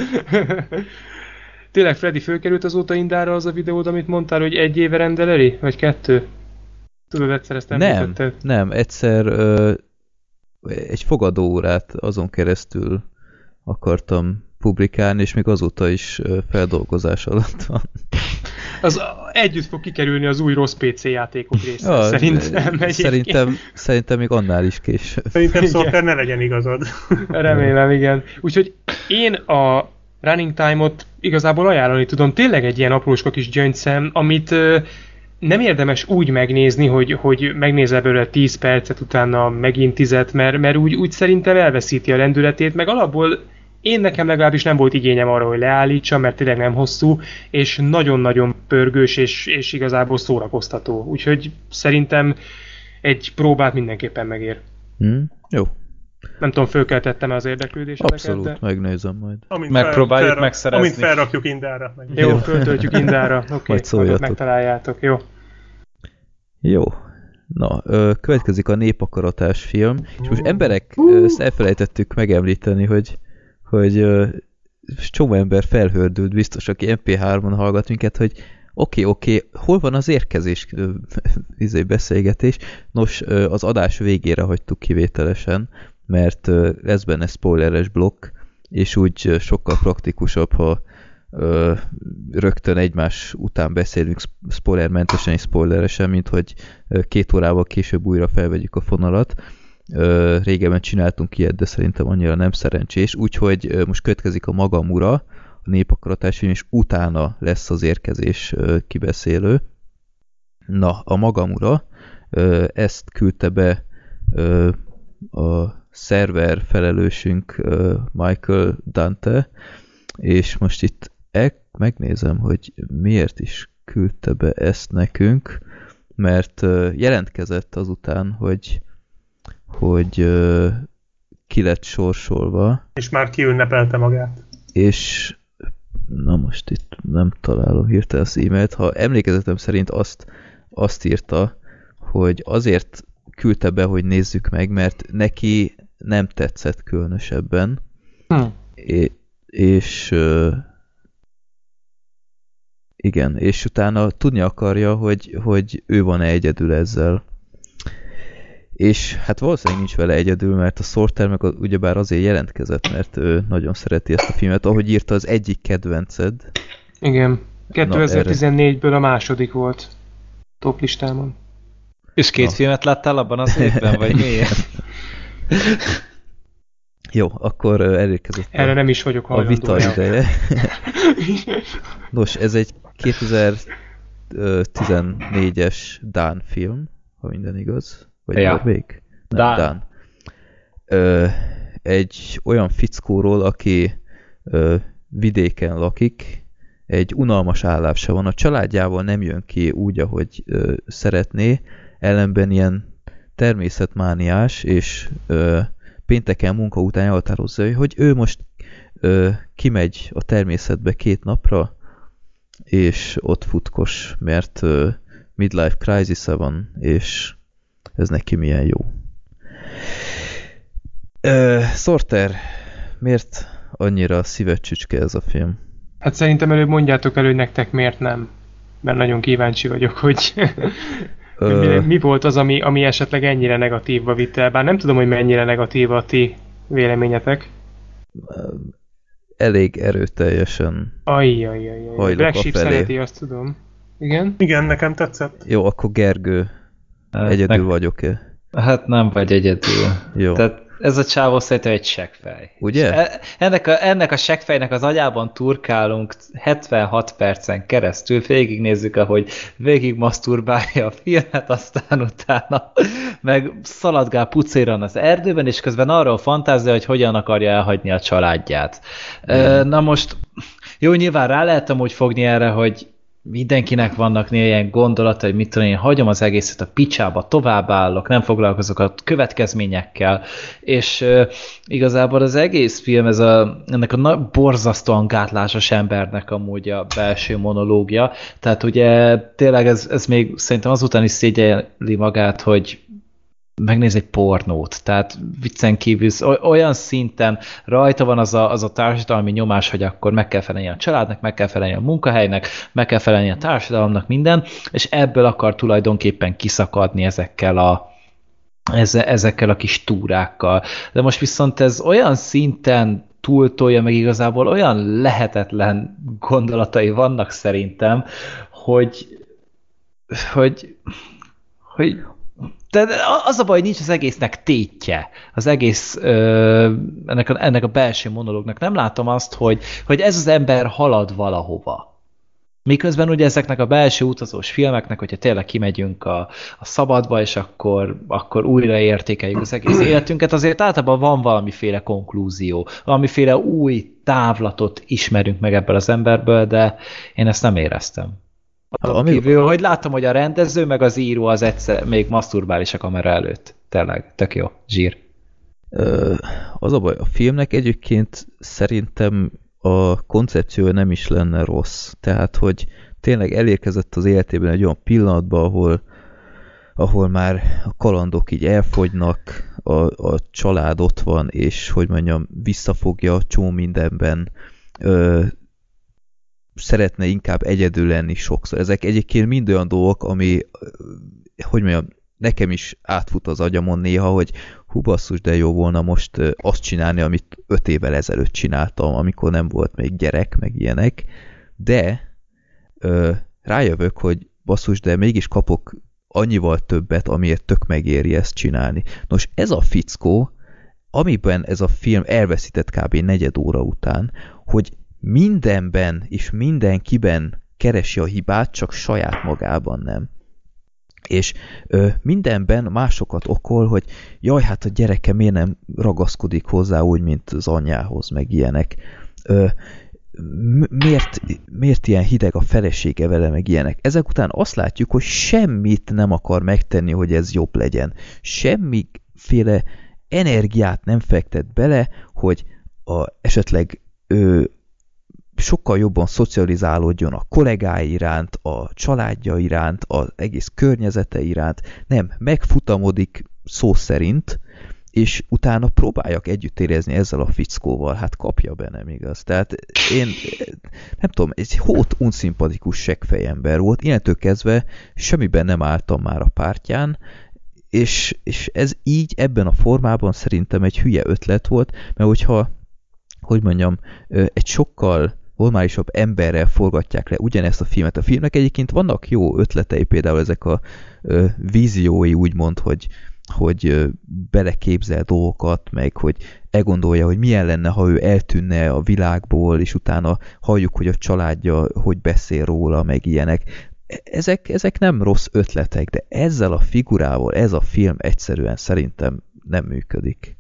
Tényleg, Freddy, fölkerült azóta Indára az a videód, amit mondtál, hogy egy éve rendeleli? Vagy kettő? Tudod, egyszer ezt említetted? Nem, nem, egyszer ö, egy fogadóórát azon keresztül akartam publikálni, és még azóta is ö, feldolgozás alatt van. Az együtt fog kikerülni az új rossz pé cé játékok része, ja, szerintem. Szerintem, szerintem még annál is később. Szerintem Sorter ne legyen igazad. Remélem, igen. Úgyhogy én a Running Time-ot igazából ajánlani tudom. Tényleg egy ilyen apróska kis gyöngyszem, amit ö, nem érdemes úgy megnézni, hogy, hogy megnézel belőle tíz percet, utána megint tízet, mert, mert úgy, úgy szerintem elveszíti a lendületét, meg alapból én nekem legalábbis nem volt igényem arra, hogy leállítsam, mert tényleg nem hosszú, és nagyon-nagyon pörgős, és, és igazából szórakoztató. Úgyhogy szerintem egy próbát mindenképpen megér. Hmm, jó. Nem tudom, fölkeltettem az érdeklődéseteket. Abszolút, de... megnézem majd. Amint Megpróbáljuk fel, megszerezni. Amint felrakjuk Indára. Meg. Jó, föltöltjük Indára. Oké, Majd szóljatok. megtaláljátok. Jó. Jó. Na, ö, következik a Népakaratás film, és most emberek, ö, ezt elfelejtettük megemlíteni, hogy, hogy ö, csomó ember felhördült, biztos, aki em pé hármon hallgat minket, hogy oké, okay, oké, okay, hol van az érkezés izé beszélgetés? Nos, ö, az adás végére hagytuk kivételesen, mert ö, lesz benne spoileres blokk, és úgy sokkal praktikusabb, ha Ö, rögtön egymás után beszélünk spoilermentesen és spoileresen, mint hogy két órával később újra felvegyük a fonalat. Ö, régebben csináltunk ilyet, de szerintem annyira nem szerencsés, úgyhogy ö, most következik a Magam ura, a Népakaratás film, és utána lesz az érkezés ö, kibeszélő. Na, a Magam ura, ö, ezt küldte be ö, a szerver felelősünk ö, Michael Dante, és most itt el, megnézem, hogy miért is küldte be ezt nekünk, mert uh, jelentkezett azután, hogy, hogy uh, ki lett sorsolva. És már kiünnepelte magát. És na most itt nem találom hirtelen az e-mailt. Ha emlékezetem szerint azt, azt írta, hogy azért küldte be, hogy nézzük meg, mert neki nem tetszett különösebben. Hm. É, és uh, igen, és utána tudni akarja, hogy, hogy ő van-e egyedül ezzel. És hát valószínűleg nincs vele egyedül, mert a Sorter meg ugyebár azért jelentkezett, mert ő nagyon szereti ezt a filmet, ahogy írta, az egyik kedvenced. Igen, kétezer-tizennégyből a második volt top listámon. És két Na. filmet láttál abban az évben, vagy miért? Jó, akkor elérkezett Erre nem is vagyok a hajlandó. vita ideje. Nos, ez egy kétezer-tizennégyes dán film, ha minden igaz. Vagy ja. Norvég? Nem, Dán. dán. Ö, egy olyan fickóról, aki ö, vidéken lakik, egy unalmas állása van, a családjával nem jön ki úgy, ahogy ö, szeretné, ellenben ilyen természetmániás, és ö, pénteken munka után elhatározza, hogy ő most ö, kimegy a természetbe két napra, és ott futkos, mert ö, midlife crisis-e van, és ez neki milyen jó. Ö, Sorter, miért annyira szíves csücske ez a film? Hát szerintem előbb mondjátok el, hogy nektek miért nem. Mert nagyon kíváncsi vagyok, hogy Ö... mi, mi volt az, ami, ami esetleg ennyire negatívba vitt el. Bár nem tudom, hogy mennyire negatív a ti véleményetek. Elég erőteljesen Ajjajajaj. hajlok Black a Sheep felé. szereti, azt tudom. Igen? Igen, nekem tetszett. Jó, akkor Gergő, Hát egyedül meg- vagyok-e? Hát nem vagy egyedül. Jó. Tehát ez a csávó szerintem egy seggfej. Ugye? E- Ennek a, ennek a seggfejnek az agyában turkálunk hetvenhat percen keresztül, végignézzük, ahogy végig maszturbálja a filmet, aztán utána meg szaladgál pucéran az erdőben, és közben arról fantázia, hogy hogyan akarja elhagyni a családját. E, na most, jó, nyilván rá lehet amúgy fogni erre, hogy mindenkinek vannak néha ilyen gondolata, hogy mit tudom én, hagyom az egészet a picsába, továbbállok, nem foglalkozok a következményekkel, és uh, igazából az egész film, ez a, ennek a na- borzasztóan gátlásos embernek amúgy a belső monológia, tehát ugye tényleg ez, ez még szerintem azután is szégyeli magát, hogy megnéz egy pornót, tehát viccen kívül olyan szinten rajta van az a, az a társadalmi nyomás, hogy akkor meg kell felelni a családnak, meg kell felelni a munkahelynek, meg kell felelni a társadalomnak, minden, és ebből akar tulajdonképpen kiszakadni ezekkel a, ezekkel a kis túrákkal. De most viszont ez olyan szinten túltolja, meg igazából olyan lehetetlen gondolatai vannak szerintem, hogy hogy, hogy de az a baj, hogy nincs az egésznek tétje, az egész ö, ennek, a, ennek a belső monológnak. Nem látom azt, hogy, hogy ez az ember halad valahova. Miközben ugye ezeknek a belső utazós filmeknek, hogyha tényleg kimegyünk a, a szabadba, és akkor, akkor újra értékeljük az egész életünket, azért általában van valamiféle konklúzió, valamiféle új távlatot ismerünk meg ebből az emberből, de én ezt nem éreztem. Ami... Kívül, hogy látom, hogy a rendező meg az író az egyszer még maszturbál is a kamera előtt. Tényleg, tök jó. Zsír. Ö, az a baj, a filmnek egyébként szerintem a koncepciója nem is lenne rossz. Tehát, hogy tényleg elérkezett az életében egy olyan pillanatban, ahol, ahol már a kalandok így elfogynak, a, a család ott van, és hogy mondjam, visszafogja csomó mindenben, ö, szeretne inkább egyedül lenni sokszor. Ezek egyébként mind olyan dolgok, ami, hogy mondjam, nekem is átfut az agyamon néha, hogy hú basszus, de jó volna most azt csinálni, amit öt évvel ezelőtt csináltam, amikor nem volt még gyerek, meg ilyenek, de ö, rájövök, hogy basszus, de mégis kapok annyival többet, amiért tök megéri ezt csinálni. Nos, ez a fickó, amiben ez a film elveszített kb. Negyed óra után, hogy mindenben és mindenkiben keresi a hibát, csak saját magában nem. És ö, mindenben másokat okol, hogy jaj, hát a gyereke miért nem ragaszkodik hozzá úgy, mint az anyjához, meg ilyenek. Ö, miért, miért ilyen hideg a felesége vele, meg ilyenek. Ezek után azt látjuk, hogy semmit nem akar megtenni, hogy ez jobb legyen. Semmiféle energiát nem fektet bele, hogy a, esetleg ö, sokkal jobban szocializálódjon a kollégái iránt, a családja iránt, az egész környezete iránt. Nem, megfutamodik szó szerint, és utána próbáljak együtt érezni ezzel a fickóval. Hát kapja be, nem igaz? Tehát én, nem tudom, egy hót unszimpatikus seggfejember volt, innentől kezdve semmiben nem álltam már a pártján, és, és ez így ebben a formában szerintem egy hülye ötlet volt, mert hogyha, hogy mondjam, egy sokkal normálisabb emberrel forgatják le ugyanezt a filmet. A filmnek egyébként vannak jó ötletei, például ezek a ö, víziói, úgymond, hogy, hogy ö, beleképzel dolgokat, meg hogy elgondolja, hogy milyen lenne, ha ő eltűnne a világból, és utána halljuk, hogy a családja hogy beszél róla, meg ilyenek. Ezek, ezek nem rossz ötletek, de ezzel a figurával ez a film egyszerűen szerintem nem működik.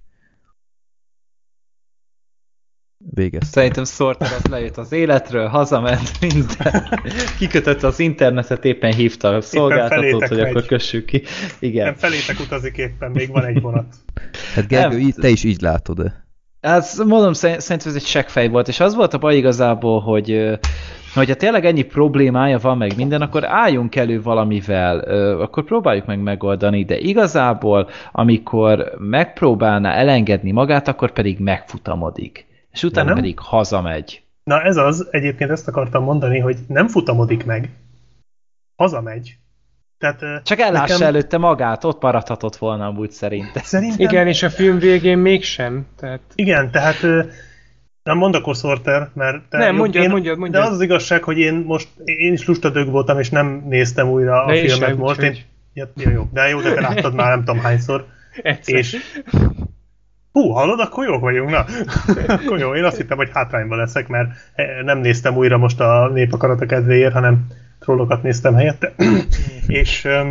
Végeztem. Szerintem Sorter az lejött az életről, hazament, minden. Kikötött az internetet, éppen hívta a szolgáltatót, hogy megy. Akkor kössük ki. Igen. Nem felétek utazik éppen, még van egy vonat. Hát Gergő, nem, te is így látod-e? Hát mondom, szerintem ez egy seggfej volt, és az volt a baj igazából, hogy hogyha tényleg ennyi problémája van meg minden, akkor álljunk elő valamivel, akkor próbáljuk meg megoldani, de igazából, amikor megpróbálná elengedni magát, akkor pedig megfutamodik. És utána pedig hazamegy. Na ez az, egyébként ezt akartam mondani, hogy nem futamodik meg, hazamegy. Tehát, csak ellássa nekem... előtte magát, ott maradhatott volna amúgy szerintem. szerintem. Igen, és a film végén mégsem. Tehát... Igen, tehát nem mond akkor Sorter, mert... Nem, mondjad, én, mondjad, mondjad. De az az igazság, hogy én most, én is lustadög voltam, és nem néztem újra a de filmet most. Én... Ja, jó, de jó, de te láttad már nem tudom hányszor. Egyszer. És... Hú, hallod, akkor jók vagyunk, na. Akkor jó, én azt hittem, hogy hátrányban leszek, mert nem néztem újra most a Népakarata kedvéért, hanem trollokat néztem helyette. És ö,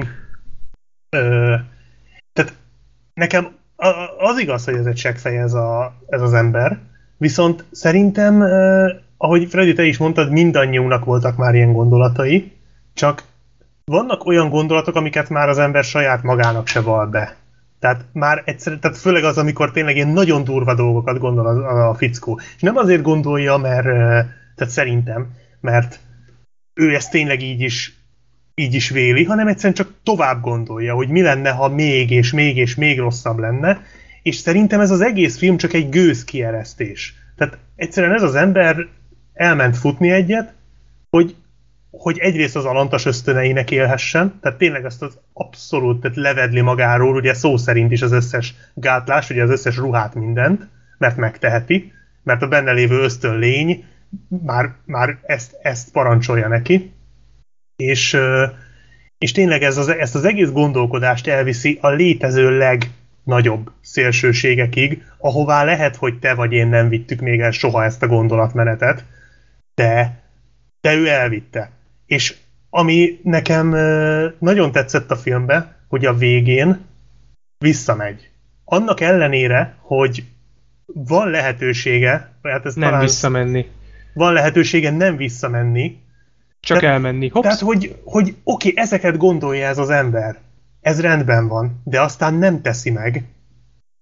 ö, tehát nekem az igaz, hogy ez egy seggfej ez, a, ez az ember, viszont szerintem, ö, ahogy Freddy, te is mondtad, mindannyiunknak voltak már ilyen gondolatai, csak vannak olyan gondolatok, amiket már az ember saját magának se val be. Tehát már egyszer, tehát főleg az, amikor tényleg ilyen nagyon durva dolgokat gondol a, a, a fickó. És nem azért gondolja, mert, tehát szerintem, mert ő ezt tényleg így is, így is véli, hanem egyszerűen csak tovább gondolja, hogy mi lenne, ha még és még és még rosszabb lenne, és szerintem ez az egész film csak egy gőzkieresztés. Tehát egyszerűen ez az ember elment futni egyet, hogy hogy egyrészt az alantas ösztöneinek élhessen, tehát tényleg ezt az abszolút tehát levedli magáról, ugye szó szerint is az összes gátlás, ugye az összes ruhát, mindent, mert megteheti, mert a benne lévő ösztön lény már, már ezt, ezt parancsolja neki, és, és tényleg ez az, ezt az egész gondolkodást elviszi a létező legnagyobb szélsőségekig, ahová lehet, hogy te vagy én nem vittük még el soha ezt a gondolatmenetet, de, de ő elvitte. És ami nekem nagyon tetszett a filmbe, hogy a végén visszamegy. Annak ellenére, hogy van lehetősége, hát ez nem visszamenni. Van lehetősége nem visszamenni. Csak tehát, elmenni. Hopsz. Tehát, hogy, hogy oké, ezeket gondolja ez az ember. Ez rendben van, de aztán nem teszi meg.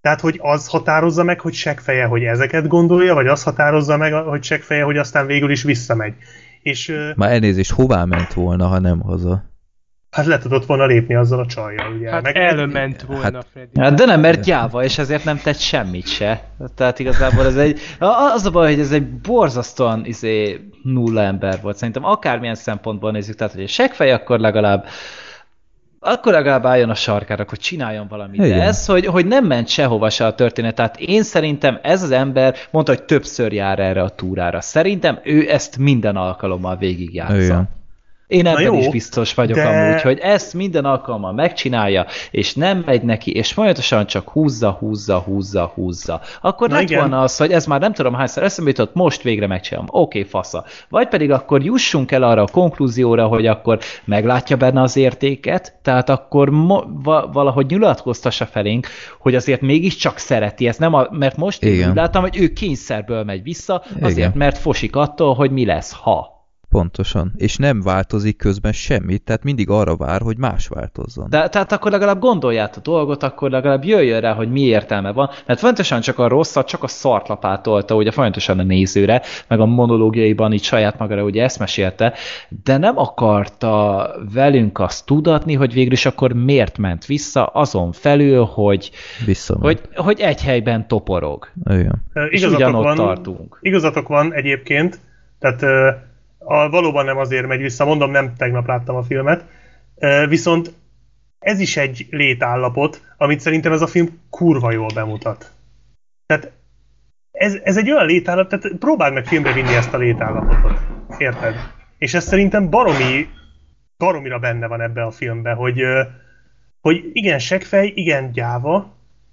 Tehát, hogy az határozza meg, hogy seggfeje, hogy ezeket gondolja, vagy az határozza meg, hogy seggfeje, hogy aztán végül is visszamegy. És, már elnézést, hová ment volna, ha nem haza? Hát le tudott volna lépni azzal a csajjal, ugye? Hát meg elment volna hát, Freddy. Hát de nem, mert gyáva, és ezért nem tett semmit se. Tehát igazából ez egy... Az a baj, hogy ez egy borzasztóan izé, nulla ember volt. Szerintem akármilyen szempontból nézzük, tehát hogy egy seggfej, akkor legalább akkor legalább álljon a sarkára, hogy csináljon valamit. De ez, hogy, hogy nem ment sehova se a történet. Tehát én szerintem ez az ember, mondta, hogy többször jár erre a túrára. Szerintem ő ezt minden alkalommal végigjátsza. Én ebben jó, is biztos vagyok de... amúgy, hogy ezt minden alkalommal megcsinálja, és nem megy neki, és folyamatosan csak húzza, húzza, húzza, húzza. Akkor lett volna az, hogy ez már nem tudom hányszor eszembe jutott, most végre megcsinálom. Oké, okay, fasza. Vagy pedig akkor jussunk el arra a konklúzióra, hogy akkor meglátja benne az értéket, tehát akkor va- valahogy nyilatkoztassa felénk, hogy azért mégiscsak szereti ezt, nem a, mert most én úgy láttam, hogy ő kényszerből megy vissza, azért, igen, mert fosik attól, hogy mi lesz, ha. Pontosan. És nem változik közben semmit, tehát mindig arra vár, hogy más változzon. De, tehát akkor legalább gondolját a dolgot, akkor legalább jöjjön rá, hogy mi értelme van. Mert fontosan csak a rosszat, csak a szart lapátolta, ugye fontosan a nézőre, meg a monológiaiban így saját magára ugye ezt mesélte, de nem akarta velünk azt tudatni, hogy végül is akkor miért ment vissza azon felül, hogy, hogy, hogy egy helyben toporog. Igen. És ugyanott van, tartunk. Igazatok van egyébként, tehát A, valóban nem azért megy vissza, mondom, nem tegnap láttam a filmet, e, viszont ez is egy létállapot, amit szerintem ez a film kurva jól bemutat. Tehát ez, ez egy olyan létállapot, tehát próbáld meg filmbe vinni ezt a létállapotot. Érted? És ez szerintem baromi, baromira benne van ebbe a filmbe, hogy, hogy igen seggfej, igen gyáva,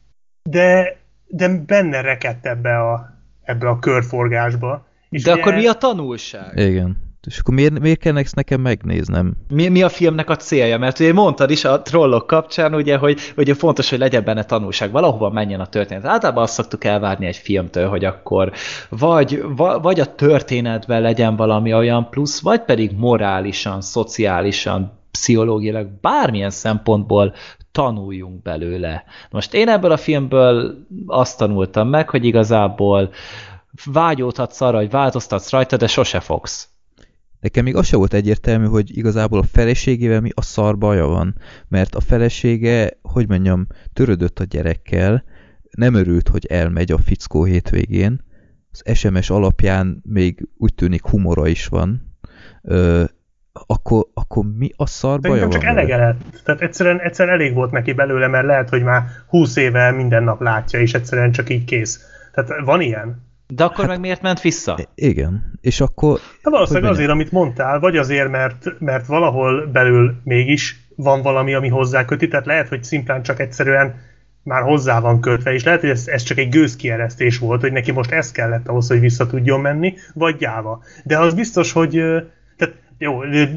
de, de benne rekedt ebbe a, ebbe a körforgásba. És de ugye... akkor mi a tanulság? Igen. És akkor miért, miért kell ezt nekem megnéznem? Mi, mi a filmnek a célja? Mert ugye mondtad is a trollok kapcsán, ugye, hogy ugye fontos, hogy legyen benne tanulság. Valahova menjen a történet. Általában azt szoktuk elvárni egy filmtől, hogy akkor vagy, vagy a történetben legyen valami olyan plusz, vagy pedig morálisan, szociálisan, pszichológiailag, bármilyen szempontból tanuljunk belőle. Most én ebből a filmből azt tanultam meg, hogy igazából vágyódhatsz arra, hogy változtatsz rajta, de sose fogsz. Nekem még az se volt egyértelmű, hogy igazából a feleségével mi a szar baja van. Mert a felesége, hogy mondjam, törődött a gyerekkel, nem örült, hogy elmegy a fickó hétvégén. Az es em es alapján még úgy tűnik humora is van. Ö, akkor, akkor mi a szar baja van? csak elege lett. Tehát egyszerűen, egyszerűen elég volt neki belőle, mert lehet, hogy már húsz éve minden nap látja, és egyszerűen csak így kész. Tehát van ilyen. De akkor hát, meg miért ment vissza? Igen, és akkor... De valószínűleg azért, amit mondtál, vagy azért, mert, mert valahol belül mégis van valami, ami hozzá köti, tehát lehet, hogy szimplán csak egyszerűen már hozzá van kötve, és lehet, hogy ez, ez csak egy gőzkieresztés volt, hogy neki most ez kellett ahhoz, hogy vissza tudjon menni, vagy gyáva. De az biztos, hogy... Tehát, jó,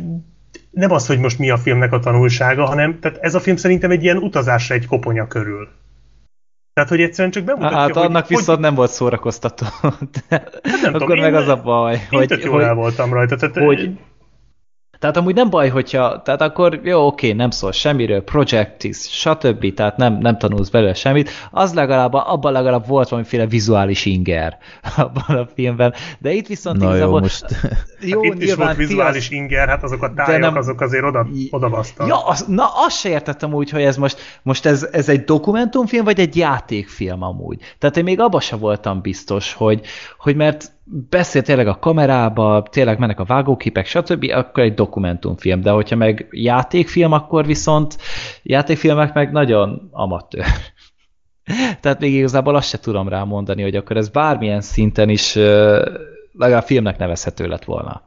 nem az, hogy most mi a filmnek a tanulsága, hanem tehát ez a film szerintem egy ilyen utazásra egy koponya körül. Tehát, hogy egyszerűen csak bemutatja, hát, hogy... annak viszont hogy... nem volt szórakoztató. Hát nem akkor tudom, meg én, az a baj, én hogy... tök jól hogy, el voltam rajta. Tehát, hogy, tehát amúgy nem baj, hogyha... Tehát akkor jó, oké, nem szól semmiről, Project X, stb. Tehát nem, nem tanulsz belőle semmit. Az legalább, abban legalább volt valamiféle vizuális inger abban a filmben. De itt viszont Na igazából... Jó, most... jó, hát itt is volt vizuális az... inger, hát azok a tájak, nem... azok azért oda, odabasztak. Ja, az, na azt se értettem úgy, hogy ez most, most ez, ez egy dokumentumfilm, vagy egy játékfilm amúgy. Tehát én még abban sem voltam biztos, hogy, hogy mert beszél tényleg a kamerába, tényleg mennek a vágóképek, stb., akkor egy dokumentumfilm, de hogyha meg játékfilm, akkor viszont játékfilmek meg nagyon amatőr. Tehát még igazából azt se tudom rámondani, hogy akkor ez bármilyen szinten is legalább filmnek nevezhető lett volna.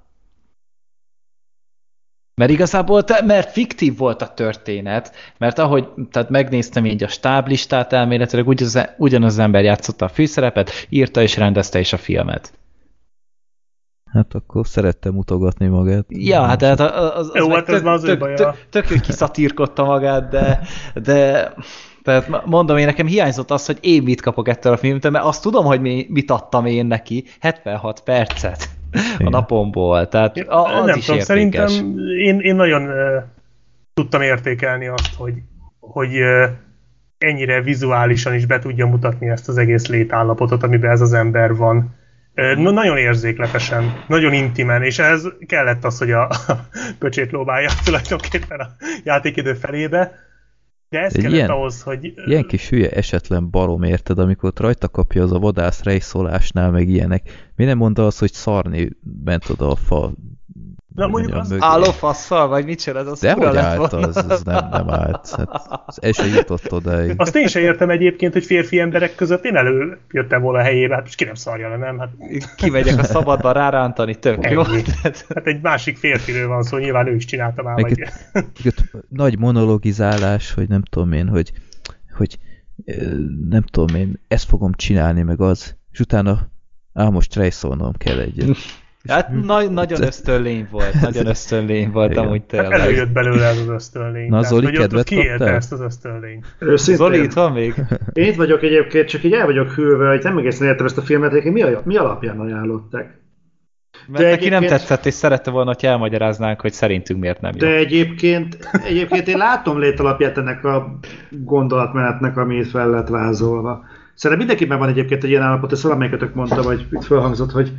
Mert igazából, mert fiktív volt a történet, mert ahogy tehát megnéztem így a stáblistát elméletileg, ugyanaz, ugyanaz az ember játszotta a főszerepet, írta és rendezte is a filmet. Hát akkor szerettem mutogatni magát. Ja, hát az, az, az jó, hát ez már az ő baja. Tök, tök, hogy kiszatírkodta magát, de, de tehát mondom, én nekem hiányzott az, hogy én mit kapok ettől a filmtől, mert azt tudom, hogy mi, mit adtam én neki, hetvenhat percet a igen. napomból, tehát az nem is tudom, értékes. Szerintem én, én nagyon uh, tudtam értékelni azt, hogy, hogy uh, ennyire vizuálisan is be tudja mutatni ezt az egész létállapotot, amiben ez az ember van. No, nagyon érzékletesen, nagyon intimen, és ez kellett az, hogy a, a pöcsét lóbálja tulajdonképpen a játékidő felébe, de ez Egy kellett ilyen, ahhoz, hogy... Ilyen kis hülye esetlen barom, érted, amikor ott rajta kapja az a vadász rejszolásnál, meg ilyenek. Mi nem mondta az, hogy szarni bent oda a fa... Na mondjuk az... Állófasszal, vagy mit csinál, az de fura hogy lett állt volna. az, az nem, nem állt. Hát, az el se jutott odáig. Azt én sem értem egyébként, hogy férfi emberek között én előjöttem volna a helyébe, hát most ki nem szarja le, nem? Hát... Kimegyek a szabadba rárántani, tök jó. Hát egy másik férfiről van szó, nyilván ő is csinálta már. Meg Vagy... itt, itt nagy monologizálás, hogy nem tudom én, hogy, hogy nem tudom én, ezt fogom csinálni, meg az, és utána á, most rejszolnom kell egyet. Hát na- nagyon ösztönlény volt, nagyon ösztönlény volt igen. amúgy tényleg. Hát előjött belőle ez az ösztönlény. Na Zoli, kedvet kiélte kaptál? ezt az ösztönlényt. Zoli, itt van még? Én itt vagyok egyébként, csak így el vagyok hűlve, hogy nem egészen értem ezt a filmet, hogy mi, a, mi alapján ajánlották. Mert de neki nem tetszett, és szerette volna, hogy elmagyaráznánk, hogy szerintünk miért nem jó. De egyébként, egyébként én látom létalapját ennek a gondolatmenetnek, ami itt fel lett vázolva. Szerintem mindenkiben van egyébként egy ilyen állapot, ezt valamelyikötök mondta, vagy itt felhangzott, hogy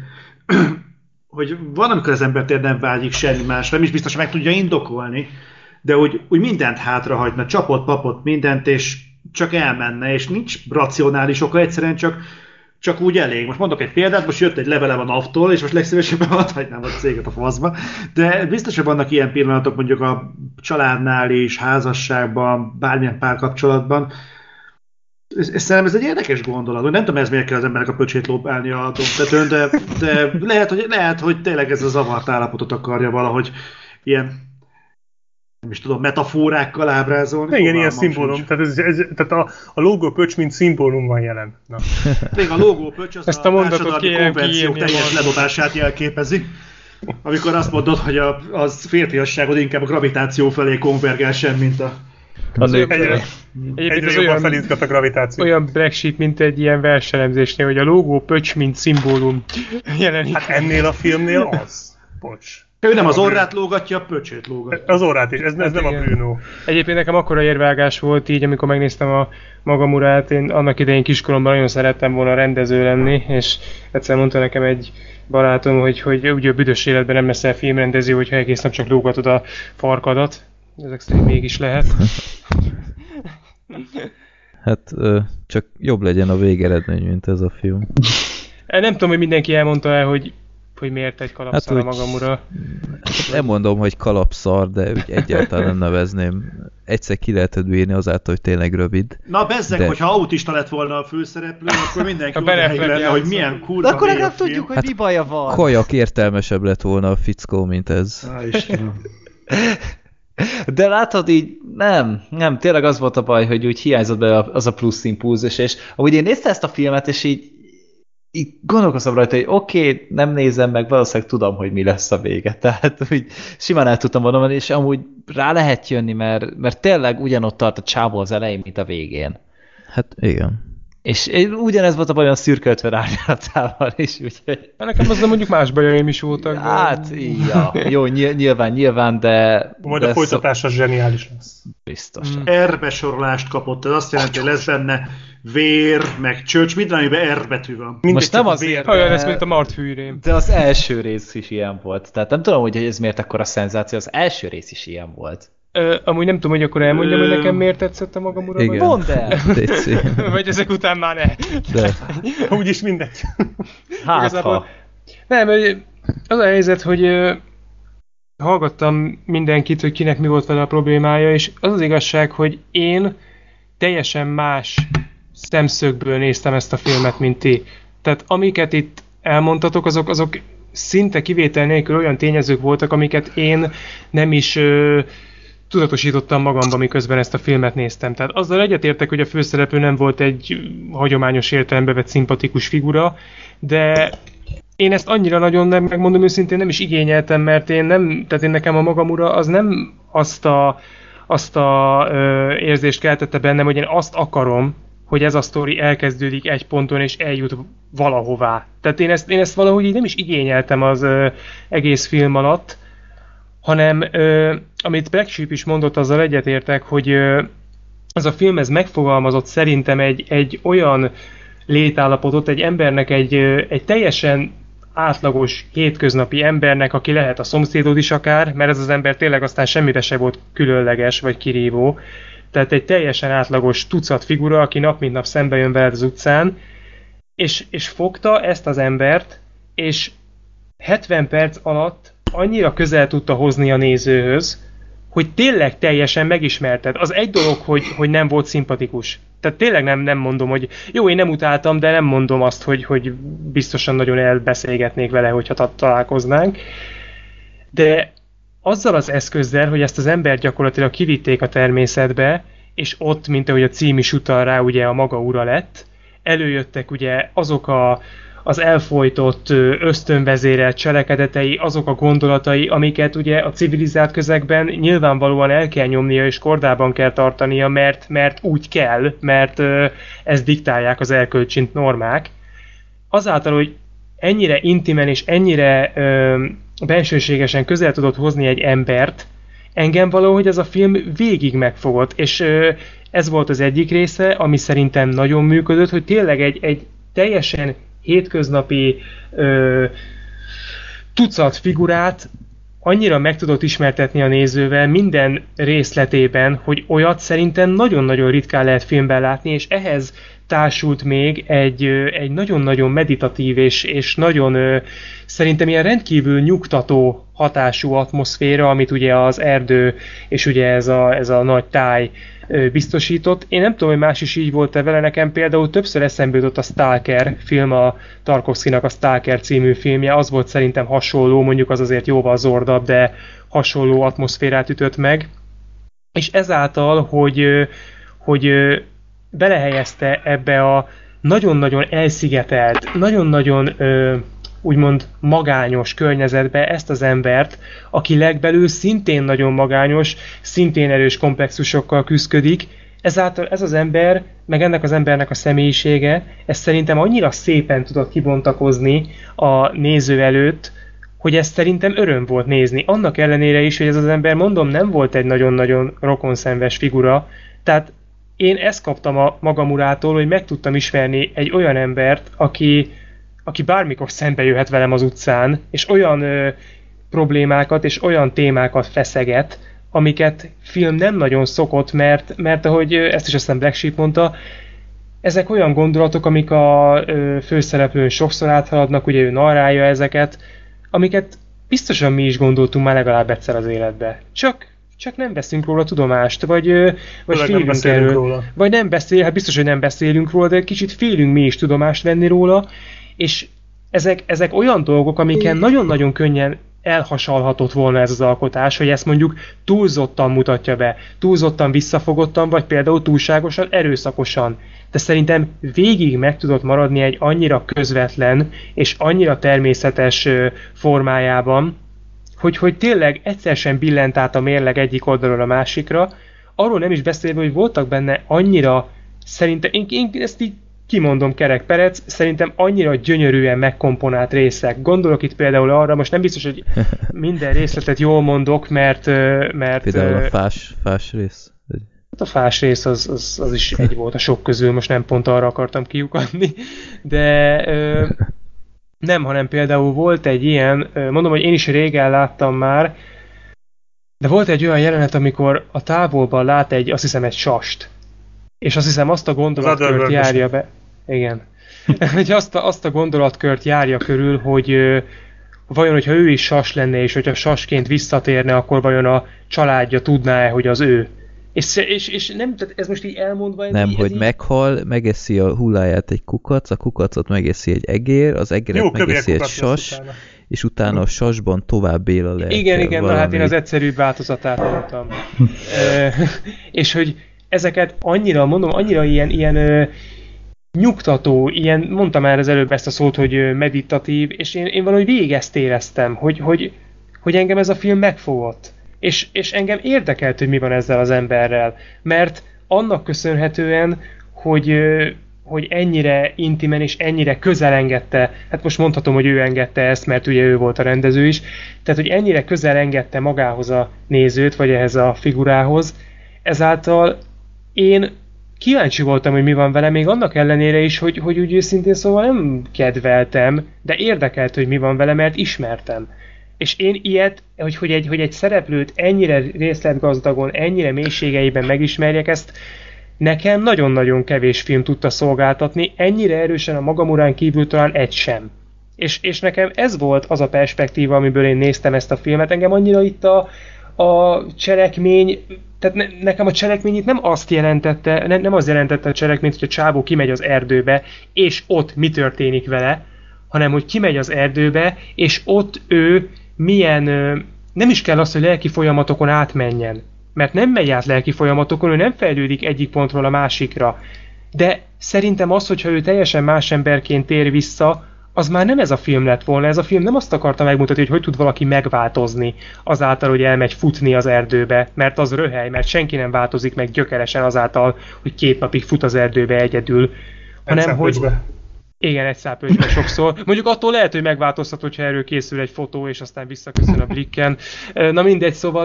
hogy van, amikor az ember tényleg nem vágyik semmi másra, nem is biztos, hogy meg tudja indokolni, de úgy, úgy mindent hátrahagyna, csapott, papott, mindent, és csak elmenne, és nincs racionális oka, egyszerűen csak, csak úgy elég. Most mondok egy példát, most jött egy levelem a NAV-tól, és most legszívesebben adhatnám a céget a faszba, de biztos, hogy vannak ilyen pillanatok mondjuk a családnál is, házasságban, bármilyen párkapcsolatban. És szerintem ez egy érdekes gondolat, nem tudom, ez miért kell az embernek a pöcsét lóbálni a dombtetőn, de, de lehet, hogy, lehet, hogy tényleg ez a zavart állapotot akarja valahogy ilyen, nem is tudom, metaforákkal ábrázolni. Igen, ilyen szimbólum. Tehát, ez, ez, tehát a, a logó pöcs, mint szimbólum van jelen. Na. Még a logó pöcs az Ezt a, a társadalmi konvenciók teljes ledobását jelképezi. Amikor azt mondod, hogy a, az férfiasságod inkább a gravitáció felé konvergál sem, mint a... A nők. Egyre, egyre jobban felizgat a gravitáció. Olyan Black Sheep, mint egy ilyen verselemzésnél, hogy a logó pöcs, mint szimbólum jelenik. Hát ennél a filmnél az. Bocs. Ő nem az orrát lógatja, a pöcsét lógatja. Az orrát is, ez, ez nem a Bruno. Egyébként nekem akkora érvágás volt így, amikor megnéztem a Magamurát, én annak idején kiskoromban nagyon szerettem volna rendező lenni, és egyszer mondta nekem egy barátom, hogy, hogy ugye a büdös életben nem leszel filmrendező, hogyha egész nap csak lógatod a farkadat. Ezek szerint mégis lehet. Hát csak jobb legyen a végeredmény, mint ez a film. Nem tudom, hogy mindenki elmondta el, hogy, hogy miért egy kalapszal hát, a Magamura. Nem mondom, hogy kalapszar, de úgy egyáltalán nem nevezném. Egyszer ki lehetett bírni azáltal, hogy tényleg rövid. Na bezzeg, de... hogyha autista lett volna a főszereplő, akkor mindenki odahelyi lenne, hogy milyen kurva. De akkor legalább tudjuk, hogy hát mi baja van. Kajak értelmesebb lett volna a fickó, mint ez. Á, Istenem. De látod így, nem, nem, tényleg az volt a baj, hogy úgy hiányzott be az a plusz impulzus, és ahogy én néztem ezt a filmet, és így, így gondolkoztam rajta, hogy oké, okay, nem nézem meg, valószínűleg tudom, hogy mi lesz a vége. Tehát úgy simán el tudtam volna, és amúgy rá lehet jönni, mert, mert tényleg ugyanott tart a csávó az elején, mint a végén. Hát igen. És ugyanez volt a baj a szürke ötven árnyalatával is, úgyhogy... Nekem az nem mondjuk más bajaim is voltak. De... Hát, ja, jó, nyilván, nyilván, de... Majd de a folytatás az zseniális lesz. Biztos. Mm. R besorolást kapott, ez azt jelenti, hogy lesz benne vér, meg csöcs, minden, amiben R betű van. Mindegy, most nem az vér, olyan lesz, mint a Mart fűrém. De az első rész is ilyen volt. Tehát nem tudom, hogy ez miért akkora szenzáció, az első rész is ilyen volt. Ö, amúgy nem tudom, hogy akkor elmondjam, hogy nekem miért tetszett a Magamura. Igen. Mondd el! Vagy ezek után már ne. De. Úgyis mindegy. Hát Igazából, ha. Nem, az a helyzet, hogy uh, hallgattam mindenkit, hogy kinek mi volt vele a problémája, és az az igazság, hogy én teljesen más szemszögből néztem ezt a filmet, mint ti. Tehát amiket itt elmondtatok, azok, azok szinte kivétel nélkül olyan tényezők voltak, amiket én nem is... Uh, tudatosítottam magamban, miközben ezt a filmet néztem. Tehát azzal egyetértek, hogy a főszereplő nem volt egy hagyományos értelembe vett szimpatikus figura, de én ezt annyira nagyon nem, megmondom őszintén, nem is igényeltem, mert én nem, tehát én nekem a Magamura az nem azt a, azt a ö, érzést keltette bennem, hogy én azt akarom, hogy ez a sztori elkezdődik egy ponton és eljut valahová. Tehát én ezt, én ezt valahogy így nem is igényeltem az ö, egész film alatt, hanem ö, amit Black Sheep is mondott, azzal egyetértek, hogy, ö, ez a film ez megfogalmazott szerintem egy, egy olyan létállapotot, egy embernek egy, egy teljesen átlagos, hétköznapi embernek, aki lehet a szomszédod is akár, mert ez az ember tényleg aztán semmire se volt különleges vagy kirívó. Tehát egy teljesen átlagos tucat figura, aki nap mint nap szembe jön veled az utcán, és, és fogta ezt az embert, és hetven perc alatt annyira közel tudta hozni a nézőhöz, hogy tényleg teljesen megismerted. Az egy dolog, hogy, hogy nem volt szimpatikus. Tehát tényleg nem, nem mondom, hogy jó, én nem utáltam, de nem mondom azt, hogy, hogy biztosan nagyon elbeszélgetnék vele, hogyha találkoznánk. De azzal az eszközzel, hogy ezt az embert gyakorlatilag kivitték a természetbe, és ott, mint ahogy a cím is utal rá, ugye a maga ura lett, előjöttek ugye azok a az elfojtott, ösztönvezérelt cselekedetei, azok a gondolatai, amiket ugye a civilizált közegben nyilvánvalóan el kell nyomnia és kordában kell tartania, mert, mert úgy kell, mert ezt diktálják az erkölcsi normák. Azáltal, hogy ennyire intimen és ennyire ö, bensőségesen közel tudott hozni egy embert, engem valahogy ez a film végig megfogott, és ö, ez volt az egyik része, ami szerintem nagyon működött, hogy tényleg egy, egy teljesen hétköznapi ö, tucat figurát annyira meg tudott ismertetni a nézővel minden részletében, hogy olyat szerintem nagyon-nagyon ritkán lehet filmben látni, és ehhez társult még egy, egy nagyon-nagyon meditatív és, és nagyon ö, szerintem ilyen rendkívül nyugtató hatású atmoszféra, amit ugye az erdő és ugye ez a, ez a nagy táj biztosított. Én nem tudom, hogy más is így volt-e vele, nekem például többször eszembe jutott a Stalker film, a Tarkovszkinak a Stalker című filmje, az volt szerintem hasonló, mondjuk az azért jóval zordabb, de hasonló atmoszférát ütött meg. És ezáltal, hogy, hogy belehelyezte ebbe a nagyon-nagyon elszigetelt, nagyon-nagyon úgymond magányos környezetbe ezt az embert, aki legbelül szintén nagyon magányos, szintén erős komplexusokkal küszködik, ezáltal ez az ember, meg ennek az embernek a személyisége, ez szerintem annyira szépen tudott kibontakozni a néző előtt, hogy ezt szerintem öröm volt nézni. Annak ellenére is, hogy ez az ember, mondom, nem volt egy nagyon-nagyon rokonszenves figura, tehát én ezt kaptam a magam urától, hogy meg tudtam ismerni egy olyan embert, aki aki bármikor szembe jöhet velem az utcán, és olyan ö, problémákat és olyan témákat feszeget, amiket film nem nagyon szokott, mert, mert ahogy ezt is aztán Black Sheep mondta, ezek olyan gondolatok, amik a ö, főszereplőn sokszor áthaladnak, ugye ő narrálja ezeket, amiket biztosan mi is gondoltunk már legalább egyszer az életbe. Csak, csak nem veszünk róla tudomást, vagy, ö, vagy félünk erről. Róla. Vagy nem beszél, hát biztos, hogy nem beszélünk róla, de kicsit félünk mi is tudomást venni róla, és ezek, ezek olyan dolgok, amiken nagyon-nagyon könnyen elhasalhatott volna ez az alkotás, hogy ezt mondjuk túlzottan mutatja be, túlzottan visszafogottan, vagy például túlságosan erőszakosan. De szerintem végig meg tudott maradni egy annyira közvetlen és annyira természetes formájában, hogy, hogy tényleg egyszer sem billent át a mérleg egyik oldalról a másikra, arról nem is beszélve, hogy voltak benne annyira, szerintem, én, én ezt így kimondom, Kerek Perec, szerintem annyira gyönyörűen megkomponált részek. Gondolok itt például arra, most nem biztos, hogy minden részletet jól mondok, mert... mert például a fás, fás rész? A fás rész az, az, az is egy volt a sok közül, most nem pont arra akartam kiukadni, de nem, hanem például volt egy ilyen, mondom, hogy én is régen láttam már, de volt egy olyan jelenet, amikor a távolban lát egy, azt hiszem, egy sast. És azt hiszem, azt a gondolatkört járja be. Igen. Hogy azt a, azt a gondolatkört járja körül, hogy ö, vajon, hogyha ő is sas lenne, és hogyha sasként visszatérne, akkor vajon a családja tudná-e, hogy az ő. És, és, és nem, tehát ez most így elmondva... Ez nem, így, hogy így... meghal, megeszi a hulláját egy kukac, a kukacot megeszi egy egér, az egeret Jó, megeszi egy sas, utána. És utána a sasban tovább él a lelke. Igen, igen, valami... na hát én az egyszerűbb változatát mondtam. e, és hogy ezeket annyira, mondom, annyira ilyen, ilyen ö, nyugtató, ilyen, mondtam már az előbb ezt a szót, hogy ö, meditatív, és én, én valahogy végig ezt éreztem, hogy, hogy, hogy engem ez a film megfogott. És, és engem érdekelt, hogy mi van ezzel az emberrel, mert annak köszönhetően, hogy, ö, hogy ennyire intimen és ennyire közel engedte, hát most mondhatom, hogy ő engedte ezt, mert ugye ő volt a rendező is, tehát, hogy ennyire közel engedte magához a nézőt, vagy ehhez a figurához, ezáltal én kíváncsi voltam, hogy mi van vele, még annak ellenére is, hogy, hogy úgy őszintén szóval nem kedveltem, de érdekelt, hogy mi van vele, mert ismertem. És én ilyet, hogy, hogy, egy, hogy egy szereplőt ennyire részletgazdagon, ennyire mélységeiben megismerjek, ezt nekem nagyon-nagyon kevés film tudta szolgáltatni, ennyire erősen a magam urán kívül talán egy sem. És, és nekem ez volt az a perspektíva, amiből én néztem ezt a filmet. Engem annyira itt a, a cselekmény, tehát ne, nekem a cselekmény itt nem azt jelentette, ne, nem az jelentette a cselekményt, hogy a csávó kimegy az erdőbe, és ott mi történik vele, hanem hogy kimegy az erdőbe, és ott ő milyen, nem is kell az, hogy lelki folyamatokon átmenjen. Mert nem megy át lelki folyamatokon, ő nem fejlődik egyik pontról a másikra. De szerintem az, hogyha ő teljesen más emberként tér vissza, az már nem ez a film lett volna. Ez a film nem azt akarta megmutatni, hogy hogy tud valaki megváltozni azáltal, hogy elmegy futni az erdőbe, mert az röhely, mert senki nem változik meg gyökeresen azáltal, hogy két napig fut az erdőbe egyedül. Hanem, hogy... Igen, egy szápölcsbe sokszor. Mondjuk attól lehet, hogy megváltoztat, hogyha erről készül egy fotó, és aztán visszaköszön a blikken. Na mindegy, szóval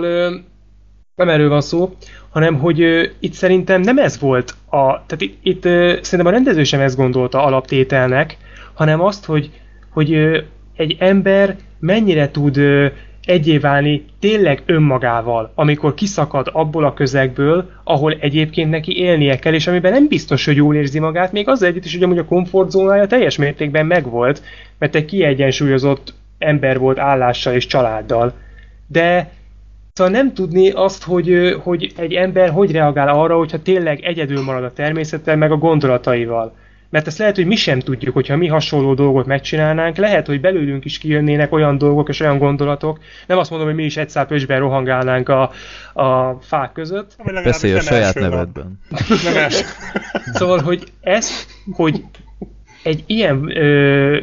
nem erről van szó, hanem hogy itt szerintem nem ez volt a... Tehát itt, itt szerintem a rendező sem ezt gondolta alaptételnek, hanem azt, hogy, hogy egy ember mennyire tud egyé válni tényleg önmagával, amikor kiszakad abból a közegből, ahol egyébként neki élnie kell, és amiben nem biztos, hogy jól érzi magát, még azzal együtt is, hogy amúgy a komfortzónája teljes mértékben megvolt, mert egy kiegyensúlyozott ember volt állással és családdal. De szóval nem tudni azt, hogy, hogy egy ember hogy reagál arra, hogyha tényleg egyedül marad a természettel, meg a gondolataival. Mert ezt lehet, hogy mi sem tudjuk, hogyha mi hasonló dolgot megcsinálnánk, lehet, hogy belőlünk is kijönnének olyan dolgok és olyan gondolatok. Nem azt mondom, hogy mi is egy szápöcsben rohangálnánk a, a fák között. Beszélj a saját nevedben. Nem első. Szóval, hogy ez, hogy egy ilyen, ö,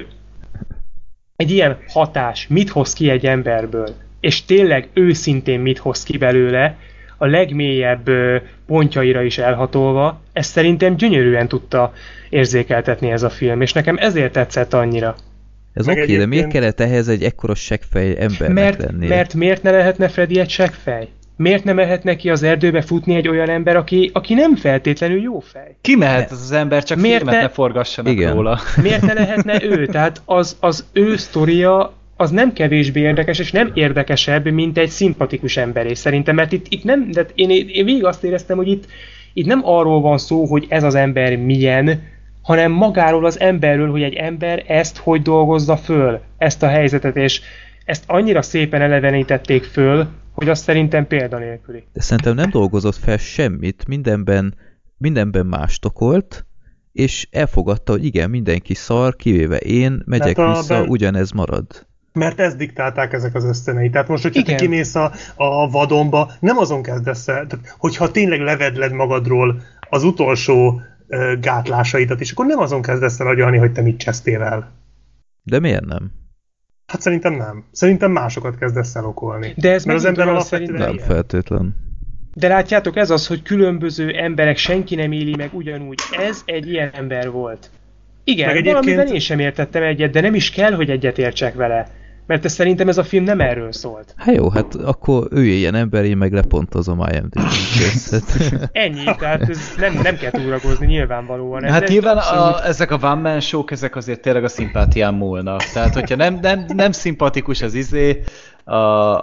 egy ilyen hatás mit hoz ki egy emberből, és tényleg őszintén mit hoz ki belőle, a legmélyebb pontjaira is elhatolva, ezt szerintem gyönyörűen tudta érzékeltetni ez a film, és nekem ezért tetszett annyira. Ez oké, okay, de miért kellett ehhez egy ekkora seggfej embernek mert, lenni? Mert miért ne lehetne Freddy egy seggfej? Miért nem mehetne ki az erdőbe futni egy olyan ember, aki, aki nem feltétlenül jó fej? Ki mehet az az ember, csak miért filmet ne, ne forgassanak igen. róla. Miért ne lehetne ő? Tehát az, az ő sztoria az nem kevésbé érdekes, és nem érdekesebb, mint egy szimpatikus emberé szerintem, mert itt, itt nem, de én, én végig azt éreztem, hogy itt, itt nem arról van szó, hogy ez az ember milyen, hanem magáról az emberről, hogy egy ember ezt hogy dolgozza föl, ezt a helyzetet, és ezt annyira szépen elevenítették föl, hogy azt szerintem példanélküli. De szerintem nem dolgozott fel semmit, mindenben, mindenben más tokolt, és elfogadta, hogy igen, mindenki szar, kivéve én, megyek hát vissza, ben... ugyanez marad. Mert ezt diktálták ezek az ösztönei. Tehát most, hogyha igen. te kimész a, a vadonba, nem azon kezdesz el, tehát, hogyha tényleg levedled magadról az utolsó uh, gátlásaidat is, akkor nem azon kezdesz el agyalni, hogy te mit csesztél el. De miért nem? Hát szerintem nem. Szerintem másokat kezdesz el okolni. De ez mert az ember alapvetően nem feltétlen. De látjátok, ez az, hogy különböző emberek, senki nem éli meg ugyanúgy. Ez egy ilyen ember volt. Igen, egyébként... valamiben én sem értettem egyet, de nem is kell, hogy egyet értsek vele. Mert ez szerintem ez a film nem erről szólt. Hát jó, hát akkor ő ilyen ember, én meg lepontozom I M D B-t. Ennyi, tehát ez nem, nem kell túragozni nyilvánvalóan. Ez hát nyilván a, ezek a one man show-k, ezek azért tényleg a szimpátián múlnak. Tehát, hogyha nem, nem, nem szimpatikus az izé, a,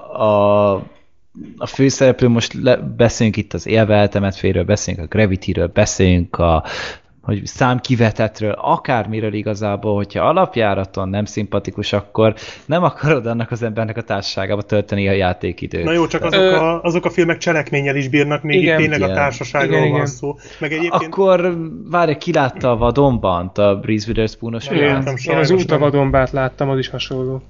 a, a főszereplő, most le, beszélünk itt az élveeltemet félről, beszélünk a Gravity-ről, beszélünk a hogy számkivetetről, akármiről igazából, hogyha alapjáraton nem szimpatikus, akkor nem akarod annak az embernek a társaságába tölteni a játékidőt. Na jó, csak azok, Ö... a, azok a filmek cselekménnyel is bírnak, még igen, itt tényleg igen. a társaságról igen, van igen. szó. Meg egyébként... Akkor várj, ki látta a vadonban, a Reese Witherspoon-os filmet? Én az út a vadonbát láttam, az is hasonló.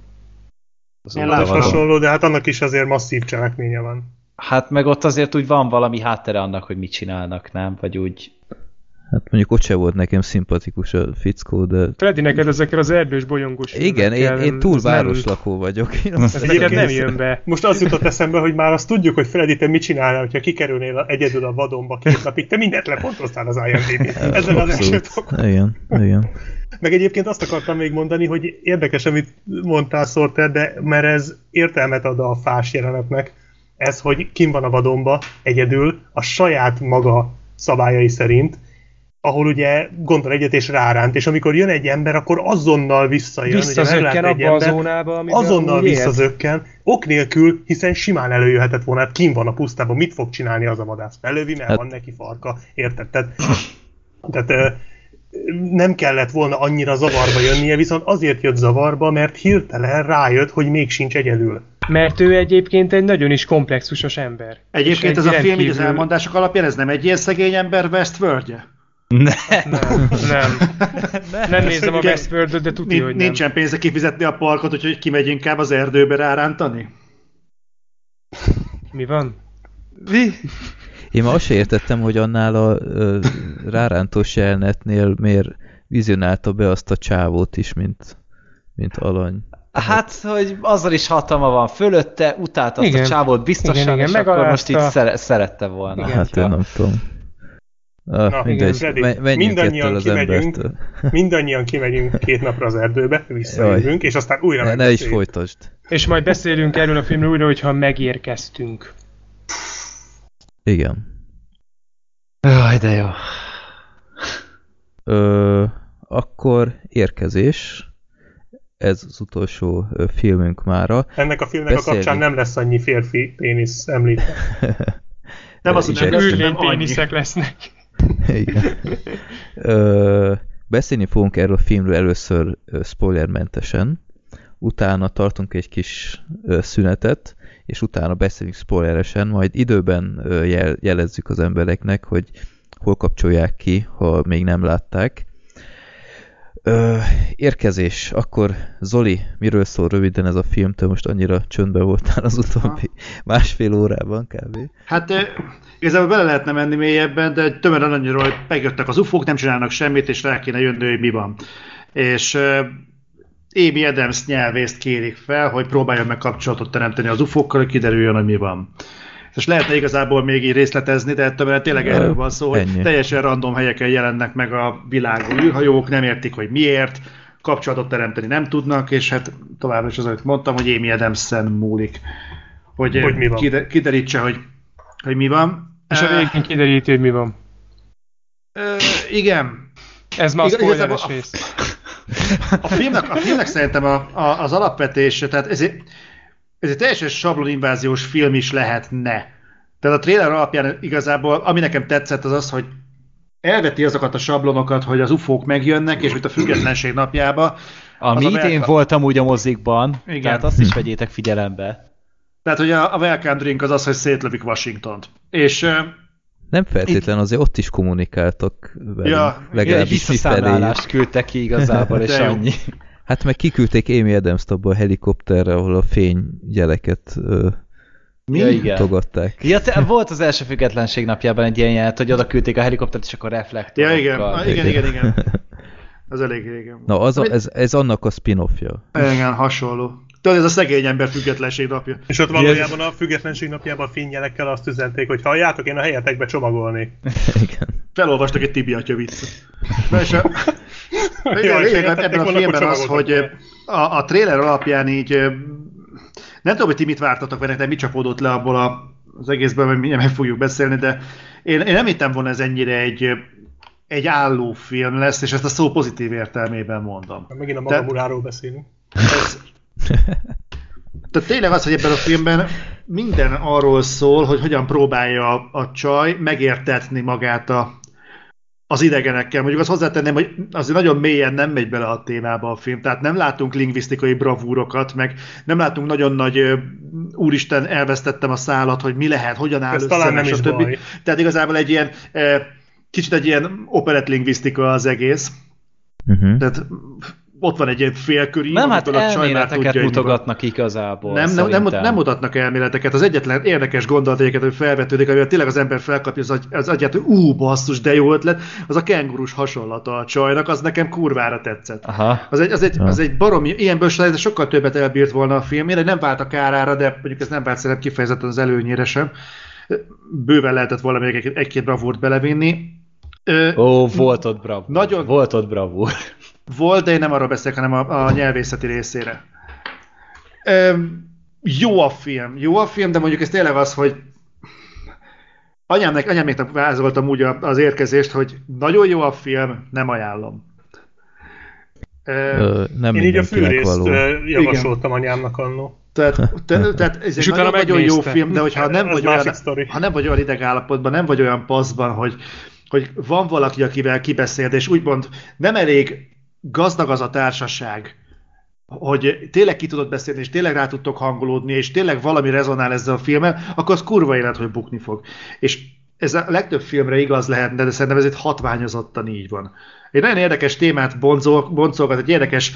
Az Én látom hasonló, de hát annak is azért masszív cselekménye van. Hát meg ott azért úgy van valami háttere annak, hogy mit csinálnak, nem? Vagy úgy... Hát mondjuk ott se volt nekem szimpatikus a fickó, de... Freddy, neked ezekkel az erdős bolyongós igen, én, én túl városlakó nem... vagyok. Ez neked nem jön be. Most az jutott eszembe, hogy már azt tudjuk, hogy Freddy, te mit csinálnál, hogyha kikerülnél egyedül a vadonba két napig, te mindent lepontoztál az I M D B-t. Ezzel az első tokon. Igen, igen. Meg egyébként azt akartam még mondani, hogy érdekes, amit mondtál, Sorter, de mert ez értelmet ad a fás jelenetnek. Ez, hogy kim van a vadonba egyedül, a saját maga szabályai szerint, ahol ugye gondol egyet és ráránt, és amikor jön egy ember, akkor azonnal visszajön. Visszazökken abba ember, a zónába, amiben azonnal visszazökken, ok nélkül, hiszen simán előjöhetett volna, hát kim van a pusztában, mit fog csinálni az a vadász? Elővi, mert hát... van neki farka, érted? Tehát, tehát nem kellett volna annyira zavarba jönnie, viszont azért jött zavarba, mert hirtelen rájött, hogy még sincs egyedül. Mert ő egyébként egy nagyon is komplexusos ember. Egyébként ez a film rendkívül... az elmondások alapján, ez nem egy ilyen szegény ember Westworldje? Nem. Nem, nem. nem. nem nézem a Westworldot, de tudja, hogy nem. Nincsen pénze kifizetni a parkot, úgyhogy kimegy inkább az erdőbe rárántani? Mi van? Mi? Én már azt sem értettem, hogy annál a ö, rárántós jelenetnél miért vizionálta be azt a csávót is, mint, mint alany. Hát, hogy azzal is hatalma van fölötte, utálta azt igen. a csávót biztosan, igen, igen, és akkor most így szere- szerette volna. Igen, hát én nem tudom. Ah, Na, mindegy, Freddy, mindannyian kimegyünk, mindannyian kimegyünk két napra az erdőbe, visszajövünk, és aztán újra ne, ne is folytasd. És majd beszélünk erről a filmről újra, hogyha megérkeztünk. Igen. Jaj, de jó. Ö, akkor érkezés. Ez az utolsó ö, filmünk mára. Ennek a filmnek Beszélni. a kapcsán nem lesz annyi férfi pénisz említve. Nem az, hogy ürlény péniszek lesznek. Igen. Ö, beszélni fogunk erről a filmről először ö, spoilermentesen, utána tartunk egy kis ö, szünetet, és utána beszélünk spoileresen, majd időben ö, jel, jelezzük az embereknek, hogy hol kapcsolják ki, ha még nem látták. Ö, érkezés. Akkor Zoli, miről szól röviden ez a film? Te most annyira csöndben voltál az utóbbi ha. másfél órában kb. Hát igazából bele lehetne menni mélyebben, de tömören annyira, hogy megjöttek az ufók, nem csinálnak semmit, és rá kéne jönni, hogy mi van. És uh, Amy Adams nyelvészt kérik fel, hogy próbáljon meg kapcsolatot teremteni az ufókkal, hogy kiderüljön, hogy mi van. És lehetne igazából még így részletezni, de többen tényleg erről van szó, hogy Ennyi. teljesen random helyeken jelennek meg a világon űrhajók, nem értik, hogy miért, kapcsolatot teremteni nem tudnak, és hát továbbra is az, amit mondtam, hogy Amy Adamsen múlik, hogy, hogy mi van. Kider- kiderítse, hogy, hogy mi van. És a végén kideríti, hogy mi van. Uh, igen. Ez már a spoileres rész. A filmnek, a filmnek szerintem a, a, az alapvetése, tehát ez egy, ez egy teljesen sabloninváziós film is lehetne. Tehát a trailer alapján igazából, ami nekem tetszett, az az, hogy elveti azokat a sablonokat, hogy az ufók megjönnek, és mint a függetlenség napjába. Ami idén volt amúgy a mozikban, igen. Tehát azt is vegyétek figyelembe. Tehát, hogy a, a welcome drink az az, hogy szétlövik Washingtont. És... Nem feltétlen, itt... azért ott is kommunikáltak velünk. Ja, legalábbis visszaszámlálást küldtek ki igazából, és annyi. Hát meg kiküldték Amy Adams-t abba a helikopterre, ahol a fénygyeleket ja, togatták. Ja, te, volt az első függetlenség napjában egy ilyen jelent, hogy oda küldték a helikoptert, és akkor reflektorokkal. Ja, igen, ah, igen, igen, igen. Az elég régen. Na, az a, ez, ez annak a spin-offja. Igen, hasonló. Tudod, ez a szegény ember függetlenség napja. És ott valójában a függetlenség napjában a fényjelekkel azt üzenték, hogy halljátok, én a helyetekbe csomagolni. Igen. Felolvastak egy Tibi atya viccet. És a, Jaj, lényeg ebben a filmben az, hogy a, a trailer alapján így nem tudom, hogy ti mit vártatok vele, de mit csapódott le abból a, az egészben, mert mindjárt meg fogjuk beszélni, de én, én nem hittem volna ez ennyire egy, egy álló film lesz, és ezt a szó pozitív értelmében mondom. Megint a magamuláról beszélünk. Ez, tehát tényleg az, hogy ebben a filmben minden arról szól, hogy hogyan próbálja a, a csaj megértetni magát a, az idegenekkel. Mondjuk azt hozzátenném, hogy azért nagyon mélyen nem megy bele a témába a film, tehát nem látunk lingvisztikai bravúrokat, meg nem látunk nagyon nagy úristen, elvesztettem a szálat, hogy mi lehet, hogyan áll össze, meg stb. Tehát igazából egy ilyen kicsit egy ilyen operettlingvisztika az egész. Uh-huh. Tehát ott van egy ilyen félköri, nem, hát elméleteket tudja, mutogatnak igazából. Nem, nem, nem, nem mutatnak elméleteket. Az egyetlen érdekes gondolat, hogy felvetődik, amivel tényleg az ember felkapja az, agy, az agyát, hogy ú, basszus, de jó ötlet, az a kengurus hasonlata a csajnak, az nekem kurvára tetszett. Aha. Az egy, az egy, az egy baromi, ilyenből sokkal többet elbírt volna a film, én nem vált a kárára, de mondjuk ez nem vált szerep kifejezetten az előnyére sem. Bőven lehetett volna még egy, egy-két bravúrt belevinni. Ó, volt ott bravúr. Nagyon... Volt ott bravúr. Volt, de én nem arról beszélek, hanem a, a nyelvészeti részére. Ö, jó a film, jó a film, de mondjuk ez tényleg az, hogy anyámnak, anyáméknak vázoltam úgy az érkezést, hogy nagyon jó a film, nem ajánlom. Ö, nem Én így a fűrészt való. javasoltam igen. anyámnak annó. Tehát, te, tehát ez egy nagyon, nagyon jó film, de hogyha nem, vagy olyan, ha nem vagy olyan idegállapotban, nem vagy olyan paszban, hogy, hogy van valaki, akivel kibeszéld, és úgymond nem elég gazdag az a társaság, hogy tényleg ki tudod beszélni, és tényleg rá tudtok hangolódni, és tényleg valami rezonál ezzel a filmmel, akkor az kurva élet, hogy bukni fog. És ez a legtöbb filmre igaz lehet, de szerintem ez itt hatványozottan így van. Egy nagyon érdekes témát boncolgat, egy érdekes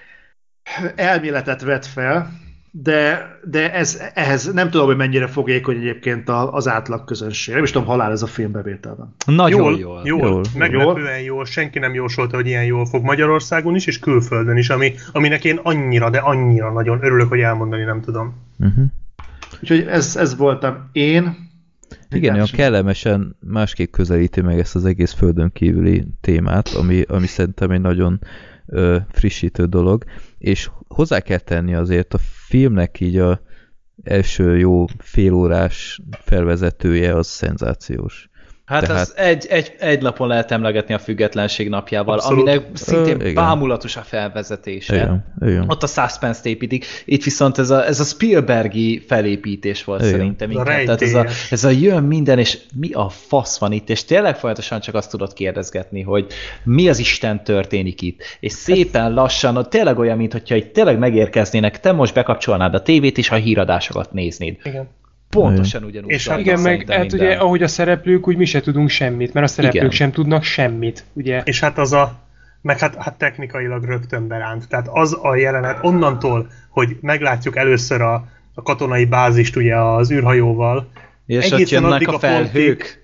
elméletet vet fel, de, de ez, ehhez nem tudom, hogy mennyire fogékony egyébként az átlag közönség. Nem is tudom, halál ez a filmbevételben. Nagyon jól. Jól, jól, jól meglepően jól. jól. Senki nem jósolta, hogy ilyen jól fog Magyarországon is, és külföldön is, ami, aminek én annyira, de annyira nagyon örülök, hogy elmondani nem tudom. Uh-huh. Úgyhogy ez, ez voltam én. Igen, olyan kellemesen másképp közelíti meg ezt az egész földön kívüli témát, ami, ami szerintem egy nagyon ö, frissítő dolog, és hozzá kell tenni azért a filmnek így a első jó félórás felvezetője az szenzációs. Hát Tehát... az egy, egy, egy napon lehet emlegetni a Függetlenség napjával, abszolút. Aminek szintén Ö, bámulatos a felvezetése. Igen, igen. Ott a suspense-t építik, itt viszont ez a, ez a Spielbergi felépítés volt igen. szerintem. A Tehát ez a, ez a jön minden, és mi a fasz van itt, és tényleg folyamatosan csak azt tudod kérdezgetni, hogy mi az Isten történik itt. És szépen lassan, tényleg olyan, mintha itt tényleg megérkeznének, te most bekapcsolnád a tévét, és a híradásokat néznéd. Igen. Pontosan ugyanúgy. És hát igen, meg hát ugye, ahogy a szereplők, úgy mi se tudunk semmit, mert a szereplők igen. sem tudnak semmit, ugye? És hát az a, meg hát, hát technikailag rögtön beránt. Tehát az a jelenet onnantól, hogy meglátjuk először a, a katonai bázist ugye az űrhajóval. És ott jönnek a felhők.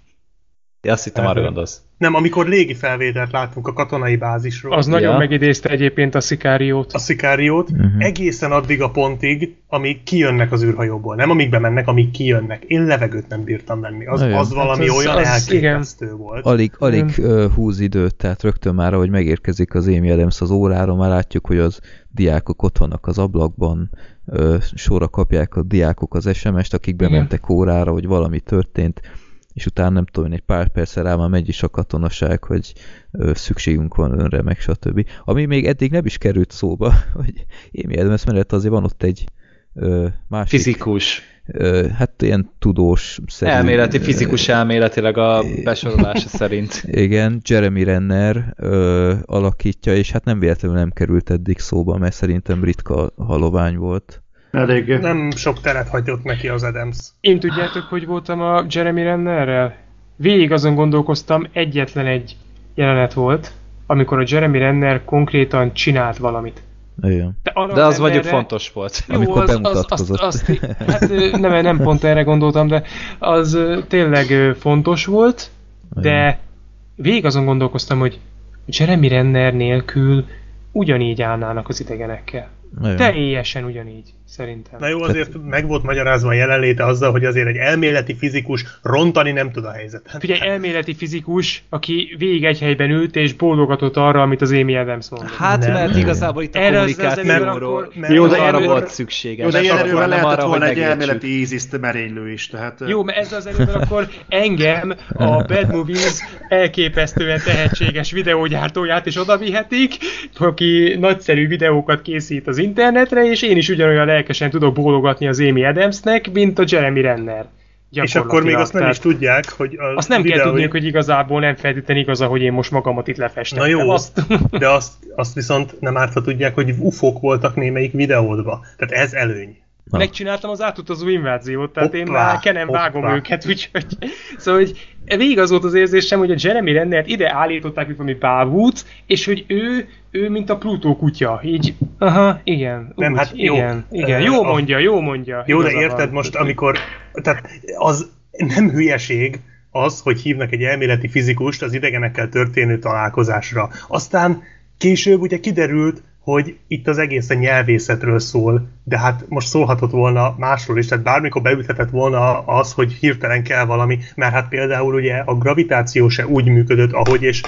Én azt hittem, arra gondolsz. Nem, amikor légi felvételt látunk a katonai bázisról. Az ja. nagyon megidézte egyébként a Szikáriót. A Szikáriót, uh-huh. egészen addig a pontig, amíg kijönnek az űrhajóból. Nem amíg bemennek, amíg kijönnek. Én levegőt nem bírtam venni. Az, az valami hát az, olyan az, elképesztő igen. volt. Alig, alig uh, húz időt, tehát rögtön már, ahogy megérkezik az Amy Adams az órára, már látjuk, hogy az diákok ott vannak az ablakban, uh, sorra kapják a diákok az es em est, akik bementek órára, hogy valami történt, és utána nem tudom, egy pár percre rá már megy is a katonaság, hogy ö, szükségünk van önre, meg stb. Ami még eddig nem is került szóba, hogy Amy Adams mellett azért van ott egy ö, másik... Fizikus. Ö, hát ilyen tudós szerű... Elméleti, fizikus elméletileg a besorolása szerint. Igen, Jeremy Renner ö, alakítja, és hát nem véletlenül nem került eddig szóba, mert szerintem ritka halovány volt. Elég. Nem sok teret hagyott neki az Adams. Én tudjátok, hogy voltam a Jeremy Rennerrel? Végig azon gondolkoztam, egyetlen egy jelenet volt, amikor a Jeremy Renner konkrétan csinált valamit. Igen. De, De az mondjuk fontos volt. Jó, amikor az, bemutatkozott. Az, az, az, hát nem, nem pont erre gondoltam, de az tényleg fontos volt, de végig azon gondolkoztam, hogy Jeremy Renner nélkül ugyanígy állnának az idegenekkel. Nagyon. Teljesen ugyanígy, szerintem. Na jó, azért meg volt magyarázva a jelenléte azzal, hogy azért egy elméleti fizikus rontani nem tud a helyzetet. Ugye egy elméleti fizikus, aki végig egy helyben ült és bólogatott arra, amit az Amy Adams mondott. Hát nem. Mert igazából itt a erre kommunikációról jó, de arra volt szükséges. Jó, de ilyen erővel lehetett volna egy elméleti íziszt merénylő is. Tehát... Jó, mert ezzel az erővel akkor engem a Bad Movies elképesztően tehetséges videógyártóját is odavihetik, aki nagyszerű videókat készít az internetre, és én is ugyanolyan lelkesen tudok bólogatni az Amy Adamsnek, mint a Jeremy Renner. És akkor még azt nem Tehát is tudják, hogy a azt nem videó... kell tudniuk, hogy igazából nem feltétlenül igaz, hogy én most magamat itt lefestem. Na jó, azt... de azt, azt viszont nem árt, ha tudják, hogy ufók voltak némelyik videódban. Tehát ez előny. Ha. Megcsináltam az átutazó inváziót, tehát hoppá, én már kenem vágom hoppá. őket, úgyhogy... Szóval, hogy végig az volt az érzésem, hogy a Jeremy Rennert ide állították, mint valami bávút, és hogy ő, ő mint a Plutó kutya, így, aha, igen, nem, úgy, hát jó, igen, igen, jó mondja, jó mondja. Jó, de érted most, amikor, tehát az nem hülyeség az, hogy hívnak egy elméleti fizikust az idegenekkel történő találkozásra. Aztán később ugye kiderült, hogy itt az egész a nyelvészetről szól, de hát most szólhatott volna másról is, tehát bármikor beüthetett volna az, hogy hirtelen kell valami, mert hát például ugye a gravitáció se úgy működött, ahogy, és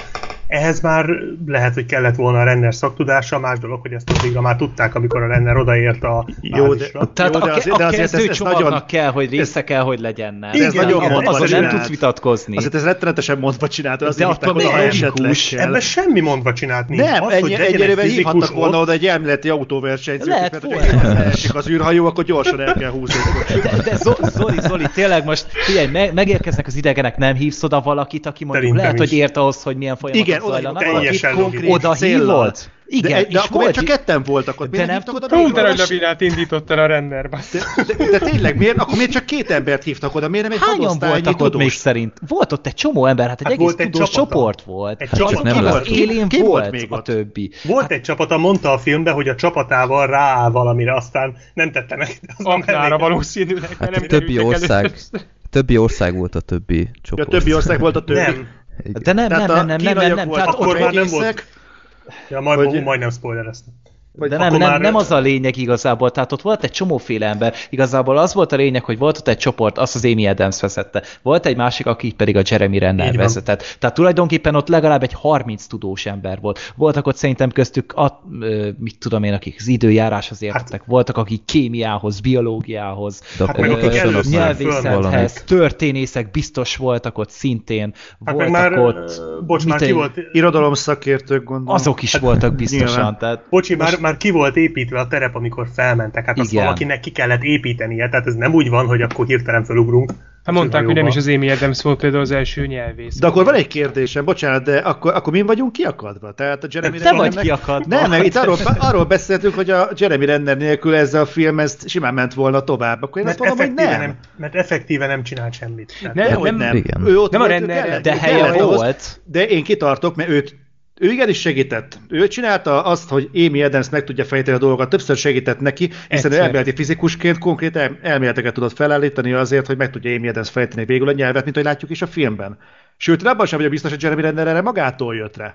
Ehhez már lehet, hogy kellett volna a Renner szaktudása, más dolog, hogy ezt addigra már tudták, amikor a Renner odaért a jó, de, tehát jó, de, a, azért, de a azért ez, ez kezdőcsomagnak nagyon... kell, hogy része kell, hogy legyen. Nem? Ez nagyon igen, mondva azon csinált. nem tudsz vitatkozni. Azért ez rettenetesen mondva csinált, azért attól oda, még esetleg logikus. kell. Ebben semmi mondva csinált nincs. Nem, az, ennyi, hogy legyen egy egyelőre fizikus hívhattak volna ott, oda egy elméleti autóversenyzőt, Lehet mert volna. hogyha esik az űrhajó, akkor gyorsan el kell húzni. De, de Zoli, Zoli, tényleg most figyelj, me- megérkeznek az idegenek, nem hívsz oda valakit, aki mondjuk Szerintem lehet, is. hogy ért ahhoz, hogy milyen folyamatok Igen, oda zajlanak. hívott teljesen valakit logikus. konkrét Oda céllal. hívott? Igen, de, de és akkor volt, miért csak ketten voltak ott? de Miért nem hívtak oda tudtam, még Hú, de nagy valaki? lavinát indított el a Renner, bassz. de, de, de tényleg, miért? Akkor miért csak két embert hívtak oda? Miért nem egy hányan hadosztálynyi voltak ott még tudós? szerint? Volt ott egy csomó ember, hát egy Hát egész volt egy tudós csapata. csoport volt. Egy Hát csak csapat nem ki lát- volt. Ki- Élén ki volt volt még a ott? többi. Volt egy csapata, mondta a filmben, hogy a csapatával rááll valamire, aztán nem tette meg. de az nem Aknára elég. valószínűleg, mert Hát nem a többi derültek ország, először. többi ország volt a többi Ja, csoport. a többi ország volt a többi. Nem. Igen. De nem, nem, Tehát a nem, nem, nem, nem, kínaiak nem. voltak, Tehát akkor ott már nem egészek, volt. Ja, majd, Hogy- majdnem spoilereztem. vagy De nem, akkor nem, már- nem az a lényeg igazából, tehát ott volt egy csomóféle ember, igazából az volt a lényeg, hogy volt ott egy csoport, azt az Amy Adams vezette, volt egy másik, aki pedig a Jeremy Renner Így van. vezetett. Tehát tulajdonképpen ott legalább egy harminc tudós ember volt. Voltak ott szerintem köztük, a, ö, mit tudom én, akik az időjáráshoz értettek, voltak akik kémiához, biológiához, De Hát akkor meg akik mutasson először akkor nyelvészethez, valamit. történészek biztos voltak ott szintén, Hát meg voltak már, ott, ö, bocs, mit már ki egy- volt, Irodalom szakértők, gondolom. azok is voltak biztosan, nyilván. tehát bocsi, már, már ki volt építve a terep, amikor felmentek. Hát azt Igen. valakinek ki kellett építenie, tehát ez nem úgy van, hogy akkor hirtelen felugrunk. Hát mondták, hogy nem is űrhajóba. az Amy Adams volt például az első nyelvész. De akkor van egy kérdésem, bocsánat, de akkor, akkor mi vagyunk kiakadva? Tehát a Jeremy te vagy Rennernek- kiakadva. Nem, meg itt arról, arról beszéltünk, hogy a Jeremy Renner nélkül ez a film ez simán ment volna tovább. Akkor én Mert azt mondom, hogy effektíve, nem. nem. mert effektíve nem csinált semmit. Tehát Nem, Nem, hogy nem, nem. igen. Ő ott Nem a volt, ő Renner, kellett- de ő helye kellett ahhoz, volt. De én kitartok, mert őt ő igenis segített. Ő csinálta azt, hogy Amy Adams meg tudja fejteni a dolgokat, többször segített neki, hiszen ő Egyszer. elméleti fizikusként konkrét el- elméleteket tudott felállítani azért, hogy meg tudja Amy Adams fejteni végül a nyelvet, mint hogy látjuk is a filmben. Sőt, abban sem vagyok biztos, hogy Jeremy Renner erre magától jött rá.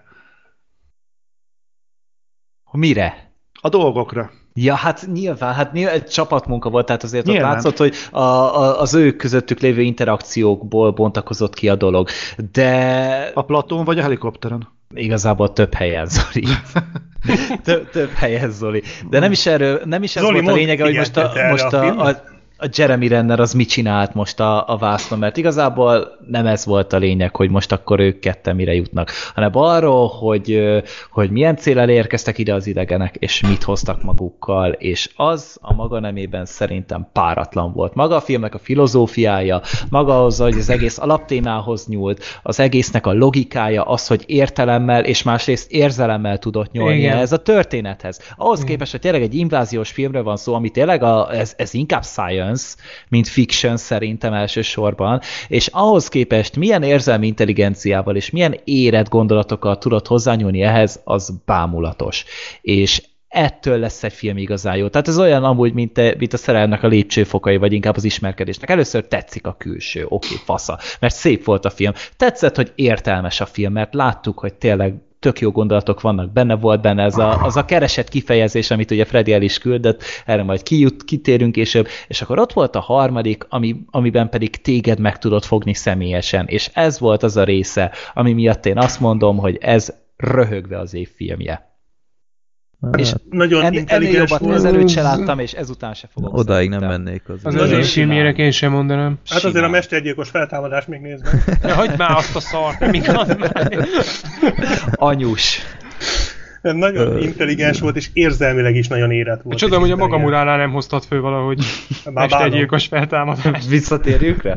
Mire? A dolgokra. Ja, hát nyilván, hát nyilván egy csapatmunka volt, tehát azért ott Nyilván. látszott, hogy a, a, az ők közöttük lévő interakciókból bontakozott ki a dolog. De A Platón vagy a helikopteren? igazából több helyen, Zoli. több, több helyen, Zoli. De nem is, erről, nem is ez Zoli, volt a mondd, lényege, hogy most a, figyeltél erre most a a, filmre? a, a Jeremy Renner az mit csinált most a, a vásznon, mert igazából nem ez volt a lényeg, hogy most akkor ők ketten mire jutnak, hanem arról, hogy, ö, hogy milyen céllal érkeztek ide az idegenek, és mit hoztak magukkal, és az a maga nemében szerintem páratlan volt. Maga a filmnek a filozófiája, maga az, hogy az egész alaptémához nyúlt, az egésznek a logikája, az, hogy értelemmel, és másrészt érzelemmel tudott nyúlni Igen. ez a történethez. Ahhoz képest, hogy tényleg egy inváziós filmről van szó, ami tényleg a, ez, ez inkább science, mint fiction szerintem elsősorban, és ahhoz képest milyen érzelmi intelligenciával és milyen érett gondolatokkal tudott hozzányúlni ehhez, az bámulatos. És ettől lesz egy film igazán jó. Tehát ez olyan amúgy, mint, te, mint a szerelemnek a lépcsőfokai, vagy inkább az ismerkedésnek. Először tetszik a külső, oké, fasza, mert szép volt a film. Tetszett, hogy értelmes a film, mert láttuk, hogy tényleg tök jó gondolatok vannak benne, volt benne ez a, az a keresett kifejezés, amit ugye Freddy el is küldött, erre majd kijut, kitérünk később, és akkor ott volt a harmadik, ami, amiben pedig téged meg tudott fogni személyesen, és ez volt az a része, ami miatt én azt mondom, hogy ez röhögve az év filmje. És Hát, Nagyon en, ennél intelligens jobbat volt. ezelőtt se láttam, és ezután se fogom. odáig nem szerintem. mennék az. Az Nagyon az én simán. filmjének én sem mondanám. Hát azért Simán. a mestergyilkos feltámadás még nézd meg. Ja, hagyd már azt a szart, nem igaz már. Anyus. Nem, nagyon intelligens volt, és érzelmileg is nagyon érett volt. Csodom, és hogy a magam intelligens. uránál nem hoztad föl valahogy Már mestergyilkos feltámadást. Visszatérjünk rá?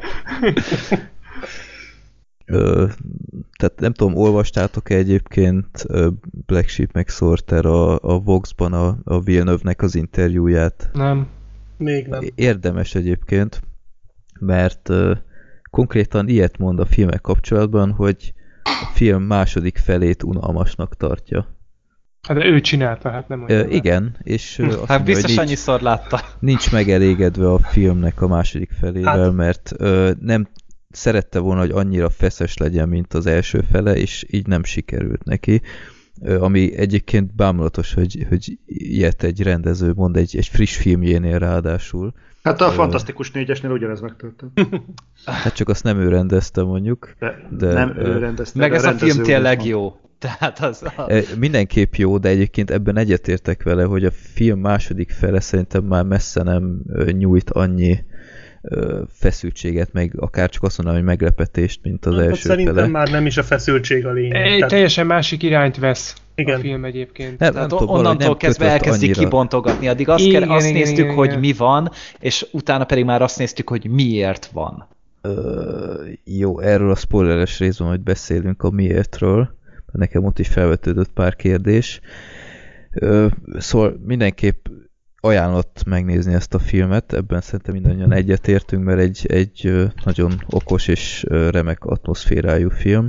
Ö, tehát nem tudom, olvastátok-e egyébként ö, Black Sheep meg Sorter a, a Vox-ban a, a Villeneuve-nek az interjúját? Nem. Még nem. Érdemes egyébként, mert ö, konkrétan ilyet mond a filmek kapcsolatban, hogy a film második felét unalmasnak tartja. Hát de ő csinálta, hát nem Ö, olyan. igen, és ö, azt Hát mondja, biztos hogy nincs, annyiszor látta. nincs megelégedve a filmnek a második felével, Hát- mert ö, nem szerette volna, hogy annyira feszes legyen, mint az első fele, és így nem sikerült neki. Ö, ami egyébként bámulatos, hogy, hogy ilyet egy rendező mond egy, egy friss filmjénél ráadásul. Hát a Fantasztikus négyesnél ugyanez megtörtént. Hát csak azt nem ő rendezte mondjuk. De, De, nem ö, ő rendezte. Meg de ez a rendező film tényleg úgymond. jó. Tehát az... A... Mindenképp jó, de egyébként ebben egyetértek vele, hogy a film második fele szerintem már messze nem nyújt annyi feszültséget, meg akár csak azt mondanám, hogy meglepetést, mint az hát első szerintem fele. már nem is a feszültség a lényeg. Egy Tehát... teljesen másik irányt vesz igen. a film egyébként. Nem, Tehát nem tudom, onnantól nem kezdve elkezdik annyira. kibontogatni. Addig azt, Igen, kell, azt igen, néztük, igen, hogy igen. mi van, és utána pedig már azt néztük, hogy miért van. Ö, jó, erről a spoileres részben majd beszélünk a miértről. Nekem ott is felvetődött pár kérdés. Ö, szóval mindenképp ajánlott megnézni ezt a filmet, ebben szerintem mindannyian egyetértünk, mert egy, egy nagyon okos és remek atmoszférájú film.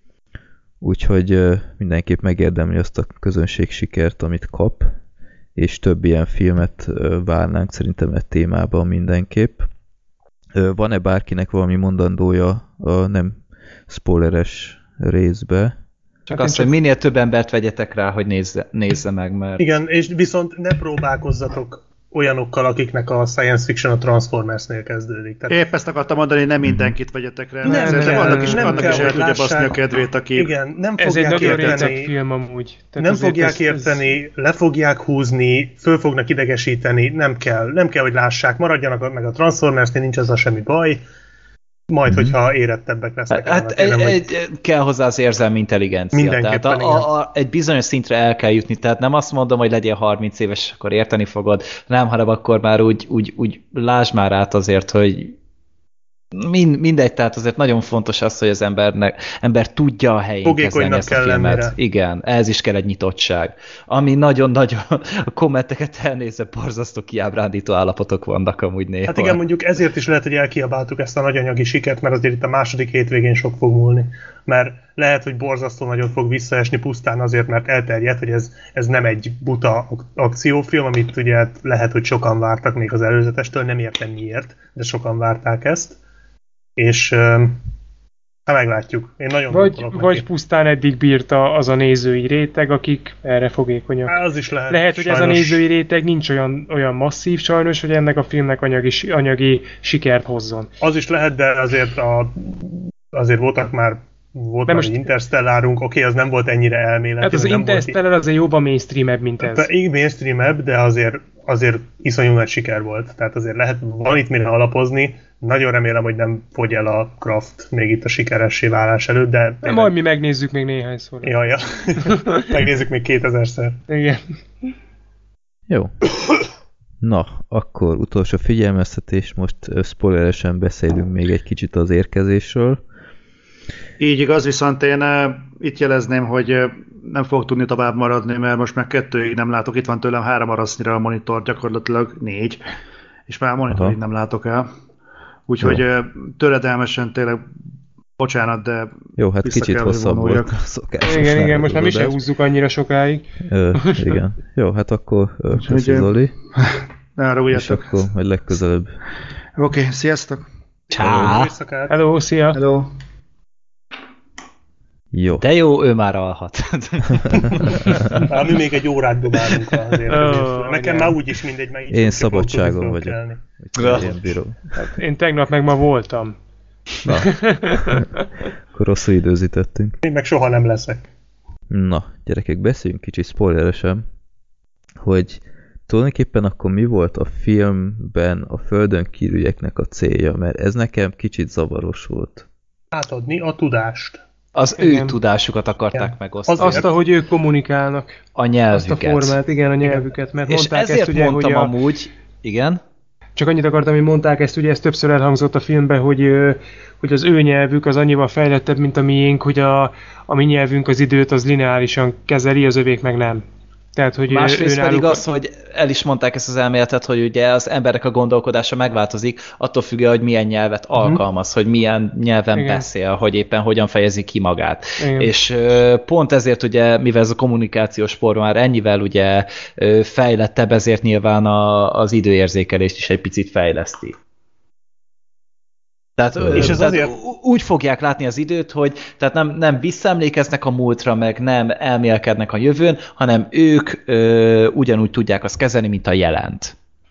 Úgyhogy mindenképp megérdemli azt a közönség sikert, amit kap, és több ilyen filmet várnánk szerintem egy témában mindenképp. Van-e bárkinek valami mondandója a nem spoileres részbe? Csak azt, hogy minél több embert vegyetek rá, hogy nézze, nézze meg, mert... Igen, és viszont ne próbálkozzatok olyanokkal, akiknek a science fiction a Transformersnél kezdődik. Tehát... Épp ezt akartam mondani, hogy nem mindenkit vegyetek rá. Nem, nem, nem, annak is, nem annak kell, is el hogy tudja lássák. baszni a kedvét, aki... Igen, nem Ez egy fogják nagyon réteg érteni. film amúgy. Tehát Nem azért fogják ez- érteni, le fogják húzni, föl fognak idegesíteni, nem kell, nem kell, hogy lássák, maradjanak meg a Transformersnél, nincs ezzel semmi baj, majd, mm-hmm. hogyha érettebbek lesznek. Hát egy, kérem, hogy... egy, kell hozzá az érzelmi intelligencia. Mindenképpen, Tehát a, a, a, egy bizonyos szintre el kell jutni, tehát nem azt mondom, hogy legyél harminc éves, akkor érteni fogod, nem, hanem akkor már úgy, úgy, úgy lásd már át azért, hogy mind, mindegy, tehát azért nagyon fontos az, hogy az embernek, ember tudja a helyén kezelni ezt a filmet. Lenni. Igen, ez is kell egy nyitottság. Ami nagyon-nagyon a kommenteket elnézve borzasztó kiábrándító állapotok vannak amúgy néha. Hát igen, mondjuk ezért is lehet, hogy elkiabáltuk ezt a nagy anyagi sikert, mert azért itt a második hétvégén sok fog múlni. Mert lehet, hogy borzasztó nagyon fog visszaesni pusztán azért, mert elterjedt, hogy ez, ez nem egy buta akciófilm, amit ugye lehet, hogy sokan vártak még az előzetestől, nem értem miért, de sokan várták ezt. És hát meglátjuk. Én nagyon Vagy, vagy pusztán eddig bírta az a nézői réteg, akik erre fogékonyak. Há, az is lehet. Lehet, hogy sajnos. ez a nézői réteg nincs olyan, olyan masszív sajnos, hogy ennek a filmnek anyagi, anyagi sikert hozzon. Az is lehet, de azért, a, azért voltak már volt már most... egy Interstellárunk, oké, okay, az nem volt ennyire elméleti. Hát az Interstellar volt... azért jobban mainstreamebb, mint ez. Igen, mainstreamebb, de azért, azért iszonyú nagy siker volt. Tehát azért lehet, van itt mire alapozni. Nagyon remélem, hogy nem fogy el a Kraft még itt a sikeressé válás előtt, de... de majd mi megnézzük még néhányszor. Ja, ja. Megnézzük még kétezerszer. Igen. Jó. Na, akkor utolsó figyelmeztetés, most spoileresen beszélünk még egy kicsit az érkezésről. Így igaz, viszont én uh, itt jelezném, hogy uh, nem fogok tudni tovább maradni, mert most már kettőig nem látok, itt van tőlem három arasznyira a monitor, gyakorlatilag négy, és már a monitorig nem látok el. Úgyhogy uh, töredelmesen tényleg, bocsánat, de jó, hát kicsit kell, hosszabb volt a szokás. Igen, igen, most már mi se húzzuk annyira sokáig. Ö, igen. Jó, hát akkor köszi Zoli. Ne arra és akkor majd legközelebb. Oké, okay, sziasztok! Ciao. Hello, szia! Hello! Jó. De jó, ő már alhat. Mi még egy órát dobálunk azért. Oh, nekem már úgyis mindegy, mert én szabadságon vagyok. Én, hát én tegnap meg ma voltam. Na. Akkor rosszul időzítettünk. Én meg soha nem leszek. Na, gyerekek, beszéljünk kicsit spoileresen, hogy tulajdonképpen akkor mi volt a filmben a földön kívülieknek a célja, mert ez nekem kicsit zavaros volt. Átadni a tudást. Az igen. ő tudásukat akarták ja. megosztani. Azt, ahogy ők kommunikálnak. A nyelvüket. Azt a formát, igen, a nyelvüket. Mert és mondták ezért ezt, ugye, mondtam hogy a... amúgy, igen. Csak annyit akartam, hogy mondták ezt, ugye ez többször elhangzott a filmben, hogy, hogy az ő nyelvük az annyival fejlettebb, mint a miénk, hogy a, a mi nyelvünk az időt az lineárisan kezeli, az övék meg nem. Tehát, hogy másrészt pedig az, hogy el is mondták ezt az elméletet, hogy ugye az emberek a gondolkodása megváltozik, attól függően, hogy milyen nyelvet alkalmaz, uh-huh. hogy milyen nyelven igen. beszél, hogy éppen hogyan fejezi ki magát. Igen. És pont ezért ugye, mivel ez a kommunikációs forma már ennyivel ugye fejlettebb, ezért nyilván a, az időérzékelést is egy picit fejleszti. Tehát, és ez tehát azért... úgy fogják látni az időt, hogy tehát nem, nem visszaemlékeznek a múltra, meg nem elmélkednek a jövőn, hanem ők ö, ugyanúgy tudják azt kezelni, mint a jelent.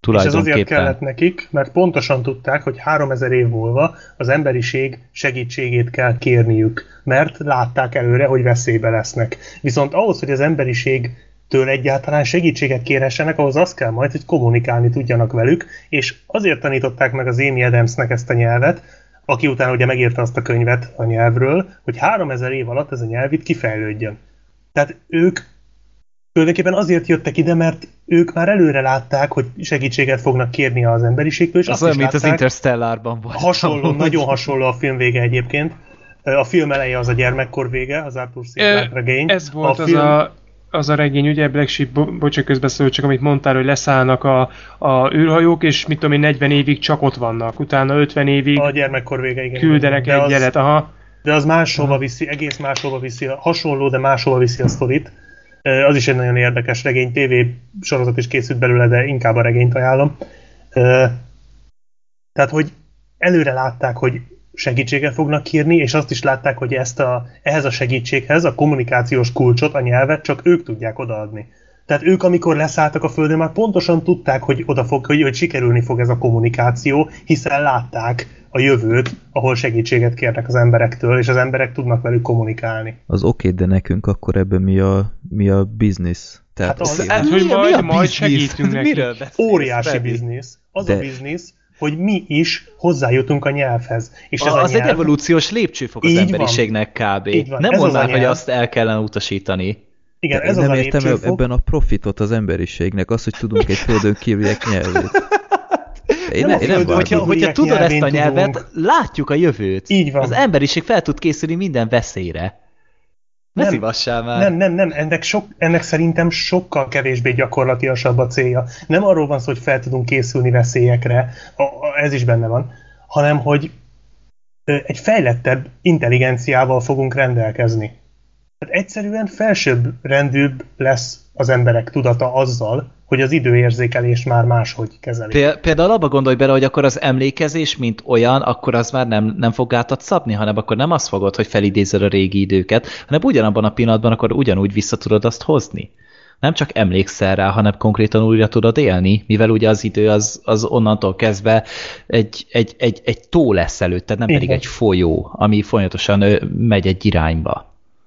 És ez azért kellett nekik, mert pontosan tudták, hogy háromezer év múlva az emberiség segítségét kell kérniük, mert látták előre, hogy veszélybe lesznek. Viszont ahhoz, hogy az emberiségtől egyáltalán segítséget kérhessenek, ahhoz az kell majd, hogy kommunikálni tudjanak velük, és azért tanították meg az Amy Adamsnek ezt a nyelvet, aki utána ugye megírta azt a könyvet a nyelvről, hogy háromezer év alatt ez a nyelv itt kifejlődjön. Tehát ők tulajdonképpen azért jöttek ide, mert ők már előre látták, hogy segítséget fognak kérni az emberiségtől, és az azt olyan, is mint látták, az Interstellárban volt. Hasonló, nagyon hasonló a film vége egyébként. A film eleje az a gyermekkor vége, az Arthur C. Clarke regény. Ez volt a az, film... a, az a regény, ugye Black Sheep, bo- bocsánat közbeszól, csak amit mondtál, hogy leszállnak a, a űrhajók, és mit tudom én, negyven évig csak ott vannak, utána ötven évig a gyermekkor vége, igen. küldenek de egy az, jelet, aha. De az máshova viszi, egész máshova viszi, hasonló, de máshova viszi a sztorit. Az is egy nagyon érdekes regény, tévé sorozat is készült belőle, de inkább a regényt ajánlom. Tehát, hogy előre látták, hogy segítséget fognak kérni, és azt is látták, hogy ezt a, ehhez a segítséghez a kommunikációs kulcsot, a nyelvet csak ők tudják odaadni. Tehát ők, amikor leszálltak a Földön, már pontosan tudták, hogy, oda fog, hogy, hogy sikerülni fog ez a kommunikáció, hiszen látták a jövőt, ahol segítséget kérnek az emberektől, és az emberek tudnak velük kommunikálni. Az oké, de nekünk akkor ebben mi a, mi a biznisz? Tehát hát az, hát, hogy majd, majd segítünk neki. Óriási biznisz. Az de... a biznisz, hogy mi is hozzájutunk a nyelvhez. És a, ez a az nyelv... egy evolúciós lépcsőfok az így emberiségnek kb. Nem mondd már, hogy azt el kellene utasítani. Igen, ez nem az értem a ebben a profitot az emberiségnek, az, hogy tudunk egy földön kívüliek nyelvét. Én nem ne, én nem hogyha, hogyha tudod ezt a nyelvet, tudunk. Látjuk a jövőt. Így van. Az emberiség fel tud készülni minden veszélyre. Ne szívassál már. Nem, nem, nem. Ennek, sok, ennek szerintem sokkal kevésbé gyakorlatiasabb a célja. Nem arról van szó, hogy fel tudunk készülni veszélyekre, a, a, ez is benne van, hanem hogy egy fejlettebb intelligenciával fogunk rendelkezni. Tehát egyszerűen felsőbb rendűbb lesz az emberek tudata azzal, hogy az időérzékelés már máshogy kezeli. Például abba gondolj bele, hogy akkor az emlékezés, mint olyan, akkor az már nem, nem fog gátat szabni, hanem akkor nem azt fogod, hogy felidézed a régi időket, hanem ugyanabban a pillanatban akkor ugyanúgy vissza tudod azt hozni. Nem csak emlékszel rá, hanem konkrétan újra tudod élni, mivel ugye az idő az, az onnantól kezdve egy, egy, egy, egy tó lesz előtted, nem pedig egy folyó, ami folyamatosan megy egy irányba.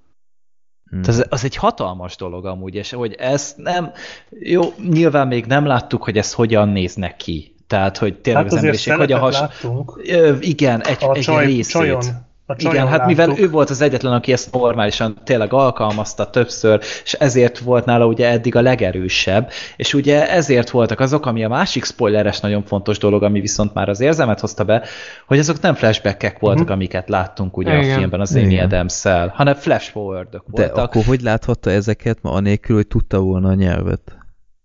Hmm. Az, az egy hatalmas dolog amúgy, és hogy ezt nem, jó, nyilván még nem láttuk, hogy ez hogyan néznek ki. Tehát, hogy tényleg hát az emberiség hogyan has... Ö, igen, egy, a egy csaj, részét. Csajon. Igen, hát mivel ő volt az egyetlen, aki ezt normálisan tényleg alkalmazta többször, és ezért volt nála ugye eddig a legerősebb, és ugye ezért voltak azok, ami a másik spoileres nagyon fontos dolog, ami viszont már az érzelmet hozta be, hogy azok nem flashback-ek voltak, uh-huh. amiket láttunk ugye igen. a filmben az Amy Adams-szel, hanem flash forward-ok voltak. De akkor hogy láthatta ezeket ma anélkül, hogy tudta volna a nyelvet?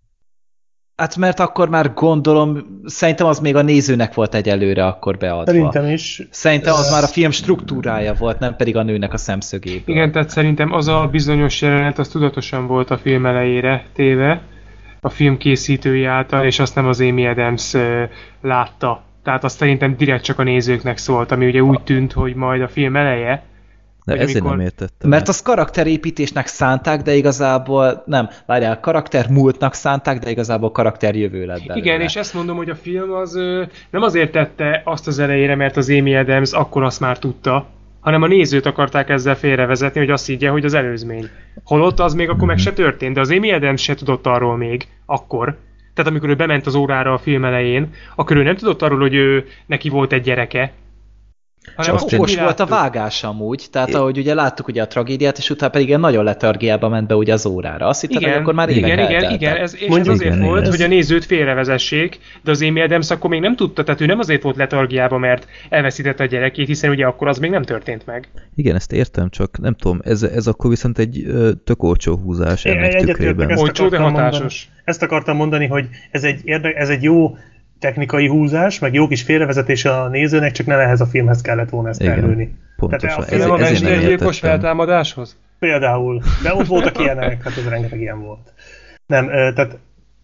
Hát mert akkor már gondolom, szerintem az még a nézőnek volt egyelőre akkor beadva. Szerintem is. Szerintem az már a film struktúrája volt, nem pedig a nőnek a szemszögéből. Igen, tehát szerintem az a bizonyos jelenet, az tudatosan volt a film elejére téve, a film készítői által, és azt nem az Amy Adams uh, látta. Tehát azt szerintem direkt csak a nézőknek szólt, ami ugye úgy tűnt, hogy majd a film eleje, de ezért amikor... nem értettem. Mert az karakterépítésnek szánták, de igazából nem. Várjál, karakter múltnak szánták, de igazából karakter jövő lett belőle. Igen, és ezt mondom, hogy a film az nem azért tette azt az elejére, mert az Amy Adams akkor azt már tudta, hanem a nézőt akarták ezzel félrevezetni, hogy azt higgye, hogy az előzmény. Holott az még akkor meg se történt, de az Amy Adams se tudott arról még, akkor. Tehát amikor ő bement az órára a film elején, akkor ő nem tudott arról, hogy ő, neki volt egy gyereke. Hanem csak okos volt a vágás amúgy, tehát é. ahogy ugye láttuk ugye a tragédiát, és utána pedig ilyen nagyon letargiába ment be ugye az órára. Azt hittem, hogy akkor már évek igen, elteltek. igen, igen, ez, és ez azért igen, volt, ez... hogy a nézőt félrevezessék, de az Amy Adams akkor még nem tudta, tehát ő nem azért volt letargiába, mert elveszítette a gyerekét, hiszen ugye akkor az még nem történt meg. Igen, ezt értem, csak nem tudom, ez, ez akkor viszont egy ö, tök olcsó húzás ennek tükrében. Olcsó, de hatásos. Mondani, ezt akartam mondani, hogy ez egy, érde, ez egy jó technikai húzás, meg jó kis félrevezetés a nézőnek, csak nem ehhez a filmhez kellett volna ezt elülni. Pontosan. Ez a mestergyilkos feltámadáshoz? Például. De ott voltak ilyenek, hát ez rengeteg ilyen volt. Nem, tehát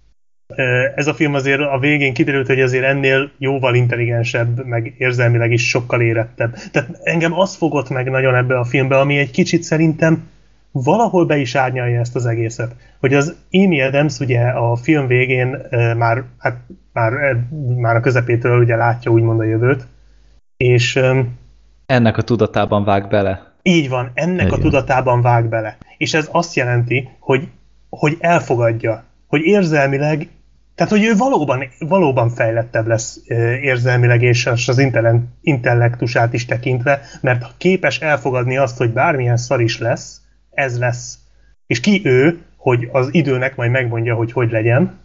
ez a film azért a végén kiderült, hogy azért ennél jóval intelligensebb, meg érzelmileg is sokkal érettebb. Tehát engem az fogott meg nagyon ebbe a filmbe, ami egy kicsit szerintem valahol be is árnyalja ezt az egészet. Hogy az Amy Adams ugye a film végén uh, már, hát, már, uh, már a közepétől ugye látja úgymond a jövőt, és um, ennek a tudatában vág bele. Így van, ennek Igen. a tudatában vág bele. És ez azt jelenti, hogy, hogy elfogadja, hogy érzelmileg, tehát hogy ő valóban, valóban fejlettebb lesz érzelmileg és az intellektusát is tekintve, mert képes elfogadni azt, hogy bármilyen szar is lesz, ez lesz. És ki ő, hogy az időnek majd megmondja, hogy hogy legyen.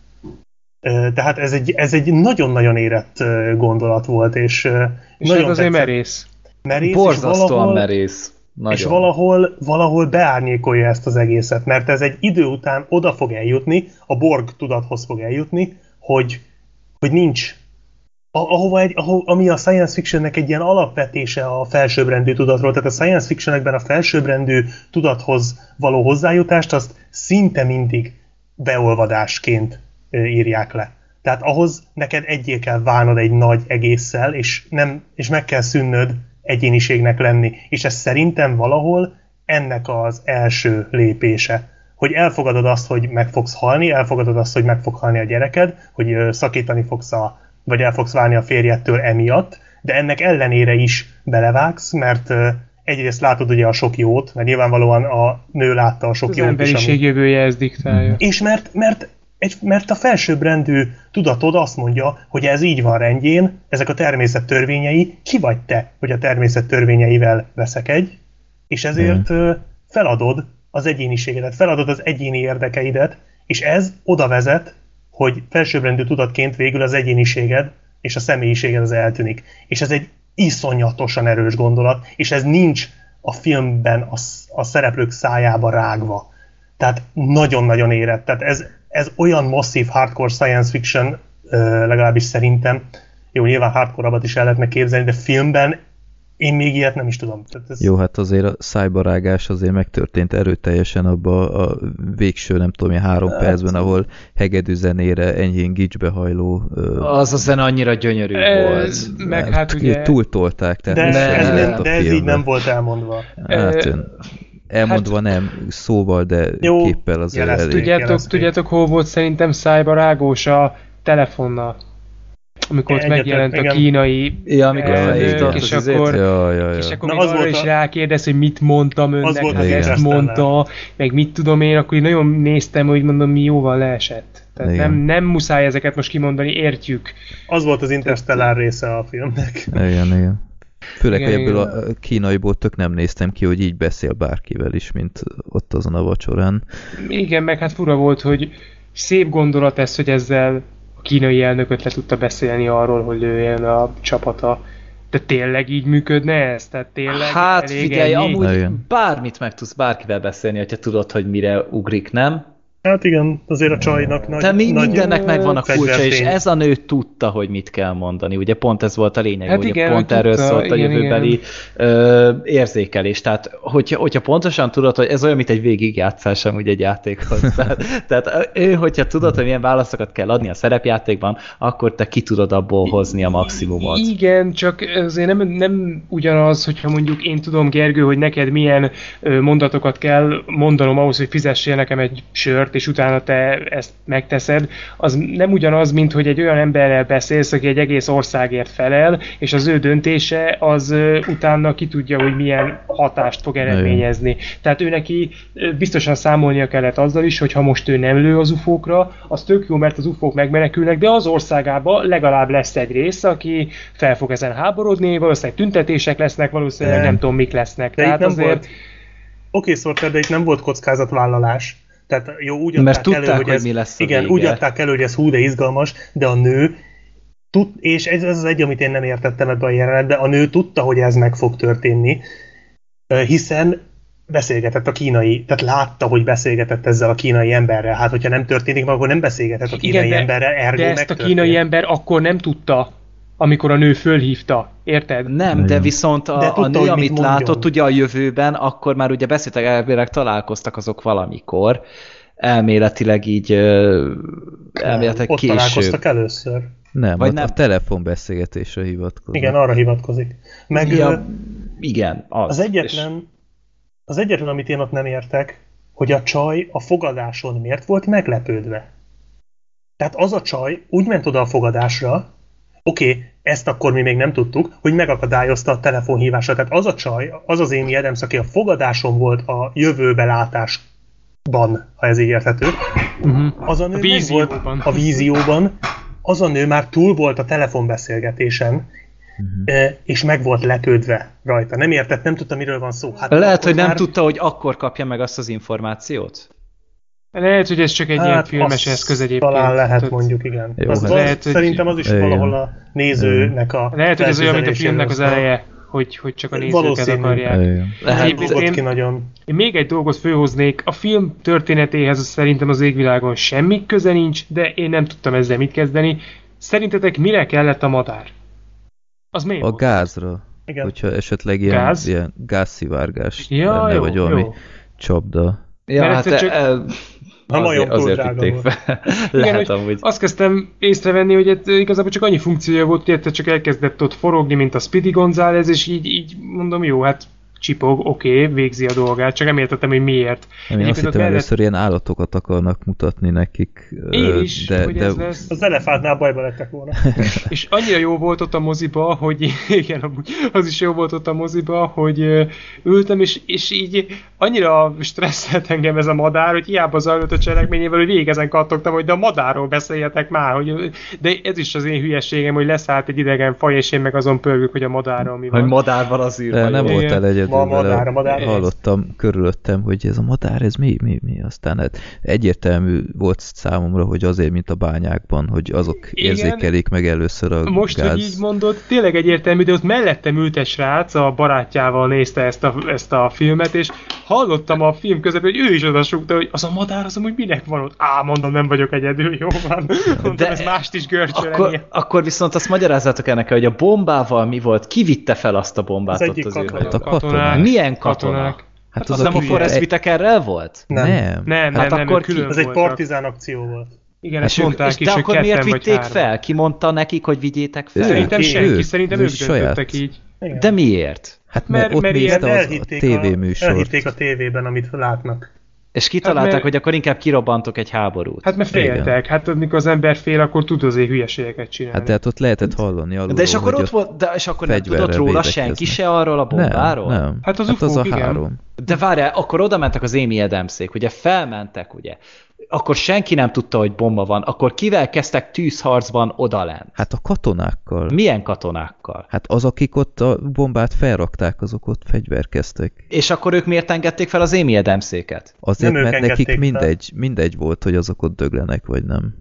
Tehát ez egy, ez egy nagyon-nagyon érett gondolat volt, és, és nagyon hát azért merész. Merész, borzasztóan és valahol, merész. Nagyon. És valahol, valahol beárnyékolja ezt az egészet, mert ez egy idő után oda fog eljutni, a Borg tudathoz fog eljutni, hogy, hogy nincs. Ahova egy, ahova, ami a science fictionnek egy ilyen alapvetése a felsőbbrendű tudatról, tehát a science fictionekben a felsőbbrendű tudathoz való hozzájutást azt szinte mindig beolvadásként írják le. Tehát ahhoz neked egyé kell válnod egy nagy egésszel, és, nem, és meg kell szűnnöd egyéniségnek lenni. És ez szerintem valahol ennek az első lépése. Hogy elfogadod azt, hogy meg fogsz halni, elfogadod azt, hogy meg fog halni a gyereked, hogy szakítani fogsz a, vagy el fogsz válni a férjedtől emiatt, de ennek ellenére is belevágsz, mert egyrészt látod ugye a sok jót, mert nyilvánvalóan a nő látta a sok az jót. Az emberiség ami... jövője ezt diktálja. És mert, mert Egy, mert a felsőbbrendű tudatod azt mondja, hogy ez így van rendjén, ezek a természet törvényei, ki vagy te, hogy a természet törvényeivel veszekedj, és ezért mm. feladod az egyéniségedet, feladod az egyéni érdekeidet, és ez oda vezet, hogy felsőbbrendű tudatként végül az egyéniséged és a személyiséged az eltűnik. És ez egy iszonyatosan erős gondolat, és ez nincs a filmben a, a szereplők szájába rágva. Tehát nagyon-nagyon érett. Tehát ez Ez olyan masszív hardcore science fiction, legalábbis szerintem, jó, nyilván hardcore-abbat is el lehetne képzelni, de filmben én még ilyet nem is tudom. Tehát ez... Jó, hát azért a szájbarágás azért megtörtént erőteljesen abban a végső, nem tudom, ilyen három hát, percben, ahol hegedű zenére enyhén gicsbe hajló... Az a zene annyira gyönyörű ez, volt. Meg hát, hát ugye... Túltolták. Tehát de ez, ez, nem, de ez így nem volt elmondva. Hát ön... Elmondva hát, nem szóval, de jó, képpel azért elég. Tudjátok, tudjátok, hol volt szerintem szájbarágós a telefonnal? Amikor ott megjelent a kínai ja, amikor elnök, és, akkor, ja, ja, ja. és akkor Na, még arra is a... rákérdez, hogy mit mondtam önnek, hát ezt mondta, meg mit tudom én, akkor én nagyon néztem, hogy mondom, mi jóval leesett. Tehát nem, nem muszáj ezeket most kimondani, értjük. Az volt az Interstellar része a filmnek. Igen, igen. Főleg, igen, hogy ebből igen. a kínaiból tök nem néztem ki, hogy így beszél bárkivel is, mint ott azon a vacsorán. Igen, meg hát fura volt, hogy szép gondolat ez, hogy ezzel a kínai elnököt le tudta beszélni arról, hogy lőjön a csapata. De tényleg így működne ez? Tehát tényleg hát figyelj, ennyi? Amúgy igen. Bármit meg tudsz bárkivel beszélni, hogyha tudod, hogy mire ugrik, nem? Hát igen, azért a csajnak nagy... De mi, nagy mindennek megvan a kulcsa, és ez a nő tudta, hogy mit kell mondani. Ugye pont ez volt a lényeg, hát hogy igen, pont hogy erről tudta, szólt a igen, jövőbeli ö, érzékelés. Tehát, hogyha, hogyha pontosan tudod, hogy ez olyan, mint egy végigjátszás amúgy egy játékhoz. Tehát, tehát ő, hogyha tudod, hogy milyen válaszokat kell adni a szerepjátékban, akkor te ki tudod abból hozni a maximumot. Igen, csak azért nem, nem ugyanaz, hogyha mondjuk én tudom, Gergő, hogy neked milyen mondatokat kell mondanom ahhoz, hogy fizessél nekem egy sört, és utána te ezt megteszed, az nem ugyanaz, mint hogy egy olyan emberrel beszélsz, aki egy egész országért felel, és az ő döntése az utána ki tudja, hogy milyen hatást fog eredményezni. Tehát ő neki biztosan számolnia kellett azzal is, hogy ha most ő nem lő az ufókra, az tök jó, mert az ufók megmenekülnek, de az országában legalább lesz egy rész, aki fel fog ezen háborodni, valószínűleg tüntetések lesznek, valószínűleg nem, nem tudom, mik lesznek. De Tehát azért... Volt... Oké, Sorter, de itt nem volt kockázatvállalás. Tehát jó, úgy adták Mert tudták, elő, hogy, hogy ez, mi lesz a igen, vége. úgy adták elő, hogy ez hú, de izgalmas, de a nő tud, és ez, ez az egy, amit én nem értettem ebben a jelenetben, a nő tudta, hogy ez meg fog történni, hiszen beszélgetett a kínai, tehát látta, hogy beszélgetett ezzel a kínai emberrel. Hát, hogyha nem történik, akkor nem beszélgetett a kínai igen, de, emberrel, ergo de ezt megtörtént. A kínai ember akkor nem tudta, amikor a nő fölhívta, érted? Nem, de viszont a, de tudta, a nő, amit mondjon. Látott ugye a jövőben, akkor már ugye beszéltek, elméletileg találkoztak azok valamikor, elméletileg így elméletileg ott később. Ott találkoztak először. Nem, vagy nem. A telefonbeszélgetésre hivatkozik. Igen, arra hivatkozik. Meg ja, igen, az. Az egyetlen, Az egyetlen, amit én ott nem értek, hogy a csaj a fogadáson miért volt meglepődve. Tehát az a csaj úgy ment oda a fogadásra, oké, okay, ezt akkor mi még nem tudtuk, hogy megakadályozta a telefonhívásra. Tehát az a csaj, az az Amy Adams, aki a fogadáson volt a jövőbe látásban, ha ez így érthető, uh-huh. az a nő a meg volt a vízióban, az a nő már túl volt a telefonbeszélgetésen, uh-huh. és meg volt lepődve rajta. Nem értett, nem tudta, miről van szó. Hát lehet, hogy nem már... tudta, hogy akkor kapja meg azt az információt? Lehet, hogy ez csak egy hát ilyen filmes eszköz egyébként. Talán lehet, tehát... mondjuk, igen. Jó, az, az, lehet, szerintem az is igen. valahol a nézőnek a... Lehet, hogy ez olyan, mint a filmnek az eleje, hogy, hogy csak a nézőket akarják. Lehet, én, ki nagyon. Én még egy dolgot főhoznék. A film történetéhez szerintem az égvilágon semmi köze nincs, de én nem tudtam ezzel mit kezdeni. Szerintetek mire kellett a madár? Az miért A volt? Gázra. Igen. Hogyha esetleg ilyen, Gáz? ilyen gázszivárgás ja, lenne, jó, vagy valami jó. csapda. Ja, hát csak... el... azért, azért vitték fel. Lehet amúgy. Azt kezdtem észrevenni, hogy ez igazából csak annyi funkciója volt, hogy csak elkezdett ott forogni, mint a Speedy González, és így, így mondom, jó, hát csipog, oké, okay, végzi a dolgát, csak nem értettem, hogy miért. Nem, én azt hittem, mellett... először ilyen állatokat akarnak mutatni nekik. Én is, de, hogy de... ez lesz. Az elefántnál bajba lettek volna. És annyira jó volt ott a moziba, hogy igen, az is jó volt ott a moziba, hogy ültem, és, és így annyira stresszelt engem ez a madár, hogy hiába zajlott a cselekményével, hogy végig ezen kattogtam, hogy de a madárról beszéljetek már, hogy, de ez is az én hülyeségem, hogy leszállt egy idegen faj, és én meg azon pörgök, hogy a madárról mi van. Hogy madár van az űrben. Nem voltál egyedül. Ma madár, a madár. Hallottam körülöttem, hogy ez a madár, ez mi, mi, mi. Aztán hát egyértelmű volt számomra, hogy azért, mint a bányákban, hogy azok igen, érzékelik meg először a most, gáz. Hogy így mondod, tényleg egyértelmű, de ott mellettem ült egy srác, a barátjával nézte ezt a, ezt a filmet, és hallottam a film közepén, hogy ő is odasúgta, hogy az a madár, az amúgy minek van ott? Á, mondom, nem vagyok egyedül, jó van. Mondtam, de ez mást is görcsölni. Akkor, akkor viszont azt magyarázzátok el nekem, hogy a bombával mi volt? Ki vitte fel azt a bombát az ott az katonák. A katonák. Milyen katonák? Hát az, az nem a Forrest Whitakerrel volt? Nem. Nem, nem, hát nem, akkor külön ez egy partizán akció volt. Igen, ezt mondták és is, de hogy akkor miért vitték vagy fel? Ki mondta nekik, hogy vigyétek fel? Szerintem ő, senki, ő, szerintem ő ők saját. döntöttek így. Igen. De miért? Hát mert, mert ott mert nézte az a tévéműsort. Elhitték a tévében, amit látnak. És kitalálták, hát mert... hogy akkor inkább kirobbantok egy háborút. Hát mert féltek. Hát amikor az ember fél, akkor tud azért hülyeségeket csinálni. Hát tehát ott lehetett hallani alulról, de és akkor ott volt, de és akkor nem tudott róla senki se arról a bombáról? Nem, nem. Hát az, hát az a igen. három. De várjál, akkor oda mentek az Amy Adamsék, ugye felmentek, ugye. Akkor senki nem tudta, hogy bomba van. Akkor kivel kezdtek tűzharcban odalent? Hát a katonákkal. Milyen katonákkal? Hát az, akik ott a bombát felrakták, azok ott fegyverkeztek. És akkor ők miért engedték fel az Amy Adamséket? Azért, nem mert nekik mindegy, mindegy volt, hogy azok ott döglenek, vagy nem.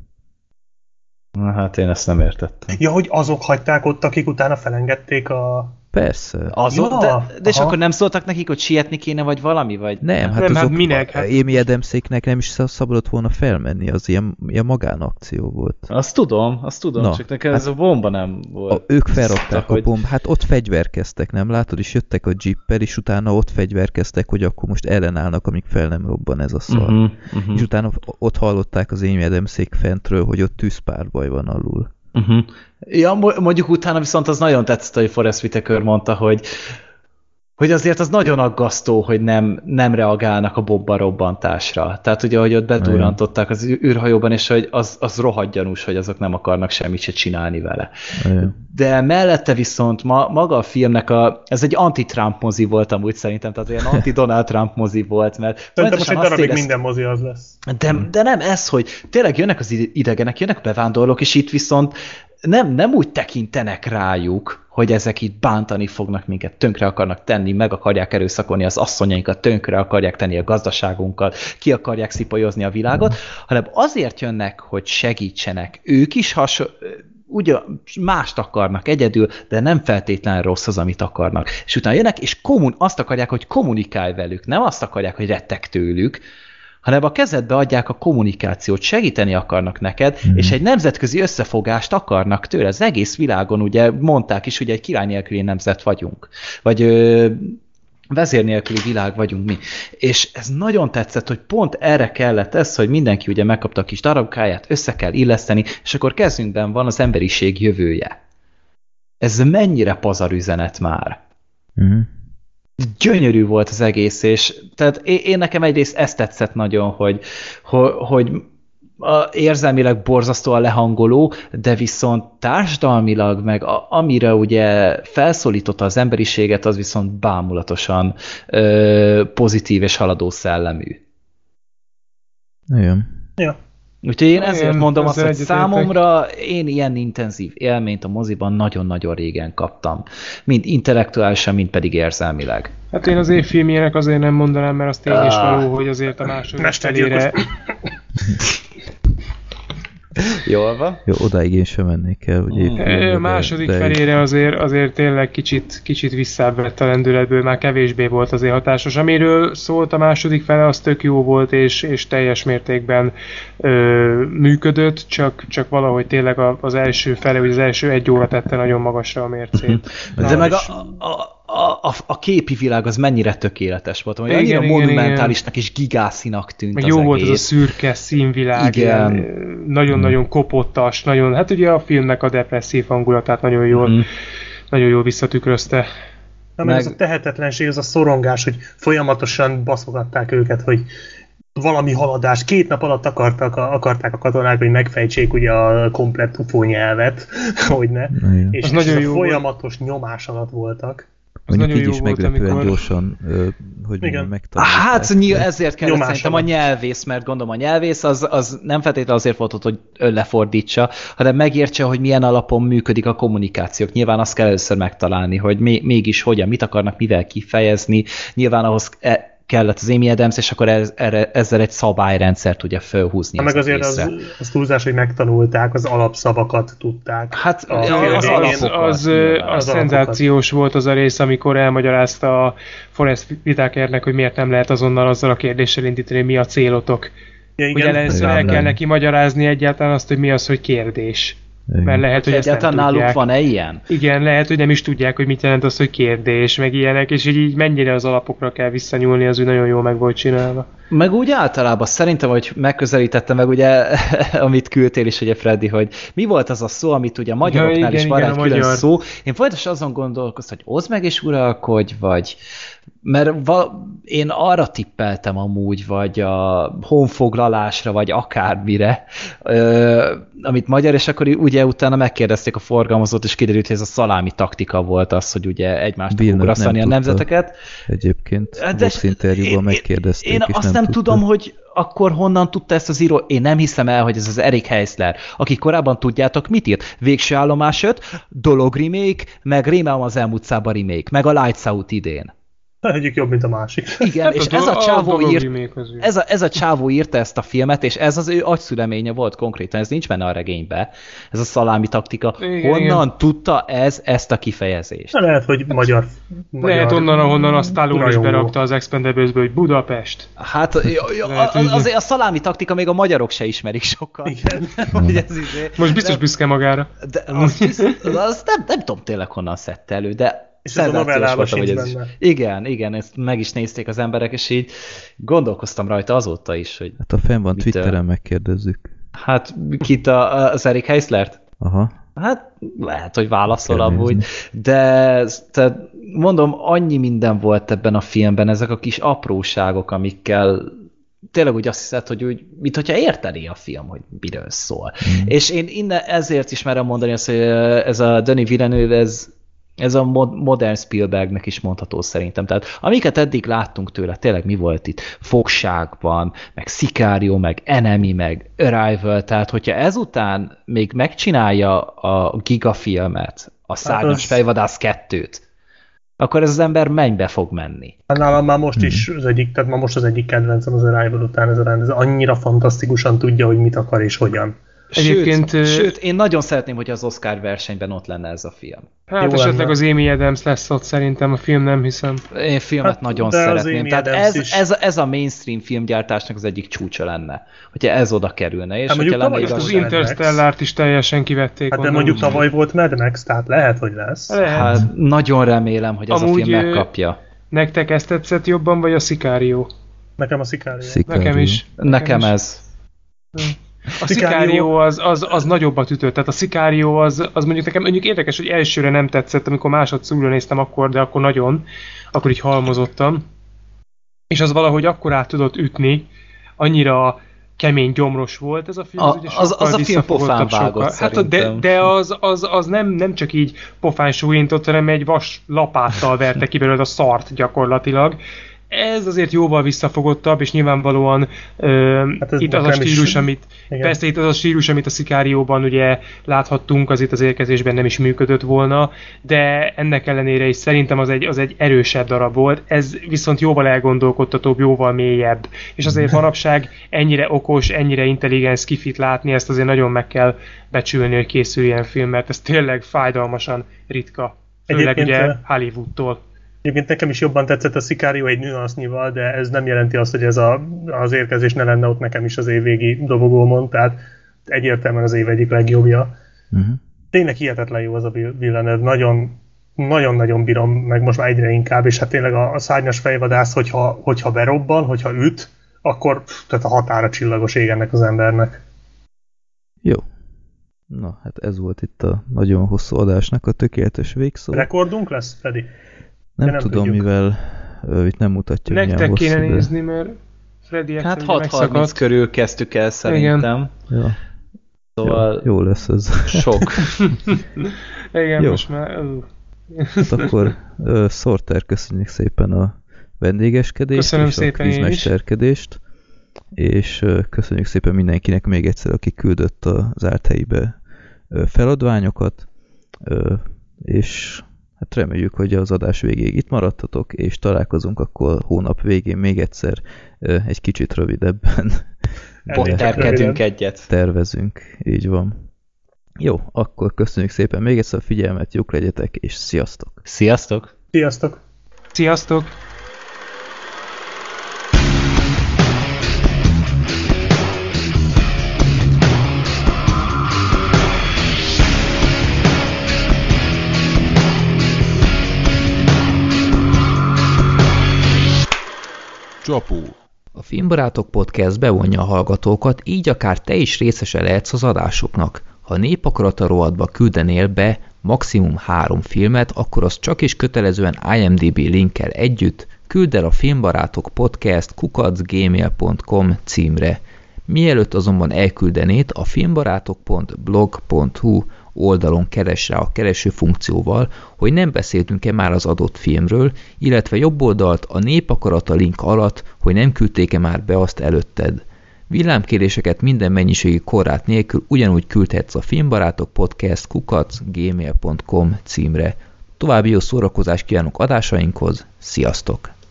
Na hát én ezt nem értettem. Ja, hogy azok hagyták ott, akik utána felengedték a... Persze. Azok, ja, de, de és akkor nem szóltak nekik, hogy sietni kéne, vagy valami? Vagy... Nem, hát nem, azok hát minek? Hát... Amy Adamséknek nem is szabadott volna felmenni, az ilyen, ilyen magánakció volt. Azt tudom, azt tudom, Na, csak nekem hát ez a bomba nem volt. A, ők felrakták hogy... a bombát, hát ott fegyverkeztek, nem látod? És jöttek a jeeppel, és utána ott fegyverkeztek, hogy akkor most ellenállnak, amíg fel nem robban ez a szar. Uh-huh, uh-huh. És utána ott hallották az Amy Adamsék fentről, hogy ott tűzpárbaj van alul. Uh-huh. Ja, mondjuk utána viszont az nagyon tetszett, hogy Forrest Whitaker mondta, hogy, hogy azért az nagyon aggasztó, hogy nem, nem reagálnak a bomba robbantásra. Tehát ugye, hogy ott bedurrantották az űrhajóban, és hogy az, az rohadt gyanús, hogy azok nem akarnak semmit se csinálni vele. Igen. De mellette viszont ma, maga a filmnek a, ez egy anti-Trump mozi volt amúgy szerintem, tehát olyan anti-Donald Trump mozi volt, mert szerintem most egy darabig érez... minden mozi az lesz. De, de nem ez, hogy tényleg jönnek az idegenek, jönnek a bevándorlók, és itt viszont nem, nem úgy tekintenek rájuk, hogy ezek itt bántani fognak minket, tönkre akarnak tenni, meg akarják erőszakolni az asszonyainkat, tönkre akarják tenni a gazdaságunkat, ki akarják szipolyozni a világot, hanem azért jönnek, hogy segítsenek. Ők is hasonló, ugye mást akarnak egyedül, de nem feltétlenül rossz az, amit akarnak. És utána jönnek, és kommun, azt akarják, hogy kommunikálj velük, nem azt akarják, hogy rettek tőlük, hanem a kezedbe adják a kommunikációt, segíteni akarnak neked, mm. és egy nemzetközi összefogást akarnak tőle. Az egész világon, ugye mondták is, hogy egy király nélküli nemzet vagyunk. Vagy ö, vezér nélküli világ vagyunk mi. És ez nagyon tetszett, hogy pont erre kellett ez, hogy mindenki ugye megkapta a kis darabkáját, össze kell illeszteni, és akkor kezünkben van az emberiség jövője. Ez mennyire pazar üzenet már. Mm. gyönyörű volt az egész, és tehát én, én nekem egyrészt ezt tetszett nagyon, hogy, hogy, hogy a, érzelmileg borzasztóan lehangoló, de viszont társadalmilag, meg a, amire ugye felszólította az emberiséget, az viszont bámulatosan ö, pozitív és haladó szellemű. Igen. Ja. Úgyhogy én ezért Igen, mondom azt, hogy egyetértek. számomra én ilyen intenzív élményt a moziban nagyon-nagyon régen kaptam. Mind intellektuálisan, mind pedig érzelmileg. Hát én az év filmjének azért nem mondanám, mert az tény is való, hogy azért a második Mestergyilkos. felére... Jól van? Jó, odáig én sem mennék el, hogy épp A második de- felére azért, azért tényleg kicsit, kicsit visszább a lendületből, már kevésbé volt azért hatásos. Amiről szólt a második fele, az tök jó volt, és, és teljes mértékben ö, működött, csak, csak valahogy tényleg a- az első fele, vagy az első egy óra tette nagyon magasra a mércét. De Na, meg a, és- a, a, a, a képi világ az mennyire tökéletes volt, hogy Igen, annyira igen, monumentálisnak és gigászinak tűnt meg az jó egész. volt az a szürke színvilág, Igen. ilyen, ö, nagyon-nagyon kopottas, nagyon, hát ugye a filmnek a depresszív hangulatát nagyon jól, Mhm. nagyon jól visszatükrözte. Na, meg Meg- ez a tehetetlenség, ez a szorongás, hogy folyamatosan baszogatták őket, hogy valami haladás. Két nap alatt akartak, akarták a katonák, hogy megfejtsék ugye a komplett ufó nyelvet, hogy ne. Igen. És, Az és nagyon ez a jó volt. folyamatos nyomás alatt voltak. Mondjuk nagyon így jó is volt, meglepően amikor- gyorsan, ö, hogy mondjam, megtalálták. Hát nyilv- ezért kellett Nyomás szerintem a alatt. nyelvész, mert gondolom a nyelvész az, az nem feltétlenül azért volt ott, hogy ön lefordítsa, hanem megértse, hogy milyen alapon működik a kommunikációk. Nyilván azt kell először megtalálni, hogy még, mégis hogyan, mit akarnak mivel kifejezni. Nyilván ahhoz e- kellett az Amy Adams, és akkor ez, erre, ezzel egy szabályrendszert tudja fölhúzni. Ha meg az azért az, egészre. az túlzás, hogy megtanulták, az alapszavakat tudták. Hát a az, film az végén- Az, alapokat. az, nyilván. az Az szenzációs volt az a rész, amikor elmagyarázta a Forrest Whitakernek, hogy miért nem lehet azonnal azzal a kérdéssel indítani, hogy mi a célotok. Ja, Ugye igen. először el kell neki magyarázni egyáltalán azt, hogy mi az, hogy kérdés. Igen. Mert lehet, hogy ezt nem Egyáltalán náluk tudják. van-e ilyen? Igen, lehet, hogy nem is tudják, hogy mit jelent az, hogy kérdés, meg ilyenek, és így, így mennyire az alapokra kell visszanyúlni, az úgy nagyon jól meg volt csinálva. Meg úgy általában szerintem, hogy megközelítettem meg ugye, amit küldtél is, ugye Freddy, hogy mi volt az a szó, amit ugye a magyaroknál Ja, igen, is van igen, egy a külön magyar. szó. Én folyamatosan azon gondolkoztam, hogy oszd meg és uralkodj, vagy... Mert va... én arra tippeltem amúgy, vagy a honfoglalásra, vagy akármire, ö, amit magyar, és akkor ugye utána megkérdezték a forgalmazót, és kiderült, hogy ez a szalámi taktika volt az, hogy ugye egymást Villeneuve ugrasztani a nem nemzeteket. Egyébként Hát a de- Vox interjúban én- megkérdezték, Én és azt nem, nem tudta. tudom, hogy akkor honnan tudta ezt az író. Én nem hiszem el, hogy ez az Eric Heisler, aki korábban tudjátok mit írt? Végső állomás öt, Dolog remake, meg Rémálom az elmúlt szába remake, meg a Lights Out idén. Egyik jobb, mint a másik. Igen, és Hát ez a csávó dolog írt, remake az ő. ez a, ez a csávó írta ezt a filmet, és ez az ő agyszüleménye volt konkrétan, ez nincs benne a regénybe, ez a szalámi taktika. Igen, Honnan igen. tudta ez ezt a kifejezést? Lehet, hogy magyar... magyar Lehet onnan, ahonnan a Stallone is rajongó. berakta az Expendables-ből, hogy Budapest. Hát jó, jó, Lehet, a- hogy- azért a szalámi taktika még a magyarok se ismerik sokkal. Igen. Hogy ez izé- Most biztos nem- büszke magára. De az, biztos, az nem, nem tudom tényleg honnan szedte elő, de És ez a szenzációs novellában volt, hogy sincs ez is. benne. Igen, igen, ezt meg is nézték az emberek, és így gondolkoztam rajta azóta is, hogy Hát ha fenn van Mitől? Twitteren, megkérdezzük. hát kit a, az Eric Heislert? Aha. Hát lehet, hogy válaszol Kell amúgy, nézni. de tehát mondom, annyi minden volt ebben a filmben, ezek a kis apróságok, amikkel tényleg úgy azt hiszed, hogy úgy, mint hogyha érteni a film, hogy miről szól. Mm. És én innen ezért is merem mondani azt, hogy ez a Denis Villeneuve, ez, ez a mod, modern Spielbergnek is mondható szerintem. Tehát amiket eddig láttunk tőle, tényleg mi volt itt? Fogságban, meg Sicario, meg Enemy, meg Arrival, tehát hogyha ezután még megcsinálja a gigafilmet, a Szárnyas az- fejvadász kettőt, akkor ez az ember mennybe fog menni. Hát nálam már most is az egyik, tehát már most az egyik kedvencem az Arrival után ez a rendező. Annyira fantasztikusan tudja, hogy mit akar és hogyan. Egyébként, Sőt, ö- sőt, én nagyon szeretném, hogy az Oscar versenyben ott lenne ez a film. Hát Jó esetleg lenne. az Amy Adams lesz ott szerintem, a film nem hiszem. Én filmet Hát, nagyon de az szeretném. Amy Tehát Adams ez, is. ez, ez a mainstream filmgyártásnak az egyik csúcsa lenne. Hogyha ez oda kerülne. És Hát hogyha mondjuk lenne tavaly Most az igaz- igaz... Interstellárt is teljesen kivették. Hát de onnan, mondjuk úgyhogy- tavaly volt Mad Max, tehát lehet, hogy lesz. Lehet. Hát nagyon remélem, hogy ez Amúgy, a film ö, megkapja. Nektek ezt tetszett jobban, vagy a Sicario? Nekem a Sicario. Sicario. Nekem is. Nekem is. ez. A Sicario az, az, az nagyobbat ütött, tehát a Sicario az, az mondjuk nekem mondjuk érdekes, hogy elsőre nem tetszett, amikor másodszor újra néztem akkor, de akkor nagyon, akkor így halmozottam. És az valahogy akkor át tudott ütni, annyira kemény gyomros volt ez a film, a, az, ugye az, az a film pofán vágott hát de, de az, az, az nem, nem csak így pofán súlyintott, hanem egy vas lapáttal verte ki belőle a szart gyakorlatilag. Ez azért jóval visszafogottabb, és nyilvánvalóan uh, hát itt az a stílus, is, amit igen. Persze itt az a stílus, amit a Sicarióban ugye láthattunk, az itt az érkezésben nem is működött volna, de ennek ellenére is szerintem az egy, az egy erősebb darab volt, ez viszont jóval elgondolkodtatóbb, jóval mélyebb, és azért manapság ennyire okos, ennyire intelligens skifit látni, ezt azért nagyon meg kell becsülni, hogy készül ilyen film, mert ez tényleg fájdalmasan ritka, főleg ugye Hollywoodtól. Egyébként nekem is jobban tetszett a Sicario egy nüansznyival, de ez nem jelenti azt, hogy ez a, az érkezés ne lenne ott nekem is az évvégi dobogómon, tehát egyértelműen az év egyik legjobbja. Uh-huh. Tényleg hihetetlen jó az a Villeneuve, nagyon, nagyon-nagyon bírom, meg most már egyre inkább, és hát tényleg a, a szárnyas fejvadász, hogyha, hogyha berobban, hogyha üt, akkor tehát a határa csillagos ég ennek az embernek. Jó. Na, hát ez volt itt a nagyon hosszú adásnak a tökéletes végszó. Rekordunk lesz, Freddy? Nem, nem tudom, tudjuk. Mivel uh, itt nem mutatja, hogy nektek kéne hosszú, nézni, mert Freddy hát hat harminc körül kezdtük el szerintem. Ja. Szóval jó, jó lesz ez. Sok. Igen, jó. Most már... Hát akkor uh, Sorter, köszönjük szépen a vendégeskedést köszönöm és szépen a kvízmesterkedést. És uh, köszönjük szépen mindenkinek még egyszer, aki küldött az árt helyibe uh, feladványokat. Uh, és hát reméljük, hogy az adás végéig itt maradtatok, és találkozunk akkor hónap végén még egyszer egy kicsit rövidebben. Potterkedünk egyet. Tervezünk, így van. Jó, akkor köszönjük szépen még egyszer a figyelmet, jók legyetek, és sziasztok! Sziasztok! Sziasztok! Sziasztok! Csapó. A Filmbarátok Podcast bevonja a hallgatókat, így akár te is részese lehetsz az adásoknak. Ha népakarata rovatba küldenél be maximum három filmet, akkor azt csak is kötelezően IMDb linkkel együtt küld el a Filmbarátok Podcast kukac gmail pont com címre. Mielőtt azonban elküldenéd, a filmbarátok pont blog pont hu oldalon keres rá a kereső funkcióval, hogy nem beszéltünk-e már az adott filmről, illetve jobb oldalt a népakarata link alatt, hogy nem küldték-e már be azt előtted. Villámkéréseket minden mennyiségi korlát nélkül ugyanúgy küldhetsz a Filmbarátok Podcast kukac gmail pont com címre. További jó szórakozást kívánok adásainkhoz, sziasztok!